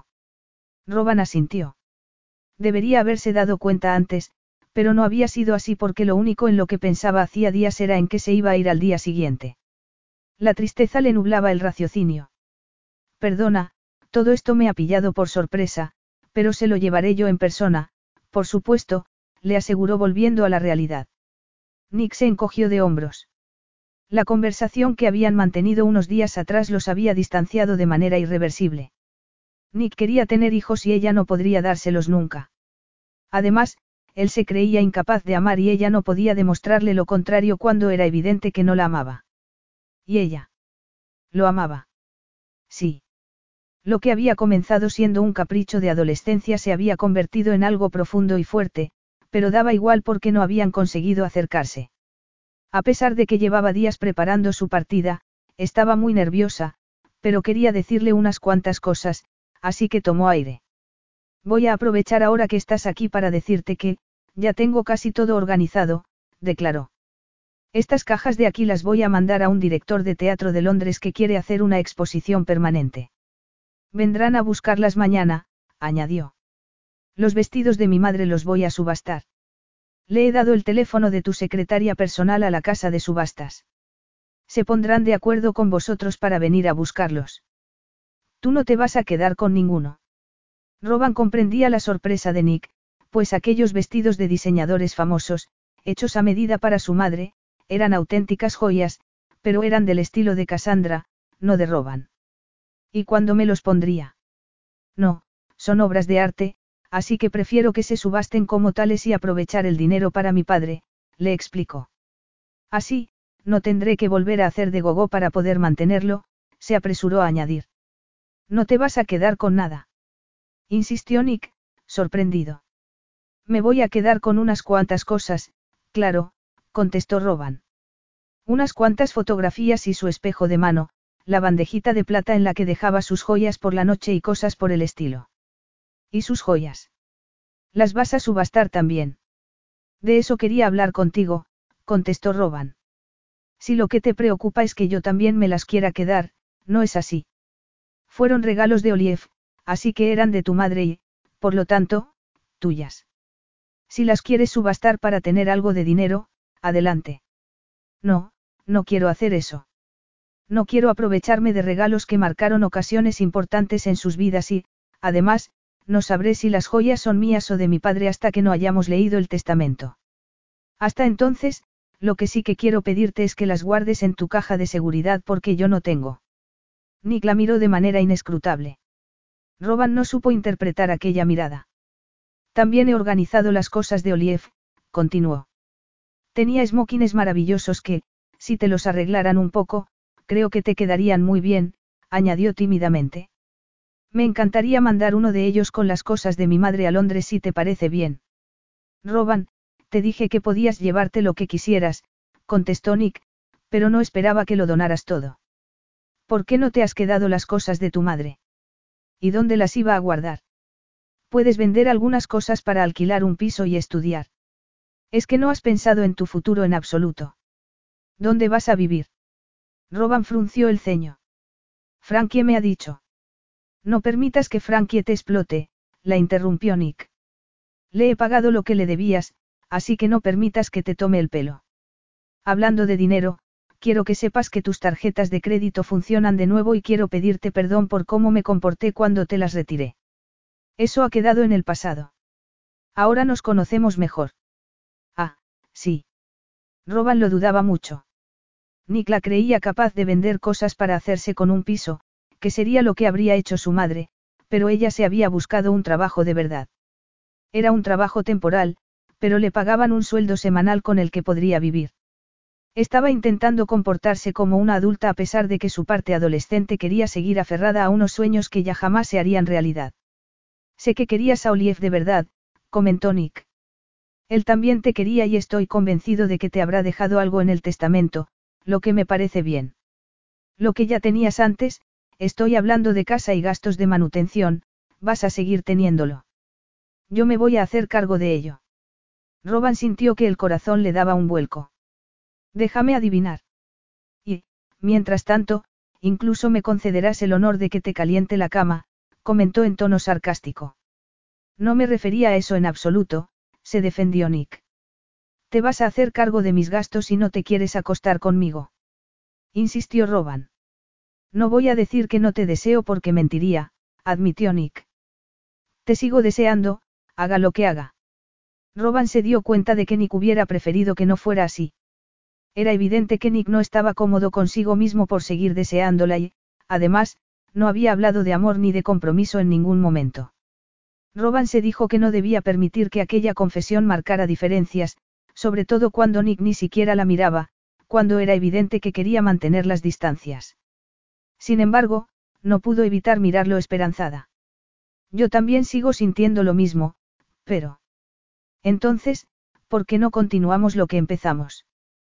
Roban asintió. Debería haberse dado cuenta antes, pero no había sido así porque lo único en lo que pensaba hacía días era en que se iba a ir al día siguiente. La tristeza le nublaba el raciocinio. Perdona, todo esto me ha pillado por sorpresa, pero se lo llevaré yo en persona, por supuesto, le aseguró volviendo a la realidad. Nick se encogió de hombros. La conversación que habían mantenido unos días atrás los había distanciado de manera irreversible. Nick quería tener hijos y ella no podría dárselos nunca. Además, él se creía incapaz de amar y ella no podía demostrarle lo contrario cuando era evidente que no la amaba. ¿Y ella? ¿Lo amaba? Sí. Lo que había comenzado siendo un capricho de adolescencia se había convertido en algo profundo y fuerte, pero daba igual porque no habían conseguido acercarse. A pesar de que llevaba días preparando su partida, estaba muy nerviosa, pero quería decirle unas cuantas cosas, así que tomó aire. Voy a aprovechar ahora que estás aquí para decirte que, ya tengo casi todo organizado, declaró. Estas cajas de aquí las voy a mandar a un director de teatro de Londres que quiere hacer una exposición permanente. Vendrán a buscarlas mañana, añadió. Los vestidos de mi madre los voy a subastar. Le he dado el teléfono de tu secretaria personal a la casa de subastas. Se pondrán de acuerdo con vosotros para venir a buscarlos. Tú no te vas a quedar con ninguno. Roban comprendía la sorpresa de Nick, pues aquellos vestidos de diseñadores famosos, hechos a medida para su madre, eran auténticas joyas, pero eran del estilo de Cassandra, no de Roban. ¿Y cuándo me los pondría? No, son obras de arte, así que prefiero que se subasten como tales y aprovechar el dinero para mi padre, le explicó. Así, no tendré que volver a hacer de gogo para poder mantenerlo, se apresuró a añadir. No te vas a quedar con nada. Insistió Nick, sorprendido. Me voy a quedar con unas cuantas cosas, claro, contestó Roban. Unas cuantas fotografías y su espejo de mano, la bandejita de plata en la que dejaba sus joyas por la noche y cosas por el estilo. ¿Y sus joyas? ¿Las vas a subastar también? De eso quería hablar contigo, contestó Roban. Si lo que te preocupa es que yo también me las quiera quedar, no es así. Fueron regalos de Olive, así que eran de tu madre y, por lo tanto, tuyas. Si las quieres subastar para tener algo de dinero, adelante. No, no quiero hacer eso. No quiero aprovecharme de regalos que marcaron ocasiones importantes en sus vidas y, además, no sabré si las joyas son mías o de mi padre hasta que no hayamos leído el testamento. Hasta entonces, lo que sí que quiero pedirte es que las guardes en tu caja de seguridad porque yo no tengo. Nick la miró de manera inescrutable. Roban no supo interpretar aquella mirada. También he organizado las cosas de Olive, continuó. Tenía esmokines maravillosos que, si te los arreglaran un poco, creo que te quedarían muy bien, añadió tímidamente. Me encantaría mandar uno de ellos con las cosas de mi madre a Londres si te parece bien. Roban, te dije que podías llevarte lo que quisieras, contestó Nick, pero no esperaba que lo donaras todo. ¿Por qué no te has quedado las cosas de tu madre? ¿Y dónde las iba a guardar? Puedes vender algunas cosas para alquilar un piso y estudiar. Es que no has pensado en tu futuro en absoluto. ¿Dónde vas a vivir? Roban frunció el ceño. Frankie me ha dicho. No permitas que Frankie te explote, la interrumpió Nick. Le he pagado lo que le debías, así que no permitas que te tome el pelo. Hablando de dinero, quiero que sepas que tus tarjetas de crédito funcionan de nuevo y quiero pedirte perdón por cómo me comporté cuando te las retiré. Eso ha quedado en el pasado. Ahora nos conocemos mejor. Ah, sí. Roban lo dudaba mucho. Nick la creía capaz de vender cosas para hacerse con un piso, que sería lo que habría hecho su madre, pero ella se había buscado un trabajo de verdad. Era un trabajo temporal, pero le pagaban un sueldo semanal con el que podría vivir. Estaba intentando comportarse como una adulta a pesar de que su parte adolescente quería seguir aferrada a unos sueños que ya jamás se harían realidad. Sé que querías a Olive de verdad, comentó Nick. Él también te quería y estoy convencido de que te habrá dejado algo en el testamento, lo que me parece bien. Lo que ya tenías antes, estoy hablando de casa y gastos de manutención, vas a seguir teniéndolo. Yo me voy a hacer cargo de ello. Roban sintió que el corazón le daba un vuelco. Déjame adivinar. Y, mientras tanto, incluso me concederás el honor de que te caliente la cama, comentó en tono sarcástico. No me refería a eso en absoluto, se defendió Nick. Te vas a hacer cargo de mis gastos y no te quieres acostar conmigo. Insistió Roban. No voy a decir que no te deseo porque mentiría, admitió Nick. Te sigo deseando, haga lo que haga. Roban se dio cuenta de que Nick hubiera preferido que no fuera así. Era evidente que Nick no estaba cómodo consigo mismo por seguir deseándola y, además, no había hablado de amor ni de compromiso en ningún momento. Roban se dijo que no debía permitir que aquella confesión marcara diferencias, sobre todo cuando Nick ni siquiera la miraba, cuando era evidente que quería mantener las distancias. Sin embargo, no pudo evitar mirarlo esperanzada. Yo también sigo sintiendo lo mismo, pero... Entonces, ¿por qué no continuamos lo que empezamos?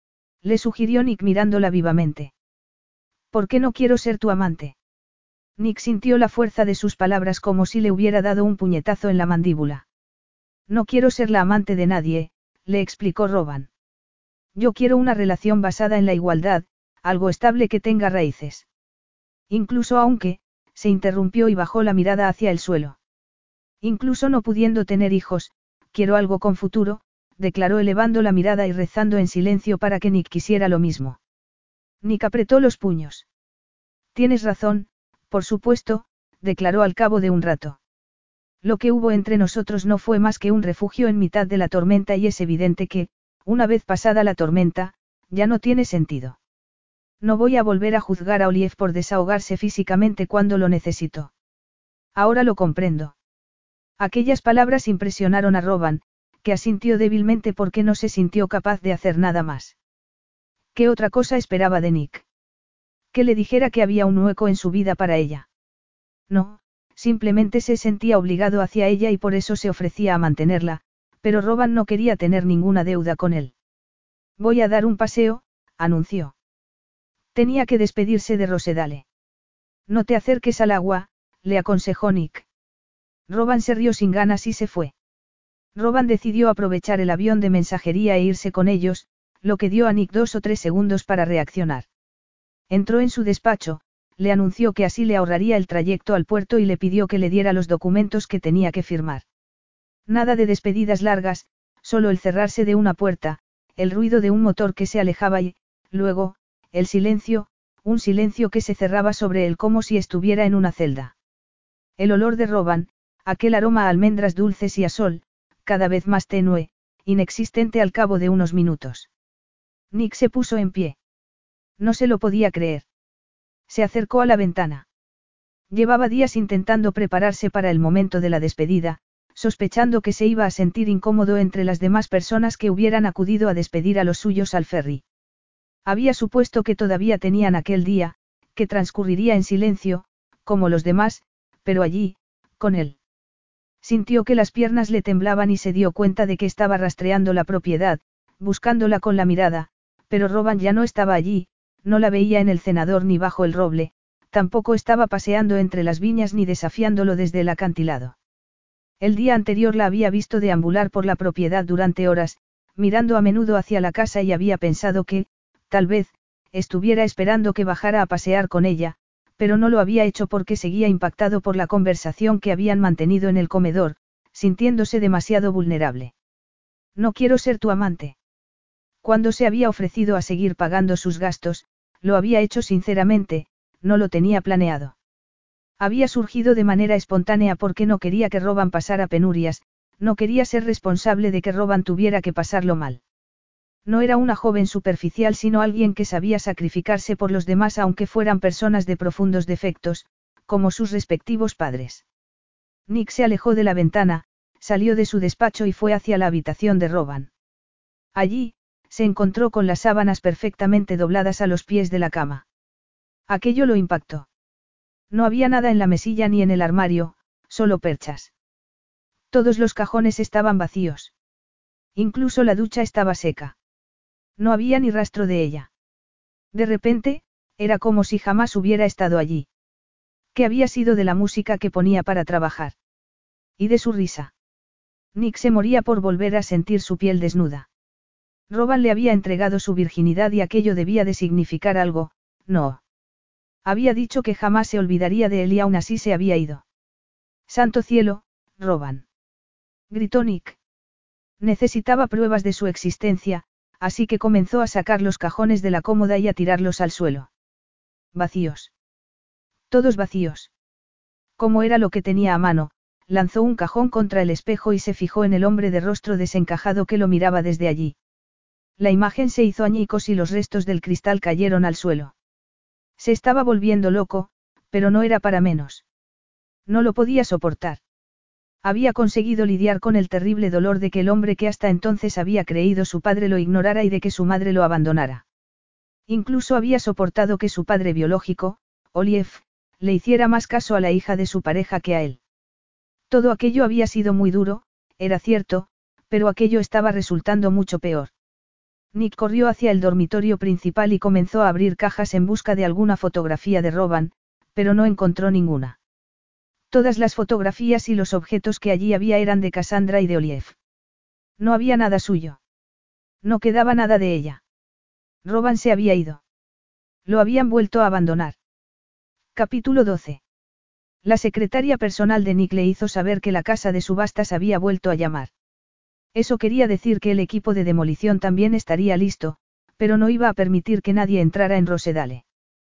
Le sugirió Nick mirándola vivamente. ¿Por qué no quiero ser tu amante? Nick sintió la fuerza de sus palabras como si le hubiera dado un puñetazo en la mandíbula. No quiero ser la amante de nadie, le explicó Roban. Yo quiero una relación basada en la igualdad, algo estable que tenga raíces. Incluso aunque, se interrumpió y bajó la mirada hacia el suelo. Incluso no pudiendo tener hijos, quiero algo con futuro, declaró elevando la mirada y rezando en silencio para que Nick quisiera lo mismo. Nick apretó los puños. Tienes razón, por supuesto, declaró al cabo de un rato. Lo que hubo entre nosotros no fue más que un refugio en mitad de la tormenta y es evidente que, una vez pasada la tormenta, ya no tiene sentido. No voy a volver a juzgar a Olive por desahogarse físicamente cuando lo necesitó. Ahora lo comprendo. Aquellas palabras impresionaron a Roban, que asintió débilmente porque no se sintió capaz de hacer nada más. ¿Qué otra cosa esperaba de Nick? Que le dijera que había un hueco en su vida para ella. No, simplemente se sentía obligado hacia ella y por eso se ofrecía a mantenerla, pero Roban no quería tener ninguna deuda con él. Voy a dar un paseo, anunció. Tenía que despedirse de Rosedale. No te acerques al agua, le aconsejó Nick. Roban se rió sin ganas y se fue. Roban decidió aprovechar el avión de mensajería e irse con ellos, lo que dio a Nick dos o tres segundos para reaccionar. Entró en su despacho, le anunció que así le ahorraría el trayecto al puerto y le pidió que le diera los documentos que tenía que firmar. Nada de despedidas largas, solo el cerrarse de una puerta, el ruido de un motor que se alejaba y, luego, el silencio, un silencio que se cerraba sobre él como si estuviera en una celda. El olor de Roban, aquel aroma a almendras dulces y a sol, cada vez más tenue, inexistente al cabo de unos minutos. Nick se puso en pie. No se lo podía creer. Se acercó a la ventana. Llevaba días intentando prepararse para el momento de la despedida, sospechando que se iba a sentir incómodo entre las demás personas que hubieran acudido a despedir a los suyos al ferry. Había supuesto que todavía tenían aquel día, que transcurriría en silencio, como los demás, pero allí, con él. Sintió que las piernas le temblaban y se dio cuenta de que estaba rastreando la propiedad, buscándola con la mirada, pero Roban ya no estaba allí, no la veía en el cenador ni bajo el roble, tampoco estaba paseando entre las viñas ni desafiándolo desde el acantilado. El día anterior la había visto deambular por la propiedad durante horas, mirando a menudo hacia la casa y había pensado que, tal vez, estuviera esperando que bajara a pasear con ella, pero no lo había hecho porque seguía impactado por la conversación que habían mantenido en el comedor, sintiéndose demasiado vulnerable. No quiero ser tu amante. Cuando se había ofrecido a seguir pagando sus gastos, lo había hecho sinceramente, no lo tenía planeado. Había surgido de manera espontánea porque no quería que Roban pasara penurias, no quería ser responsable de que Roban tuviera que pasarlo mal. No era una joven superficial sino alguien que sabía sacrificarse por los demás aunque fueran personas de profundos defectos, como sus respectivos padres. Nick se alejó de la ventana, salió de su despacho y fue hacia la habitación de Roban. Allí, se encontró con las sábanas perfectamente dobladas a los pies de la cama. Aquello lo impactó. No había nada en la mesilla ni en el armario, solo perchas. Todos los cajones estaban vacíos. Incluso la ducha estaba seca. No había ni rastro de ella. De repente, era como si jamás hubiera estado allí. ¿Qué había sido de la música que ponía para trabajar? Y de su risa. Nick se moría por volver a sentir su piel desnuda. Roban le había entregado su virginidad y aquello debía de significar algo, no. Había dicho que jamás se olvidaría de él y aún así se había ido. ¡Santo cielo, Roban! Gritó Nick. Necesitaba pruebas de su existencia, así que comenzó a sacar los cajones de la cómoda y a tirarlos al suelo. Vacíos. Todos vacíos. Como era lo que tenía a mano, lanzó un cajón contra el espejo y se fijó en el hombre de rostro desencajado que lo miraba desde allí. La imagen se hizo añicos y los restos del cristal cayeron al suelo. Se estaba volviendo loco, pero no era para menos. No lo podía soportar. Había conseguido lidiar con el terrible dolor de que el hombre que hasta entonces había creído su padre lo ignorara y de que su madre lo abandonara. Incluso había soportado que su padre biológico, Olive, le hiciera más caso a la hija de su pareja que a él. Todo aquello había sido muy duro, era cierto, pero aquello estaba resultando mucho peor. Nick corrió hacia el dormitorio principal y comenzó a abrir cajas en busca de alguna fotografía de Roban, pero no encontró ninguna. Todas las fotografías y los objetos que allí había eran de Cassandra y de Olive. No había nada suyo. No quedaba nada de ella. Roban se había ido. Lo habían vuelto a abandonar. Capítulo doce. La secretaria personal de Nick le hizo saber que la casa de subastas había vuelto a llamar. Eso quería decir que el equipo de demolición también estaría listo, pero no iba a permitir que nadie entrara en Rosedale.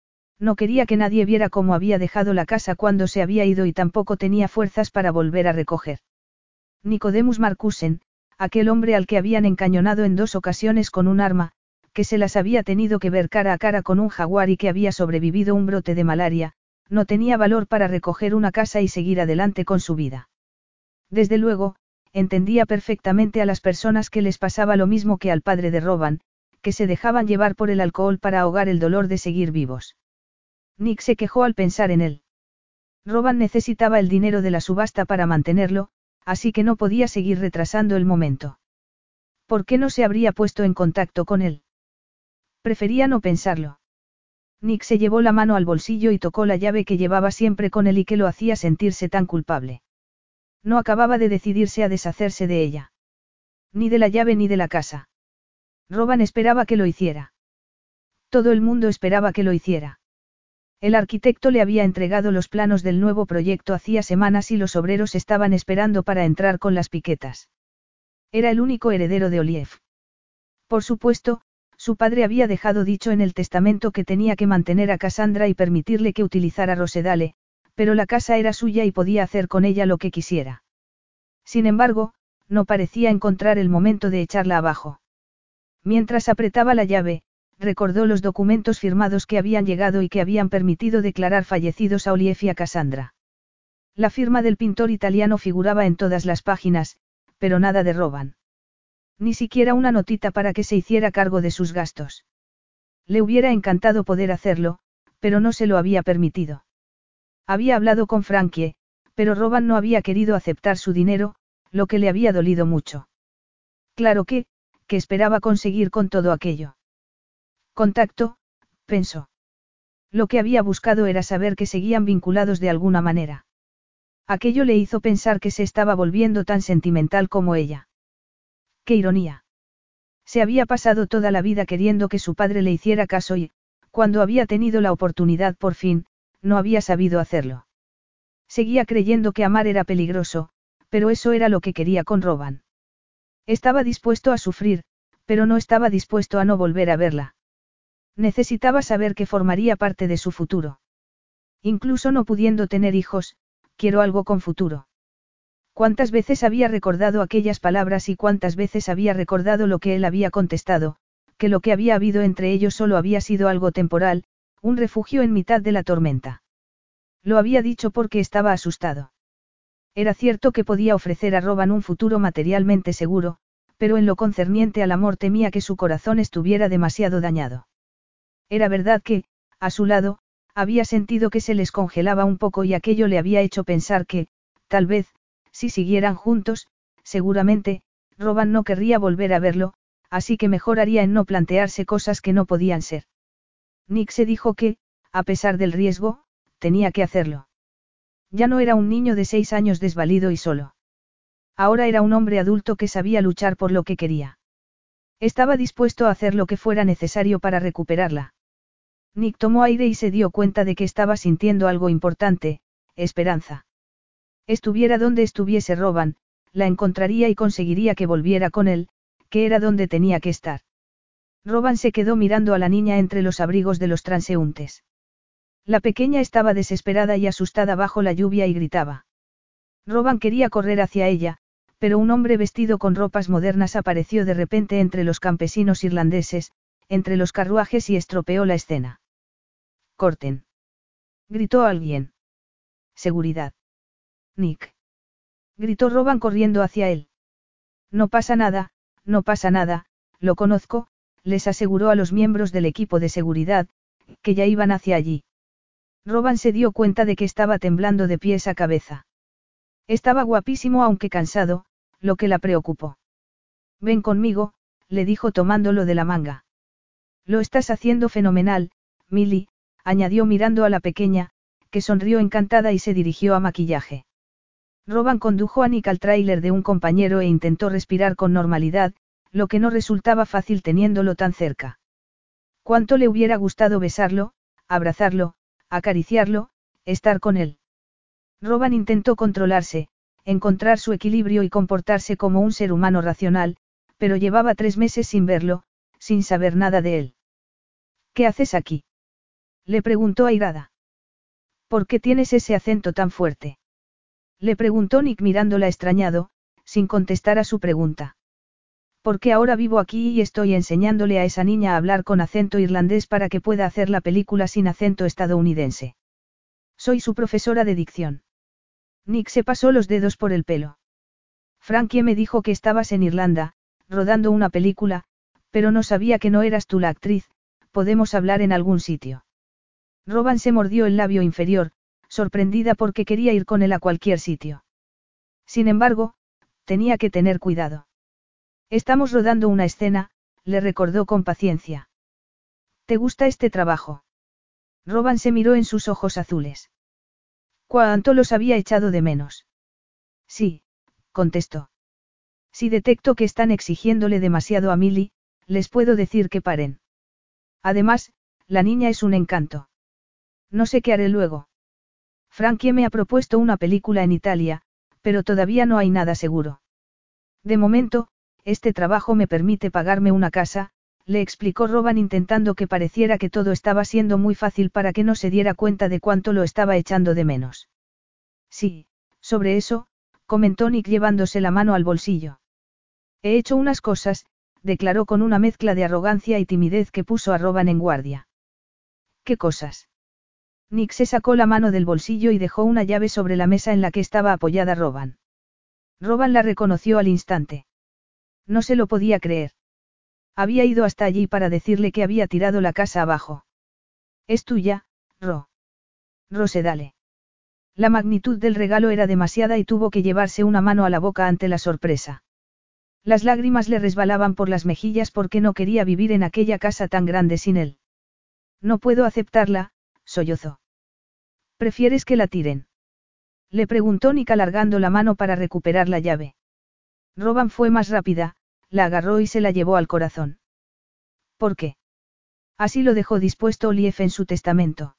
No quería que nadie viera cómo había dejado la casa cuando se había ido y tampoco tenía fuerzas para volver a recoger. Nicodemus Marcussen, aquel hombre al que habían encañonado en dos ocasiones con un arma, que se las había tenido que ver cara a cara con un jaguar y que había sobrevivido un brote de malaria, no tenía valor para recoger una casa y seguir adelante con su vida. Desde luego, entendía perfectamente a las personas que les pasaba lo mismo que al padre de Roban, que se dejaban llevar por el alcohol para ahogar el dolor de seguir vivos. Nick se quejó al pensar en él. Roban necesitaba el dinero de la subasta para mantenerlo, así que no podía seguir retrasando el momento. ¿Por qué no se habría puesto en contacto con él? Prefería no pensarlo. Nick se llevó la mano al bolsillo y tocó la llave que llevaba siempre con él y que lo hacía sentirse tan culpable. No acababa de decidirse a deshacerse de ella. Ni de la llave ni de la casa. Roban esperaba que lo hiciera. Todo el mundo esperaba que lo hiciera. El arquitecto le había entregado los planos del nuevo proyecto hacía semanas y los obreros estaban esperando para entrar con las piquetas. Era el único heredero de Olive. Por supuesto, su padre había dejado dicho en el testamento que tenía que mantener a Cassandra y permitirle que utilizara Rosedale, pero la casa era suya y podía hacer con ella lo que quisiera. Sin embargo, no parecía encontrar el momento de echarla abajo. Mientras apretaba la llave, recordó los documentos firmados que habían llegado y que habían permitido declarar fallecidos a Olive y a Cassandra. La firma del pintor italiano figuraba en todas las páginas, pero nada de Roban. Ni siquiera una notita para que se hiciera cargo de sus gastos. Le hubiera encantado poder hacerlo, pero no se lo había permitido. Había hablado con Frankie, pero Roban no había querido aceptar su dinero, lo que le había dolido mucho. Claro que, que esperaba conseguir con todo aquello. Contacto, pensó. Lo que había buscado era saber que seguían vinculados de alguna manera. Aquello le hizo pensar que se estaba volviendo tan sentimental como ella. ¡Qué ironía! Se había pasado toda la vida queriendo que su padre le hiciera caso y, cuando había tenido la oportunidad por fin, no había sabido hacerlo. Seguía creyendo que amar era peligroso, pero eso era lo que quería con Roban. Estaba dispuesto a sufrir, pero no estaba dispuesto a no volver a verla. Necesitaba saber que formaría parte de su futuro. Incluso no pudiendo tener hijos, quiero algo con futuro. Cuántas veces había recordado aquellas palabras y cuántas veces había recordado lo que él había contestado, que lo que había habido entre ellos solo había sido algo temporal, un refugio en mitad de la tormenta. Lo había dicho porque estaba asustado. Era cierto que podía ofrecer a Roban un futuro materialmente seguro, pero en lo concerniente al amor temía que su corazón estuviera demasiado dañado. Era verdad que, a su lado, había sentido que se les congelaba un poco y aquello le había hecho pensar que, tal vez, si siguieran juntos, seguramente, Roban no querría volver a verlo, así que mejor haría en no plantearse cosas que no podían ser. Nick se dijo que, a pesar del riesgo, tenía que hacerlo. Ya no era un niño de seis años desvalido y solo. Ahora era un hombre adulto que sabía luchar por lo que quería. Estaba dispuesto a hacer lo que fuera necesario para recuperarla. Nick tomó aire y se dio cuenta de que estaba sintiendo algo importante, esperanza. Estuviera donde estuviese Roban, la encontraría y conseguiría que volviera con él, que era donde tenía que estar. Roban se quedó mirando a la niña entre los abrigos de los transeúntes. La pequeña estaba desesperada y asustada bajo la lluvia y gritaba. Roban quería correr hacia ella, pero un hombre vestido con ropas modernas apareció de repente entre los campesinos irlandeses, entre los carruajes y estropeó la escena. ¡Corten!, gritó alguien. Seguridad. Nick. Gritó Roban corriendo hacia él. No pasa nada, no pasa nada, lo conozco, les aseguró a los miembros del equipo de seguridad, que ya iban hacia allí. Roban se dio cuenta de que estaba temblando de pies a cabeza. Estaba guapísimo aunque cansado, lo que la preocupó. Ven conmigo, le dijo tomándolo de la manga. Lo estás haciendo fenomenal, Millie, añadió mirando a la pequeña, que sonrió encantada y se dirigió a maquillaje. Roban condujo a Nick al tráiler de un compañero e intentó respirar con normalidad, lo que no resultaba fácil teniéndolo tan cerca. Cuánto le hubiera gustado besarlo, abrazarlo, acariciarlo, estar con él. Roban intentó controlarse, encontrar su equilibrio y comportarse como un ser humano racional, pero llevaba tres meses sin verlo, sin saber nada de él. ¿Qué haces aquí?, le preguntó airada. ¿Por qué tienes ese acento tan fuerte?, le preguntó Nick mirándola extrañado, sin contestar a su pregunta. Porque ahora vivo aquí y estoy enseñándole a esa niña a hablar con acento irlandés para que pueda hacer la película sin acento estadounidense. Soy su profesora de dicción. Nick se pasó los dedos por el pelo. Frankie me dijo que estabas en Irlanda, rodando una película, pero no sabía que no eras tú la actriz. ¿Podemos hablar en algún sitio? Roban se mordió el labio inferior, sorprendida porque quería ir con él a cualquier sitio. Sin embargo, tenía que tener cuidado. Estamos rodando una escena, le recordó con paciencia. ¿Te gusta este trabajo? Roban se miró en sus ojos azules. ¿Cuánto los había echado de menos? Sí, contestó. Si detecto que están exigiéndole demasiado a Millie, les puedo decir que paren. Además, la niña es un encanto. No sé qué haré luego. Frankie me ha propuesto una película en Italia, pero todavía no hay nada seguro. De momento, este trabajo me permite pagarme una casa, le explicó Roban intentando que pareciera que todo estaba siendo muy fácil para que no se diera cuenta de cuánto lo estaba echando de menos. Sí, sobre eso, comentó Nick llevándose la mano al bolsillo. He hecho unas cosas, declaró con una mezcla de arrogancia y timidez que puso a Roban en guardia. ¿Qué cosas? Nick se sacó la mano del bolsillo y dejó una llave sobre la mesa en la que estaba apoyada Roban. Roban la reconoció al instante. No se lo podía creer. Había ido hasta allí para decirle que había tirado la casa abajo. Es tuya, Ro. Rosedale. La magnitud del regalo era demasiada y tuvo que llevarse una mano a la boca ante la sorpresa. Las lágrimas le resbalaban por las mejillas porque no quería vivir en aquella casa tan grande sin él. No puedo aceptarla, sollozó. ¿Prefieres que la tiren?, le preguntó Nick alargando la mano para recuperar la llave. Roban fue más rápida, la agarró y se la llevó al corazón. ¿Por qué? Así lo dejó dispuesto Olive en su testamento.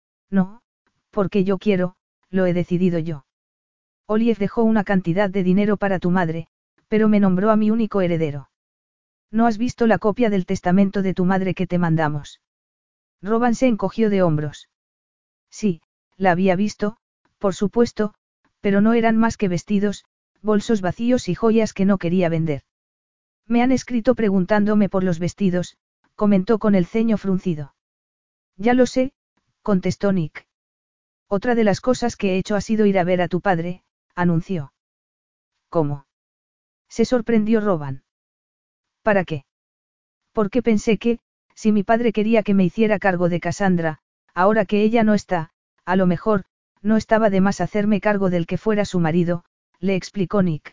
No, porque yo quiero, lo he decidido yo. Olive dejó una cantidad de dinero para tu madre, pero me nombró a mi único heredero. ¿No has visto la copia del testamento de tu madre que te mandamos? Roban se encogió de hombros. Sí, la había visto, por supuesto, pero no eran más que vestidos, bolsos vacíos y joyas que no quería vender. Me han escrito preguntándome por los vestidos, comentó con el ceño fruncido. Ya lo sé, contestó Nick. Otra de las cosas que he hecho ha sido ir a ver a tu padre, anunció. ¿Cómo? Se sorprendió Roban. ¿Para qué? Porque pensé que, si mi padre quería que me hiciera cargo de Cassandra, ahora que ella no está, a lo mejor, no estaba de más hacerme cargo del que fuera su marido, le explicó Nick.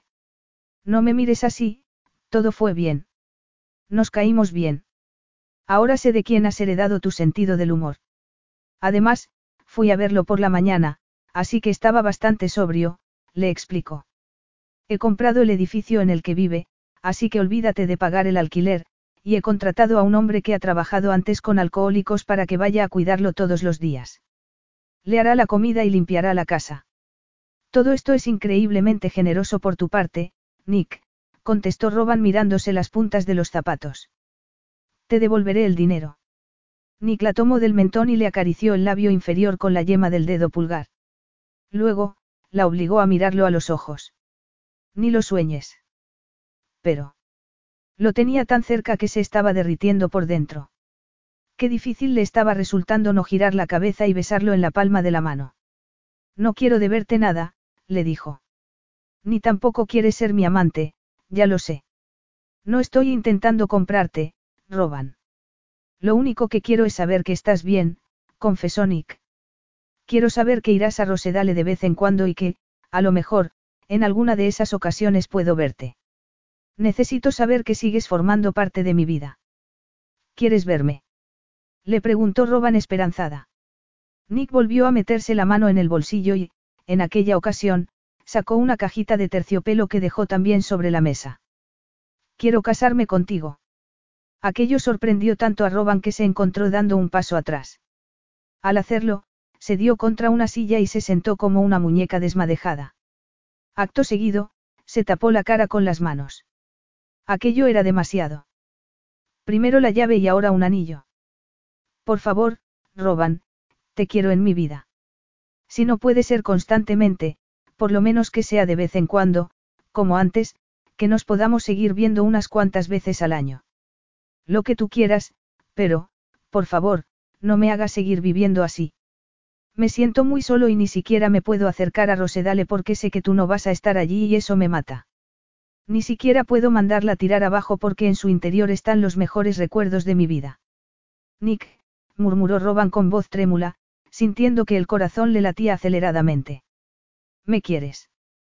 No me mires así, todo fue bien. Nos caímos bien. Ahora sé de quién has heredado tu sentido del humor. Además, fui a verlo por la mañana, así que estaba bastante sobrio, le explicó. He comprado el edificio en el que vive, así que olvídate de pagar el alquiler, y he contratado a un hombre que ha trabajado antes con alcohólicos para que vaya a cuidarlo todos los días. Le hará la comida y limpiará la casa. Todo esto es increíblemente generoso por tu parte, Nick, contestó Roban mirándose las puntas de los zapatos. Te devolveré el dinero. Nick la tomó del mentón y le acarició el labio inferior con la yema del dedo pulgar. Luego, la obligó a mirarlo a los ojos. Ni lo sueñes. Pero. Lo tenía tan cerca que se estaba derritiendo por dentro. Qué difícil le estaba resultando no girar la cabeza y besarlo en la palma de la mano. No quiero deberte nada, le dijo. Ni tampoco quieres ser mi amante, ya lo sé. No estoy intentando comprarte, Roban. Lo único que quiero es saber que estás bien, confesó Nick. Quiero saber que irás a Rosedale de vez en cuando y que, a lo mejor, en alguna de esas ocasiones puedo verte. Necesito saber que sigues formando parte de mi vida. ¿Quieres verme? Le preguntó Roban esperanzada. Nick volvió a meterse la mano en el bolsillo y, en aquella ocasión, sacó una cajita de terciopelo que dejó también sobre la mesa. Quiero casarme contigo. Aquello sorprendió tanto a Roban que se encontró dando un paso atrás. Al hacerlo, se dio contra una silla y se sentó como una muñeca desmadejada. Acto seguido, se tapó la cara con las manos. Aquello era demasiado. Primero la llave y ahora un anillo. Por favor, Roban, te quiero en mi vida. Si no puede ser constantemente, por lo menos que sea de vez en cuando, como antes, que nos podamos seguir viendo unas cuantas veces al año. Lo que tú quieras, pero, por favor, no me hagas seguir viviendo así. Me siento muy solo y ni siquiera me puedo acercar a Rosedale porque sé que tú no vas a estar allí y eso me mata. Ni siquiera puedo mandarla a tirar abajo porque en su interior están los mejores recuerdos de mi vida. Nick, murmuró Roban con voz trémula, sintiendo que el corazón le latía aceleradamente. ¿Me quieres?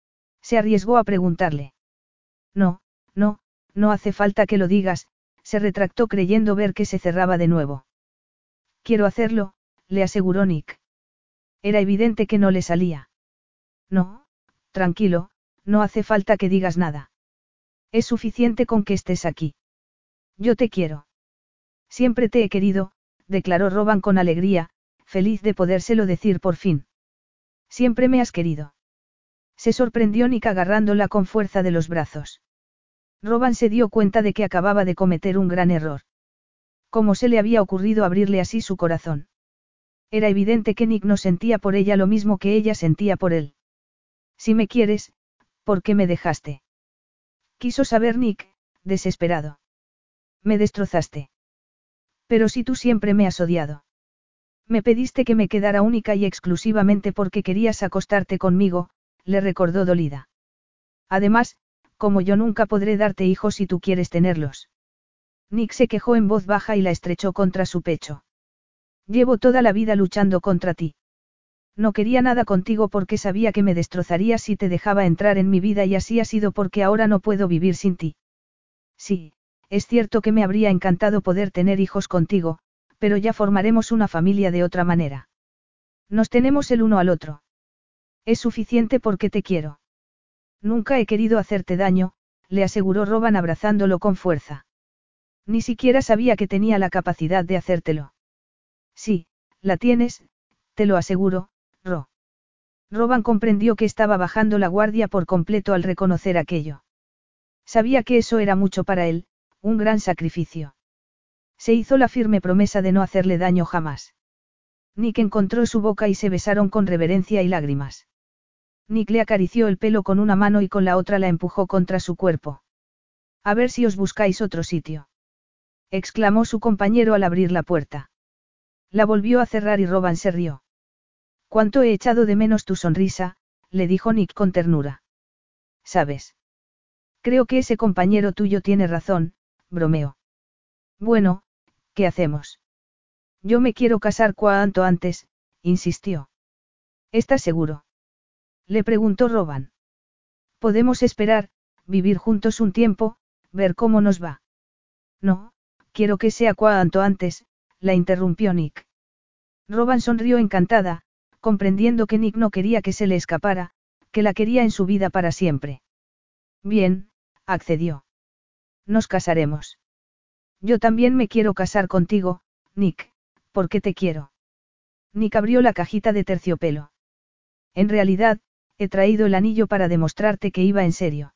Se arriesgó a preguntarle. No, no, no hace falta que lo digas, se retractó creyendo ver que se cerraba de nuevo. Quiero hacerlo, le aseguró Nick. Era evidente que no le salía. No, tranquilo, no hace falta que digas nada. Es suficiente con que estés aquí. Yo te quiero. Siempre te he querido, declaró Roban con alegría, feliz de podérselo decir por fin. Siempre me has querido. Se sorprendió Nick agarrándola con fuerza de los brazos. Roban se dio cuenta de que acababa de cometer un gran error. ¿Cómo se le había ocurrido abrirle así su corazón? Era evidente que Nick no sentía por ella lo mismo que ella sentía por él. Si me quieres, ¿por qué me dejaste? Quiso saber Nick, desesperado. Me destrozaste. Pero si tú siempre me has odiado. Me pediste que me quedara única y exclusivamente porque querías acostarte conmigo, le recordó dolida. Además, como yo nunca podré darte hijos si tú quieres tenerlos. Nick se quejó en voz baja y la estrechó contra su pecho. Llevo toda la vida luchando contra ti. No quería nada contigo porque sabía que me destrozarías si te dejaba entrar en mi vida y así ha sido porque ahora no puedo vivir sin ti. Sí, es cierto que me habría encantado poder tener hijos contigo, pero ya formaremos una familia de otra manera. Nos tenemos el uno al otro. Es suficiente porque te quiero. Nunca he querido hacerte daño, le aseguró Roban abrazándolo con fuerza. Ni siquiera sabía que tenía la capacidad de hacértelo. Sí, la tienes, te lo aseguro, Ro. Roban comprendió que estaba bajando la guardia por completo al reconocer aquello. Sabía que eso era mucho para él, un gran sacrificio. Se hizo la firme promesa de no hacerle daño jamás. Nick encontró su boca y se besaron con reverencia y lágrimas. Nick le acarició el pelo con una mano y con la otra la empujó contra su cuerpo. A ver si os buscáis otro sitio. Exclamó su compañero al abrir la puerta. La volvió a cerrar y Roban se rió. Cuánto he echado de menos tu sonrisa, le dijo Nick con ternura. ¿Sabes? Creo que ese compañero tuyo tiene razón, bromeó. Bueno, ¿qué hacemos? Yo me quiero casar cuanto antes, insistió. ¿Estás seguro? Le preguntó Roban. Podemos esperar, vivir juntos un tiempo, ver cómo nos va. No, quiero que sea cuanto antes, la interrumpió Nick. Roban sonrió encantada, comprendiendo que Nick no quería que se le escapara, que la quería en su vida para siempre. Bien, accedió. Nos casaremos. Yo también me quiero casar contigo, Nick, porque te quiero. Nick abrió la cajita de terciopelo. En realidad, he traído el anillo para demostrarte que iba en serio.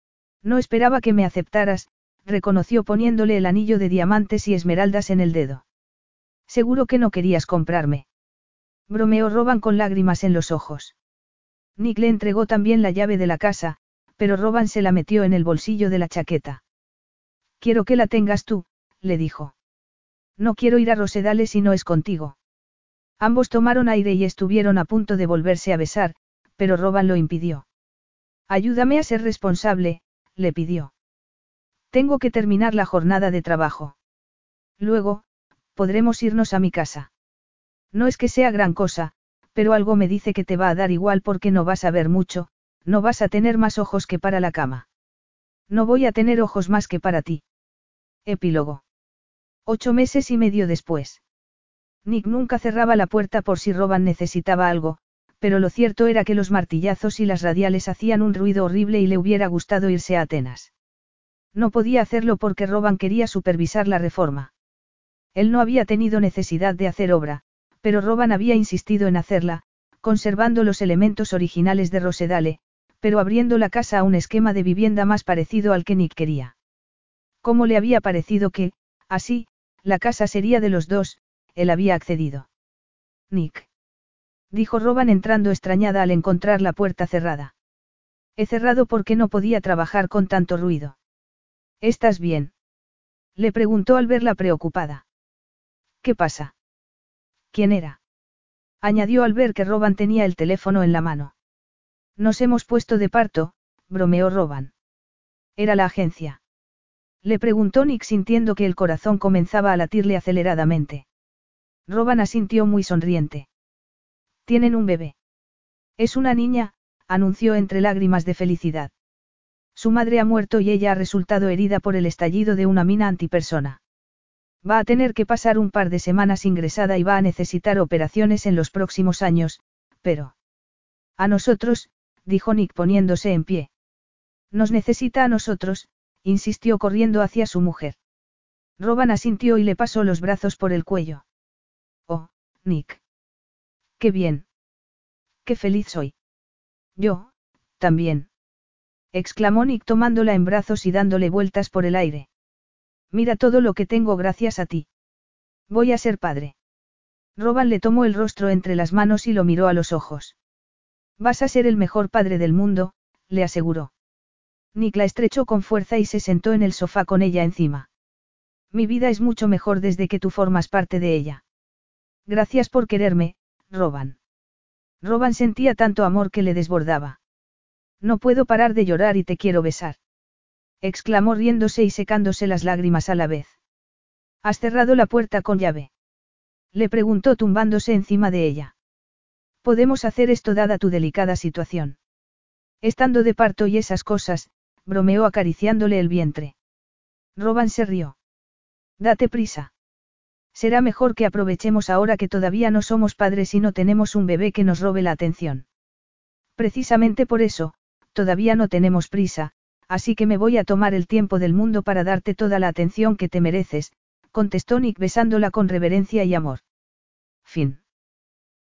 No esperaba que me aceptaras, reconoció poniéndole el anillo de diamantes y esmeraldas en el dedo. Seguro que no querías comprarme. Bromeó Roban con lágrimas en los ojos. Nick le entregó también la llave de la casa, pero Roban se la metió en el bolsillo de la chaqueta. Quiero que la tengas tú, le dijo. No quiero ir a Rosedale si no es contigo. Ambos tomaron aire y estuvieron a punto de volverse a besar, pero Roban lo impidió. Ayúdame a ser responsable, le pidió. Tengo que terminar la jornada de trabajo. Luego, podremos irnos a mi casa. No es que sea gran cosa, pero algo me dice que te va a dar igual porque no vas a ver mucho, no vas a tener más ojos que para la cama. No voy a tener ojos más que para ti. Epílogo. Ocho meses y medio después. Nick nunca cerraba la puerta por si Roban necesitaba algo, pero lo cierto era que los martillazos y las radiales hacían un ruido horrible y le hubiera gustado irse a Atenas. No podía hacerlo porque Roban quería supervisar la reforma. Él no había tenido necesidad de hacer obra, pero Roban había insistido en hacerla, conservando los elementos originales de Rosedale, pero abriendo la casa a un esquema de vivienda más parecido al que Nick quería. ¿Cómo le había parecido que, así, la casa sería de los dos? Él había accedido. Nick. Dijo Roban entrando extrañada al encontrar la puerta cerrada. He cerrado porque no podía trabajar con tanto ruido. ¿Estás bien? Le preguntó al verla preocupada. ¿Qué pasa? ¿Quién era? Añadió al ver que Roban tenía el teléfono en la mano. Nos hemos puesto de parto, bromeó Roban. Era la agencia. Le preguntó Nick sintiendo que el corazón comenzaba a latirle aceleradamente. Roban asintió muy sonriente. Tienen un bebé. Es una niña, anunció entre lágrimas de felicidad. Su madre ha muerto y ella ha resultado herida por el estallido de una mina antipersona. Va a tener que pasar un par de semanas ingresada y va a necesitar operaciones en los próximos años, pero... A nosotros, dijo Nick poniéndose en pie. Nos necesita a nosotros, insistió corriendo hacia su mujer. Roban asintió y le pasó los brazos por el cuello. Oh, Nick. Qué bien. Qué feliz soy. Yo, también. Exclamó Nick tomándola en brazos y dándole vueltas por el aire. Mira todo lo que tengo gracias a ti. Voy a ser padre. Roban le tomó el rostro entre las manos y lo miró a los ojos. Vas a ser el mejor padre del mundo, le aseguró. Nick la estrechó con fuerza y se sentó en el sofá con ella encima. Mi vida es mucho mejor desde que tú formas parte de ella. Gracias por quererme, Roban. Roban sentía tanto amor que le desbordaba. No puedo parar de llorar y te quiero besar. Exclamó riéndose y secándose las lágrimas a la vez. ¿Has cerrado la puerta con llave? Le preguntó tumbándose encima de ella. Podemos hacer esto dada tu delicada situación. Estando de parto y esas cosas, bromeó acariciándole el vientre. Roban se rió. Date prisa. Será mejor que aprovechemos ahora que todavía no somos padres y no tenemos un bebé que nos robe la atención. Precisamente por eso, todavía no tenemos prisa, así que me voy a tomar el tiempo del mundo para darte toda la atención que te mereces, contestó Nick besándola con reverencia y amor. Fin.